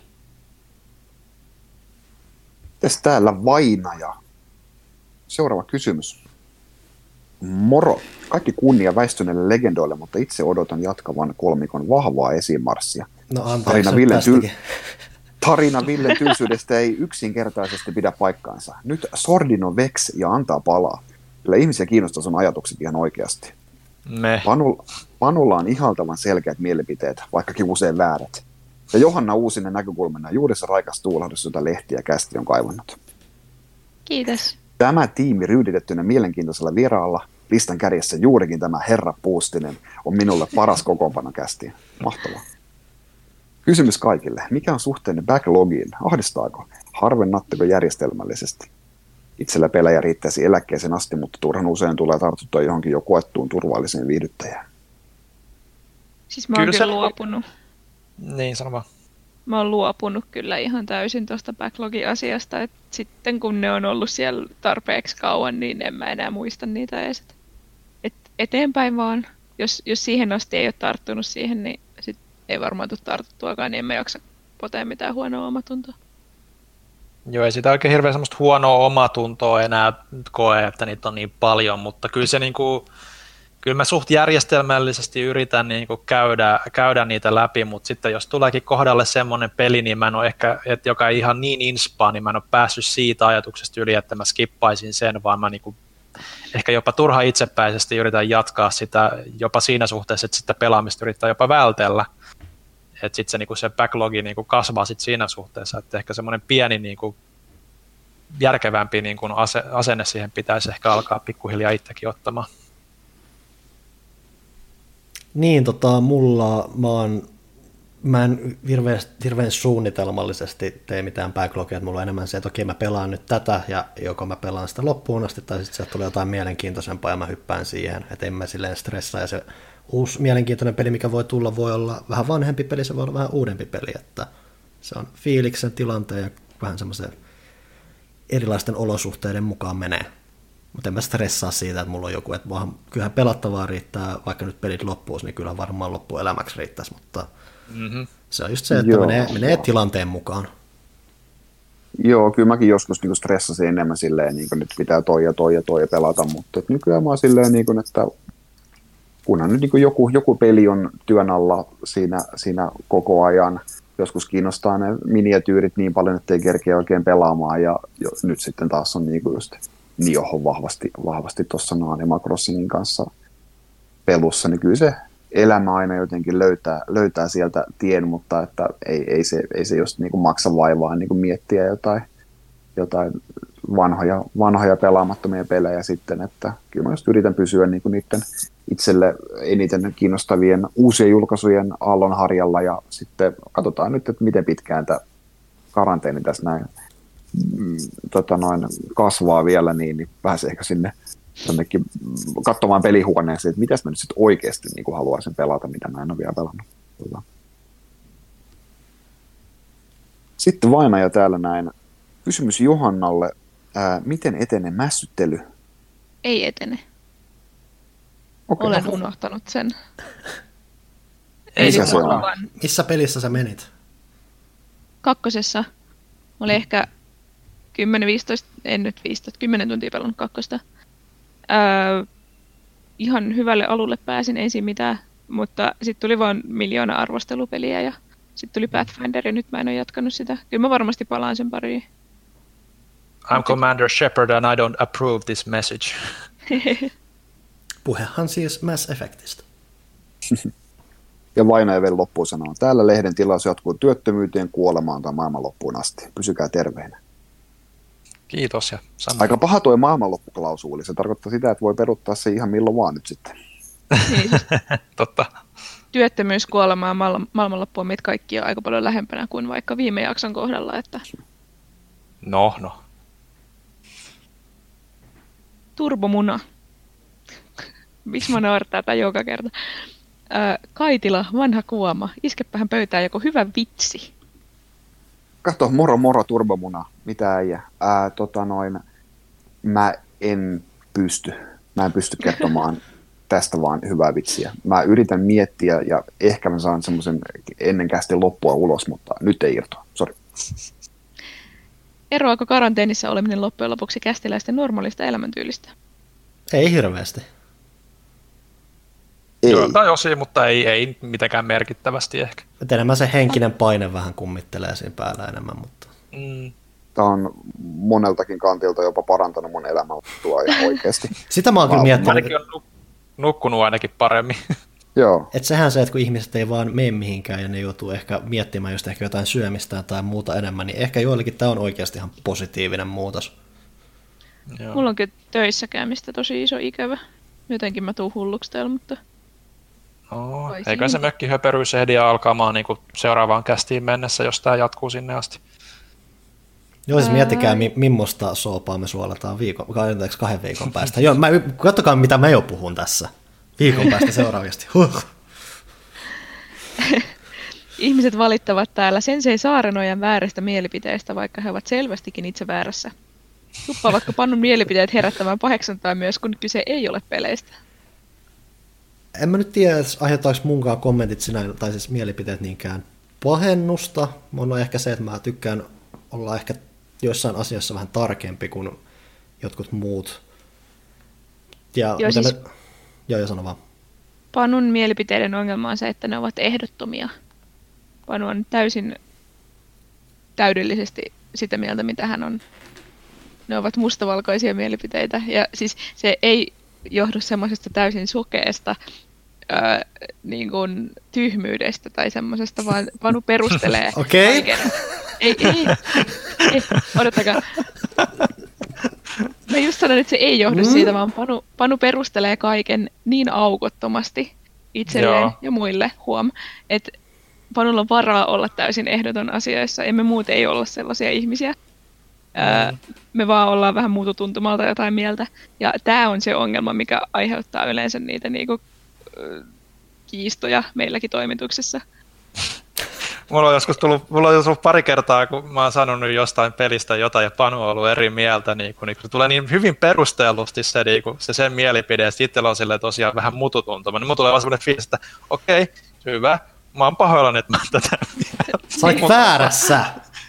Mites täällä Vainaja? Seuraava kysymys. Moro. Kaikki kunnia väistyneille legendoille, mutta itse odotan jatkavan kolmikon vahvaa esimarssia. No anteeksi nyt tästäkin. Tarina Villen tylsyydestä ei yksinkertaisesti pidä paikkaansa. Nyt Sordino Vex ja antaa palaa. Kyllä ihmisiä kiinnostaa sun ajatukset ihan oikeasti. Panulla on ihaltavan selkeät mielipiteet, vaikkakin usein väärät. Ja Johanna Uusinen näkökulmana juuri se raikas tuulahdus, jota lehti ja kästi on kaivannut. Kiitos. Tämä tiimi ryyditettynä mielenkiintoisella vieraalla, listan kärjessä juurikin tämä herra Puustinen, on minulle paras kokoonpano kästi. Mahtavaa. Kysymys kaikille. Mikä on suhteenne backlogiin? Ahdistaako? Harvennatteko järjestelmällisesti? Itsellä pelejä riittäisi eläkkeeseen asti, mutta turhan usein tulee tartuttua johonkin jo koettuun turvalliseen viihdyttäjään. Siis mä oon kyllä luopunut. Niin, sano vaan. Mä oon luopunut kyllä ihan täysin tuosta backlog-asiasta, että sitten kun ne on ollut siellä tarpeeksi kauan, niin en mä enää muista niitä edes. Et eteenpäin vaan. Jos siihen asti ei ole tarttunut siihen, niin sit ei varmaan tule tartuttuakaan, niin en mä jaksa potea mitään huonoa omatuntoa. Joo, ei sitä oikein hirveän semmoista huonoa omatuntoa enää koe, että niitä on niin paljon, mutta kyllä se kyllä mä suht järjestelmällisesti yritän käydä niitä läpi, mutta sitten jos tuleekin kohdalle semmoinen peli, niin mä en ole ehkä, joka ei ihan niin inspaa, niin mä en ole päässyt siitä ajatuksesta yli, että mä skippaisin sen, vaan mä ehkä jopa turha itsepäisesti yritän jatkaa sitä jopa siinä suhteessa, että sitä pelaamista yrittää jopa vältellä. Että sitten se backlogi kasvaa sit siinä suhteessa, että ehkä semmoinen pieni järkevämpi asenne siihen pitäisi ehkä alkaa pikkuhiljaa itsekin ottamaan. Niin, mä oon mä en hirveän suunnitelmallisesti tee mitään backlogia, että mulla on enemmän se, että okei mä pelaan nyt tätä ja joko mä pelaan sitä loppuun asti tai sitten sieltä tulee jotain mielenkiintoisempaa ja mä hyppään siihen, että en mä silleen stressaa ja se uusi mielenkiintoinen peli, mikä voi tulla, voi olla vähän vanhempi peli, se voi olla vähän uudempi peli, että se on fiiliksen, tilanteen ja vähän semmoisen erilaisten olosuhteiden mukaan menee. Mutta en mä stressaa siitä, että mulla on joku, että kyllähän pelattavaa riittää, vaikka nyt pelit loppuisi, niin kyllä varmaan loppuelämäksi riittäisi, mutta se on just se, että menee tilanteen mukaan. Joo, kyllä mäkin joskus niin stressasin enemmän silleen, niin nyt pitää toi ja pelata, mutta nykyään mä oon silleen, niin kuin, että kunhan nyt niin joku peli on työn alla siinä koko ajan, joskus kiinnostaa ne miniatyyrit niin paljon, että ei kerkeä oikein pelaamaan, ja nyt sitten taas on niin kuin just Niohon vahvasti tuossa Animal Crossingin kanssa pelussa, niin kyllä se elämä aina jotenkin löytää sieltä tien, mutta että ei se just niin kuin maksa vaivaa niin kuin miettiä jotain vanhoja pelaamattomia pelejä sitten, että kyllä mä just yritän pysyä niin kuin niiden itselle eniten kiinnostavien uusien julkaisujen aallonharjalla ja sitten katsotaan nyt, että miten pitkään tämä karanteeni tässä näin kasvaa vielä, niin pääseekö sinne jonnekin katsomaan pelihuoneeseen, että mitäs mä nyt sitten oikeasti niin kuin haluaisin pelata, mitä mä en ole vielä pelannut. Sitten vainaja täällä näin. Kysymys Johannalle. Miten etenee mässyttely? Ei etene. Okay. Olen unohtanut sen. Mikä se on? Missä pelissä sä menit? 2. Oli ehkä 10 tuntia pelannut 2. Ihan hyvälle alulle pääsin, ei siinä mitään, mutta sitten tuli vaan 1 miljoona arvostelupeliä ja sitten tuli Pathfinder ja nyt mä en ole jatkanut sitä. Kyllä mä varmasti palaan sen pariin. I'm Commander Shepard and I don't approve this message. Puhehan siis Mass Effectistä. Ja vainaja vielä loppuun sanoo. Täällä lehden tilaus jatkuu työttömyyteen, kuolemaan tai maailmanloppuun asti. Pysykää terveinä. Kiitos ja samoin. Aika paha tuo maailmanloppuklausuuli. Se tarkoittaa sitä, että voi peruttaa se ihan milloin vaan nyt sitten. Niin, Totta. työttömyys, kuolema ja maailmanloppu on meitä kaikkia aika paljon lähempänä kuin vaikka viime jakson kohdalla. Että... No. Turbomuna. Miksi mä naurattaa tätä joka kerta? Kaitila, vanha kuoma. Iskepähän pöytään joku hyvä vitsi. Kato, moro turbomuna. Mitä äijä? Mä en pysty kertomaan tästä vaan hyvää vitsiä. Mä yritän miettiä ja ehkä mä saan semmoisen ennen kästin loppua ulos, mutta nyt ei irtoa. Sori. Eroako karanteenissa oleminen loppujen lopuksi kästiläisten normaalista elämäntyylistä? Ei hirveästi. Ei. Joiltain osin, mutta ei mitenkään merkittävästi ehkä. Enemmän se henkinen paine vähän kummittelee siinä päällä enemmän, mutta... Tämä on moneltakin kantilta jopa parantanut mun elämänlaatua ja oikeasti. Sitä mä oon kyllä miettinyt. Ainakin on nukkunut ainakin paremmin. Joo. Et sehän se, että kun ihmiset ei vaan mene mihinkään ja ne joutuu ehkä miettimään just ehkä jotain syömistä tai muuta enemmän, niin ehkä joillekin tämä on oikeasti ihan positiivinen muutos. Joo. Mulla on kyllä töissä käymistä tosi iso ikävä. Jotenkin mä tuun hulluksi täällä, mutta... No, eikä se mökkihöperyys ehdi alkamaan niin seuraavaan kästiin mennessä, jos tämä jatkuu sinne asti. Joo, siis miettikää, millaista soopaa me suolataan 2 viikon päästä. Joo, katsokaa, mitä mä jo puhun tässä. Viikon päästä seuraavasti. Ihmiset valittavat täällä Sensei Saarenojan vääristä mielipiteistä, vaikka he ovat selvästikin itse väärässä. Tuppaavatko pannun mielipiteet herättämään paheksuntaa myös, kun kyse ei ole peleistä? En mä nyt tiedä, aiheuttaako munkaan kommentit sinä, tai siis mielipiteet niinkään pahennusta. Mun on ehkä se, että mä tykkään olla ehkä joissain asioissa vähän tarkempi kuin jotkut muut. Joo, siis Joo, sano vaan. Panun mielipiteiden ongelma on se, että ne ovat ehdottomia. Panu on täysin täydellisesti sitä mieltä, mitä hän on. Ne ovat mustavalkoisia mielipiteitä. Ja siis se ei johdu semmoisesta täysin sokeesta niin kuin tyhmyydestä tai semmoisesta, vaan Panu perustelee kaiken. Ei, odottakaa. Mä just sanon, että se ei johdu siitä, vaan Panu perustelee kaiken niin aukottomasti itselleen ja muille, että Panulla on varaa olla täysin ehdoton asioissa, emme muuten ei olla sellaisia ihmisiä. Me vaan ollaan vähän muututuntumalta jotain mieltä. Ja tämä on se ongelma, mikä aiheuttaa yleensä niitä niinku, kiistoja meilläkin toimituksessa. Mulla on joskus tullut pari kertaa, kun mä oon sanonut jostain pelistä jotain ja Panu on ollut eri mieltä, niin kun se tulee niin hyvin perustellusti se sen mielipide, ja sitten on silleen tosiaan vähän mututuntuma, niin mulla tulee vaan semmoinen fiilis, että okei, hyvä, mä oon pahoillani, että mä tätä mieltä. Sä oot väärässä!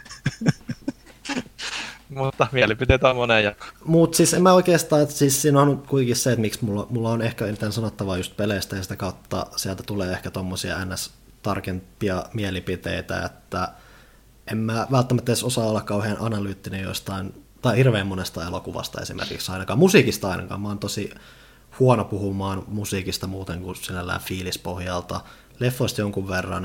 Mutta mielipiteitä on moneen jako. Mutta siis en mä oikeastaan, että siis siinä on kuitenkin se, että miksi mulla on ehkä eniten sanottavaa just peleistä, ja sitä kautta sieltä tulee ehkä tommosia NS-tarkempia mielipiteitä, että en mä välttämättä edes osaa olla kauhean analyyttinen jostain, tai hirveän monesta elokuvasta esimerkiksi ainakaan, musiikista ainakaan. Mä oon tosi huono puhumaan musiikista muuten kuin sinällään fiilispohjalta, leffoista jonkun verran,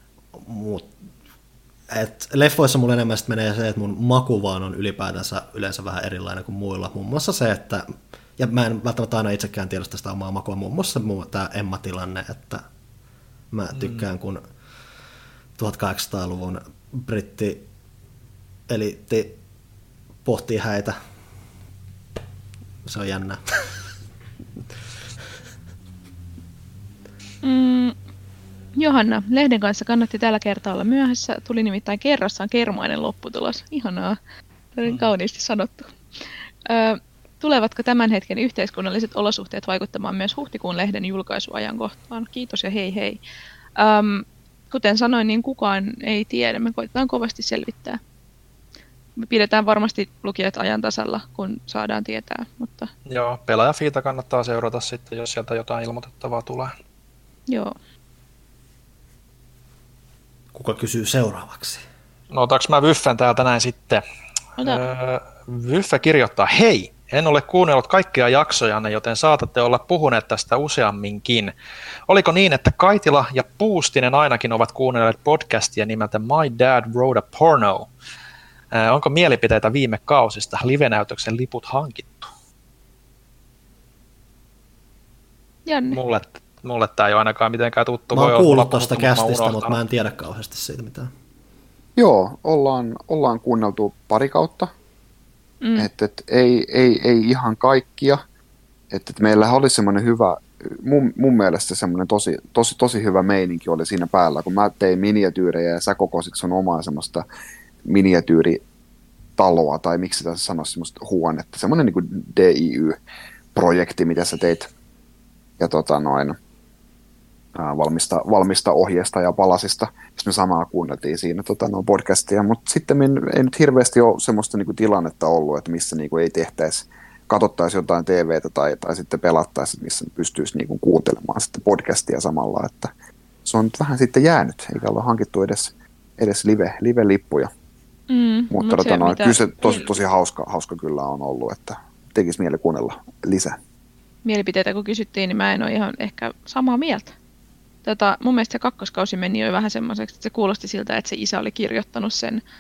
leffoissa mulla enemmän menee se, että mun maku vaan on ylipäätänsä yleensä vähän erilainen kuin muilla. Muun muassa se, että, ja mä en välttämättä aina itsekään tiedä sitä omaa makua, muun muassa tämä Emma-tilanne, että mä tykkään, kun 1800-luvun britti-eliitti pohtii häitä. Se on jännä. Johanna, lehden kanssa kannatti tällä kertaa olla myöhässä. Tuli nimittäin kerrassaan kermainen lopputulos. Ihanaa. Oli kauniisti sanottu. Tulevatko tämän hetken yhteiskunnalliset olosuhteet vaikuttamaan myös huhtikuun lehden julkaisuajankohtaan? Kiitos ja hei hei. Kuten sanoin, niin kukaan ei tiedä. Me koitetaan kovasti selvittää. Me pidetään varmasti lukijat ajan tasalla, kun saadaan tietää. Mutta... Joo, pelaajafiita kannattaa seurata sitten, jos sieltä jotain ilmoitettavaa tulee. Joo. Kuka kysyy seuraavaksi? No otaks mä Vyffen täältä näin sitten? Vyffä kirjoittaa, hei, en ole kuunnellut kaikkia jaksojanne, joten saatatte olla puhuneet tästä useamminkin. Oliko niin, että Kaitila ja Puustinen ainakin ovat kuunnelleet podcastia nimeltä My Dad Wrote a Porno? Onko mielipiteitä viime kausista? Livenäytöksen liput hankittu? Janne. Mulle tämä ei ole ainakaan mitenkään tuttu. Mä oon kuullut tuosta kästistä, mutta mä en tiedä kauheasti siitä mitään. Joo, ollaan kuunneltu pari kautta. Ei ihan kaikkia. Meillähän oli semmoinen hyvä, mun mielestä semmoinen tosi hyvä meininki oli siinä päällä, kun mä tein miniatyyrejä ja sä kokosit sun omaa semmoista miniatyyritaloa, tai miksi tässä sanoisi semmoista huonetta, semmoinen niin kuin DIY-projekti, mitä sä teit. Ja valmista ohjeesta ja palasista. Sitten me samaa kuunneltiin siinä podcastia, mutta sitten ei nyt hirveästi ole semmoista niinku tilannetta ollut, että missä niinku ei katsottaisi jotain TVtä tai sitten pelattaisi, missä pystyisi niinku kuuntelemaan sitten podcastia samalla, että se on nyt vähän sitten jäänyt, eikä olla hankittu edes live-lippuja. Mutta kyllä se tosi hauska kyllä on ollut, että tekisi mieli kuunnella lisää. Mielipiteitä kun kysyttiin, niin mä en ole ihan ehkä samaa mieltä. Mun mielestä se kakkoskausi meni jo vähän semmoiseksi, että se kuulosti siltä, että se isä oli kirjoittanut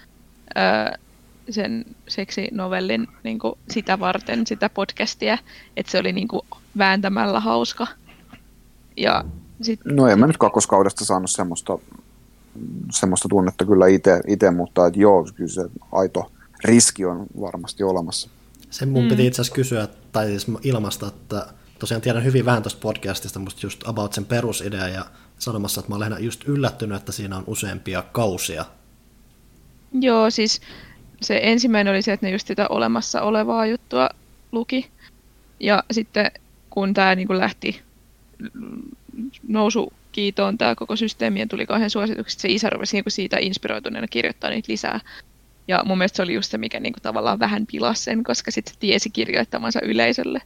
sen seksinovellin niin kuin sitä varten, sitä podcastia, että se oli niin kuin vääntämällä hauska. Ja No en mä nyt kakkoskaudesta saanut semmoista tunnetta kyllä itse, mutta että joo, kyllä se aito riski on varmasti olemassa. Sen mun piti itse asiassa kysyä, tai siis ilmaista, että tosiaan tiedän hyvin vähän tuosta podcastista, musta just about sen perusidea ja sanomassa, että mä olen just yllättynyt, että siinä on useampia kausia. Joo, siis se ensimmäinen oli se, että ne just sitä olemassa olevaa juttua luki. Ja sitten kun tämä niin lähti nousukiitoon tämä koko systeemi ja tuli kauhean suositukset, se isä rupesi niin siitä inspiroituneena kirjoittaa niitä lisää. Ja mun mielestä se oli just se, mikä niin tavallaan vähän pilasi sen, koska sitten se tiesi kirjoittamansa yleisölle.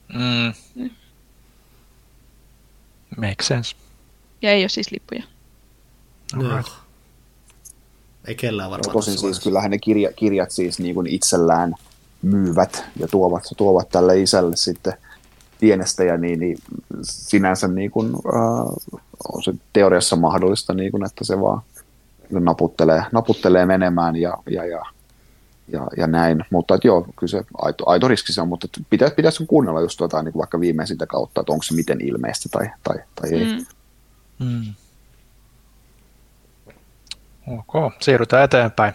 Make sense. Ja ei ole siis lippuja. No. Ei kellään varmaan. Tosin siis kyllähän ne kirjat siis niin kuin itsellään myyvät ja tuovat tälle isälle sitten tienestäjä, niin sinänsä niin kuin, on se teoriassa mahdollista, niin kuin, että se vaan naputtelee menemään ja näin, mutta joo, kyllä se aito riski se on, mutta pitäisi kuunnella just niin kuin vaikka viimeisintä kautta, että onko se miten ilmeistä tai ei. Ok, siirrytään eteenpäin.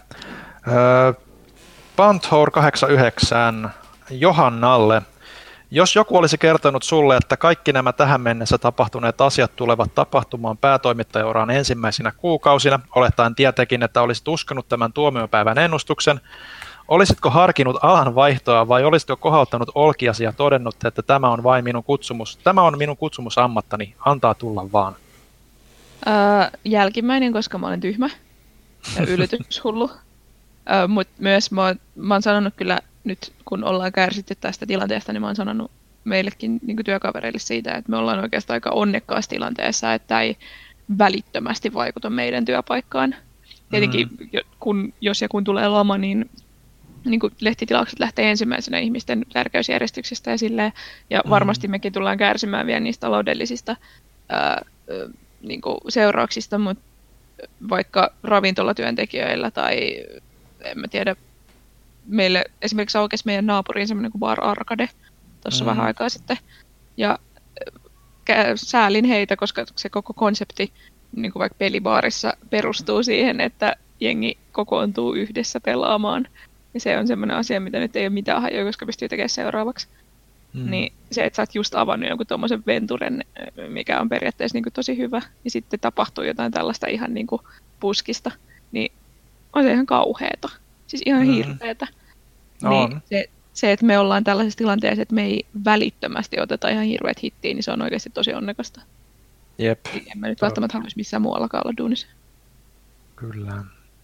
Panthor 89 Johannalle. Jos joku olisi kertonut sulle, että kaikki nämä tähän mennessä tapahtuneet asiat tulevat tapahtumaan päätoimittajauraan ensimmäisinä kuukausina, olettaen tietenkin, että olisit uskonut tämän tuomiopäivän ennustuksen, olisitko harkinnut alan vaihtoa vai olisitko kohauttanut olkiasi ja todennut, että tämä on minun kutsumus antaa tulla vaan? Jälkimmäinen, koska mä olen tyhmä ja yllytyshullu. Mutta myös mä oon sanonut kyllä nyt, kun ollaan kärsitty tästä tilanteesta, niin mä oon sanonut meillekin niin työkavereille siitä, että me ollaan oikeastaan aika onnekkaassa tilanteessa, että ei välittömästi vaikuta meidän työpaikkaan. Tietenkin, jos ja kun tulee lama, niin kuin lehtitilaukset lähtee ensimmäisenä ihmisten tärkeysjärjestyksestä ja silleen, ja varmasti mekin tullaan kärsimään vielä niistä taloudellisista niin kuin seurauksista, mutta vaikka ravintolatyöntekijöillä tai en mä tiedä, meille esimerkiksi aukesi meidän naapuriin semmoinen kuin Bar Arcade tuossa vähän aikaa sitten, ja säälin heitä, koska se koko konsepti niin kuin vaikka pelibaarissa perustuu siihen, että jengi kokoontuu yhdessä pelaamaan. Ja se on semmoinen asia, mitä nyt ei ole mitään hajoa, koska pystyy tekemään seuraavaksi. Niin se, että sä oot just avannut jonkun tommosen venturen, mikä on periaatteessa niin kuin tosi hyvä, ja sitten tapahtuu jotain tällaista ihan niin kuin puskista, niin on se ihan kauheeta. Siis ihan hirveetä. Niin se, että me ollaan tällaisessa tilanteessa, että me ei välittömästi oteta ihan hirveät hittiin, niin se on oikeasti tosi onnekasta. Jep. En mä nyt välttämättä haluaisi missään muuallakaan olla duunissa. Kyllä.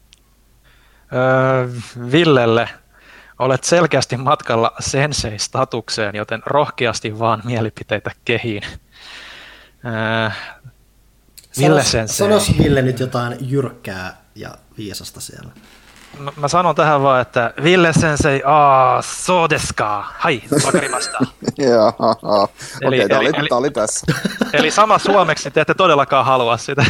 Villelle, olet selkeästi matkalla sensei-statukseen, joten rohkeasti vaan mielipiteitä kehiin. Ville sensei. Sanois Ville nyt jotain jyrkkää ja viisasta siellä. Mä sanon tähän vaan, että Ville sensei, so desu ka. Hai, wakarimashita. Okei, tää oli tässä. Eli sama suomeksi, te ette todellakaan halua sitä.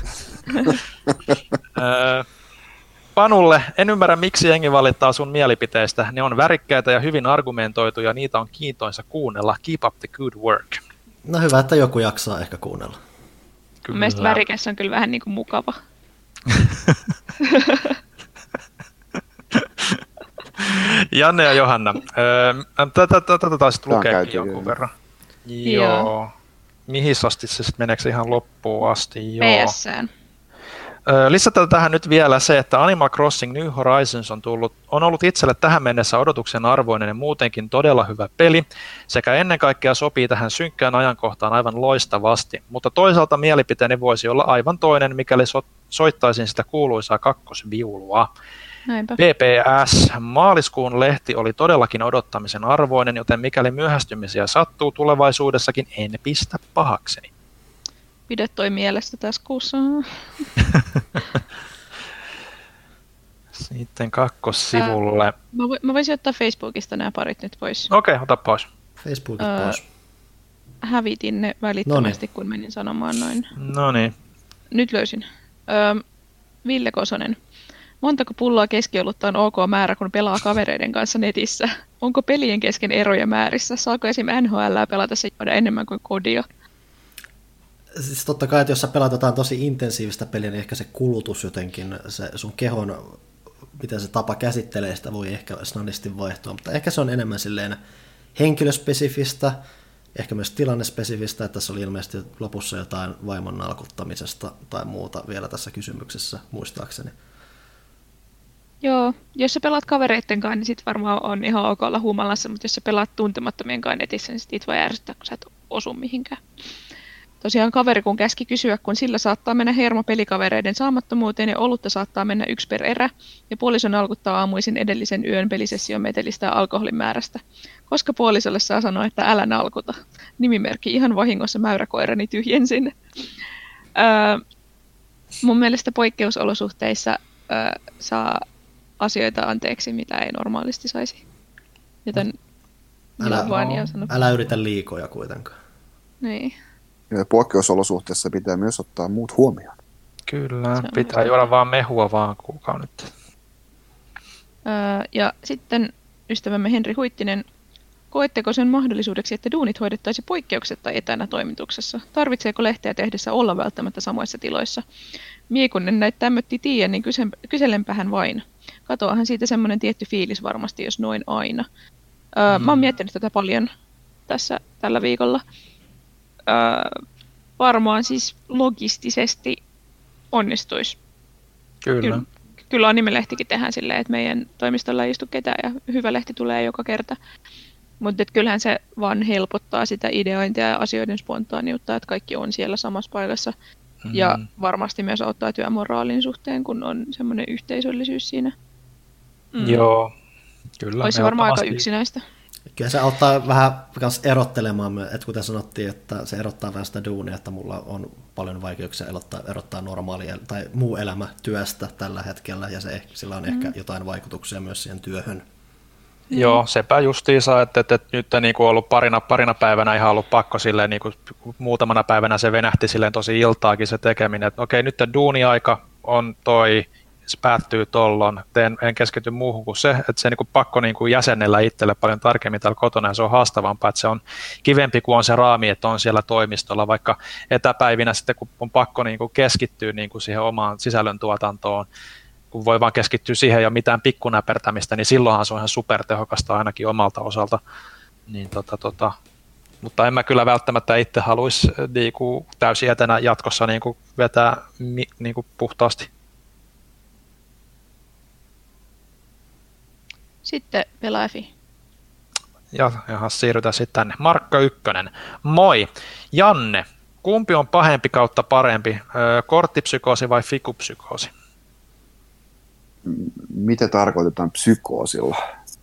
Panulle, en ymmärrä miksi jengi valittaa sun mielipiteistä. Ne on värikkäitä ja hyvin argumentoituja ja niitä on kiintoisa kuunnella. Keep up the good work. No hyvä, että joku jaksaa ehkä kuunnella. Mielestäni värikäs on kyllä vähän niin kuin mukava. Janne ja Johanna, tätä taisi lukeekin jonkun verran. Joo. Mihin asti se sitten meneekö ihan loppuun asti? Joo. PS:ään. Lisätään tähän nyt vielä se, että Animal Crossing New Horizons on ollut itselle tähän mennessä odotuksen arvoinen ja muutenkin todella hyvä peli, sekä ennen kaikkea sopii tähän synkkään ajankohtaan aivan loistavasti, mutta toisaalta mielipiteeni voisi olla aivan toinen, mikäli soittaisin sitä kuuluisaa kakkosviulua. Näinpä. PPS, maaliskuun lehti oli todellakin odottamisen arvoinen, joten mikäli myöhästymisiä sattuu tulevaisuudessakin, en pistä pahakseni. Pidä toi mielestä tässä kuussa. Sitten kakkossivulle. Mä voisin ottaa Facebookista nämä parit nyt pois. Okei, ota pois. Facebookit pois. Hävitin ne välittömästi, kun menin sanomaan noin. Noniin. Nyt löysin. Ville Kosonen. Montako pulloa keskiolutta on ok määrä, kun pelaa kavereiden kanssa netissä? Onko pelien kesken eroja määrissä? Saako esim. NHL:ää pelata se juoda enemmän kuin kodia? Siis totta kai, että jos sä pelaat jotain tosi intensiivistä peliä, niin ehkä se kulutus jotenkin, se sun kehon, miten se tapa käsittelee sitä, voi ehkä snadisti vaihtua, mutta ehkä se on enemmän silleen henkilöspesifistä, ehkä myös tilannespesifistä, että tässä oli ilmeisesti lopussa jotain vaimon nalkuttamisesta tai muuta vielä tässä kysymyksessä, muistaakseni. Joo, jos sä pelaat kavereitten kanssa, niin sit varmaan on ihan ok olla humalassa, mutta jos sä pelaat tuntemattomien kanssa netissä, niin sit niitä voi ärsyttää, kun sä et osu mihinkään. Tosiaan kaveri kun käski kysyä, kun sillä saattaa mennä hermo pelikavereiden saamattomuuteen ja olutta saattaa mennä yksi per erä, ja puolison alkuttaa aamuisin edellisen yön pelisession metelistä alkoholin määrästä. Koska puolisolle saa sanoa, että älä nalkuta. Nimimerkki ihan vahingossa mäyräkoirani tyhjensin. Mun mielestä poikkeusolosuhteissa saa asioita anteeksi, mitä ei normaalisti saisi. Joten älä yritä liikoja kuitenkaan. Niin. Ja poikkeusolosuhteissa pitää myös ottaa muut huomioon. Kyllä, pitää juoda vaan mehua vaan kukaan nyt. Ja sitten ystävämme Henri Huittinen, Koetteko sen mahdollisuudeksi, että duunit hoidettaisiin poikkeuksetta etänä toimituksessa? Tarvitseeko lehteä tehdessä olla välttämättä samoissa tiloissa? Mie kun en näitä tämmötti tiedä, niin kyselenpähän vain. Katoahan siitä semmoinen tietty fiilis varmasti, jos noin aina. Mä oon miettinyt tätä paljon tässä tällä viikolla. Varmaan siis logistisesti onnistuisi. Kyllä Anime-lehtikin tehdään silleen, että meidän toimistolla ei istu ketään ja hyvä lehti tulee joka kerta. Mutta kyllähän se vaan helpottaa sitä ideointia ja asioiden spontaaniutta, että kaikki on siellä samassa paikassa. Ja varmasti myös auttaa työmoraalin suhteen, kun on semmoinen yhteisöllisyys siinä. Joo, kyllä. Olisi varmaan aika yksinäistä. Kyllä se auttaa vähän myös erottelemaan, että kuten sanottiin, että se erottaa vähän sitä duunia, että mulla on paljon vaikeuksia erottaa normaalia tai muu elämä työstä tällä hetkellä, ja sillä on ehkä jotain vaikutuksia myös siihen työhön. Joo, sepä justiinsa, että nyt niin kuin ollut parina päivänä ihan ollut pakko silleen, niin kuin muutamana päivänä se venähti silleen tosi iltaakin se tekeminen, että okei, nyt duuniaika on toi, se päättyy tollon, en keskity muuhun kuin se, että se niin kuin pakko niin kuin jäsennellä itselle paljon tarkemmin täällä kotona, ja se on haastavampaa, että se on kivempi kuin on se raami, että on siellä toimistolla, vaikka etäpäivinä sitten, kun on pakko niin kuin keskittyä niin kuin siihen omaan sisällöntuotantoon, kun voi vaan keskittyä siihen ja mitään pikkunäpertämistä, niin silloinhan se on ihan supertehokasta ainakin omalta osalta. Niin mutta en mä kyllä välttämättä itse haluaisi niinku täysin etänä jatkossa niinku vetää niinku puhtaasti. Sitten Pelaafi. Ja siirrytään sitten tänne. Markka Ykkönen. Moi. Janne, kumpi on pahempi kautta parempi? Korttipsykoosi vai fikupsykoosi? Mitä tarkoitetaan psykoosilla?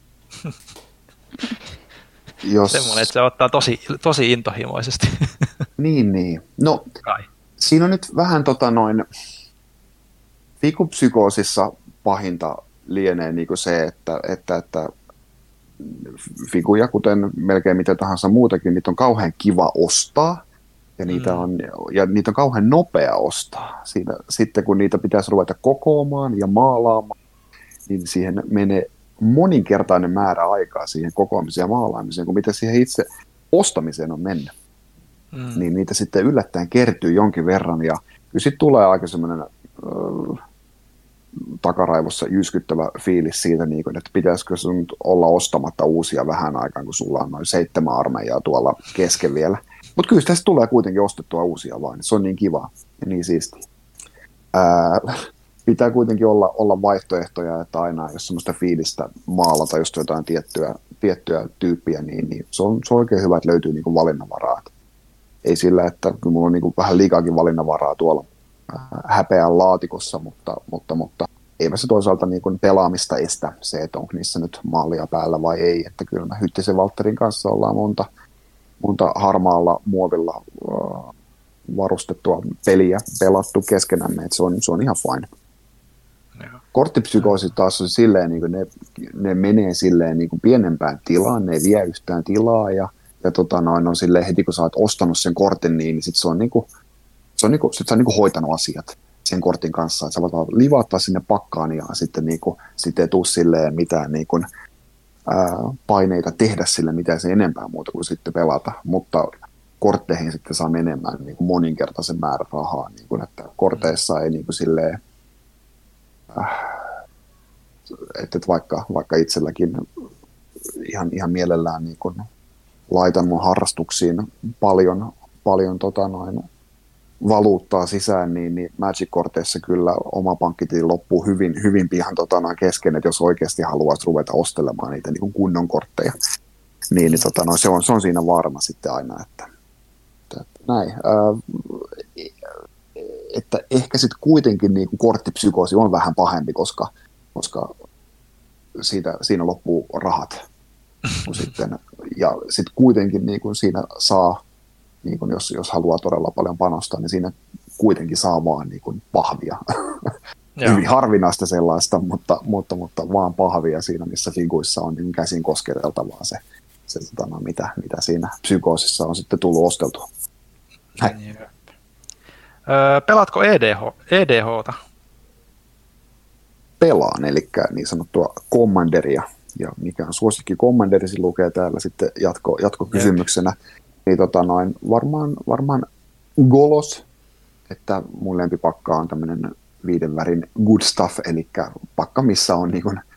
Semmoinen, että se ottaa tosi intohimoisesti. Niin. No, Kai. siinä on nyt vähän fikupsykoosissa pahinta lienee niin kuin se, että figuja, kuten melkein mitä tahansa muutakin, niitä on kauhean kiva ostaa. Ja niitä on kauhean nopea ostaa. Sitten kun niitä pitäisi ruveta kokoamaan ja maalaamaan, niin siihen menee moninkertainen määrä aikaa siihen kokoamiseen ja maalaamiseen, kuin mitä siihen itse ostamiseen on mennyt. Niin niitä sitten yllättäen kertyy jonkin verran, ja kyllä sitten tulee aika semmoinen takaraivossa jyskyttävä fiilis siitä, että pitäisikö sun olla ostamatta uusia vähän aikaan, kun sulla on noin 7 armeijaa tuolla kesken vielä. Mutta kyllä tässä tulee kuitenkin ostettua uusia vaan, se on niin kiva ja niin siistiä. Pitää kuitenkin olla vaihtoehtoja, että aina jos semmoista fiilistä maalata just jotain tiettyä tyyppiä, niin se on oikein hyvä, että löytyy niinku valinnanvaraa. Ei sillä, että mulla on niinku vähän liikaakin valinnanvaraa tuolla häpeän laatikossa, mutta eipä se toisaalta niinku pelaamista estä se, että onko niissä nyt maalia päällä vai ei. Että kyllä me Hyttisen Valtterin kanssa ollaan monta harmaalla muovilla varustettua peliä pelattu keskenämme, että se on ihan fine. Korttipsykoosit taas on silleen, niin ne menee silleen niin kuin pienempään tilaan, ne ei vie yhtään tilaa ja on silleen heti kun sä oot ostanut sen kortin, niin sit sä oot hoitanut asiat sen kortin kanssa, että sä voit livata sinne pakkaan ja sitten ei tule silleen mitään paineita tehdä sille mitään se enempää muuta kuin sitten pelata, mutta kortteihin sitten saa menemään moninkertaisen määrän rahaa, että korteissa ei silleen, että vaikka itselläkin ihan mielellään laitan mun harrastuksiin paljon valuuttaa sisään, niin Magic-korteissa kyllä oma pankkitili loppuu hyvin pian kesken, että jos oikeasti haluaisi ruveta ostelemaan niitä kunnon kortteja, niin se on siinä vaarana sitten aina, että näin. Että ehkä sitten kuitenkin korttipsykoosi on vähän pahempi, koska siinä loppuu rahat. Ja sitten kuitenkin siinä saa, jos haluaa todella paljon panostaa, niin siinä kuitenkin saa vaan pahvia. Hyvin harvinaista sellaista, mutta vaan pahvia siinä, missä figuissa on käsin kosketeltavaa se mitä siinä psykoosissa on sitten tullut osteltua. Pelaatko EDH:ta? Pelaan, eli niin sanottua Commanderia, ja mikä on suosikki Commanderisi lukee täällä sitten jatkokysymyksenä. Niin varmaan Golos, että mun lempipakka on tämmöinen 5 värin good stuff, eli pakka, missä on niin kuin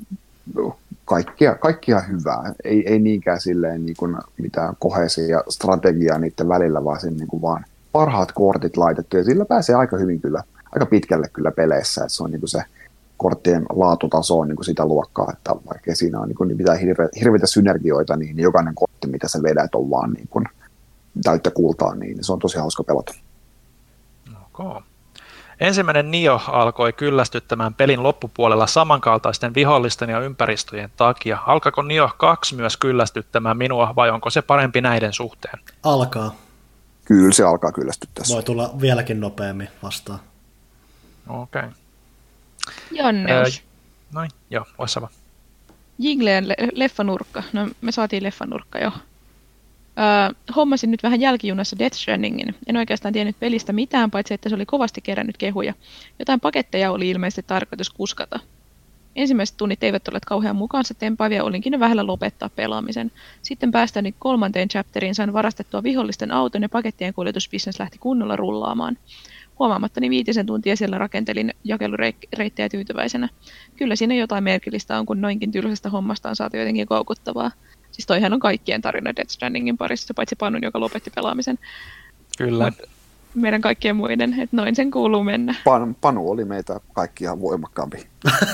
kaikkia hyvää. Ei niinkään silleen niin kuin mitään koheisia strategiaa niiden välillä, vaan sen niin kuin vaan parhaat kortit laitettu, ja sillä pääsee aika hyvin kyllä, aika pitkälle kyllä peleissä, että se on niin kuin se korttien laatutaso on niin kuin sitä luokkaa, että vaikka siinä on niin kuin mitään hirveitä synergioita, niin jokainen kortti, mitä sä vedät, on vaan niin kuin täyttä kultaa, niin se on tosi hauska pelata. Okay. Ensimmäinen Nioh alkoi kyllästyttämään pelin loppupuolella samankaltaisten vihollisten ja ympäristöjen takia. Alkaako Nioh 2 myös kyllästyttämään minua, vai onko se parempi näiden suhteen? Alkaa. Kyllä se alkaa kyllästyttää. Voi tulla vieläkin nopeammin vastaan. Okei. Okay. Janneus. Noin, joo, ois sama. Jingleen leffanurkka. No, me saatiin leffanurkka jo. Hommasin nyt vähän jälkijunassa Death Strandingin. En oikeastaan tiennyt pelistä mitään, paitsi että se oli kovasti kerännyt kehuja. Jotain paketteja oli ilmeisesti tarkoitus kuskata. Ensimmäiset tunnit eivät olleet kauhean mukaansa tempaavia, olinkin jo vähällä lopettaa pelaamisen. Sitten päästäni 3. chapteriin, sain varastettua vihollisten auton ja pakettien kuljetusbusiness lähti kunnolla rullaamaan. Huomaamattani 5 tuntia siellä rakentelin jakelureittejä tyytyväisenä. Kyllä siinä jotain merkillistä on, kun noinkin tylsästä hommasta on saatu jotenkin koukuttavaa. Siis toihan on kaikkien tarina Death Strandingin parissa, paitsi Pannun, joka lopetti pelaamisen. Kyllä. Meidän kaikkien muiden, että noin sen kuuluu mennä. Panu oli meitä kaikkia voimakkaampi.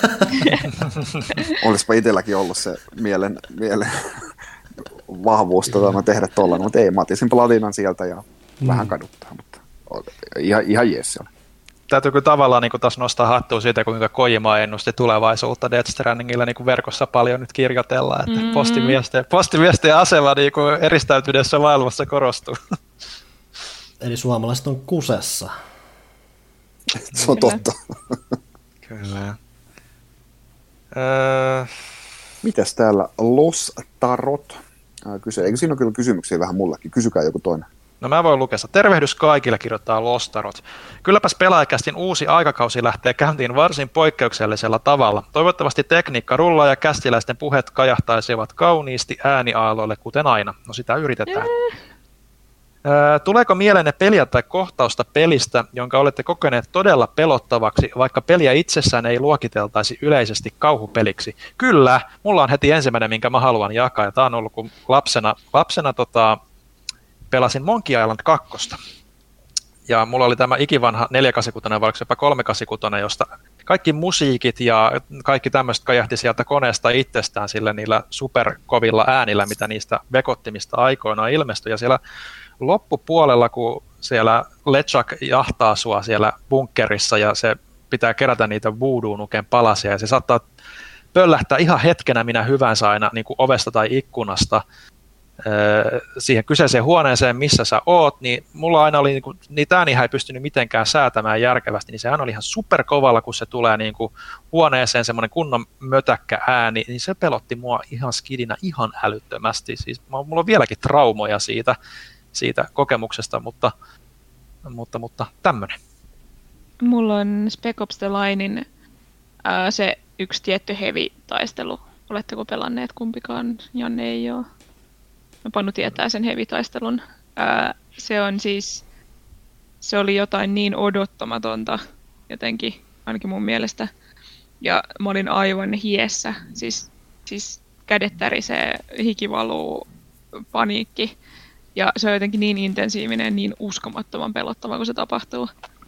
Olisipa itselläkin ollut se mielen vahvuus tehdä tuolla, mutta ei, mä otin sen platinan sieltä ja vähän kaduttaa, mutta ihan jees se oli. Täytyy kyllä tavallaan niin taas nostaa hattua siitä, kuinka Kojima ennusti tulevaisuutta Death Strandingilla niin verkossa paljon nyt kirjoitella, että postiviestien asema niin eristäytyneessä maailmassa korostuu. Eli suomalaiset on kusessa. Se on totta. Kyllä. Mitäs täällä Los Tarot? Eikö siinä ole kyllä kysymyksiä vähän mullakin? Kysykää joku toinen. No mä voin lukea. Tervehdys kaikille, kirjoittaa Lostarot. Kylläpäs Pelaajakästin uusi aikakausi lähtee käyntiin varsin poikkeuksellisella tavalla. Toivottavasti tekniikka rullaa ja kästiläisten puheet kajahtaisivat kauniisti ääniaaloille, kuten aina. No sitä yritetään. Tuleeko mieleenne peliä tai kohtausta pelistä, jonka olette kokeneet todella pelottavaksi, vaikka peliä itsessään ei luokiteltaisi yleisesti kauhupeliksi? Kyllä, mulla on heti ensimmäinen, minkä mä haluan jakaa, ja tää on ollut, kun lapsena pelasin Monkey Island 2. Ja mulla oli tämä ikivanha 486, vai jopa 386, josta kaikki musiikit ja kaikki tämmöistä kajahti sieltä koneesta itsestään sillä niillä superkovilla äänillä, mitä niistä vekottimista aikoinaan ilmestyi. Ja siellä loppupuolella, kun siellä LeChuck jahtaa sua siellä bunkkerissa ja se pitää kerätä niitä voodoo-nuken palasia ja se saattaa pöllähtää ihan hetkenä minä hyvänsä aina niin kuin ovesta tai ikkunasta siihen kyseiseen huoneeseen, missä sä oot, niin mulla aina oli, niin niitä ääniä ei pystynyt mitenkään säätämään järkevästi, niin se aina oli ihan superkovalla, kun se tulee niin kuin huoneeseen semmoinen kunnon mötäkkä ääni, niin se pelotti mua ihan skidinä ihan älyttömästi. Siis mulla on vieläkin traumoja siitä kokemuksesta, mutta tämmönen. Mulla on Spec Ops The Linein se yksi tietty heavy-taistelu. Oletteko pelanneet kumpikaan? Janne ei ole. Mä Panu tietää sen heavy-taistelun. Se on siis, se oli jotain niin odottamatonta jotenkin, ainakin mun mielestä. Ja mä olin aivan hiessä. Siis kädet tärisee, hiki valuu, paniikki. Ja se on jotenkin niin intensiivinen, niin uskomattoman pelottava, kun se tapahtuu.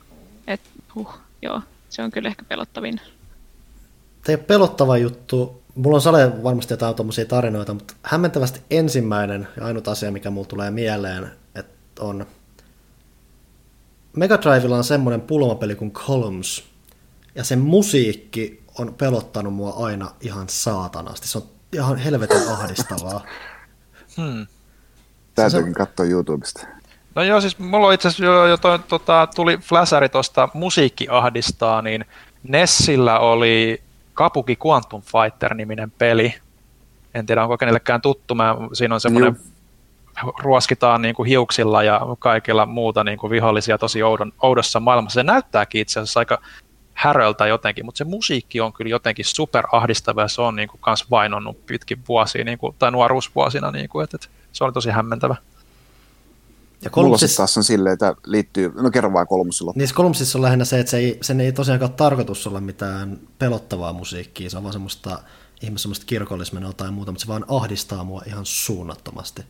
Joo, se on kyllä ehkä pelottavin. Teidän pelottava juttu, mulla on Sale varmasti jotain tommosia tarinoita, mutta hämmentävästi ensimmäinen ja ainut asia, mikä mulla tulee mieleen, että on Mega Drivella on semmoinen pulmapeli kuin Columns, ja sen musiikki on pelottanut mua aina ihan saatanasti. Se on ihan helvetin ahdistavaa. Täytyykin katsoa YouTubesta. No joo, siis mulla on itse asiassa jo tuli flashari tuosta musiikki ahdistaa, niin Nessillä oli Kabuki Quantum Fighter-niminen peli. En tiedä, onko kenellekään tuttu. Siinä on semmoinen, ruoskitaan niin kuin hiuksilla ja kaikilla muuta niin kuin vihollisia tosi oudossa maailmassa. Se näyttääkin itse asiassa aika häröltä jotenkin, mutta se musiikki on kyllä jotenkin superahdistava ja se on niin kuin kans vainonnut pitkin vuosia, niin kuin, tai nuoruusvuosina, niin kuin, että se oli tosi hämmentävä. Ja kolmosissa taas on silleen, että liittyy, no kerro vaan kolmosilla. Niissä kolmosissa on lähinnä se, että sen ei tosiaankaan ole tarkoitus olla mitään pelottavaa musiikkia, se on vaan semmoista kirkollismenoa tai muuta, mutta se vaan ahdistaa mua ihan suunnattomasti.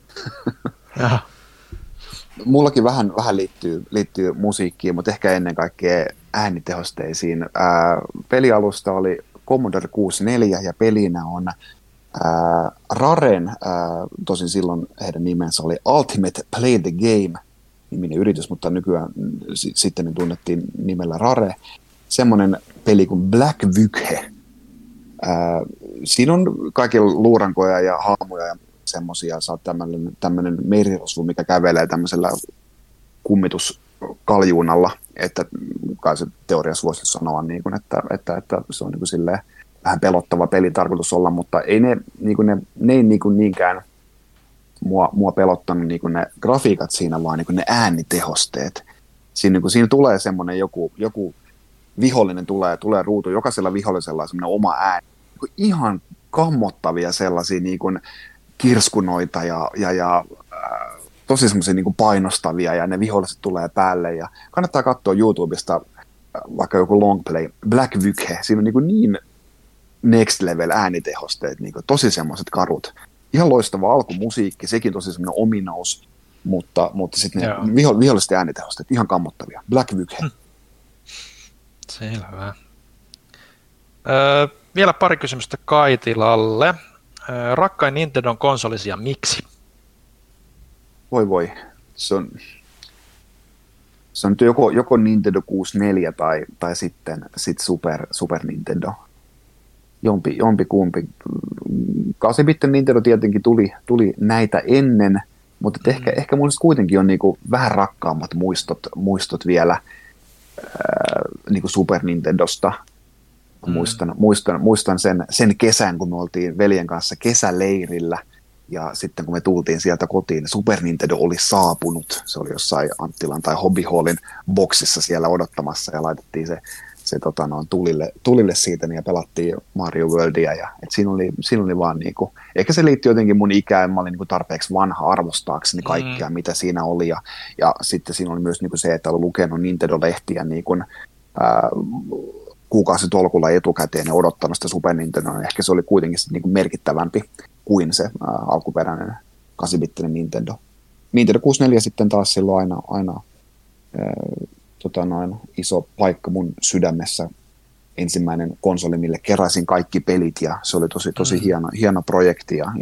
Mullakin vähän liittyy musiikkiin, mutta ehkä ennen kaikkea äänitehosteisiin. Pelialusta oli Commodore 64 ja pelinä on Raren, tosin silloin heidän nimensä oli Ultimate Play the Game -niminen yritys, mutta nykyään sitten tunnettiin nimellä Rare. Semmoinen peli kuin Black Vykhe. Siinä on kaikilla luurankoja ja haamuja ja semmoisia, sä oot tämmöinen merirosvu, mikä kävelee tämmöisellä kummituskaljuunalla, että kai se teoriassa voisi sanoa, niin kuin, että se on niin kuin silleen vähän pelottava peli tarkoitus olla, mutta ei ne ei niinkään mua pelottanut niin kuin ne grafiikat siinä, vaan niin kuin ne äänitehosteet. Siinä tulee semmoinen joku vihollinen tulee ruutu, jokaisella vihollisella on semmoinen oma ääni, ihan kammottavia sellaisia niin kuin kirskunoita ja tosi semmoisia niin kuin painostavia, ja ne viholliset tulee päälle, ja kannattaa katsoa YouTubesta vaikka joku longplay, Black Vykhe, siinä on niin next level äänitehosteet, niin kuin tosi semmoiset karut. Ihan loistava alkumusiikki, sekin tosi semmoinen ominaus, mutta sitten ne viholliset äänitehosteet, ihan kammottavia. Black Vykhe. Selvä. Vielä pari kysymystä Kaitilalle. Rakkain Nintendon konsolisi ja miksi? Voi. Se on joko Nintendo 64 tai sitten Super Nintendo. Jompi kumpi. 8-bitten Nintendo tietenkin tuli näitä ennen, mutta ehkä mun kuitenkin on niinku vähän rakkaammat muistot vielä niinku Super Nintendosta. Muistan sen kesän, kun me oltiin veljen kanssa kesäleirillä, ja sitten kun me tultiin sieltä kotiin, Super Nintendo oli saapunut. Se oli jossain Anttilan tai Hobby Hallin boksissa siellä odottamassa, ja laitettiin se tulille siitä, ja pelattiin Mario Worldia. Ja, siinä oli vaan niinku, ehkä se liittyy jotenkin mun ikään, mä olin niinku tarpeeksi vanha arvostaakseni kaikkea, mitä siinä oli. Ja sitten siinä oli myös niinku se, että olin lukenut Nintendo-lehtiä niinku, kuukausitolkulla etukäteen ja odottanut sitä Super Nintendoa, niin ehkä se oli kuitenkin niin kuin merkittävämpi kuin se alkuperäinen 8-bittinen Nintendo. Nintendo 64 sitten taas silloin aina iso paikka mun sydämessä, ensimmäinen konsoli, mille keräsin kaikki pelit, ja se oli tosi hieno projekti, ja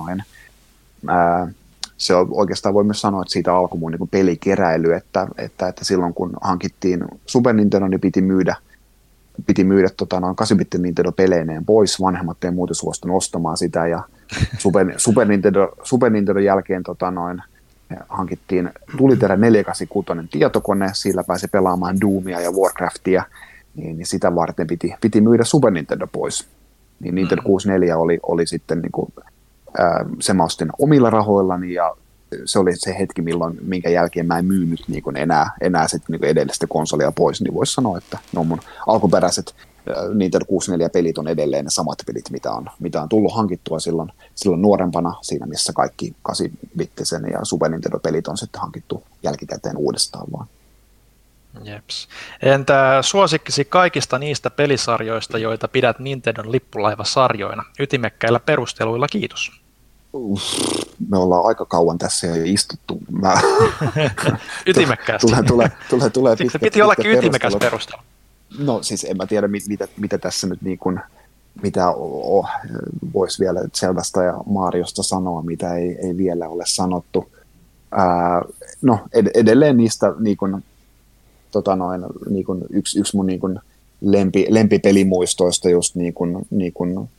se on, oikeastaan voi myös sanoa, että siitä alkoi mun niin kuin pelikeräily, että silloin kun hankittiin Super Nintendo, niin piti myydä 8-bittinen Nintendo peleineen pois, vanhemmat ei muuten suostunut ostamaan sitä, ja Super Nintendo jälkeen hankittiin Tuliterä 486 tietokone, sillä pääsi pelaamaan Doomia ja Warcraftia, niin sitä varten piti myydä Super Nintendo pois. Niin Nintendo 64 oli sitten niin kuin, se mä ostin omilla rahoillani, ja se oli se hetki, minkä jälkeen mä en myynyt niin kuin enää sitten niin kuin edellistä konsolia pois, niin voisi sanoa, että no mun alkuperäiset Nintendo 64-pelit on edelleen ne samat pelit, mitä on tullut hankittua silloin nuorempana, siinä missä kaikki 8-bittisen ja Super Nintendo-pelit on sitten hankittu jälkikäteen uudestaan vaan. Jeps. Entä suosikkisi kaikista niistä pelisarjoista, joita pidät Nintendon lippulaivasarjoina? Ytimekkäillä perusteluilla kiitos. Me ollaan aika kauan tässä jo istuttu. Ytimekkäästi. Tulee pitkä, piti ollakin ytimekäs perustelu. No siis en mä tiedä, mitä tässä nyt niin kuin, mitä voisi vielä Zeldasta ja Mariosta sanoa, mitä ei vielä ole sanottu. No edelleen niistä niin kuin, niin kuin yksi mun niin kuin lempipelimuistoista just niin kuin,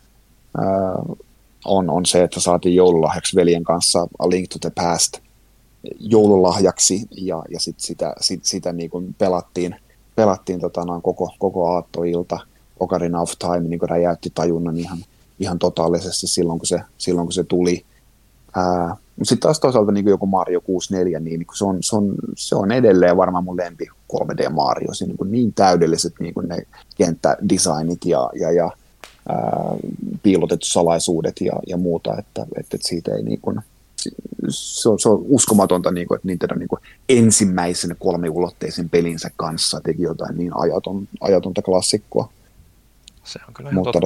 on se, että saatiin joululahjaksi veljen kanssa A Link to the Past joululahjaksi, ja sitä niin kuin pelattiin koko aattoilta. Ocarina of Time niin kuin räjäytti tajunnan ihan totaalisesti silloin, kun se tuli. Mutta sitten taas toisaalta niin joku Mario 64, niin se on edelleen varmaan mun lempi 3D Mario. Siinä niin täydelliset niin ne kenttädesignit ja piilotetut salaisuudet ja muuta, että siitä ei niin kuin, se on uskomatonta, niin kuin, että Nintendo niin kuin ensimmäisen kolmiulotteisen pelinsä kanssa teki jotain niin ajatonta klassikkoa. Se on kyllä mutta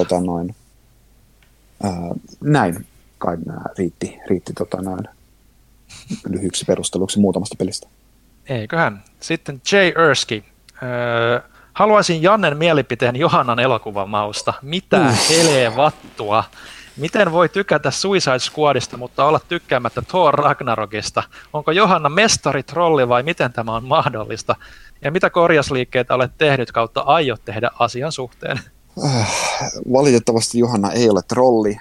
näin kai riitti lyhyeksi perusteluksi muutamasta pelistä. Eiköhän. Sitten Jay Erski. Haluaisin Jannen mielipiteen Johannan elokuvan mausta. Mitä helvattua? Miten voi tykätä Suicide Squadista, mutta olla tykkäämättä Thor Ragnarokista? Onko Johanna mestari trolli vai miten tämä on mahdollista? Ja mitä korjausliikkeitä olet tehnyt kautta aiot tehdä asian suhteen? Valitettavasti Johanna ei ole trolli.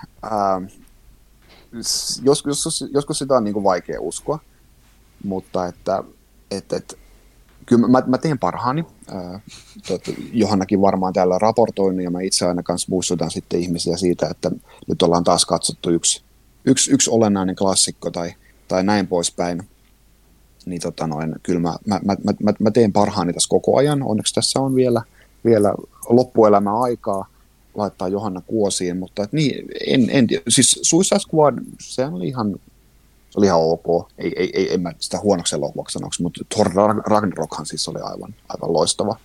Joskus sitä on niin kuin vaikea uskoa, mutta että kyllä mä teen parhaani. Johannakin varmaan täällä raportoinut ja mä itse aina kanssa muistutan sitten ihmisiä siitä, että nyt ollaan taas katsottu yksi olennainen klassikko tai näin poispäin. Niin kyllä mä teen parhaani tässä koko ajan. Onneksi tässä on vielä loppuelämän aikaa laittaa Johanna kuosiin, mutta niin, siis Suicide Squad, se oli ihan ok. En mä sitä huonoksi elokuvaksi sanoksi, mutta Thor Ragnarokhan siis oli aivan loistava.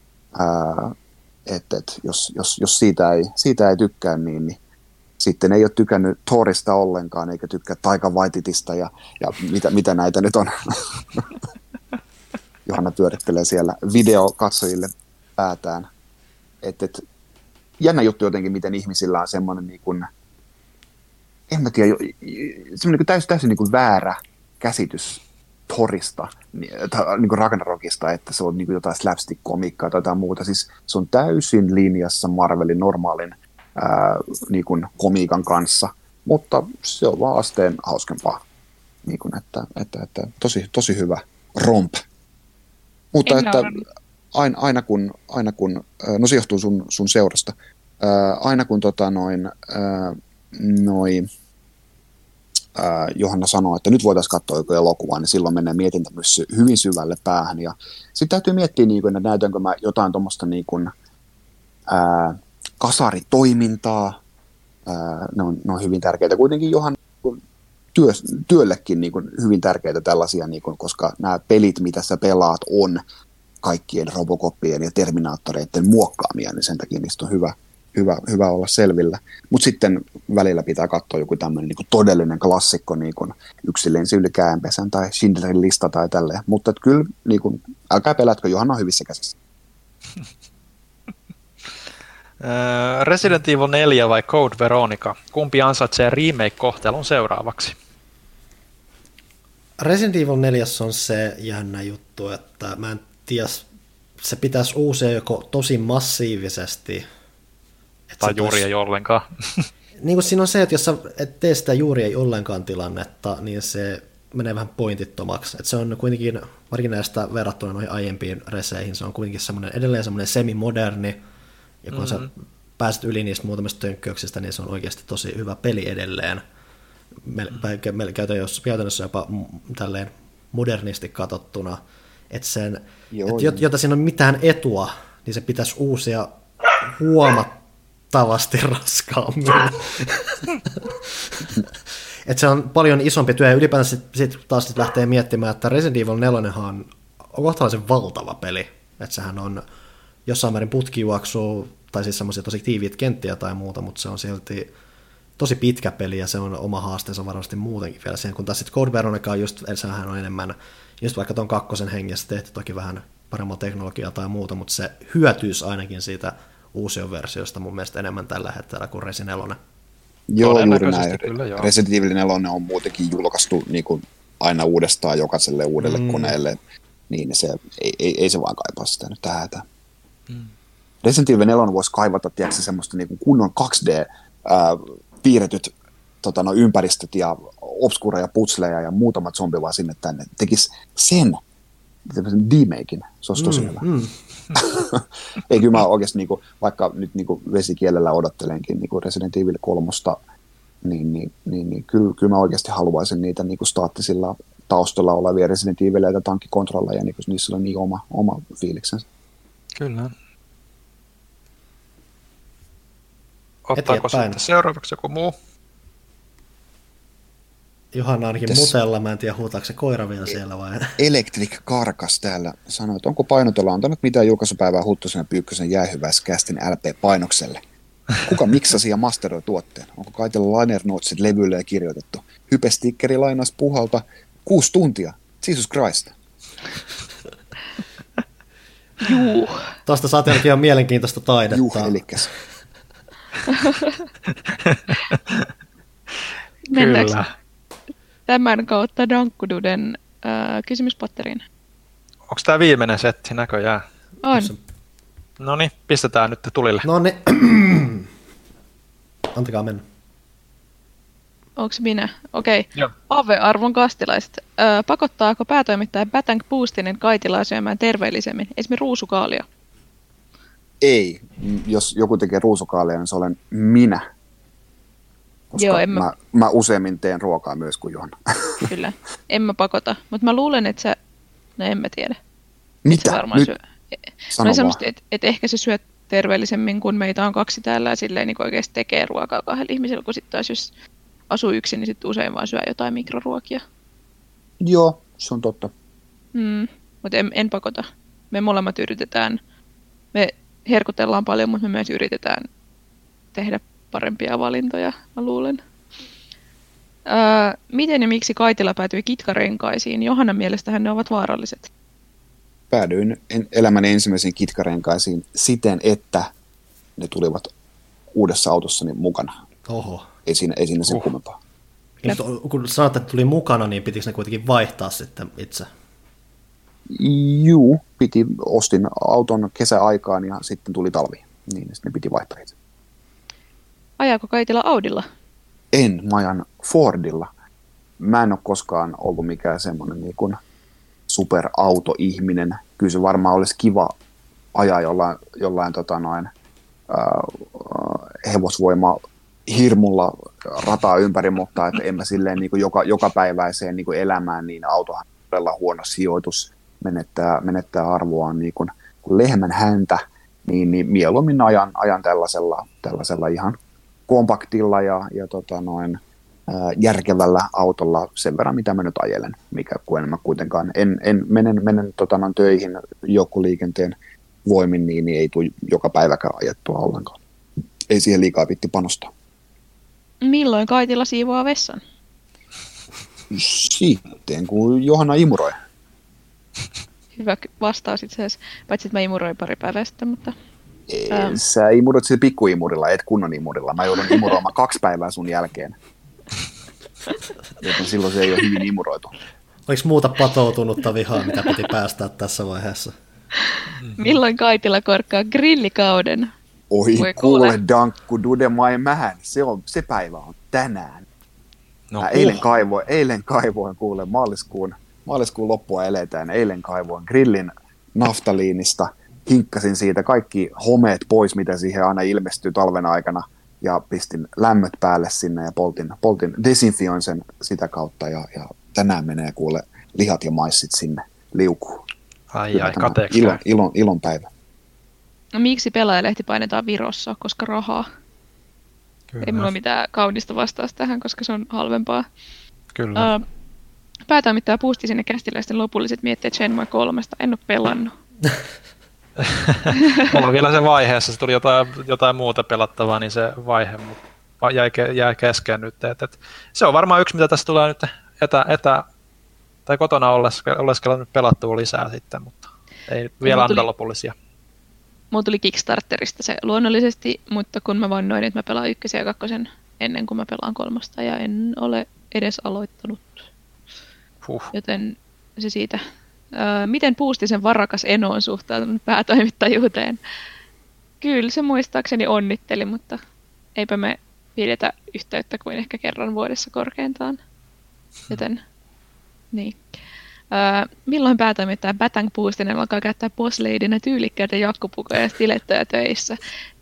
Jos siitä ei tykkää, niin sitten ei ole tykännyt Thorista ollenkaan, eikä tykkää Taika Waititista ja mitä näitä nyt on. Johanna pyörittelee siellä videokatsojille päätään. Jännä juttu jotenkin, miten ihmisillä on semmoinen niin kuin, en mä tiedä, semmoinen täysin niin kuin väärä käsitys Thorista, niin kuin Ragnarokista, että se on niin kuin jotain slapstick-komiikkaa tai jotain muuta. Siis se on täysin linjassa Marvelin normaalin niin kuin komiikan kanssa, mutta se on vaan asteen hauskempaa. Niin kuin, että tosi hyvä romp. Mutta että aina kun no se johtuu sun seurasta, aina kun Johanna sanoo, että nyt voitaisiin katsoa joku elokuvaa, niin silloin menee mietintä myös hyvin syvälle päähän. Ja sitten täytyy miettiä, niin kuin, että näytänkö mä jotain tuommoista niin kuin, kasaritoimintaa. Ne on hyvin tärkeitä. Kuitenkin Johanna työllekin niin kuin, hyvin tärkeitä tällaisia, niin kuin, koska nämä pelit, mitä sä pelaat, on kaikkien Robocopien ja Terminaattoreiden muokkaamia, niin sen takia niistä on hyvä olla selvillä. Mutta sitten välillä pitää katsoa joku tämmöinen niin todellinen klassikko, niin kuin Yksi lensi yli käänpesän tai Schindlerin lista tai tälleen. Mutta kyllä, niin kuin, älkää pelätkö, Johanna on hyvissä käsissä. Resident Evil 4 vai Code Veronica? Kumpi ansaitsee remake-kohtelun seuraavaksi? Resident Evil 4 on se jännä juttu, että mä en tiedä, se pitäisi uusia joko tosi massiivisesti. Tai juuri ei ollenkaan. Niin kuin siinä on se, että jos sä et tee sitä juuri ei ollenkaan tilannetta, niin se menee vähän pointittomaksi. Että se on kuitenkin, varsinkin näistä verrattuna noihin aiempiin reseihin, se on kuitenkin edelleen semmoinen semimoderni, ja kun sä pääset yli niistä muutamista tönkköyksistä, niin se on oikeasti tosi hyvä peli edelleen. Käytännössä jopa tälleen modernisti katsottuna, että jota siinä on mitään etua, niin se pitäisi uusia huomattavasti raskaammin. Että se on paljon isompi työ, ja ylipäänsä sit taas lähtee miettimään, että Resident Evil 4 on kohtalaisen valtava peli. Että sehän on jossain määrin putkijuoksua, tai siis semmoisia tosi tiiviit kenttiä tai muuta, mutta se on silti tosi pitkä peli, ja se on oma haasteensa varmasti muutenkin vielä siihen, kun taas sitten Code Veronica sehän on enemmän, just vaikka tuon 2 hengessä tehty toki vähän paremmalla teknologiaa tai muuta, mutta se hyötyisi ainakin siitä uusioversiosta mun mielestä enemmän tällä hetkellä kuin Resident 4. Joo, juuri näin. Kyllä, Resident Evil 4 on muutenkin julkaistu niin kuin aina uudestaan jokaiselle uudelle koneelle, niin se ei se vaan kaipaa sitä nyt tähän. Resident Evil 4 voisi kaivata, tiedätkö, semmoista niin kuin kunnon 2D piirretyt ympäristöt ja obskureja, putsleja ja muutamat zombi vaan sinne tänne. Tekisi sen demakein. Se olisi tosi hyvä. Ei kyllä mä oikeasti, niin kuin, vaikka nyt niin kuin vesikielellä odottelenkin niin kuin Resident Evil 3 niin kyllä mä oikeasti haluaisin niitä niin kuin staattisilla taustalla olevia Resident Evileitä tankkikontrolleja, niin niissä on niin oma fiiliksensä. Kyllä. Ottaako Eteenpäin. sitten seuraavaksi joku muu? Johanna ainakin mutella, mä en tiedä huutaako se koira vielä siellä vai? Electric Karkas täällä sanoi, että onko painotella antanut mitään julkaisupäivää Huttusen ja Pyykkösen jäähyväiskästin LP-painokselle? Kuka miksasi ja masteroi tuotteen? Onko kaikilla liner notesit levyille ja kirjoitettu? Hypestikkeri lainaus puhalta 6 tuntia. Jesus Christ. Juu. Tuosta saatiin ainakin ihan mielenkiintoista taidetta. Juh, elikkäs. Mennäänkö Kyllä. tämän kautta Dankkududen kysymyspatteriin? Onko tämä viimeinen setti näköjään? On. No niin, pistetään nyt tulille. No niin. Antakaa mennä. Onko minä? Okei. Joo. Ave-arvon kastilaiset. Pakottaako päätoimittaja Batang Boostinen Kaitilaa syömään terveellisemmin, esimerkiksi ruusukaalia? Ei. Jos joku tekee ruusukaalia, niin se olen minä. Koska Joo, mä useammin teen ruokaa myös kuin Johanna. Kyllä. En mä pakota. Mutta mä luulen, että sä... No en mä tiedä. Mitä? Se varmaan Nyt syö. sano No semmoista, vaan. että ehkä se syöt terveellisemmin, kun meitä on 2 täällä ja silleen niin oikeasti tekee ruokaa 2 ihmisellä, kun sitten taas jos asuu yksin, niin sitten usein vaan syö jotain mikroruokia. Joo, se on totta. Mutta en pakota. Me molemmat yritetään. Me herkutellaan paljon, mutta me myös yritetään tehdä parempia valintoja, mä luulen. Miten ja miksi Kaitila päätyi kitkarenkaisiin? Johannan mielestähän ne ovat vaaralliset. Päädyin elämäni ensimmäisiin kitkarenkaisiin siten, että ne tulivat uudessa autossani mukana. Oho. Ei siinä sen kummempaa. Nyt, kun sanoit, että tuli mukana, niin pitikö ne kuitenkin vaihtaa sitten itse? Juu, ostin auton kesäaikaan ja sitten tuli talvi. Niin, sitten ne piti vaihtaa itse. Ajaako Kaitila Audilla? Mä ajan Fordilla. Mä en ole koskaan ollut mikään semmoinen niin kuin superautoihminen. Kyllä se varmaan olisi kiva ajaa jollain hevosvoima hirmulla rataa ympäri, mutta että en mä silleen niin kuin jokapäiväiseen niin kuin elämään, niin autohan on todella huono sijoitus, menettää arvoaan niin kuin lehmän häntä, niin mieluummin ajan tällaisella ihan kompaktilla ja järkevällä autolla sen verran, mitä mä nyt ajelen, kun en mä kuitenkaan, menen töihin joukkoliikenteen voimin, niin ei tule joka päiväkään ajettua ollenkaan. Ei siihen liikaa viitti panostaa. Milloin Kaitila siivoaa vessan? Sitten, kun Johanna imuroi. Hyvä vastaus itse asiassa. Paitsi, että mä imuroin pari päivää sitten, mutta... Sä imuroit sillä pikkuimurilla, et kunnon imurilla. Mä joudun imuroimaan 2 päivää sun jälkeen. Joten silloin se ei ole hyvin imuroitu. Oliko muuta patoutunutta vihaa, mitä piti päästää tässä vaiheessa? Milloin Kaitila korkkaa grillikauden? Oi Voi kuule, Dankku, Dudemai mähän. Se päivä on tänään. No, Eilen kaivoin kuule maaliskuun loppua eletään. Eilen kaivoin grillin naftaliinista. Hinkkasin siitä kaikki homeet pois, mitä siihen aina ilmestyy talven aikana. Ja pistin lämmöt päälle sinne ja desinfioin sen sitä kautta. Ja tänään menee kuule lihat ja maissit sinne liukuun. Ai, kateeksi. Ilon päivä. No, miksi pelaajalehti painetaan Virossa? Koska rahaa. Kyllä. Ei mulla ole mitään kaunista vastausta tähän, koska se on halvempaa. Kyllä. Päätoimittaja puusti sinne kästiläisten lopulliset mietteet Shenmue 3. En ole pelannut. Mulla on vielä se vaiheessa, se tuli jotain muuta pelattavaa, niin se vaihe jäi kesken nyt. Se on varmaan yksi, mitä tässä tulee nyt tai kotona oleskella nyt pelattua lisää sitten, mutta ei vielä anneta lopullisia. Mulla tuli Kickstarterista se luonnollisesti, mutta kun mä vannoin, että mä pelaan 1 ja 2 ennen kuin mä pelaan 3 ja en ole edes aloittanut. Joten se siitä. Miten Puustisen varakas Eno on suhtautunut päätoimittajuuteen? Kyllä se muistaakseni onnitteli, mutta eipä me pidetä yhteyttä kuin ehkä kerran vuodessa korkeintaan. Joten niin. Milloin päätoimittaja Batang Puustinen alkaa käyttää bossleidinä tyylikkäitä jakkupukoja ja stilettoja töissä?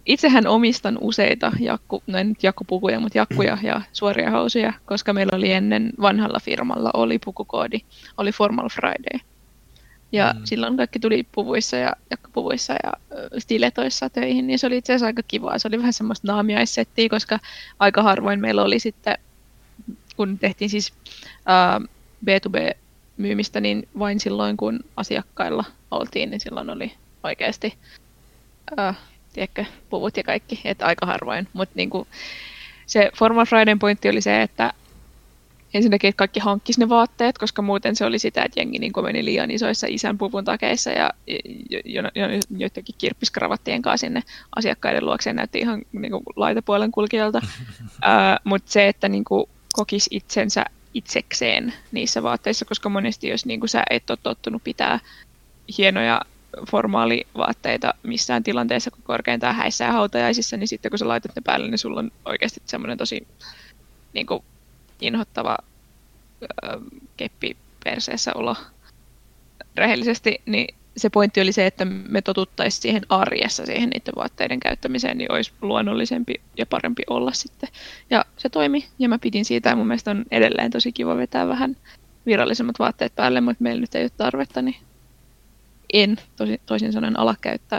itsehän omistan useita no en nyt jakkupukuja, mutta jakkuja ja suoria housuja, koska meillä oli ennen vanhalla firmalla oli pukukoodi, oli Formal Friday. Ja silloin kaikki tuli puvuissa ja jakkapuvuissa ja stiletoissa töihin, niin se oli itse asiassa aika kivaa. Se oli vähän semmoista naamiaissettiä, koska aika harvoin meillä oli sitten, kun tehtiin siis B2B-myymistä, niin vain silloin, kun asiakkailla oltiin, niin silloin oli oikeasti tiedätkö, puvut ja kaikki, että aika harvoin. Mutta niinku, se Formal Fridayn pointti oli se, että ensinnäkin että kaikki hankkisi ne vaatteet, koska muuten se oli sitä, että jengi niin meni liian isoissa isän puvun takeissa ja joidenkin kirppiskravattien kanssa sinne asiakkaiden luokseen näytti ihan niin kuin laitapuolen kulkijalta. Mutta se, että niin kuin kokisi itsensä itsekseen niissä vaatteissa, koska monesti jos niin kuin sä et ole tottunut pitää hienoja formaalivaatteita missään tilanteessa, kun korkeintaan häissä ja hautajaisissa, niin sitten kun sä laitat ne päälle, niin sulla on oikeasti semmoinen tosi niin kuin inhottava keppi perseessä olo rehellisesti, niin se pointti oli se, että me totuttaisiin siihen arjessa, siihen niiden vaatteiden käyttämiseen, niin olisi luonnollisempi ja parempi olla sitten. Ja se toimi, ja mä pidin siitä, ja mun mielestä on edelleen tosi kiva vetää vähän virallisemmat vaatteet päälle, mutta meillä nyt ei ole tarvetta, niin en toisin sanoen ala käyttää.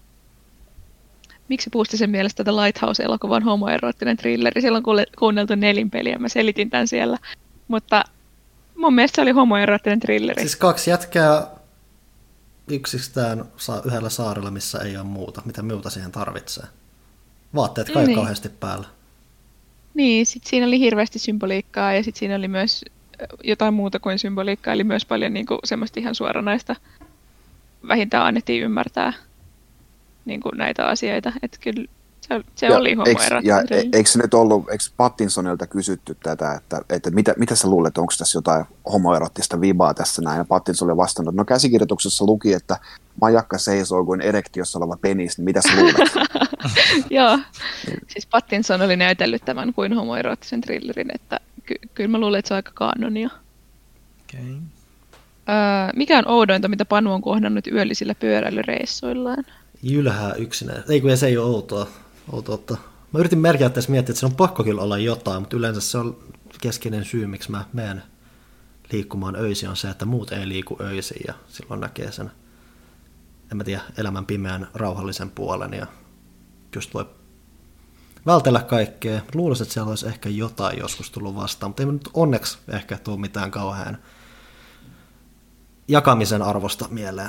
Miksi Puustisen mielestä tätä Lighthouse-elokuvan homoeroottinen thrilleri? Siellä on kuunneltu Nelinpeliä, mä selitin tämän siellä. Mutta mun mielestä se oli homoeroottinen thrilleri. Siis 2 jätkää yksistään yhdellä saarella, missä ei ole muuta. Mitä muuta siihen tarvitsee? Vaatteet kai niin kauheasti päällä. Niin, sit siinä oli hirveästi symboliikkaa ja sitten siinä oli myös jotain muuta kuin symboliikkaa, eli myös paljon niinku semmoista ihan suoranaista. Vähintään annettiin ymmärtää niinku näitä asioita, että kyllä se oli homoeroottinen thrilleri. Eikö se nyt ollut, eikö Pattinsonilta kysytty tätä, että mitä sä luulet, onko tässä jotain homoeroottista vibaa tässä näin, ja Pattinson oli vastannut, että no käsikirjoituksessa luki, että majakka seisoo kuin erektiossa oleva penis, niin mitä sä luulet? Joo, siis Pattinson oli näytellyt tämän kuin homoeroottisen thrillerin, että kyllä mä luulen, että se on aika kanonia. Okay. Mikä on oudointa, mitä Panu on kohdannut yöllisillä pyöräilyreissuillaan? Jylhää yksinään. Se ei ole outoutta. Mä yritin merkitä tässä miettiä, että se on pakko kyllä olla jotain, mutta yleensä se on keskeinen syy, miksi mä menen liikkumaan öisin, on se, että muut ei liiku öisin ja silloin näkee sen, en mä tiedä, elämän pimeän rauhallisen puolen ja just voi vältellä kaikkea. Luulisin, että siellä olisi ehkä jotain joskus tullut vastaan, mutta ei nyt onneksi ehkä tule mitään kauhean jakamisen arvosta mieleen.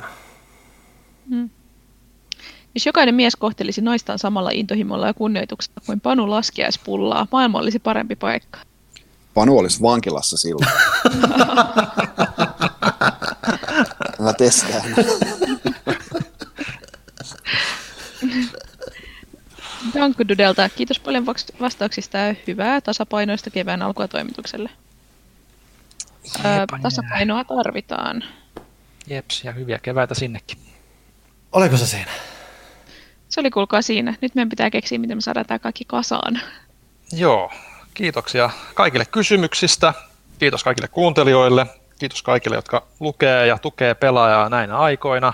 Jos jokainen mies kohtelisi naistaan samalla intohimolla ja kunnioituksella kuin Panu laskiaispullaa, maailma olisi parempi paikka. Panu olisi vankilassa silloin. Mä testaan. Dankkududelta, kiitos paljon vastauksista ja hyvää tasapainoista kevään alkua toimitukselle. Tasapainoa tarvitaan. Jeps, ja hyviä keväitä sinnekin. Oliko se siinä? Se oli kuulkaa siinä. Nyt meidän pitää keksiä, miten me saadaan tämä kaikki kasaan. Joo, kiitoksia kaikille kysymyksistä. Kiitos kaikille kuuntelijoille. Kiitos kaikille, jotka lukee ja tukee pelaajaa näinä aikoina.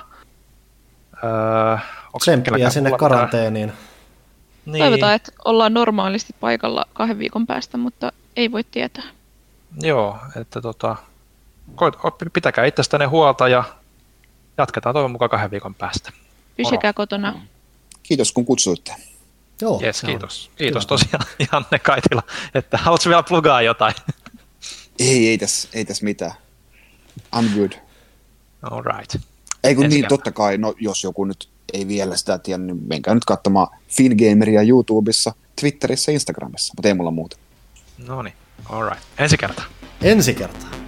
Tsemppiä sinne karanteeniin. Niin. Toivotaan, että ollaan normaalisti paikalla 2 viikon päästä, mutta ei voi tietää. Joo, että pitäkää itsestänne huolta ja jatketaan toivon mukaan 2 viikon päästä. Pysykää kotona. Kiitos kun kutsuitte. Joo, yes, kiitos. Kiitos tosiaan Janne Kaitila, että haluatko vielä plugaa jotain? Ei tässä mitään. I'm good. All right. Ei kun niin, totta kai, no jos joku nyt ei vielä sitä tiedä, niin menkää nyt katsomaan Fingameria YouTubessa, Twitterissä ja Instagramissa, mutta ei mulla muuta. Noniin, all right. Ensi kertaa. Ensi kertaa.